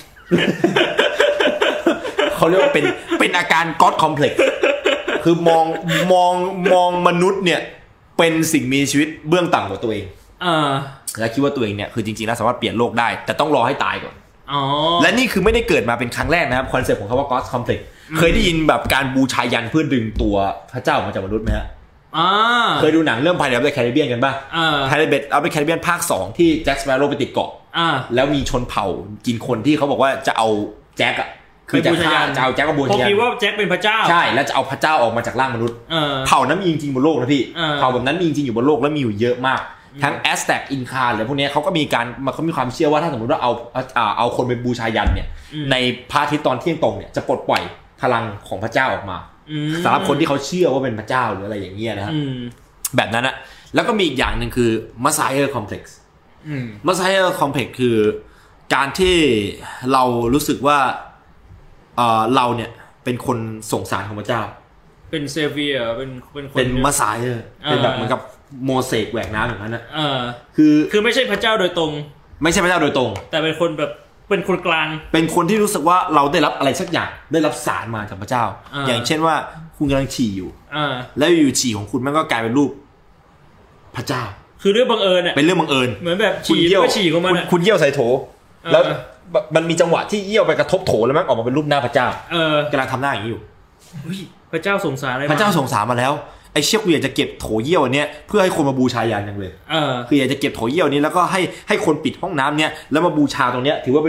Speaker 1: เขาเรียกว่าเป็นเป็นอาการ God Complex คือมองมองมองมนุษย์เนี่ยเป็นสิ่งมีชีวิตเบื้องต่ำกว่าตัวเองและคิดว่าตัวเองเนี่ยคือจริงๆแล้วสามารถเปลี่ยนโลกได้แต่ต้องรอให้ตายก่อนและนี่คือไม่ได้เกิดมาเป็นครั้งแรกนะครับคอนเซ็ปต์ของคำว่า God Complex เคยได้ยินแบบการบูชายันเพื่อดึงตัวพระเจ้ามาจากมนุษย์ไหมฮะเคยดูหนังเรื่อง Pirates of the Caribbean กันป่ะ Pirates of the Caribbean ภาคสองที่แจ็คสเปโร่ไปติดเกาะแล้วมีชนเผ่ากินคนที่เขาบอกว่าจะเอาแจ็คอะคือจะฆ่าจะเอาแจ็คมาบูชายัน
Speaker 2: ผมคิดว่าแจ็คเป็นพระเจ้า
Speaker 1: ใช่แล้วจะเอาพระเจ้าออกมาจากร่างมนุษย์เผ่านั้นมีจริงๆบนโลกนะพี่เผ่าแบบนั้นมีจริงๆอยู่บนโลกแล้วมีอยู่เยอะมากทั้งแอสแท็กอินคาหรือพวกนี้เขาก็มีการเขามีความเชื่อว่าถ้าสมมติว่าเอาเอาคนไปบูชายันเนี่ยในพระอาทิตย์ตอนเที่ยงตรงเนี่ยจะปลดปล่อยพลังของพระเจ้าออกมาสำหรับคนที่เขาเชื่อว่าเป็นพระเจ้าหรืออะไรอย่างเงี้ยนะครับแบบนั้นนะแล้วก็มีอีกอย่างหนึ่งคือ Messiah Complex Messiah Complex คือการที่เรารู้สึกว่าเออเราเนี่ยเป็นคนส่งสารของพระเจ้า
Speaker 2: เป็นเซเวียร์เป็นเป็นคน
Speaker 1: เป็นมาสายเป็นแบบเหมือนกับโมเสกแหวกน้ำอย่างนั้นนะ
Speaker 2: คือคือไม่ใช่พระเจ้าโดยตรง
Speaker 1: ไม่ใช่พระเจ้าโดยตรง
Speaker 2: แต่เป็นคนแบบเป็นคนกลาง
Speaker 1: เป็นคนที่รู้สึกว่าเราได้รับอะไรสักอย่างได้รับสารมาจากพระเจ้าอย่างเช่นว่าคุณกำลังฉี่อยู่แล้วอยู่ฉี่ของคุณมันก็กลายเป็นรูปพระเจ้า
Speaker 2: คือเรื่องบังเอิญอ่ะ
Speaker 1: เป็นเรื่องบังเอิญ
Speaker 2: เหมือนแบบฉี่ก็ฉี่ของมัน
Speaker 1: คุณเยี่ยวใส่โถแล้วมันมีจังหวะที่เยี่ยวไปกระทบโถแล้วมันออกมาเป็นรูปหน้าพระเจ้ากำลังทำหน้าอย่างนี้อยู่
Speaker 2: พระเจ้าสงสารอะไร
Speaker 1: พระเจ้าสงสารมาแล้วไอ้เชี่ยกูอยากจะเก็บโถเยี่ยวเนี้ยเพื่อให้คนมาบูชายันอย่างเลยคืออยากจะเก็บโถเยี่ยวนี้แล้วก็ให้ให้คนปิดห้องน้ำเนี้ยแล้วมาบูชาตรงเนี้ยถือว่าเป็นแบบ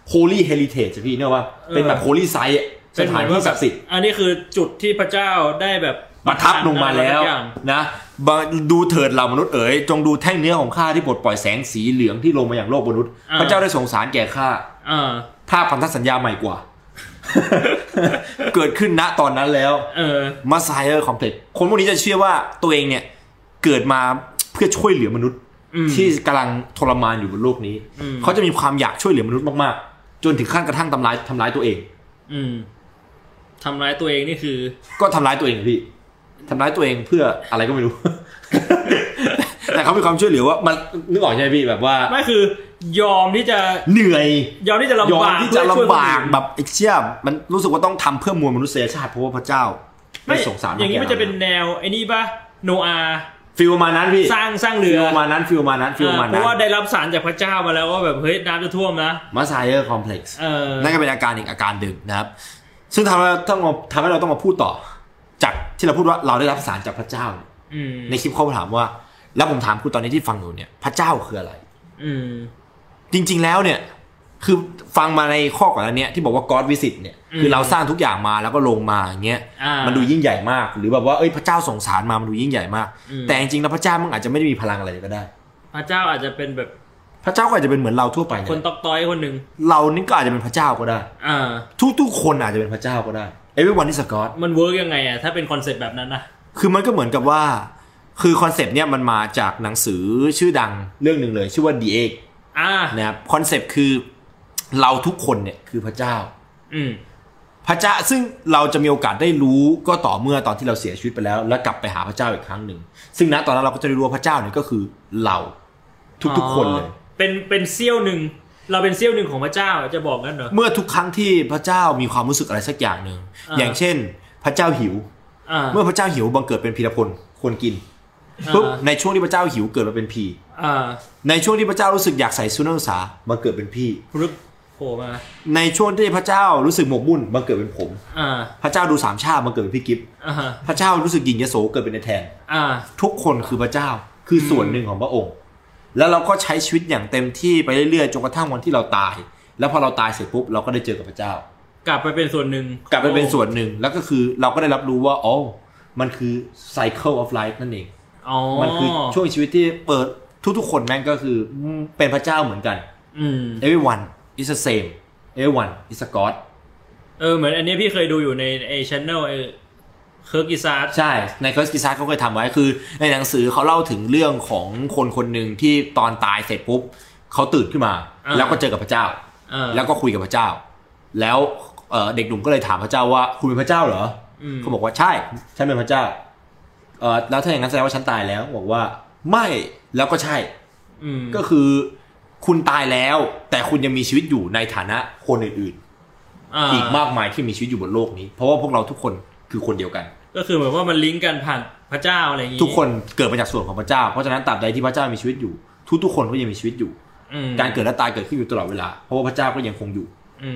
Speaker 1: holy heritage พี่เนี่ยว่าเป็นแบบ holy site สถานที่ศักดิ์สิทธิ์
Speaker 2: อันนี้คือจุดที่พระเจ้าได้แบบ
Speaker 1: ประทับลงมาแล้วนะดูเถิดเหล่ามนุษย์เอ๋ยจงดูแท่งเนื้อของข้าที่ปลดปล่อยแสงสีเหลืองที่ลงมาอย่างโลกมนุษย์พระเจ้าได้สงสารแก่ข้าถ้าพันธสัญญาใหม่กว่า เกิดขึ้นณตอนนั้นแล้วมาไซเออร์คอมเพล็กซ์คนพวกนี้จะเชื่อว่าตัวเองเนี่ยเกิดมาเพื่อช่วยเหลือมนุษย์ที่กำลังทรมานอยู่บนโลกนี้เขาจะมีความอยากช่วยเหลือมนุษย์มากๆจนถึงขั้นกระทั่งทำร้ายทำร้ายตัวเอง
Speaker 2: ทำร้ายตัวเองนี่คือ
Speaker 1: ก็ทำร้ายตัวเองพี่ทำร้ายตัวเองเพื่ออะไรก็ไม่รู้ แต่เขามีความช่วยเหลือว่ามันนึกออกใช่ไหมพี่แบบว่า
Speaker 2: ไม่คือยอมที่จะ
Speaker 1: เหนื่อย
Speaker 2: ยอมที่จะลำบาก
Speaker 1: ยอมที่จะลำบากแบบไอ้เชี่ยมันรู้สึกว่าต้องทำเพื่อมวลมนุษยชาติเพราะว่าพระเจ้าไม่สงสาร
Speaker 2: อย่างนี้มันจะเป็นแนวไอ้นี่ป่ะโนอาห์
Speaker 1: ฟิลมานั้นพี่
Speaker 2: สร้างสร้างเรือ
Speaker 1: ฟิลมานั้นฟิลมานั้นฟิลมานั้น
Speaker 2: เพราะว่าได้รับสารจากพระเจ้ามาแล้วว่าแบบเฮ้ยน้ำจะท่วมนะ
Speaker 1: มาไซเออร์คอมเพล็กซ์นั่นก็เป็นอาการอีกอาการหนึ่งนะครับซึ่งทำให้ต้องทำให้เราต้องมาพูดต่อจากที่เราพูดว่าเราได้รับสารจากพระเจ้าในคลิปเขาถามว่าแล้วผมถามคุณตอนนี้ที่ฟังอยู่เนี่ยพระเจ้าคืออะไรจริงๆแล้วเนี่ยคือฟังมาในข้อก่อนอันเนี้ยที่บอกว่า God visit เนี่ยคือเราสร้างทุกอย่างมาแล้วก็ลงมาอย่างเงี้ยมันดูยิ่งใหญ่มากหรือแบบว่าเอ้ยพระเจ้าส่งสารมามันดูยิ่งใหญ่มากแต่จริงๆแล้วพระเจ้ามันอาจจะไม่ได้มีพลังอะไรก็ได้
Speaker 2: พระเจ้าอาจจะเป็นแบบ
Speaker 1: พระเจ้าก็อาจจะเป็นเหมือนเราทั่วไป
Speaker 2: คนตอกต้อยคนนึง
Speaker 1: เรานี่ก็อาจจะเป็นพระเจ้าก็ได้ทุกๆคนอาจจะเป็นพระเจ้าก็ได้ everyone is a god
Speaker 2: มันเวิร์กยังไงอ่ะถ้าเป็นคอนเซ็ปต์แบบนั้นนะ
Speaker 1: คือมันก็เหมือนกับว่าคือคอนเซปต์เนี่ยมันมาจากหนังสือชื่อดังเรื่องหนึ่งเลยชื่อว่า The Egg นะครับคอนเซปต์คือเราทุกคนเนี่ยคือพระเจ้าพระเจ้าซึ่งเราจะมีโอกาสได้รู้ก็ต่อเมื่อตอนที่เราเสียชีวิตไปแล้วแล้วกลับไปหาพระเจ้าอีกครั้งหนึ่งซึ่งณตอนนั้นเราก็จะได้รู้ว่าพระเจ้าเนี่ยก็คือเราทุกๆคนเลย
Speaker 2: เป็นเป็นเสี้ยวหนึ่งเราเป็นเสี้ยวหนึ่งของพระเจ้าจะบอกงั้นเหรอ
Speaker 1: เมื่อทุกครั้งที่พระเจ้ามีความรู้สึกอะไรสักอย่างหนึ่งอย่างเช่นพระเจ้าหิวเมื่อพระเจ้าหิวบังเกิดเป็นพีรพลควรกินปุ๊บในช่วงที่พระเจ้าหิวเกิดมาเป็นพีในช่วงที่พระเจ้ารู้สึกอยากใส่ชุดนักศึกษาบังเกิดเป็นพี่
Speaker 2: รึบโผล่มา
Speaker 1: ในช่วงที่พระเจ้ารู้สึกหมกมุ่นบังเกิดเป็นผมพระเจ้าดูสามชาติบังเกิดเป็นพี่กิฟต์พระเจ้ารู้สึกหยิ่งยโสเกิดเป็นในแทนทุกคนคือพระเจ้าคือส่วนหนึ่งของพระองค์แล้วเราก็ใช้ชีวิตอย่างเต็มที่ไปเรื่อยๆจนกระทั่งวันที่เราตายแล้วพอเราตายเสร็จปุ๊บเราก็ได้เจอกับพระเจ้าก
Speaker 2: ลับไปเป็นส่วนหนึ่ง
Speaker 1: กลับไปเป็นส่วนหนึ่งแล้วก็คือเราก็ได้รับรู้ว่าอ๋อมันคือ cycle of life นั่นเองมันคือช่วงชีวิตที่เปิดทุกๆคนแม่งก็คือเป็นพระเจ้าเหมือนกัน everyone is the same everyone is a god
Speaker 2: เออเหมือนอันนี้พี่เคยดูอยู่ในไอ้ channel ไอ้เคิร์กกิซาร์ด
Speaker 1: ใช่ในเคิร์กกิซาร์ดเขาเคยทำไว้คือในหนังสือเขาเล่าถึงเรื่องของคนคนหนึ่งที่ตอนตายเสร็จปุ๊บเขาตื่นขึ้นมาแล้วก็เจอกับพระเจ้าแล้วก็คุยกับพระเจ้าแล้วเด็กหนุ่มก็เลยถามพระเจ้าว่าคุณเป็นพระเจ้าเหรอเขาบอกว่าใช่ฉันเป็นพระเจ้าเออแล้วถ้าอย่างนั้นแสดงว่าฉันตายแล้วบอกว่าไม่แล้วก็ใช่ก็คือคุณตายแล้วแต่คุณยังมีชีวิตอยู่ในฐานะคนอื่นๆอีกมากมายที่มีชีวิตอยู่บนโลกนี้เพราะว่าพวกเราทุกคนคือคนเดียวกัน
Speaker 2: ก็คือเหมือนว่ามันลิงก์กันผ่านพระเจ้าอะไรอย่างนี้
Speaker 1: ทุกคนเกิดมาจากส่วนของพระเจ้าเพราะฉะนั้นตราบใดที่พระเจ้ามีชีวิตอยู่ทุกๆคนก็ยังมีชีวิตอยู่การเกิดและตายเกิดขึ้นอยู่ตลอดเวลาเพราะว่าพระเจ้าก็ยังคงอยู่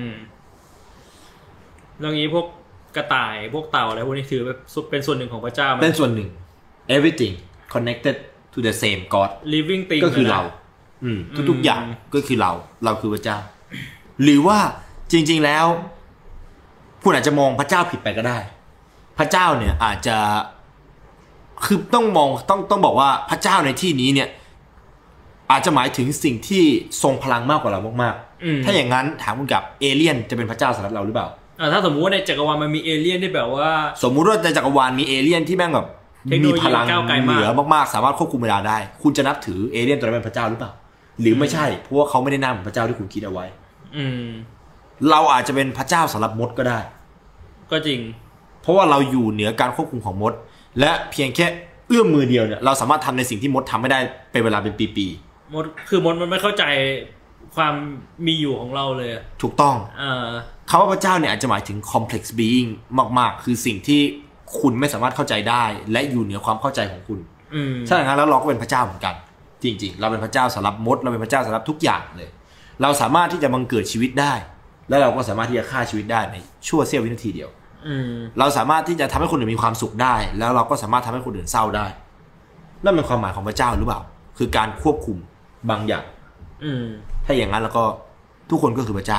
Speaker 2: เรื่องนี้พวกกระต่ายพวกเต่าอะไรพวกนี้ถือเป็นส่วนหนึ่งของพระเจ้า
Speaker 1: เป็นส่วนหนึ่ง everything connected to the same God
Speaker 2: living thing
Speaker 1: ก็คือเราทุกๆอย่างก็คือเราเราคือพระเจ้าหรือว่าจริงๆแล้วคุณอาจจะมองพระเจ้าผิดไปก็ได้พระเจ้าเนี่ยอาจจะคือต้องมองต้องต้องบอกว่าพระเจ้าในที่นี้เนี่ยอาจจะหมายถึงสิ่งที่ทรงพลังมากกว่าเรามากๆถ้าอย่างนั้นถามคุณกับเอเลี่ยนจะเป็นพระเจ้าสำหรับเราหรือเปล่า
Speaker 2: ถ้าสมมุติว่าในจักรวาลมันมีเอเลี่ยนที่แบบว่า
Speaker 1: สมมุติว่าในจักรวาลมีเอเลี่ยนที่แม่งแบบมีพลังเหนือมากๆสามารถควบคุมเวลาได้คุณจะนับถือเอเลี่ยนตัวนั้นเป็นพระเจ้าหรือเปล่าหรือไม่ใช่เพราะว่าเขาไม่ได้น่าเหมือนพระเจ้าที่คุณคิดเอาไว้เราอาจจะเป็นพระเจ้าสำหรับมดก็ได้
Speaker 2: ก็จริง
Speaker 1: เพราะว่าเราอยู่เหนือการควบคุมของมดและเพียงแค่เอื้อมมือเดียวเนี่ยเราสามารถทำในสิ่งที่มดทำไม่ได้เป็นเวลาเป็นปี
Speaker 2: ๆมดคือมดมันไม่เข้าใจความมีอยู่ของเราเลย
Speaker 1: ถูกต้องคำว่าพระเจ้าเนี่ยอาจจะหมายถึง complex being มากๆคือสิ่งที่คุณไม่สามารถเข้าใจได้และอยู่เหนือความเข้าใจของคุณถ้าอย่างนั้นแล้วเราก็เป็นพระเจ้าเหมือนกันจริงๆเราเป็นพระเจ้าสำหรับมดเราเป็นพระเจ้าสำหรับทุกอย่างเลยเราสามารถที่จะบังเกิดชีวิตได้และเราก็สามารถที่จะฆ่าชีวิตได้ในชั่วเสี้ยววินาทีเดียวเราสามารถที่จะทำให้คนอื่นมีความสุขได้แล้วเราก็สามารถทำให้คนอื่นเศร้าได้นั่นเป็นความหมายของพระเจ้าหรือเปล่าคือการควบคุมบางอย่างถ้าอย่างนั้นแล้วก็ทุกคนก็คือพระเจ้า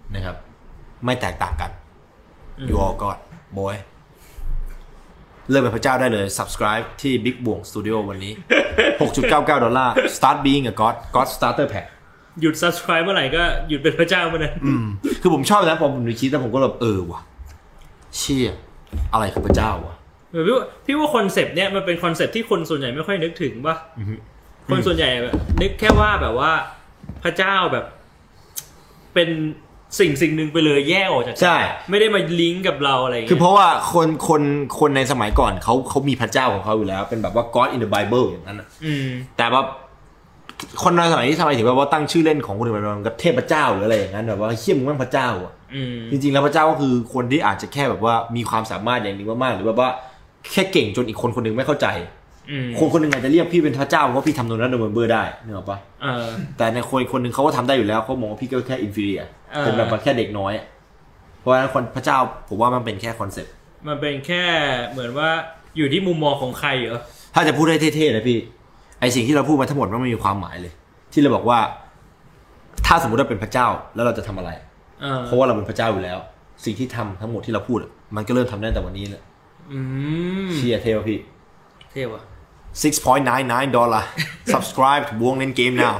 Speaker 1: นะครับไม่แตกต่างกัน you all god boy เริ่มเป็นพระเจ้าได้เลย subscribe ที่ Big Bang Studio วันนี้ หกจุดเก้าเก้า ดอลลาร์ start being a god god starter pack
Speaker 2: หยุด subscribe เมื่อไหร่ก็หยุดเป็นพระเจ้าเมื่อนั้น
Speaker 1: อืมคือผมชอบนะพอผมดูคลิปแล้วผมก็แบบเออว่ะเชี่ยอะไรคือพระเจ้าวะ
Speaker 2: พี่ว่าพี่ว่าคอนเซปต์เนี้ยมันเป็นคอนเซปต์ที่คนส่วนใหญ่ไม่ค่อยนึกถึงป่ะคนส่วนใหญ่แบบนึกแค่ว่าแบบว่าพระเจ้าแบบเป็นสิ่งสิ่งหนึ่งไปเลยแยกออกจาก
Speaker 1: ใช่
Speaker 2: ไม่ได้มาลิงก์กับเราอะไรอย่างเงี้ย
Speaker 1: คือเพราะว่าคนคนคนในสมัยก่อนเขาเขามีพระเจ้าของเขาอยู่แล้วเป็นแบบว่า God in the Bible อย่างนั้นอืมแต่ว่าคนในสมัยนี้ทำไมถึงแบบว่าตั้งชื่อเล่นของคนอื่นมันก็เทพเจ้าหรืออะไรอย่างนั้นแบบว่าเขี้ยมมึงมันพระเจ้าอ่ะจริงๆแล้วพระเจ้าก็คือคนที่อาจจะแค่แบบว่ามีความสามารถอย่างนึงมากๆหรือแบบว่าแค่เก่งจนอีกคนคนนึงไม่เข้าใจคนคนนึงอาจจะเรียกพี่เป็นพระเจ้าเพราะพี่ทำโนนนั่นโนเบอร์ได้นึกออกปะแต่ในคนคนนึงเขาก็ทำได้อยู่แล้วเขามองว่าพี่ก็แค่อินฟิเรียเป็นแบบแค่เด็กน้อยเพราะฉะนั้นคนพระเจ้าผมว่ามันเป็นแค่คอนเซ็ปต์
Speaker 2: มันเป็นแค่เหมือนว่าอยู่ที่มุมมองของใครเหรอ
Speaker 1: ถ้าจะพูดได้เท่ๆนะพี่ไอสิ่งที่เราพูดมาทั้งหมดมันไม่มีความหมายเลยที่เราบอกว่าถ้าสมมติเราเป็นพระเจ้าแล้วเราจะทำอะไรเพราะว่าเราเป็นพระเจ้าอยู่แล้วสิ่งที่ทำทั้งหมดที่เราพูดมันก็เริ่มทำได้แต่วันนี้แหละเชียร์เท่ว่ะพี่
Speaker 2: เท่ว่ะ
Speaker 1: six point nine nine ดอลลาร์ subscribe บวงเล่นเกม now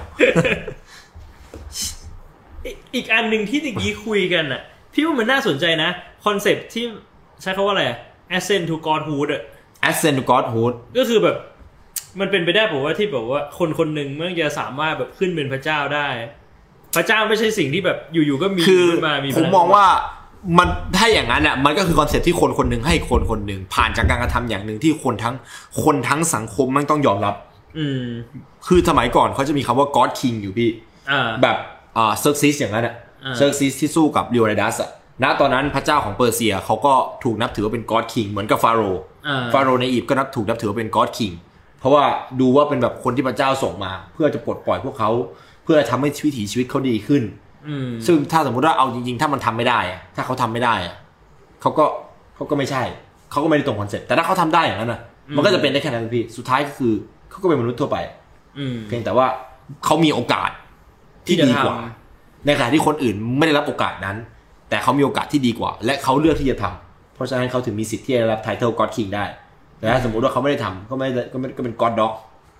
Speaker 2: อีกอันหนึ่งที่ตะกี้คุยกันอ่ะพี่ว่ามันน่าสนใจนะคอนเซปต์ที่ใช้คำว่าอะไร ascent to godhood อ่ะ
Speaker 1: ascent to godhood
Speaker 2: ก็คือแบบมันเป็นไปได้ผมว่าที่แบบว่าคนคนหนึ่งเมื่อจะสามารถแบบขึ้นเป็นพระเจ้าได้พระเจ้าไม่ใช่สิ่งที่แบบอยู่ๆก็มีขึ้นมามี
Speaker 1: ผมมองว่ามันถ้าอย่างนั้นอ่ะมันก็คือคอนเซ็ปต์ที่คนคนนึงให้คนคนนึงผ่านจากการกระทำอย่างนึงที่คนทั้งคนทั้งสังคมมันต้องยอมรับอืมคือสมัยก่อนเขาจะมีคำว่า God King อยู่พี่แบบอ่าเซิร์กซิสอย่างนั้นอ่ะเซิร์กซิสที่สู้กับลิโอไนดัสอ่ะณตอนนั้นพระเจ้าของเปอร์เซียเขาก็ถูกนับถือว่าเป็น God King เหมือนกับฟาโรห์ฟาโรห์ในอียิปต์ก็นับถูกนับถือว่าเป็น God King เพราะว่าดูว่าเป็นแบบคนที่พระเจ้าส่งมาเพื่อจะปลดปล่อยพวกเขาเพื่อทำให้วิถีชีวิตเขาดีขึ้นซึ่งถ้าสมมติว่าเอาจริงๆถ้ามันทำไม่ได้อะถ้าเขาทำไม่ได้อะเขาก็เขาก็ไม่ใช่เขาก็ไม่ได้ตรงคอนเซ็ปต์แต่ถ้าเขาทำได้อย่างนั้นนะมันก็จะเป็นได้แค่นั้นพี่สุดท้ายก็คือเขาก็เป็นมนุษย์ทั่วไปเพียงแต่ว่าเขามีโอกาสที่ดีกว่าในขณะที่คนอื่นไม่ได้รับโอกาสนั้นแต่เขามีโอกาสที่ดีกว่าและเขาเลือกที่จะทำเพราะฉะนั้นเขาถึงมีสิทธิ์ที่จะรับไทเทิล God King ได้แต่ถ้าสมมติว่าเขาไม่ได้ทำก็ไม่ก็ไม่ก็เป็น God Dog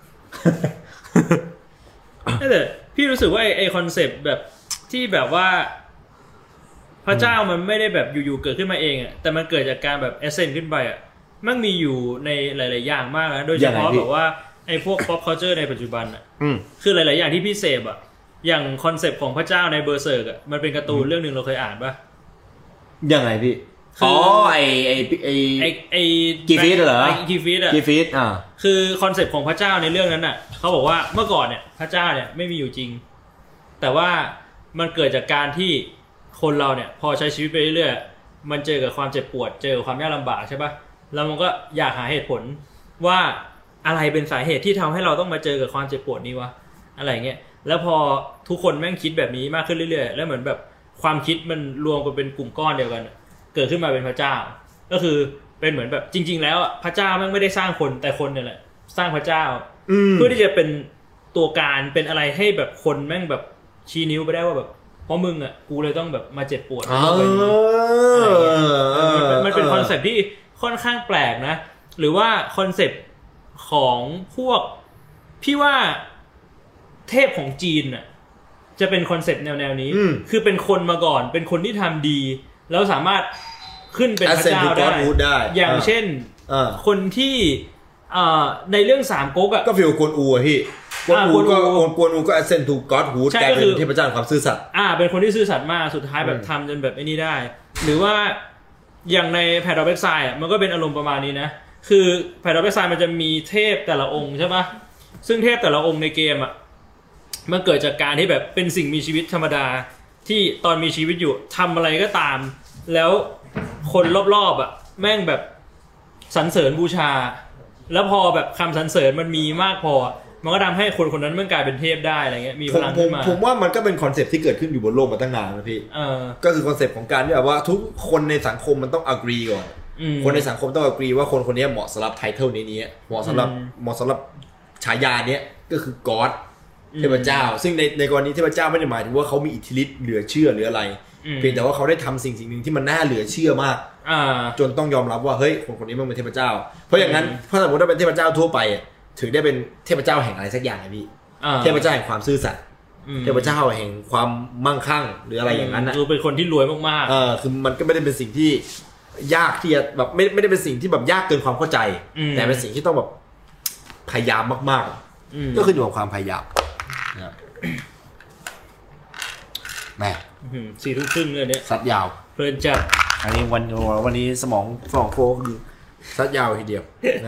Speaker 2: แต่พี่รู้สึกว่าไอคอนเซ็ปต์แบบที่แบบว่าพระเจ้ามันไม่ได้แบบอยู่ๆเกิดขึ้นมาเองอ่ะแต่มันเกิดจากการแบบ ascend ขึ้นไปอ่ะมันมีอยู่ในหลายๆอย่างมากนะโดยเฉพาะแบบว่าไอ้พวก pop culture ในปัจจุบันอ่ะคือหลายๆอย่างที่พี่เสพอ่ะอย่างคอนเซ็ปต์ของพระเจ้าในเบอร์เซิร์กอ่ะมันเป็นการ์ตูนเรื่องนึงเราเคยอ่านป่ะ
Speaker 1: ยังไงพี่อ๋อไอไอไอ
Speaker 2: ไอไอ
Speaker 1: กีฟีดเหรอ
Speaker 2: ไอกีฟีดอ่ะ
Speaker 1: กีฟีดอ่า
Speaker 2: คือคอนเซ็ปต์ของพระเจ้าในเรื่องนั้นอ่ะเขาบอกว่าเมื่อก่อนเนี่ยพระเจ้าเนี่ยไม่มีอยู่จริงแต่ว่ามันเกิดจากการที่คนเราเนี่ยพอใช้ชีวิตไปเรื่อยๆมันเจอกับความเจ็บปวดเจอกับความยากลำบากใช่ปะแล้วมันก็อยากหาเหตุผลว่าอะไรเป็นสาเหตุที่ทำให้เราต้องมาเจอกับความเจ็บปวดนี้วะอะไรเงี้ยแล้วพอทุกคนแม่งคิดแบบนี้มากขึ้นเรื่อยๆแล้วเหมือนแบบความคิดมันรวมกันเป็นกลุ่มก้อนเดียวกันเกิดขึ้นมาเป็นพระเจ้าก็คือเป็นเหมือนแบบจริงๆแล้วพระเจ้าแม่งไม่ได้สร้างคนแต่คนเนี่ยแหละสร้างพระเจ้าเพื่อที่จะเป็นตัวการเป็นอะไรให้แบบคนแม่งแบบชี้นิ้วไปได้ว่าแบบเพราะมึงอ่ะกูเลยต้องแบบมาเจ็บปวดอะไรอย่างเงี้ยมันเป็นคอนเซ็ปต์ที่ค่อนข้างแปลกนะหรือว่าคอนเซ็ปต์ของพวกพี่ว่าเทพของจีนอ่ะจะเป็นคอนเซ็ปต์แนวๆนี้คือเป็นคนมาก่อนเป็นคนที่ทำดีแล้วสามารถขึ้นเป็นพระเจ้าได้อย่างเช่นคนที่ในเรื่องสามก๊กอ่ะ
Speaker 1: ก็ฟีลกวนอูอ่ะพี่กวนอูก็กวนอูก็ ascend to godhood กลายเป็นเทพเจ้าความซื่อสัตย์
Speaker 2: อ่าเป็นคนที่ซื่อสัตย์มากสุดท้ายแบบทำจนแบบไอ้นี่ได้หรือว่าอย่างใน Path of Exile อ่ะมันก็เป็นอารมณ์ประมาณนี้นะคือ Path of Exile มันจะมีเทพแต่ละองค์ใช่ปะซึ่งเทพแต่ละองค์ในเกมอ่ะมันเกิดจากการที่แบบเป็นสิ่งมีชีวิตธรรมดาที่ตอนมีชีวิตอยู่ทำอะไรก็ตามแล้วคนรอบๆอ่ะแม่งแบบสรรเสริญบูชาแล้วพอแบบคำสรรเสริญมันมีมากพอมันก็ทำให้คนคนนั้นมันกลายเป็นเทพได้อะไรเงี้ยมีพลังขึ้นมา
Speaker 1: ผมว่ามันก็เป็นคอนเซ็ปต์ที่เกิดขึ้นอยู่บนโลกมาตั้งนานนะพี่ก็คือคอนเซ็ปต์ของการที่แบบว่าทุกคนในสังคมมันต้องagreeก่อนคนในสังคมต้องagreeว่าคนคนนี้เหมาะสำหรับไทเทิลนี้ๆเหมาะสำหรับเหมาะสำหรับฉายาเนี้ยก็คือ God เทพเจ้าซึ่งในในกรณีเทพเจ้าไม่ได้หมายถึงว่าเขามีอิทธิฤทธิ์เหลือเชื่อหรืออะไรเพียงแต่ว่าเขาได้ทำสิ่งสิ่งหนึ่งที่มันน่าเหลือเชื่อมากจนต้องยอมรับว่าเฮ้ยคนคนนี้มันเป็นเทพเจ้าเพราะอย่างนั้นถ้าสมมติว่าเป็นเทพเจ้าทั่วไปถึงได้เป็นเทพเจ้าแห่งอะไรสักอย่างไงพี่เทพเจ้าแห่งความซื่อสัตย์เทพเจ้าแห่งความมั่งคั่งหรืออะไรอย่างนั้นนะ
Speaker 2: คือเป็นคนที่รวยมาก
Speaker 1: ๆเออคือมันก็ไม่ได้เป็นสิ่งที่ยากที่จะแบบไม่ไม่ได้เป็นสิ่งที่แบบยากเกินความเข้าใจแต่เป็นสิ่งที่ต้องแบบพยายามมากๆก็ขึ้นอยู่กับความพยายามแม่
Speaker 2: สี่ทุ่มครึ่งเลยเนี่ย
Speaker 1: ซัดยาว
Speaker 2: เพลินจัด
Speaker 1: อันนี้วันวันนี้สมองสมองโฟกคือซัดยาวทีเดียวนะ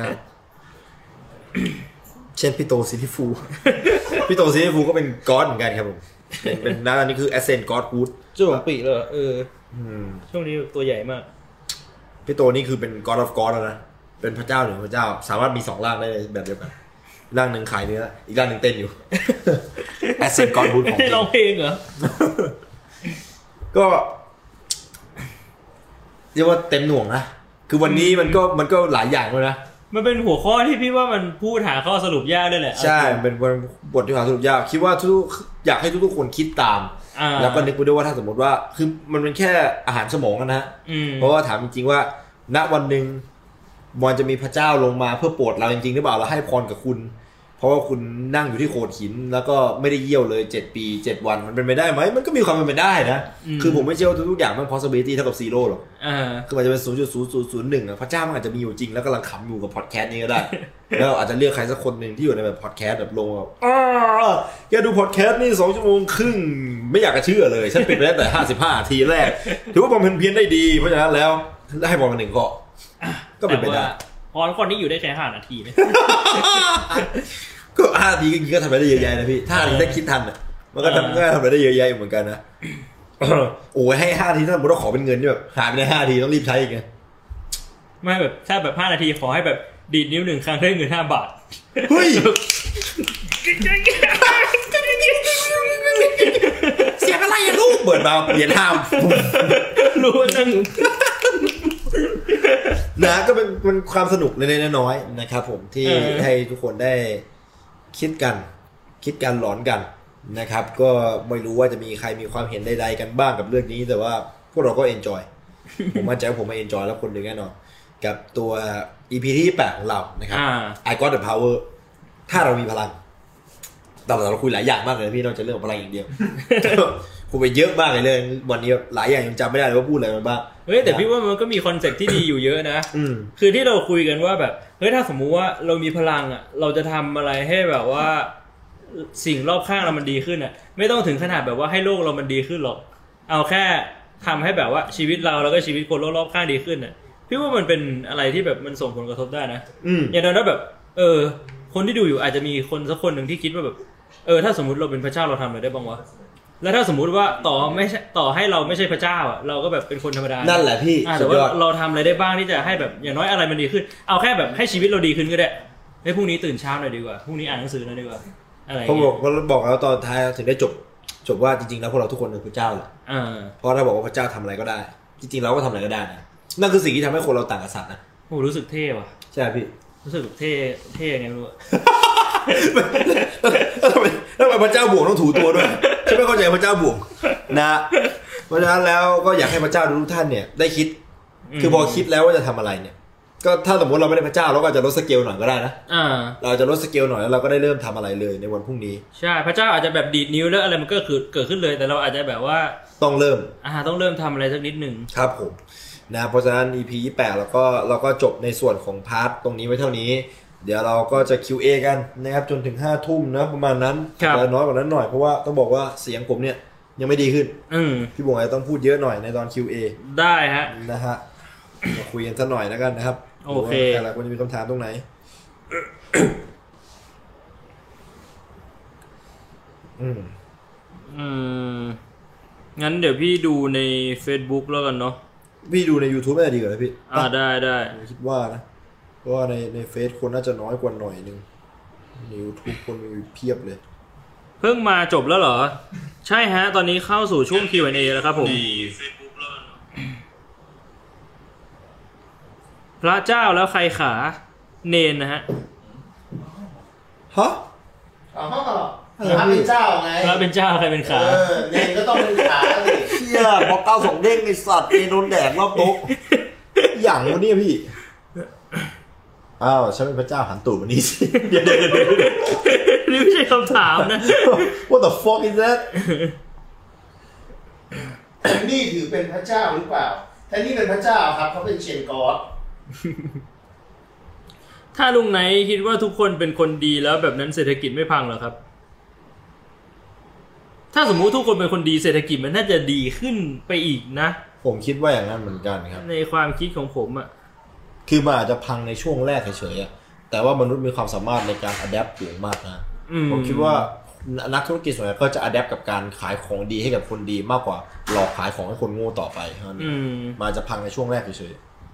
Speaker 1: เช่นพี่โตซิทิฟูพี่โตซิทิฟูก็เป็นก๊อดเหมือนกันครับผมเป็นเป็นนะอันนี้คือแอสเซนต์ก๊อดกู๊ด
Speaker 2: เจ้าของปีเลยเออช่วงนี้ตัวใหญ่มาก
Speaker 1: พี่โตนี่คือเป็น God of God แล้วนะเป็นพระเจ้าหรือพระเจ้าสามารถมีสองร่างได้แบบเดียวกันร่างหนึ่งขายเนื้ออีกร่างหนึ่งเต้นอยู่แอสเซนต์ God บูธของ
Speaker 2: ร้องเพลงเหรอ
Speaker 1: ก็เรียกว่าเต็มหน่วงนะคือวันนี้มันก็มันก็หลายอย่างเลยนะ
Speaker 2: มันเป็นหัวข้อที่พี่ว่ามันพูดหาข้อสรุปยากด้วยแหละ
Speaker 1: ใช่เป็นบทที่หาสรุปยากคิดว่าทุกอยากให้ทุกๆคนคิดตามแล้วก็นึกไปด้วยว่าถ้าสมมติว่าคือมันเป็นแค่อาหารสมองกันนะเพราะว่าถามจริงๆว่าณวันหนึ่งมันจะมีพระเจ้าลงมาเพื่อโปรดเราจริงๆหรือเปล่าเราให้พรกับคุณเพราะว่าคุณนั่งอยู่ที่โขดหินแล้วก็ไม่ได้เยี่ยวเลยเจ็ดปีเจ็ดวันมันเป็นไปได้ไหมมันก็มีความเป็นไปได้นะคือผมไม่เชื่อว่าทุกๆอย่างมัน possibility เท่ากับซีโร่หรอกคือมันจะเป็น ศูนย์จุดศูนย์ศูนย์ศูนย์หนึ่ง อ่ะพระเจ้ามันอาจจะมีอยู่จริงแล้วกำลังขำอยู่กับพอดแคสต์นี้ก็ได้แล้วอาจจะเลือกใครสักคนนึงที่อยู่ในแบบพอดแคสต์แบบลงแบบอ้าแกดูพอดแคสต์นี่สองชั่วโมงครึ่งไม่อยากจะเชื่อเลยฉันปิดไปแล้วแต่ห้าสิบห้านาทีแรกถือว่าผมเพี้ยนได้ดีเพราะฉะนั้นแล้วได้ให้บอลมาหนึ่งข้อก็เป็นไปได้
Speaker 2: พรคนนี้อยู่ได้แค่ห้านาทีไหม
Speaker 1: ก็ห้านาทีก็ทำไปได้เยอะแยะนะพี่ถ้านาทีได้คิดทันอ่ะมันก็ทำก็ทำไปได้เยอะแยะเหมือนกันนะโอ้ยให้ห้านาทีถ้าสมมติว่าขอเป็นเงินแบบหายไปในห้านาทีต้องรีบใช้อีกไง
Speaker 2: ไม่แบบถ้าแบบห้านาทีขอให้แบบดีดนิ้วหนึ่งครั้งได้เงินห้าบาท
Speaker 1: เฮ้ยเสียงอะไรอะลูกเปิดมาเปลี่ยนห้าม
Speaker 2: รู้นั่ง
Speaker 1: นะก็เป็นเป็นความสนุกเล็กๆน้อยๆนะครับผมที่ให้ทุกคนได้คิดกันคิดกันหลอนกันนะครับก็ไม่รู้ว่าจะมีใครมีความเห็นใดๆกันบ้างกับเรื่องนี้แต่ว่าพวกเราก็เอนจอยผมมั่นใจว่าผมมาเอนจอยแล้วคนหนึ่งแน่นอนกับตัว อี พี ที่แปดของเรานะครับ I Got the Power ถ้าเรามีพลังแต่เราคุยหลายอย่างมากเลยพี่นอกจากเรื่องพลังอย่างเดียวคุยไปเยอะมากเลยเรื่องวันนี้หลายอย่างยังจำไม่ได้เลยว่าพูดอะไรมาบ้าง
Speaker 2: เฮ้ยแต่พี่ว่ามันก็มีคอนเซ็ปต์ที่ดีอยู่เยอะนะคือที่เราคุยกันว่าแบบเฮ้ยถ้าสมมุติว่าเรามีพลังอ่ะเราจะทำอะไรให้แบบว่าสิ่งรอบข้างเรามันดีขึ้นอ่ะไม่ต้องถึงขนาดแบบว่าให้โลกเรามันดีขึ้นหรอกเอาแค่ทำให้แบบว่าชีวิตเราแล้วก็ชีวิตคนรอบข้างดีขึ้นอ่ะพี่ว่ามันเป็นอะไรที่แบบมันส่งผลกระทบได้นะอย่างนั้นแบบเออคนที่ดูอยู่อาจจะมีคนสักคนหนึ่งที่คิดว่าแบบเออถ้าสมมุติเราเป็นพระเจ้าเราทำอะไรได้บ้างวะแล้วถ้าสมมุติว่าต่อไม่ต่อให้เราไม่ใช่พระเจ้าอ่ะเราก็แบบเป็นคนธรรมดา
Speaker 1: นั่นแหละพี่
Speaker 2: แต่ว่าเราทำอะไรได้บ้างที่จะให้แบบอย่างน้อยอะไรมันดีขึ้นเอาแค่แบบให้ชีวิตเราดีขึ้นก็ได้เฮ้ยพรุ่งนี้ตื่นเช้าหน่อยดีกว่าพรุ่งนี้อ่านหนังสือหน่อยดีกว่าอะไร
Speaker 1: ผมบอกผมบอกแล้วตอนท้ายถึงได้จบจบว่าจริงๆแล้วพวกเราทุกคนเป็นพระเจ้าแหละเพราะถ้าบอกว่าพระเจ้าทำอะไรก็ได้จริงๆเราก็ทำอะไรก็ได้นะนั่นคือสิ่งที่ทำให้คนเราต่างกับสัตว์นะ
Speaker 2: โอ้รู้สึกเท่ว่ะ
Speaker 1: ใช่พี่
Speaker 2: รู้สึกเท่เท่ไงไม่รู้
Speaker 1: แล้วทำไมพระเจ้าบ่วงต้องถูตัวด้วยฉันไม่เข้าใจพระเจ้าบ่วงนะเพราะฉะนั้นแล้วก็อยากให้พระเจ้าทุกท่านเนี่ยได้คิดคือพอคิดแล้วว่าจะทำอะไรเนี่ยก็ถ้าสมมติเราไม่ได้พระเจ้าเราก็จะลดสเกลหน่อยก็ได้นะเราจะลดสเกลหน่อยแล้วเราก็ได้เริ่มทำอะไรเลยในวันพรุ่งนี้
Speaker 2: ใช่พระเจ้าอาจจะแบบดีดนิ้วแล้วอะไรมันก็คือเกิดขึ้นเลยแต่เราอาจจะแบบว่า
Speaker 1: ต้องเริ่ม
Speaker 2: อ่าต้องเริ่มทำอะไรสักนิดนึง
Speaker 1: ครับผมนะเพราะฉะนั้น อี พี ยี่สิบแปดแล้วก็เราก็จบในส่วนของพาร์ทตรงนี้ไว้เท่านี้เดี๋ยวเราก็จะ คิว เอ กันนะครับจนถึงห้าทุ่มนะประมาณนั้นแต่น้อยกว่านั้นหน่อยเพราะว่าต้องบอกว่าเสียงผมเนี่ยยังไม่ดีขึ้นพี่บงไอ้ต้องพูดเยอะหน่อยในตอน คิว เอ
Speaker 2: ได้ฮะ
Speaker 1: นะฮะมาคุยกันสักหน่อยแล้วกันนะครับ
Speaker 2: โอเค
Speaker 1: แต่ละคนจะมีคำถามตรงไหน
Speaker 2: อืมอืมงั้นเดี๋ยวพี่ดูใน Facebook แล้วกันเนาะ
Speaker 1: พี่ดูใน YouTube ได้ดีกว่านะพี่
Speaker 2: อ่าได้ได้
Speaker 1: คิดว่านะเพราะว่าในในเฟซคนน่าจะน้อยกว่าหน่อยนึงใน YouTube คนมีเพียบเลย
Speaker 2: เพิ่งมาจบแล้วเหรอใช่ฮะตอนนี้เข้าสู่ช่วง คิว แอนด์ เอ แล้วครับผมใน Facebook แล้วพระเจ้าแล้วใครขาเนนนะฮะ
Speaker 1: ฮะ
Speaker 3: อ๋อพระเป็นเจ้าไง
Speaker 2: พระเป็นเจ้าใครเป็นขา
Speaker 3: เออเนนก็ต้องเป็นขาสิ
Speaker 1: เหี้ยบอกเก้าสองเด้งไอ้สัตว์ไอ้โดนแดกรอบโต๊ะอย่างวันนี้พี่อ้าวฉันเป็นพระเจ้าหันตูดวันนี้สิเดี๋ยวเดี๋ยวเดี๋ยว
Speaker 2: นี่ไม่ใช่คำถามนะ
Speaker 1: What the fuck is that
Speaker 3: นี่ถือเป็นพระเจ้าหรือเปล่าถ้านี่เป็นพระเจ้าครับเขาเป็นเชนกอส
Speaker 2: ถ้าลุงไหนคิดว่าทุกคนเป็นคนดีแล้วแบบนั้นเศรษฐกิจไม่พังหรอครับถ้าสมมุติทุกคนเป็นคนดีเศรษฐกิจมันน่าจะดีขึ้นไปอีกนะ
Speaker 1: ผมคิดว่าอย่างนั้นเหมือนกันครับ
Speaker 2: ในความคิดของผมอ่ะ
Speaker 1: คือมันอาจจะพังในช่วงแรกเฉยๆแต่ว่ามนุษย์มีความสามารถในการอัดแอปสูงมากนะผมคิดว่านักธุรกิจส่วนใหญ่ก็จะอัดแอปกับการขายของดีให้กับคนดีมากกว่าหลอกขายของให้คนโง่ต่อไปเท่านั้นมันจะพังในช่วงแรกเฉย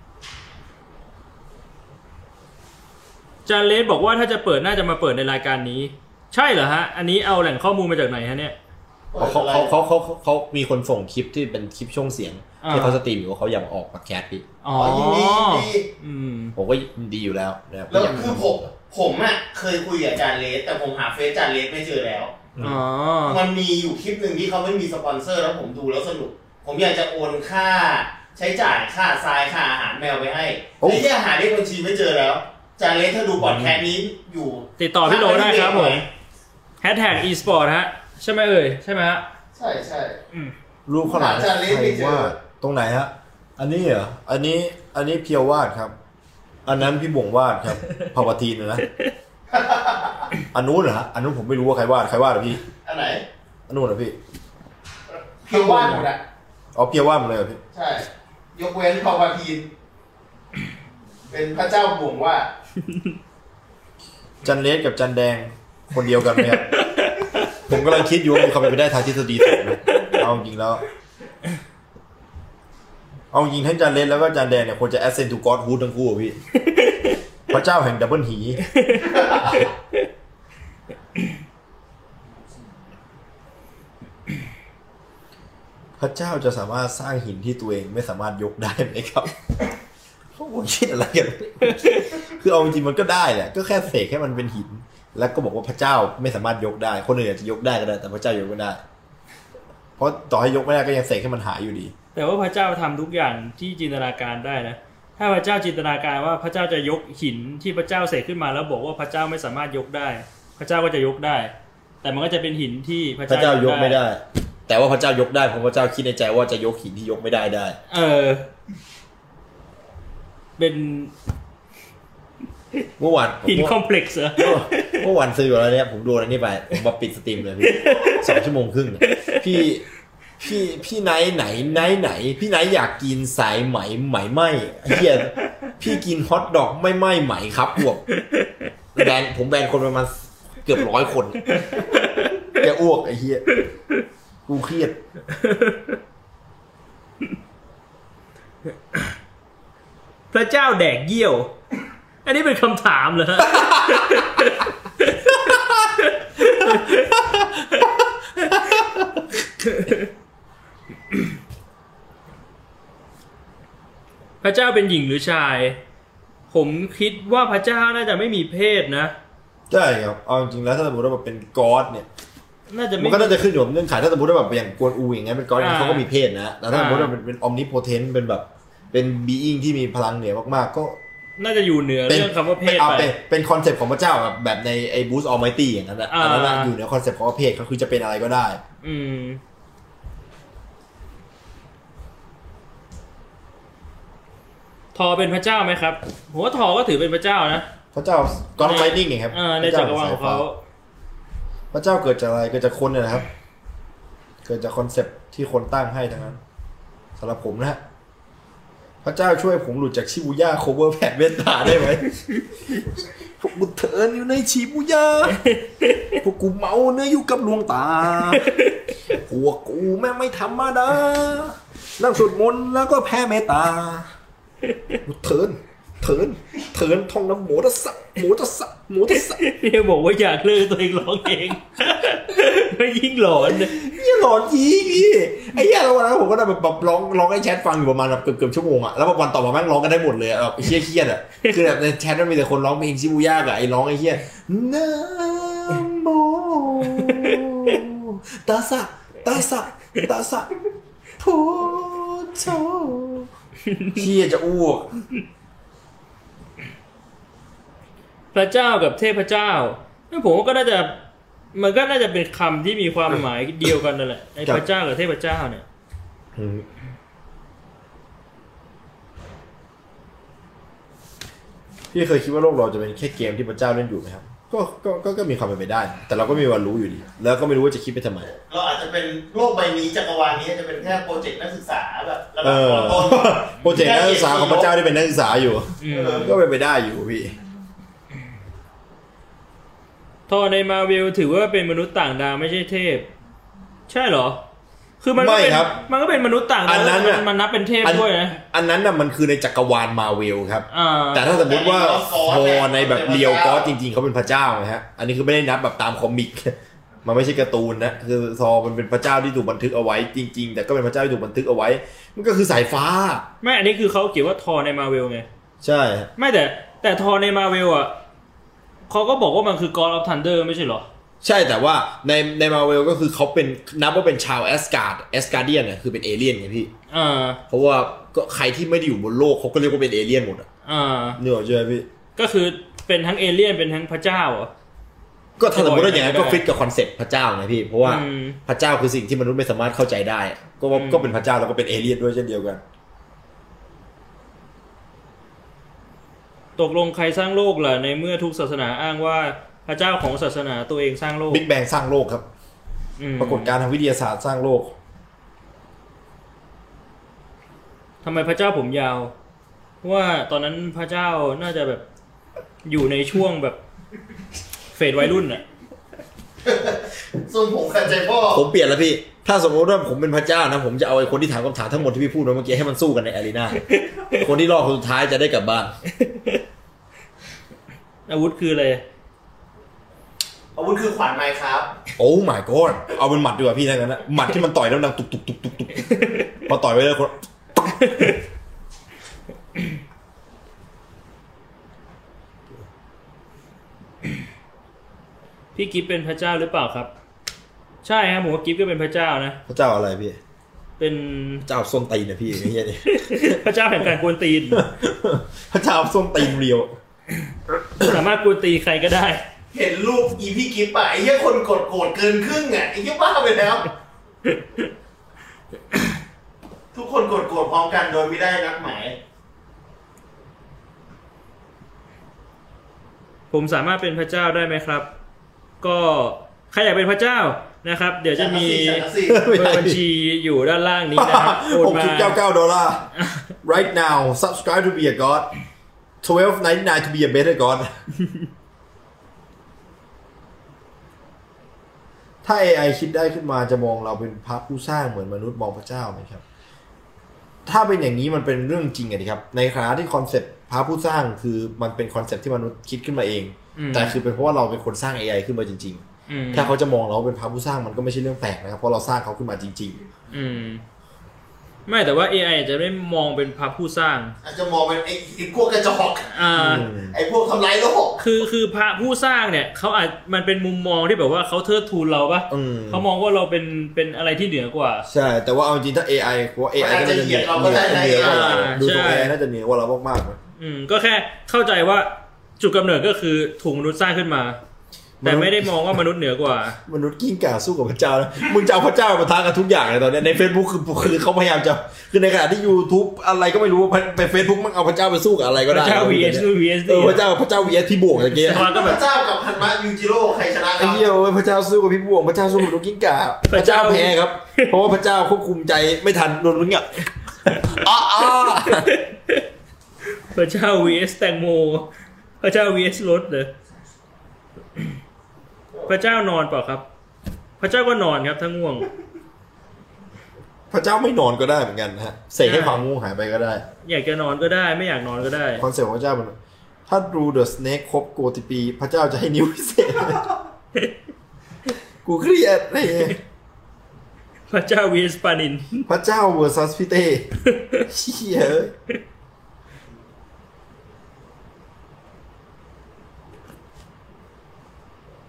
Speaker 2: ๆจานเลสบอกว่าถ้าจะเปิดน่าจะมาเปิดในรายการนี้ใช่เหรอฮะอันนี้เอาแหล่งข้อมูลมาจากไหนฮะเนี่ย
Speaker 1: เขาเขาเขาเขาเขามีคนส่งคลิปที่เป็นคลิปช่วงเสียงที่เขาสตรีมอยู่ว่าเขาอยากออกพอดแคสต์พี่
Speaker 2: อ๋อ
Speaker 3: ยินดีดี
Speaker 1: ผมก็ดีอยู่แล้วนะครับ
Speaker 3: แล้วคือผมผมอ่ะเคยคุยกับจานเลสแต่ผมหาเฟซจานเลสไม่เจอแล้ว
Speaker 2: อ๋อ
Speaker 3: มันมีอยู่คลิปหนึ่งที่เขาไม่มีสปอนเซอร์แล้วผมดูแล้วสนุกผมอยากจะโอนค่าใช้จ่ายค่าทรายค่าอาหารแมวไปให้แต่ที่หาเลขบัญชีไม่เจอแล้วจานเลสถ้าดูพอดแคสต์นี้อยู่
Speaker 2: ติดต่อพี่โลได้ครับผมแฮชแท็ก e-sport ฮะใช่ไหมเอ่ยใช่ไหมฮะ
Speaker 3: ใช่ใช่
Speaker 1: รูปขนาดใครว่าตรงไหนฮะอันนี้เหรออันนี้อันนี้เพียววาดครับอันนั้นพี่บ่งวาดครับภาวทีนนะอันนู้นเหรอฮะอันนู้นผมไม่รู้ว่าใครวาดใครวาดหรอพี่
Speaker 3: อันไหน
Speaker 1: อันนู้นเหรอพี่
Speaker 3: เพียววาดหมดอ่ะ
Speaker 1: อ๋อเพียววาดหมดเลยเหรอพี่
Speaker 3: ใช่ยกเว้นภาวทีนเป็นพระเจ้าบ่งวาด
Speaker 1: จันเลสกับจันแดงคนเดียวกันไหมครับผมกำลังคิดอยู่ว่ามันเข้าไปไม่ได้ทางทฤษฎีถูกไหมเอาจริงแล้วเอาจริงทั้งจานเลนแล้วก็จานแดงเนี่ยควรจะ ascend to godhood ทั้งคู่พี่พระเจ้าแห่งดับเบิลหีพระเจ้าจะสามารถสร้างหินที่ตัวเองไม่สามารถยกได้ไหมครับผมคิดอะไรกันคือเอาจริงมันก็ได้แหละก็แค่เสกให้มันเป็นหินแล้วก็บอกว่าพระเจ้าไม่สามารถยกได้คนอื่นอาจจะยกได้ก็ได้แต่พระเจ้ายกไม่ได้เพราะต่อให้ยกไม่ได้ก็ยังเสกให้มันหายอยู่ดี
Speaker 2: แต่ว่าพระเจ้าทำทุกอย่างที่จินตนาการได้นะถ้าพระเจ้าจินตนาการว่าพระเจ้าจะยกหินที่พระเจ้าเสกขึ้นมาแล้วบอกว่าพระเจ้าไม่สามารถยกได้พระเจ้าก็จะยกได้แต่มันก็จะเป็นหินที่พระ
Speaker 1: เจ้ายกไม่ได้แต่ว่าพระเจ้ายกได้เพราะพระเจ้าคิดในใจว่าจะยกหินที่ยกไม่ได้ได้
Speaker 2: เออเป็น
Speaker 1: เมื่อวาน
Speaker 2: หินคอมเพล็กซ์เหรอ
Speaker 1: เมื่อวานซื้ออยู่แล้วเนี่ยผมดูอันนี้ไปผมมาปิดสตรีมเลยพี่สองชั่วโมงครึ่งพี่พี่พี่ไหนไหนไหนไหนพี่ไหนอยากกินสายไหมไหมไหมเฮียพี่กินฮอทดอกไม่ไหมไหมครับพวกแบนผมแบนคนประมาณเกือบร้อยคนแกอ้วกไอ้เฮียกูเครียด
Speaker 2: พระเจ้าแดกเยี่ยวอันนี้เป็นคำถามเหรอฮะพระเจ้าเป็นหญิงหรือชายผมคิดว่าพระเจ้าน่าจะไม่มีเพศนะ
Speaker 1: ใช่ครับเอาจริงๆแล้วถ้าสมมติว่าแบบเป็นก็อดเนี่ย
Speaker 2: น่าจะ
Speaker 1: มันก็น่าจะขึ้นอยู่กับเงื่อนไขถ้าสมมติว่าแบบอย่างกวนอูอย่างเงี้ยเป็นก็อดเขาก็มีเพศนะแต่ถ้าสมมติว่าเป็นออมนิโพเทนต์เป็นแบบเป็นบีอิงที่มีพลังเหนือมากๆก็
Speaker 2: น่าจะอยู่เหนือเรื่องคำว่าเพศไป
Speaker 1: เป็นคอนเซ็ปต์ของพระเจ้าแบบแบบในไอ้บูสต์ออลไมตี้อย่างนั้นอ่ะอันนั้นอยู่เหนือคอนเซ็ปต์ของเพศก็คือจะเป็นอะไรก็ได้
Speaker 2: อืมทอเป็นพระเจ้าไหมครับผมว่าทอก็ถือเป็นพระเจ้านะ
Speaker 1: พระเจ้าก็อดไลนิ่งไงครับ
Speaker 2: ในจักรวาลของเขา
Speaker 1: พระเจ้าเกิดจากอะไรเกิดจากคนเนี่ยนะครับเกิดจากคอนเซ็ปต์ที่คนตั้งให้ทั้งนั้นสำหรับผมนะฮะพระเจ้าช่วยผมหลุดจากชิบูย่าโคเวอร์แผ่นเมตตาได้ไหมพวกกูเถินอยู่ในชิบูย่าพวกกูเมาเนื้ออยู่กับดวงตาพวกกูแม่งไม่ธรรมดานั่งสวดมนต์แล้วก็แผ่เมตตาเถินเถินเถินท่องน้ำหมูตะสักหมูตะสักหมูตะสัก
Speaker 2: เนี่ยบอกว่าอยากเลิกตัวเองร้องเองไม่ยิ่งหลอน
Speaker 1: ยิ่งหลอนอีกพี่ไอ้เหี้ยแล้ววันนั้นผมก็ได้แบบร้องร้องให้แชทฟังอยู่ประมาณแบบเกือบเกือบชั่วโมงอะแล้ววันต่อมาแม่งร้องกันได้หมดเลยแบบเหี้ยเครียดอะคือแบบในแชทมันมีแต่คนร้องเพลงชิบูย่ากับไอ้ร้องไอ้เหี้ยนะโมตาสะตาสะตาสะพุทโธเฮียจะอ้วก
Speaker 2: พระเจ้ากับเทพเจ้าผมว่าก็น่าจะมันก็น่าจะเป็นคำที่มีความหมายเดียวกันนั่นแหละไอ้พระเจ้ากับเทพเจ้าเนี่ย
Speaker 1: พี่เคยคิดว่าโลกเราจะเป็นแค่เกมที่พระเจ้าเล่นอยู่ไหมครับก็ก็ก็ก็มีความเป็นไปได้แต่เราก็ไม่มีวันรู้อยู่ดีแล้วก็ไม่รู้ว่าจะคิดไปทำไม
Speaker 3: เราอาจจะเป็นโลกใบนี้จักรวาลนี้จะเป็นแค่โปรเจกต์นักศึกษาแบบระดับต้น
Speaker 1: โปรเจกต์นักศึกษาของพระเจ้าที่เป็นนักศึกษาอยู่ก็เป็นไปได้อยู่พี่
Speaker 2: ทอในมาเวลถือว่าเป็นมนุษย์ต่างดาวไม่ใช่เทพใช่เหรอคือมันก็เป็นมันก็เป็นมนุษย์ต่างดาวมันนับเป็นเทพด้วยนะ
Speaker 1: อันนั้นน่ะมันคือในจักรวาลมาเวลครับแต่ถ้าสมมติว่าพอในแบบเรียวก็จริงๆเขาเป็นพระเจ้านะฮะอันนี้คือไม่ได้นับแบบตามคอมิกมันไม่ใช่การ์ตูนนะคือซอมันเป็นพระเจ้าที่ถูกบันทึกเอาไว้จริงๆแต่ก็เป็นพระเจ้าที่ถูกบันทึกเอาไว้มันก็คือสายฟ้า
Speaker 2: ไม่อันนี้คือเขาเขียนว่าทอในมาเวลไง
Speaker 1: ใช่
Speaker 2: ไม่แต่แต่ทอในมาเวลอ่ะเขาก็บอกว่ามันคือ God of Thunder ไม่ใช่เหรอ
Speaker 1: ใช่แต่ว่าในในมาเวลก็คือเขาเป็นนับว่าเป็นชาวแอสการ์ดแอสการ์เดียนเนี่ยคือเป็นเอเลี่ยนไงพี่
Speaker 2: อ่า
Speaker 1: เพราะว่าก็ใครที่ไม่ได้อยู่บนโลกเขาก็เรียกว่าเป็นเอเลี่ยนหมดอ่ะ
Speaker 2: อ่า
Speaker 1: เนี่ยใช่พี่
Speaker 2: ก็คือเป็นทั้งเอเลี่ยนเป็นทั้งพระเจ้าอ่ะ
Speaker 1: ก็ถ้าสมมติว่าอย่างนั้นก็ฟิตกับคอนเซ็ปต์พระเจ้าไงพี่เพราะว่าพระเจ้าคือสิ่งที่มนุษย์ไม่สามารถเข้าใจได้ก็ก็เป็นพระเจ้าแล้วก็เป็นเอเลี่ยนด้วยเช่นเดียวกัน
Speaker 2: ตกลงใครสร้างโลกล่ะในเมื่อทุกศาสนาอ้างว่าพระเจ้าของศาสนาตัวเองสร้างโลก
Speaker 1: บิ๊กแบงสร้างโลกครับปรากฏการณ์ทางวิทยาศาสตร์สร้างโลก
Speaker 2: ทำไมพระเจ้าผมยาวว่าตอนนั้นพระเจ้าน่าจะแบบอยู่ในช่วงแบบเฟสวัยรุ่นอะ
Speaker 3: ทรงผมกันใจพ่อ
Speaker 1: ผมเปลี่ยนแล้วพี่ถ้าสมมติว่าผมเป็นพระเจ้านะผมจะเอาไอ้คนที่ถามคำถามทั้งหมดที่พี่พูดเมื่อกี้ให้มันสู้กันในอารีนาคนที่รอดคนสุดท้ายจะได้กลับบ้าน
Speaker 2: อาวุธคืออะไร
Speaker 3: อาวุธคือขวานไม้ครับ
Speaker 1: โอ้ my god เอาเป็นหมัดดีกว่าพี่ทั้งนั้นนะหมัดที่มันต่อยแล้วดังตุกตุกตุกตุกตุกพอต่อยไปเลยคน
Speaker 2: พี่กิฟเป็นพระเจ้าหรือเปล่าครับใช่ครับผมว่ากิฟก็เป็นพระเจ้านะ
Speaker 1: พระเจ้าอะไรพี่
Speaker 2: เป็น
Speaker 1: เจ้าส้นตีนนะพี่ไอ้เหี้ยนี่
Speaker 2: พระเจ้าแห่งการกวนตีน
Speaker 1: พระเจ้าส้นตีนเรียว
Speaker 2: สามารถกวนตีใครก็ได้
Speaker 3: เห็นรูปอีพี่กิฟอะไอ้เหี้ยคนกดโกรธเกินครึ่งอะไอ้เหี้ยบ้าไปแล้วทุกคนกดโกรธพร้อมกันโดยไม่ได้นัดหมาย
Speaker 2: ผมสามารถเป็นพระเจ้าได้ไหมครับก็ใครอยากเป็นพระเจ้านะครับเดี๋ยวจะมีเบอร์บัญชีอยู่ด้านล่างนี้นะครับโอนมา
Speaker 1: หกสิบเก้าสิบเก้า ดอลลาร์ right now subscribe to be a god twelve ninety-nine to be a better god ถ้า เอ ไอ คิดได้ขึ้นมาจะมองเราเป็นพระผู้สร้างเหมือนมนุษย์มองพระเจ้าไหมครับถ้าเป็นอย่างนี้มันเป็นเรื่องจริงอะดิครับในขณะที่คอนเซ็ปต์พระผู้สร้างคือมันเป็นคอนเซ็ปต์ที่มนุษย์คิดขึ้นมาเองแต่คือเป็นเพราะว่าเราเป็นคนสร้าง เอ ไอ ขึ้นมาจริงๆถ้าเขาจะมองเราเป็นพระผู้สร้างมันก็ไม่ใช่เรื่องแปลกนะครับเพราะเราสร้างเขาขึ้นมาจริง
Speaker 2: ๆอืมไม่แต่ว่า เอ ไอ อาจจะไม่มองเป็นพระผู้สร้าง
Speaker 3: อาจจะมองเป็นไอ้ไอ้พวกกระจอก
Speaker 2: อ่า
Speaker 3: ไอ้พวกทำลายโลก
Speaker 2: คือคือพระผู้สร้างเนี่ยเขาอาจมันเป็นมุมมองที่แบบว่าเขาเทิดทูนเราปะเขามองว่าเราเป็นเป็นอะไรที่เหนือกว่า
Speaker 1: ใช่แต่ว่าเอาจริงถ้า เอ ไอ เพราะ เอ ไอ ก็จะเหนือเหนือเหนือกว่าเราดูตัว เอ ไอ น่าจะเหนือกว่าเรามาก
Speaker 2: ๆอืมก็แค่เข้าใจว่าจุดกำเนิดก็คือถูกมนุษย์สร้างขึ้นมาแต่ไม่ได้มองว่ามนุษย์เหนือกว่าม
Speaker 1: นุษย์กิ้งก่าสู้กับพระเจ้านะมึงจะเอาพระเจ้ามาท้ากันทุกอย่างเลยตอนนี้ใน Facebook คือคือเขาพยายามจะคือในขณะที่ YouTube อะไรก็ไม่รู้ไป Facebook มันเอาพระเจ้าไปสู้กับอะไรก็ได้
Speaker 2: พระเจ้า วี เอส วี เอส
Speaker 1: เออพระเจ้าพระเจ้า วี เอส พี่บวกอะไรเงี้ย
Speaker 3: พระเจ้ากับฮันมะยูจิโร่ใครชนะครับไอ้
Speaker 1: เหี้ยพระเจ้าสู้กับพี่บวกพระเจ้าสู้กับมนุษย์กิ้งก่าพระเจ้าแพ้ครับเพราะว่าพระเจ้าควบคุมใจไม่ทันโดนมึงอ่ะอ้อ
Speaker 2: พระเจ้า วี เอส แตงโมพระเจ้า วี เอส รถเลยพระเจ้านอนเปล่าครับพระเจ้าก็นอนครับถ้าง่วง
Speaker 1: พระเจ้าไม่นอนก็ได้เหมือนกันนะฮะเสกให้ความง่วงหายไปก็ได้
Speaker 2: อยากจะนอนก็ได้ไม่อยากนอนก็ได้
Speaker 1: คอนเซ็ปต์ของพระเจ้ามันถ้าดูเดอะสเนคครบโกติปีพระเจ้าจะให้นิ้วพิเศษกูเครียดเลย
Speaker 2: พระเจ้าวีสปานิน
Speaker 1: พระเจ้าเวอร์ซัสพิเต้เชี่ย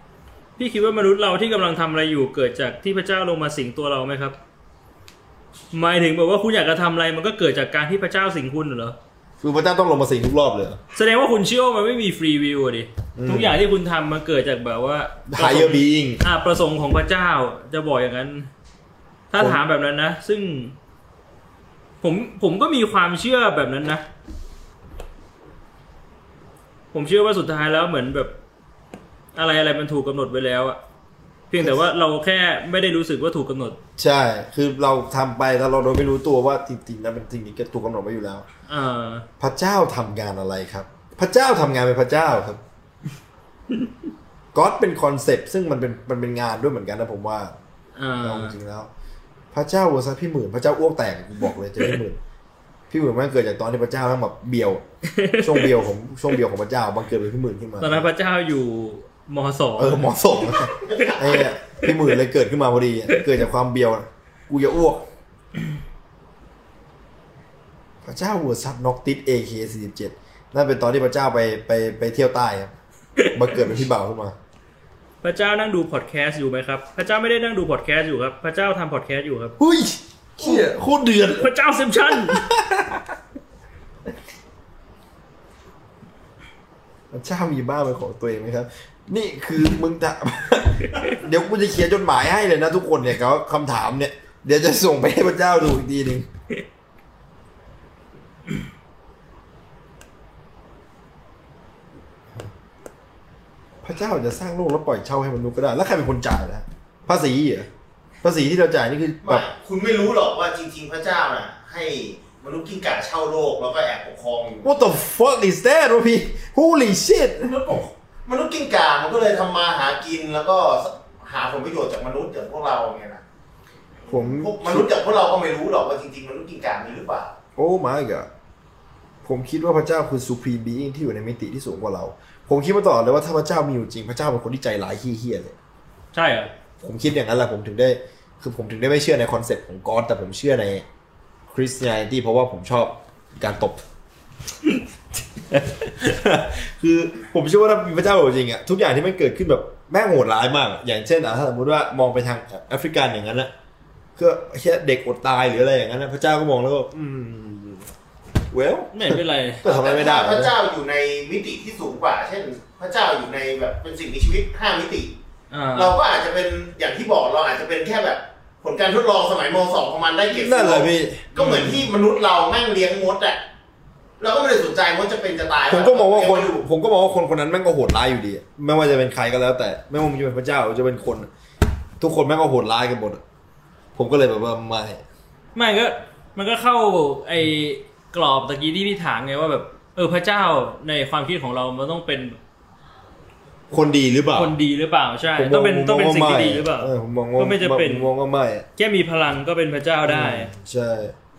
Speaker 2: พี่คิดว่ามนุษย์เราที่กำลังทำอะไรอยู่เกิดจากที่พระเจ้าลงมาสิงตัวเราไหมครับหมายถึงแบบว่าคุณอยากจะทำอะไรมันก็เกิดจากการที่พระเจ้าสิงคุณเหรอ
Speaker 1: คือพระเจ้าต้องลงมาสิงทุกรอบเลย
Speaker 2: แสดงว่าคุณเชื่อว่ามันไม่มีฟรีวิวอะดิทุกอย่างที่คุณทำมันเกิดจากแบบว่า
Speaker 1: higher being
Speaker 2: อ่าประสงค์ของพระเจ้าจะบอกอย่างนั้นถ้าถามแบบนั้นนะซึ่งผมผมก็มีความเชื่อแบบนั้นนะผมเชื่อว่าสุดท้ายแล้วเหมือนแบบอะไรอะไรมันถูกกำหนดไว้แล้วอะเพียงแต่ว่าเราแค่ไม่ได้รู้สึกว่าถูกกำหนด
Speaker 1: ใช่คือเราทำไปแล้วเราโดยไม่รู้ตัวว่าจริงๆแล้วเป็นสิ่งนี้ก็ถูกกำหนดไว้อยู่แล้วพระเจ้าทำงานอะไรครับพระเจ้าทำงานเป็นพระเจ้าครับก็อดเป็นคอนเซปต์ซึ่งมันเป็นมันเป็นงานด้วยเหมือนกันนะผมว่าเอาจริงๆแล้วพระเจ้าเวอร์ซัสพี่หมื่นพระเจ้าอ้วกแตกกูบอกเลยจะพี่หมื่นพี่หมื่นมันเกิดจากตอนที่พระเจ้าทั้งแบบเบียวช่วงเบียวของช่วงเบียวของพระเจ้าบังเกิดเป็นพี่หมื่นขึ้นมา
Speaker 2: ตอนนั้นพระเจ้าอยู่ม.สอง
Speaker 1: เออม.สองไอ้พี่หมื่นเลยเกิดขึ้นมาพอดีเกิดจากความเบียวกูจะอ้วกพระเจ้าเวอร์ซัสน็อกติส เอ เค สี่สิบเจ็ด นั่นเป็นตอนที่พระเจ้าไปไปไปเที่ยวใต้ครับมาเกิดเป็นพี่บ่าวขึ้นมา
Speaker 2: พระเจ้านั่งดูพอดแคสต์อยู่ไหมครับพระเจ้าไม่ได้นั่งดูพอดแคสต์อยู่ครับพระเจ้าทำพอดแคสต์อยู่ครับ
Speaker 1: เฮ้ยเหี้ยโคตรเดือด
Speaker 2: พระเจ้าเซมชั่น
Speaker 1: พระเจ้ามีบ้านเป็นของตัวเองไหมครับนี่คือมึงจะเดี๋ยวกูจะเขียนจดหมายให้เลยนะทุกคนเนี่ยเขาคำถามเนี่ยเดี๋ยวจะส่งไปให้พระเจ้าดูอีกทีนึงพระเจ้าจะสร้างโลกแล้วปล่อยเช่าให้มนุษย์ก็ได้แล้วใครเป็นคนจ่ายนะภาษีเหรอภาษีที่เราจ่ายนี่คือแบบ
Speaker 3: คุณไม่รู้หรอกว่าจริงๆพระเจ้าน่ะให้มนุษย์กิ้งก่าเช่าโลกแล้วก็แอบปกครองอยู่
Speaker 1: What the fuck is that วะพี่ Holy shit
Speaker 3: มนุษย์กิ้งก่ามันก็เลยทำมาหากินแล้วก็หาผลประโยชน์จากมนุษย์อย่างพวกเราไงนะผมมนุษย์จากพวกเราก็ไม่รู้หรอกว่าจริงๆมนุษย์กิ้งก่ามีหรือเปล่า
Speaker 1: Oh my god ผมคิดว่าพระเจ้าคือ supreme being ที่อยู่ในมิติที่สูงกว่าเราผมคิดมาตลอดเลยว่าถ้าพระเจ้ามีอยู่จริงพระเจ้าเป็นคนที่ใจร้ายเหี้ยๆเลย
Speaker 2: ใช่เหรอ
Speaker 1: ผมคิดอย่างนั้นแหละผมถึงได้คือผมถึงได้ไม่เชื่อในคอนเซ็ปต์ของ God แต่ผมเชื่อใน Christianity เพราะว่าผมชอบการตบ คือผมเชื่อว่าถ้ามีพระเจ้าจริงอ่ะทุกอย่างที่มันเกิดขึ้นแบบแม่งโหดร้ายมากอย่างเช่นอ่ะถ้าสมมติว่ามองไปทางแอฟริกันอย่างนั้นนะก็แค่เด็กอดตายหรืออะไรอย่างนั้นนะพระเจ้าก็มองแล้วก็อืมเวล
Speaker 2: ไม่เป็นไร
Speaker 1: ก็ทำอะไรไม่ได้
Speaker 3: พระเจ้าอยู่ในมิติที่สูงกว่าเช่นพระเจ้าอยู่ในแบบเป็นสิ่งมีชีวิตห้ามิติเราก็อาจจะเป็นอย่างที่บอกเราอาจจะเป็นแค่แบบผลการทดลองสมัยม.สอง ของมันได้เก็บ
Speaker 1: นั่นแหละพี่
Speaker 3: ก็เหมือนที่มนุษย์เราแม่งเลี้ยงมดอ่ะเราก็ไม่ได้สนใจมดจะเป็นจะตาย
Speaker 1: ผมก็มองว่าคนผมก็มองว่าคนคนนั้นแม่งก็โหดร้ายอยู่ดีไม่ว่าจะเป็นใครก็แล้วแต่ไม่ว่ามันจะเป็นพระเจ้าหรือจะเป็นคนทุกคนแม่งก็โหดร้ายกันหมดผมก็เลยแบบว่าไม่
Speaker 2: ไม่ก็มันก็เข้าไอ้กรอบตะกี้ที่พี่ถามไงว่าแบบเออพระเจ้าในความคิดของเรามันต้องเป็น
Speaker 1: คนดีหรือเปล่า
Speaker 2: คนดีหรือเปล่าใช่ต้องเป็นต้องเป็นสิ่งที่ดีหรือเปล่าก็ไม่จะเป็น
Speaker 1: มองว่าไม่
Speaker 2: แค่มีพลังก็เป็นพระเจ้าได้
Speaker 1: ใช่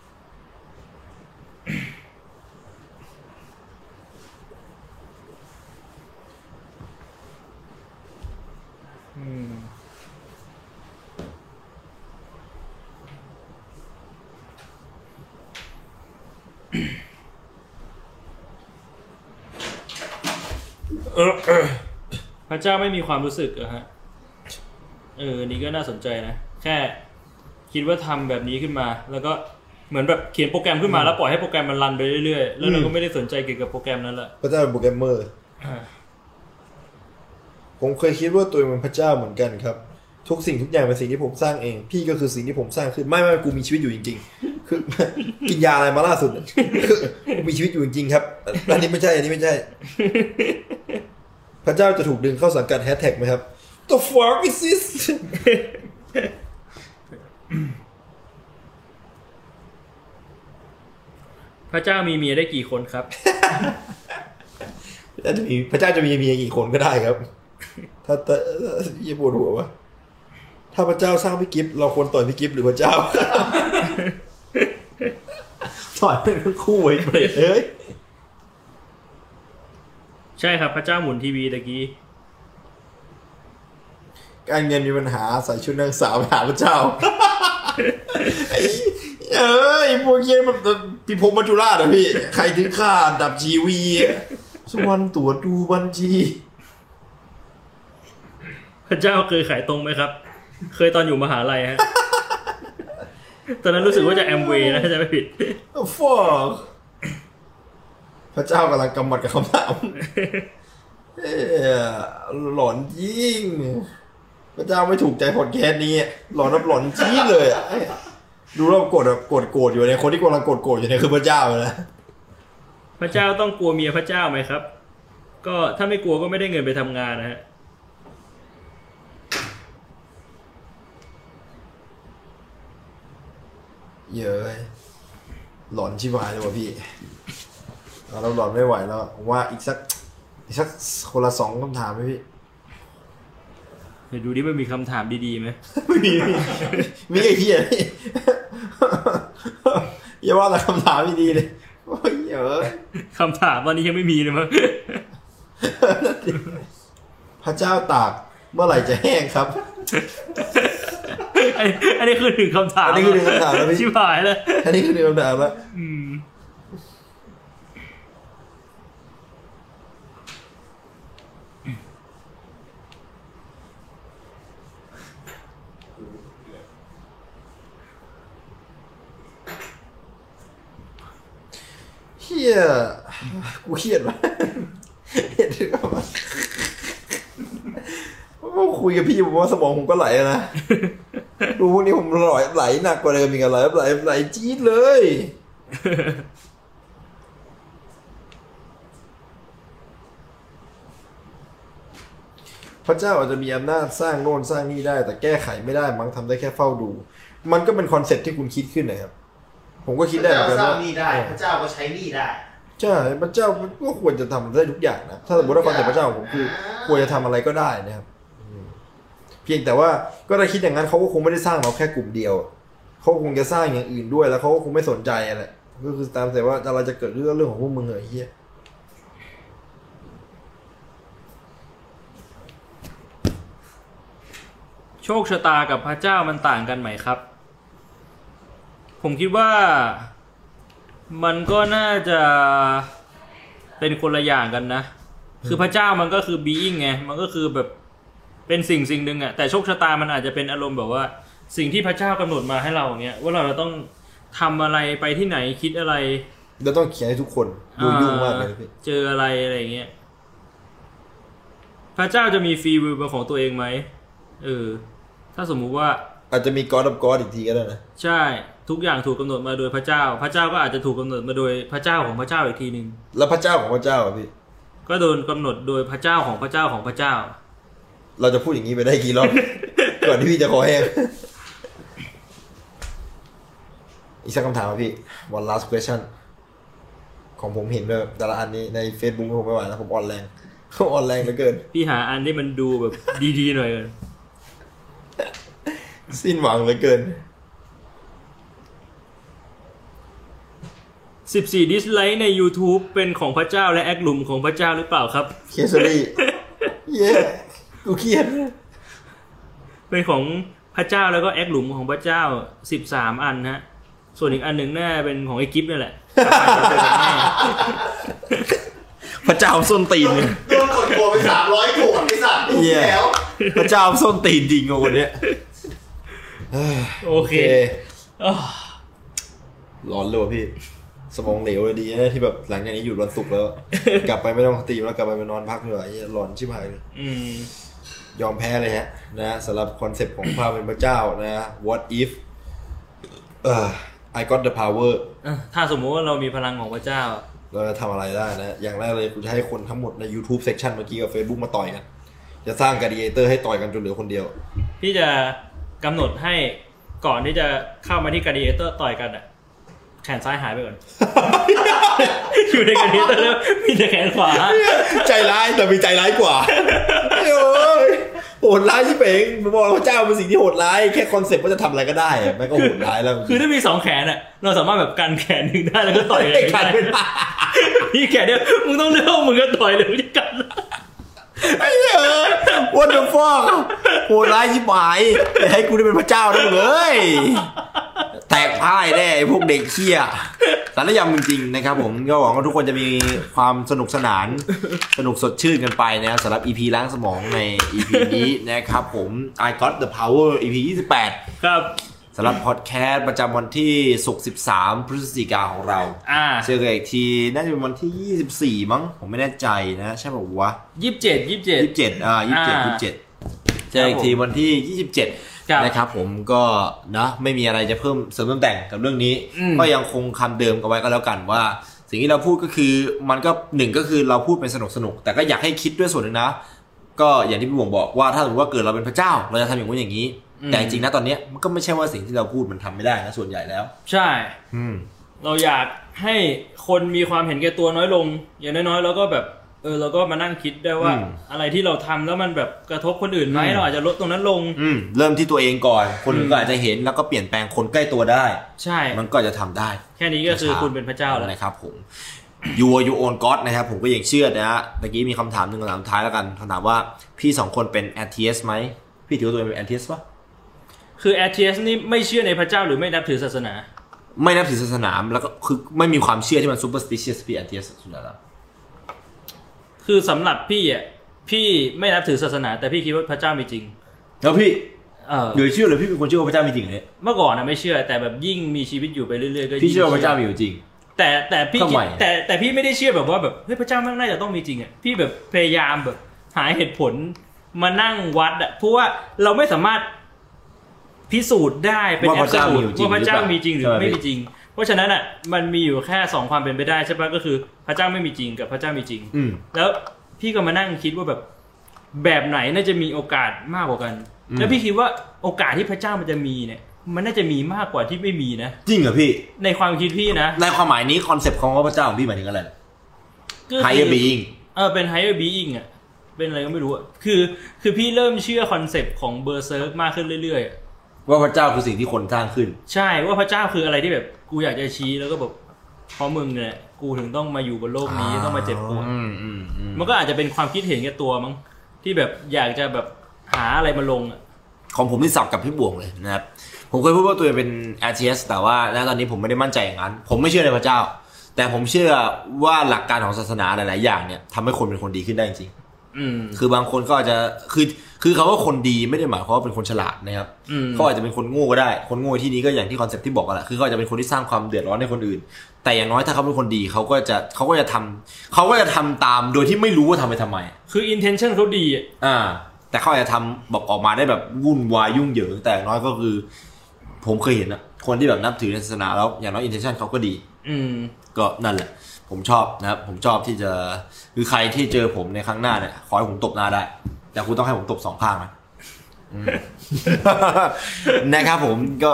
Speaker 2: พระเจ้าไม่มีความรู้สึกเหรอฮะเออนี่ก็น่าสนใจนะแค่คิดว่าทำแบบนี้ขึ้นมาแล้วก็เหมือนแบบเขียนโปรแกรมขึ้นมาแล้วปล่อยให้โปรแกรมมันรันไปเรื่อยๆแล้วเราก็ไม่ได้สนใจเกี่ยวกับโปรแกรมนั้นแหละ
Speaker 1: พระเจ้าเป็นโปรแกรมเมอร์ผมเคยคิดว่าตัวเองเป็นพระเจ้าเหมือนกันครับทุกสิ่งทุกอย่างเป็นสิ่งที่ผมสร้างเองพี่ก็คือสิ่งที่ผมสร้างขึ้นไม่ไม่กูมีชีวิตอยู่จริงๆคือกินยาอะไรมาล่าสุดกูมีชีวิตอยู่จริงๆครับอันนี้ไม่ใช่อันนี้ไม่ใช่พระเจ้าจะถูกดึงเข้าสังกัดแฮชแท็กไหมครับ The fuck is this
Speaker 2: พระเจ้ามีเมียได้กี่คนครับ
Speaker 1: พระเจ้าจะมีพระเจ้าจะมีเมียกี่คนก็ได้ครับถ้าแต่ยี่ปวดหัววะถ้าพระเจ้าสร้างพี่กิฟต์เราควรต่อยพี่กิฟต์หรือพระเจ้าต่อยเป็นคู่ไว้เปรตเอ้ย
Speaker 2: ใช่ครับพระเจ้าหมุนทีวีตะกี้
Speaker 1: การเงินมีปัญหาใส่ชุดนางสาวไปหาพระเจ้าเอ้ยพวกเยี่ยมันพิภพมัจจุราชอ่ะพี่ใครถึงฆ่าดับชีวีสุวรรณตรวจดูบัญชี
Speaker 2: พระเจ้าเคยขายตรงไหมครับเคยตอนอยู่มหาลัยฮะตอนนั้นรู้สึกว่าจะแอมเวย์นะจะไม่ผิด
Speaker 1: ฟอกพระเจ้ากำลังกำหมัดกับคำถามเออหลอนยิ่งพระเจ้าไม่ถูกใจพอดแคสต์นี้หลอนแบบหลอนจี้เลยอ่ะดูแล้วกดแบบกดโกรธอยู่ในคนที่กำลังกดโกรธอยู่ในคือพระเจ้าเลยนะ
Speaker 2: พระเจ้าต้องกลัวเมียพระเจ้าไหมครับก็ถ้าไม่กลัวก็ไม่ได้เงินไปทำงานนะฮะ
Speaker 1: เยอะหลอนชิบหายเลยว่ะพี่เราหลอนไม่ไหวแล้วว่าอีกสักอีกสักคนละสองคำถามไหมพี่
Speaker 2: เดี๋ยวดูดิมันมีคำถามดีๆไหม
Speaker 1: ไม่มีมีไอ้เหี้ยนี่อย่าว่าแต่คำถามดีๆเลยโอ้ยเยอะ
Speaker 2: คำถามวันนี้ยังไม่มีเลยมั้ง
Speaker 1: พระเจ้าตากเมื่อไหร่จะแห้งครับ
Speaker 2: อันนี้คือหนึ่งคำถาม
Speaker 1: อันนี้คือหนึ่งคำถามแล้ว
Speaker 2: ชิบหายแล้ว
Speaker 1: อันนี้คือหนึ่งคำถามแล้วเฮียกูเครียดว่ะเห็นถึงว่าคุยกับพี่ผมว่าสมองผมก็ไหลนะดูพวกนี้ผมไหลไหลหนักกว่าเดิมอีกอะไรไหลไหลจี๊ดเลยพระเจ้าอาจจะมีอำนาจสร้างโน่นสร้างนี่ได้แต่แก้ไขไม่ได้มั้งทำได้แค่เฝ้าดูมันก็เป็นคอนเซ็ปต์ที่คุณคิดขึ้นนะครับผมก็คิดได้เหมือนกันว่าพระเจ้าสร้างนี่ได้
Speaker 3: พระเจ้าก็ใช้นี่ได้
Speaker 1: ใช่พระเจ้าก็ควรจะทำได้ทุกอย่างนะถ้าสมมติว่าคอนเซ็ปต์พระเจ้าผมคือควรจะทำอะไรก็ได้นะครับเพียงแต่ว่าก็ได้คิดอย่างนั้นเขาก็คงไม่ได้สร้างเราแค่กลุ่มเดียวเขาคงจะสร้างอย่างอื่นด้วยแล้วเขาก็คงไม่สนใจอะไรก็คือตามแต่ว่าอะไรจะเกิดเรื่องเรื่องของพวกมึงเหรอเฮีย
Speaker 2: โชคชะตากับพระเจ้ามันต่างกันไหมครับผมคิดว่ามันก็น่าจะเป็นคนละอย่างกันนะคือพระเจ้ามันก็คือ being ไงมันก็คือแบบเป็นสิ่งสิ่งหนึ่งอะแต่โชคชะตามันอาจจะเป็นอารมณ์แบบว่าสิ่งที่พระเจ้ากำหนดมาให้เราอย่างเงี้ยว่าเราจะต้องทำอะไรไปที่ไหนคิดอะไร
Speaker 1: เราต้องเขียนให้ทุกคนดูยุ่งมากเลยพี่
Speaker 2: เจออะไรอะไรเงี้ยพระเจ้าจะมีฟรีวิลเป็นของตัวเองไหมเออถ้าสมมุติว่า
Speaker 1: อาจจะมี God of God อีกทีก็ได้นะ
Speaker 2: ใช่ทุกอย่างถูกกำหนดมาโดยพระเจ้าพระเจ้าก็อาจจะถูกกำหนดมาโดยพระเจ้าของพระเจ้าอีกทีนึง
Speaker 1: แล้วพระเจ้าของพระเจ้าอ่ะพี่
Speaker 2: ก็โดนกำหนดโดยพระเจ้าของพระเจ้าของพระเจ้า
Speaker 1: เราจะพูดอย่างนี้ไปได้กี่รอบ ก่อนที่พี่จะคอแห้งอีกสักคำถามพี่ one last question ของผมเห็นแบบแต่ละอันนี้ใน Facebook ผมไม่ไหวแล้วผมอ่อนแรงอ่อนแรงเหลือเกิน
Speaker 2: พี่หาอันที่มันดูแบบดีๆหน่อยกัน
Speaker 1: สิ้นหวังเหลือเกิน
Speaker 2: สิบสี่ดิสไลค์ใน YouTube เป็นของพระเจ้าและแอคหลุมของพระเจ้าหรือเปล่าครับ
Speaker 1: เคสรี่เย้กูเครียด
Speaker 2: เป็นของพระเจ้าแล้วก็แอคหลุมของพระเจ้าสิบสามอันฮะส่วนอีกอันหนึ่งน่าเป็นของไอ้กิฟต์นี่แหละ
Speaker 1: พระเจ้าส้นตีนเลย
Speaker 3: โดนกดโกรธไปสามร้อยโกรธไอ้สัตว์แล้ว
Speaker 1: พระเจ้าส้นตีนจริงอ่ะคนเนี้ย
Speaker 2: โอเค
Speaker 1: ร้อนเลยว่ะพี่สมองเหลวเลยดีนะที่แบบหลังจากนี้หยุดวันศุกร์แล้วกลับไปไม่ต้องตีแล้วกลับไปไปนอนพักเลยร้อนชิบหายเลยยอมแพ้เลยฮะนะสำหรับคอนเซ็ปต์ของความเป็นพระเจ้านะ what if uh, I got the power
Speaker 2: ถ้าสมมติว่าเรามีพลังของพระเจ้า
Speaker 1: เราจะทำอะไรได้นะอย่างแรกเลยกูจะให้คนทั้งหมดใน YouTube section เมื่อกี้กับ Facebook มาต่อยกันจะสร้างกาดิเอเตอร์ให้ต่อยกันจนเหลือคนเดียว
Speaker 2: พี่จะกำหนดให้ก่อนที่จะเข้ามาที่กาดิเอเตอร์ต่อยกันอ่ะแขนซ้ายหายไปก่อนอยู่ในกาดิเอเตอร์แล้วมีแต่แขนขวา
Speaker 1: ใจร้ายแต่มีใจร้ายกว่าโอ้ยโหดร้ายที่เป่งบอกพระเจ้าเป็นสิ่งที่โหดร้ายแค่คอนเซ็ปต์ว่าจะทำอะไรก็ได้แม่งก็โหดร้ายแล้ว
Speaker 2: คือถ้ามีสองแขนอ่ะเราสามารถแบบกันแขนหนึ่งได้แล้วก็ต่อยเลยได้พี่แขนเดียวมึงต้องเลือกมึงก็ต่อยเลยไม่ได้กัน
Speaker 1: ไอ้เหี้ย What the fuck โหดร้ายชิบหายให้กูได้เป็นพระเจ้าได้เลยแตกพ่ายแน่พวกเด็กเหี้ยสารยำจริงๆนะครับผมก็หวังว่าทุกคนจะมีความสนุกสนานสนุกสดชื่นกันไปนะสำหรับ อี พี ล้างสมองใน อี พี นี้นะครับผม I got the power อี พี ยี่สิบแปด
Speaker 2: ครับ
Speaker 1: สำหรับพอดแคสต์ประจำวันที่ศุกร์สิบสามพฤศจิกายนของเราเจอกันอีกทีน่าจะเป็นวันที่ยี่สิบสี่มั้งผมไม่แน่ใจนะใช่ป่าววะ
Speaker 2: ยี่สิบเจ็ด ยี่สิบเจ็ด
Speaker 1: ยี่สิบเจ็ดอ่ายี่สิบเจ็ด ยี่สิบเจ็ดเจออีกทีวันที่ยี่สิบเจ็ดนะครับผมก็นะไม่มีอะไรจะเพิ่มเสริมเติมแต่งกับเรื่องนี้ก็ยังคงคำเดิมกันไว้ก็แล้วกันว่าสิ่งที่เราพูดก็คือมันก็หนึ่งก็คือเราพูดเป็นสนุกสนุกแต่ก็อยากให้คิดด้วยส่วนหนึ่งนะก็อย่างที่พี่บ่งบอกว่าถ้าสมมติว่าเกิดเราเป็นพระเจ้าเราจะทำอย่างนู้นอย่างนี้แต่จริงๆนะตอนนี้มันก็ไม่ใช่ว่าสิ่งที่เราพูดมันทำไม่ได้นะส่วนใหญ่แล้ว
Speaker 2: ใช่เราอยากให้คนมีความเห็นแก่ตัวน้อยลงอย่างน้อยๆเราก็แบบเออเราก็มานั่งคิดได้ว่าอะไรที่เราทำแล้วมันแบบกระทบคนอื่นไหมเราอาจจะลดตรงนั้นลง
Speaker 1: เริ่มที่ตัวเองก่อนคนอื่นก็อาจจะเห็นแล้วก็เปลี่ยนแปลงคนใกล้ตัวได้
Speaker 2: ใช่
Speaker 1: มันก็จะทำได้
Speaker 2: แค่นี้ก็คือคุณเป็นพระเจ้าแล้ว
Speaker 1: นะครับผม you are your own god นะครับผมก็ยังเชื่อนะฮะตะกี้มีคำถามหนึ่งคำถามท้ายแล้วกันคำถามว่าพี่สองคนเป็น แอที เอส ไหมพี่ถือว่าตัวเองเป็น แอที เอส ป่ะ
Speaker 2: คือ แอที เอส นี่ไม่เชื่อในพระเจ้าหรือไม่นับถือศาสนา
Speaker 1: ไม่นับถือศาสนาแล้วก็คือไม่มีความเชื่อที่มัน superstitious พี่ แอที เอส สุดแล้ว
Speaker 2: คือสำหรับพี่อ่ะพี่ไม่นับถือศาสนาแต่พี่คิดว่าพระเจ้ามีจริง
Speaker 1: แล้วพี่เออเดี๋ยวเชื่อหรือพี่เป็นคนเชื่อว่าพระเจ้ามีจริงเลย
Speaker 2: เมื่อก่อนนะไม่เชื่อแต่แบบยิ่งมีชีวิตอยู่ไปเรื่อยๆก็
Speaker 1: พี่เชื่อว่าพระเจ้ามีอยู่จริง
Speaker 2: แต่แต่พี่แต่แต่พี่ไม่ได้เชื่อแบบว่าแบบเฮ้ยพระเจ้าแม่งน่าจะต้องมีจริงอ่ะพี่แบบพยายามแบบหาเหตุผลมานั่งวัดอ่ะเพราะว่าเราไม่สามารถพิสูจน์ได้เป็นแอบสูตรว่าพระเจ้ามีจริงหรือไม่มีจริงเพราะฉะนั้นอ่ะมันมีอยู่แค่สองความเป็นไปได้ใช่ปะก็คือพระเจ้าไม่มีจริงกับพระเจ้ามีจริงแล้วพี่ก็มานั่งคิดว่าแบบแบบไหนน่าจะมีโอกาสมากกว่ากันแล้วพี่คิดว่าโอกาสที่พระเจ้ามันจะมีเนี่ยมันน่าจะมีมากกว่าที่ไม่มีนะ
Speaker 1: จริงเหรอพี่
Speaker 2: ในความคิดพี่นะ
Speaker 1: ในความหมายนี้คอนเซ็ปต์ของพระเจ้าของพี่หมายถึงอะไร higher being
Speaker 2: เออเป็น higher being อ่ะเป็นอะไรก็ไม่รู้อ่ะคือคือพี่เริ่มเชื่อคอนเซ็ปต์ของเบอร์เซิร์กมากขึ้นเรื่อย
Speaker 1: ๆว่าพระเจ้าคือสิ่งที่คนสร้างขึ้น
Speaker 2: ใช่ว่าพระเจ้าคืออะไรที่แบบกูอยากจะชี้แล้วก็แบบเพราะมึงเนี่ยกูถึงต้องมาอยู่บนโลกนี้ต้องมาเจ็บปวดมันก็อาจจะเป็นความคิดเห็นแก่ตัวมั้งที่แบบอยากจะแบบหาอะไรมาลงอ่ะ
Speaker 1: ของผมที่สับกับพี่บวงเลยนะครับผมเคยพูดว่าตัวเองเป็น แอที เอส แต่ว่าณตอนนี้ผมไม่ได้มั่นใจอย่างนั้นผมไม่เชื่อในพระเจ้าแต่ผมเชื่อว่าหลักการของศาสนาหลายๆอย่างเนี่ยทำให้คนเป็นคนดีขึ้นได้จริงๆคือบางคนก็อาจจะคือคือคำว่าคนดีไม่ได้หมายความว่าเป็นคนฉลาดนะครับเขาอาจจะเป็นคนโง่ก็ได้คนโง่ที่นี้ก็อย่างที่คอนเซ็ปต์ที่บอกกันแหละคือเขาอาจจะเป็นคนที่สร้างความเดือดร้อนให้คนอื่นแต่อย่างน้อยถ้าเขาเป็นคนดีเขาก็จะเขาก็จะทำเขาก็จะทำตามโดยที่ไม่รู้ว่าทำไปทำไม
Speaker 2: คือ intention เขาดี
Speaker 1: อ่าแต่เขาอาจจะทำบอกออกมาได้แบบวุ่นวายยุ่งเหยิงแต่อย่างน้อยก็คือผมเคยเห็นนะคนที่แบบนับถือศาสนาแล้วอย่างน้อย intention เขาก็ดี
Speaker 2: อืม
Speaker 1: ก็นั่นแหละผมชอบนะครับผมชอบที่จะคือใครที่เจอผมในครั้งหน้าเนี่ยขอให้ผมตบหน้าได้แต่คุณต้องให้ผมตบสองข้างนะนะครับผมก็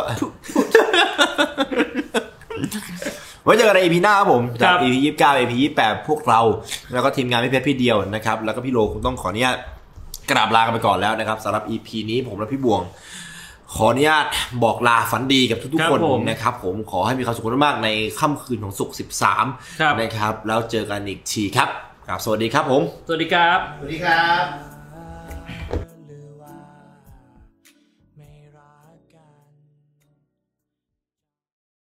Speaker 1: ไว้เจอกันใน อี พี หน้าครับผมจาก อี พี ยี่สิบเก้า อี พี ยี่สิบแปดพวกเราแล้วก็ทีมงานพี่เพชรพี่เดียวนะครับแล้วก็พี่โลคงต้องขออนุญาตกราบลากันไปก่อนแล้วนะครับสำหรับ อี พี นี้ผมและพี่บวงขออนุญาตบอกลาฝันดีกับทุกๆคนนะครับผมขอให้มีความสุขมากๆในค่ำคืนของศุกร์สิบสามนะครับแล้วเจอกันอีกทีครับครับสวัสดีครับผม
Speaker 2: สวัสดีครับ
Speaker 3: สวัสดีครับ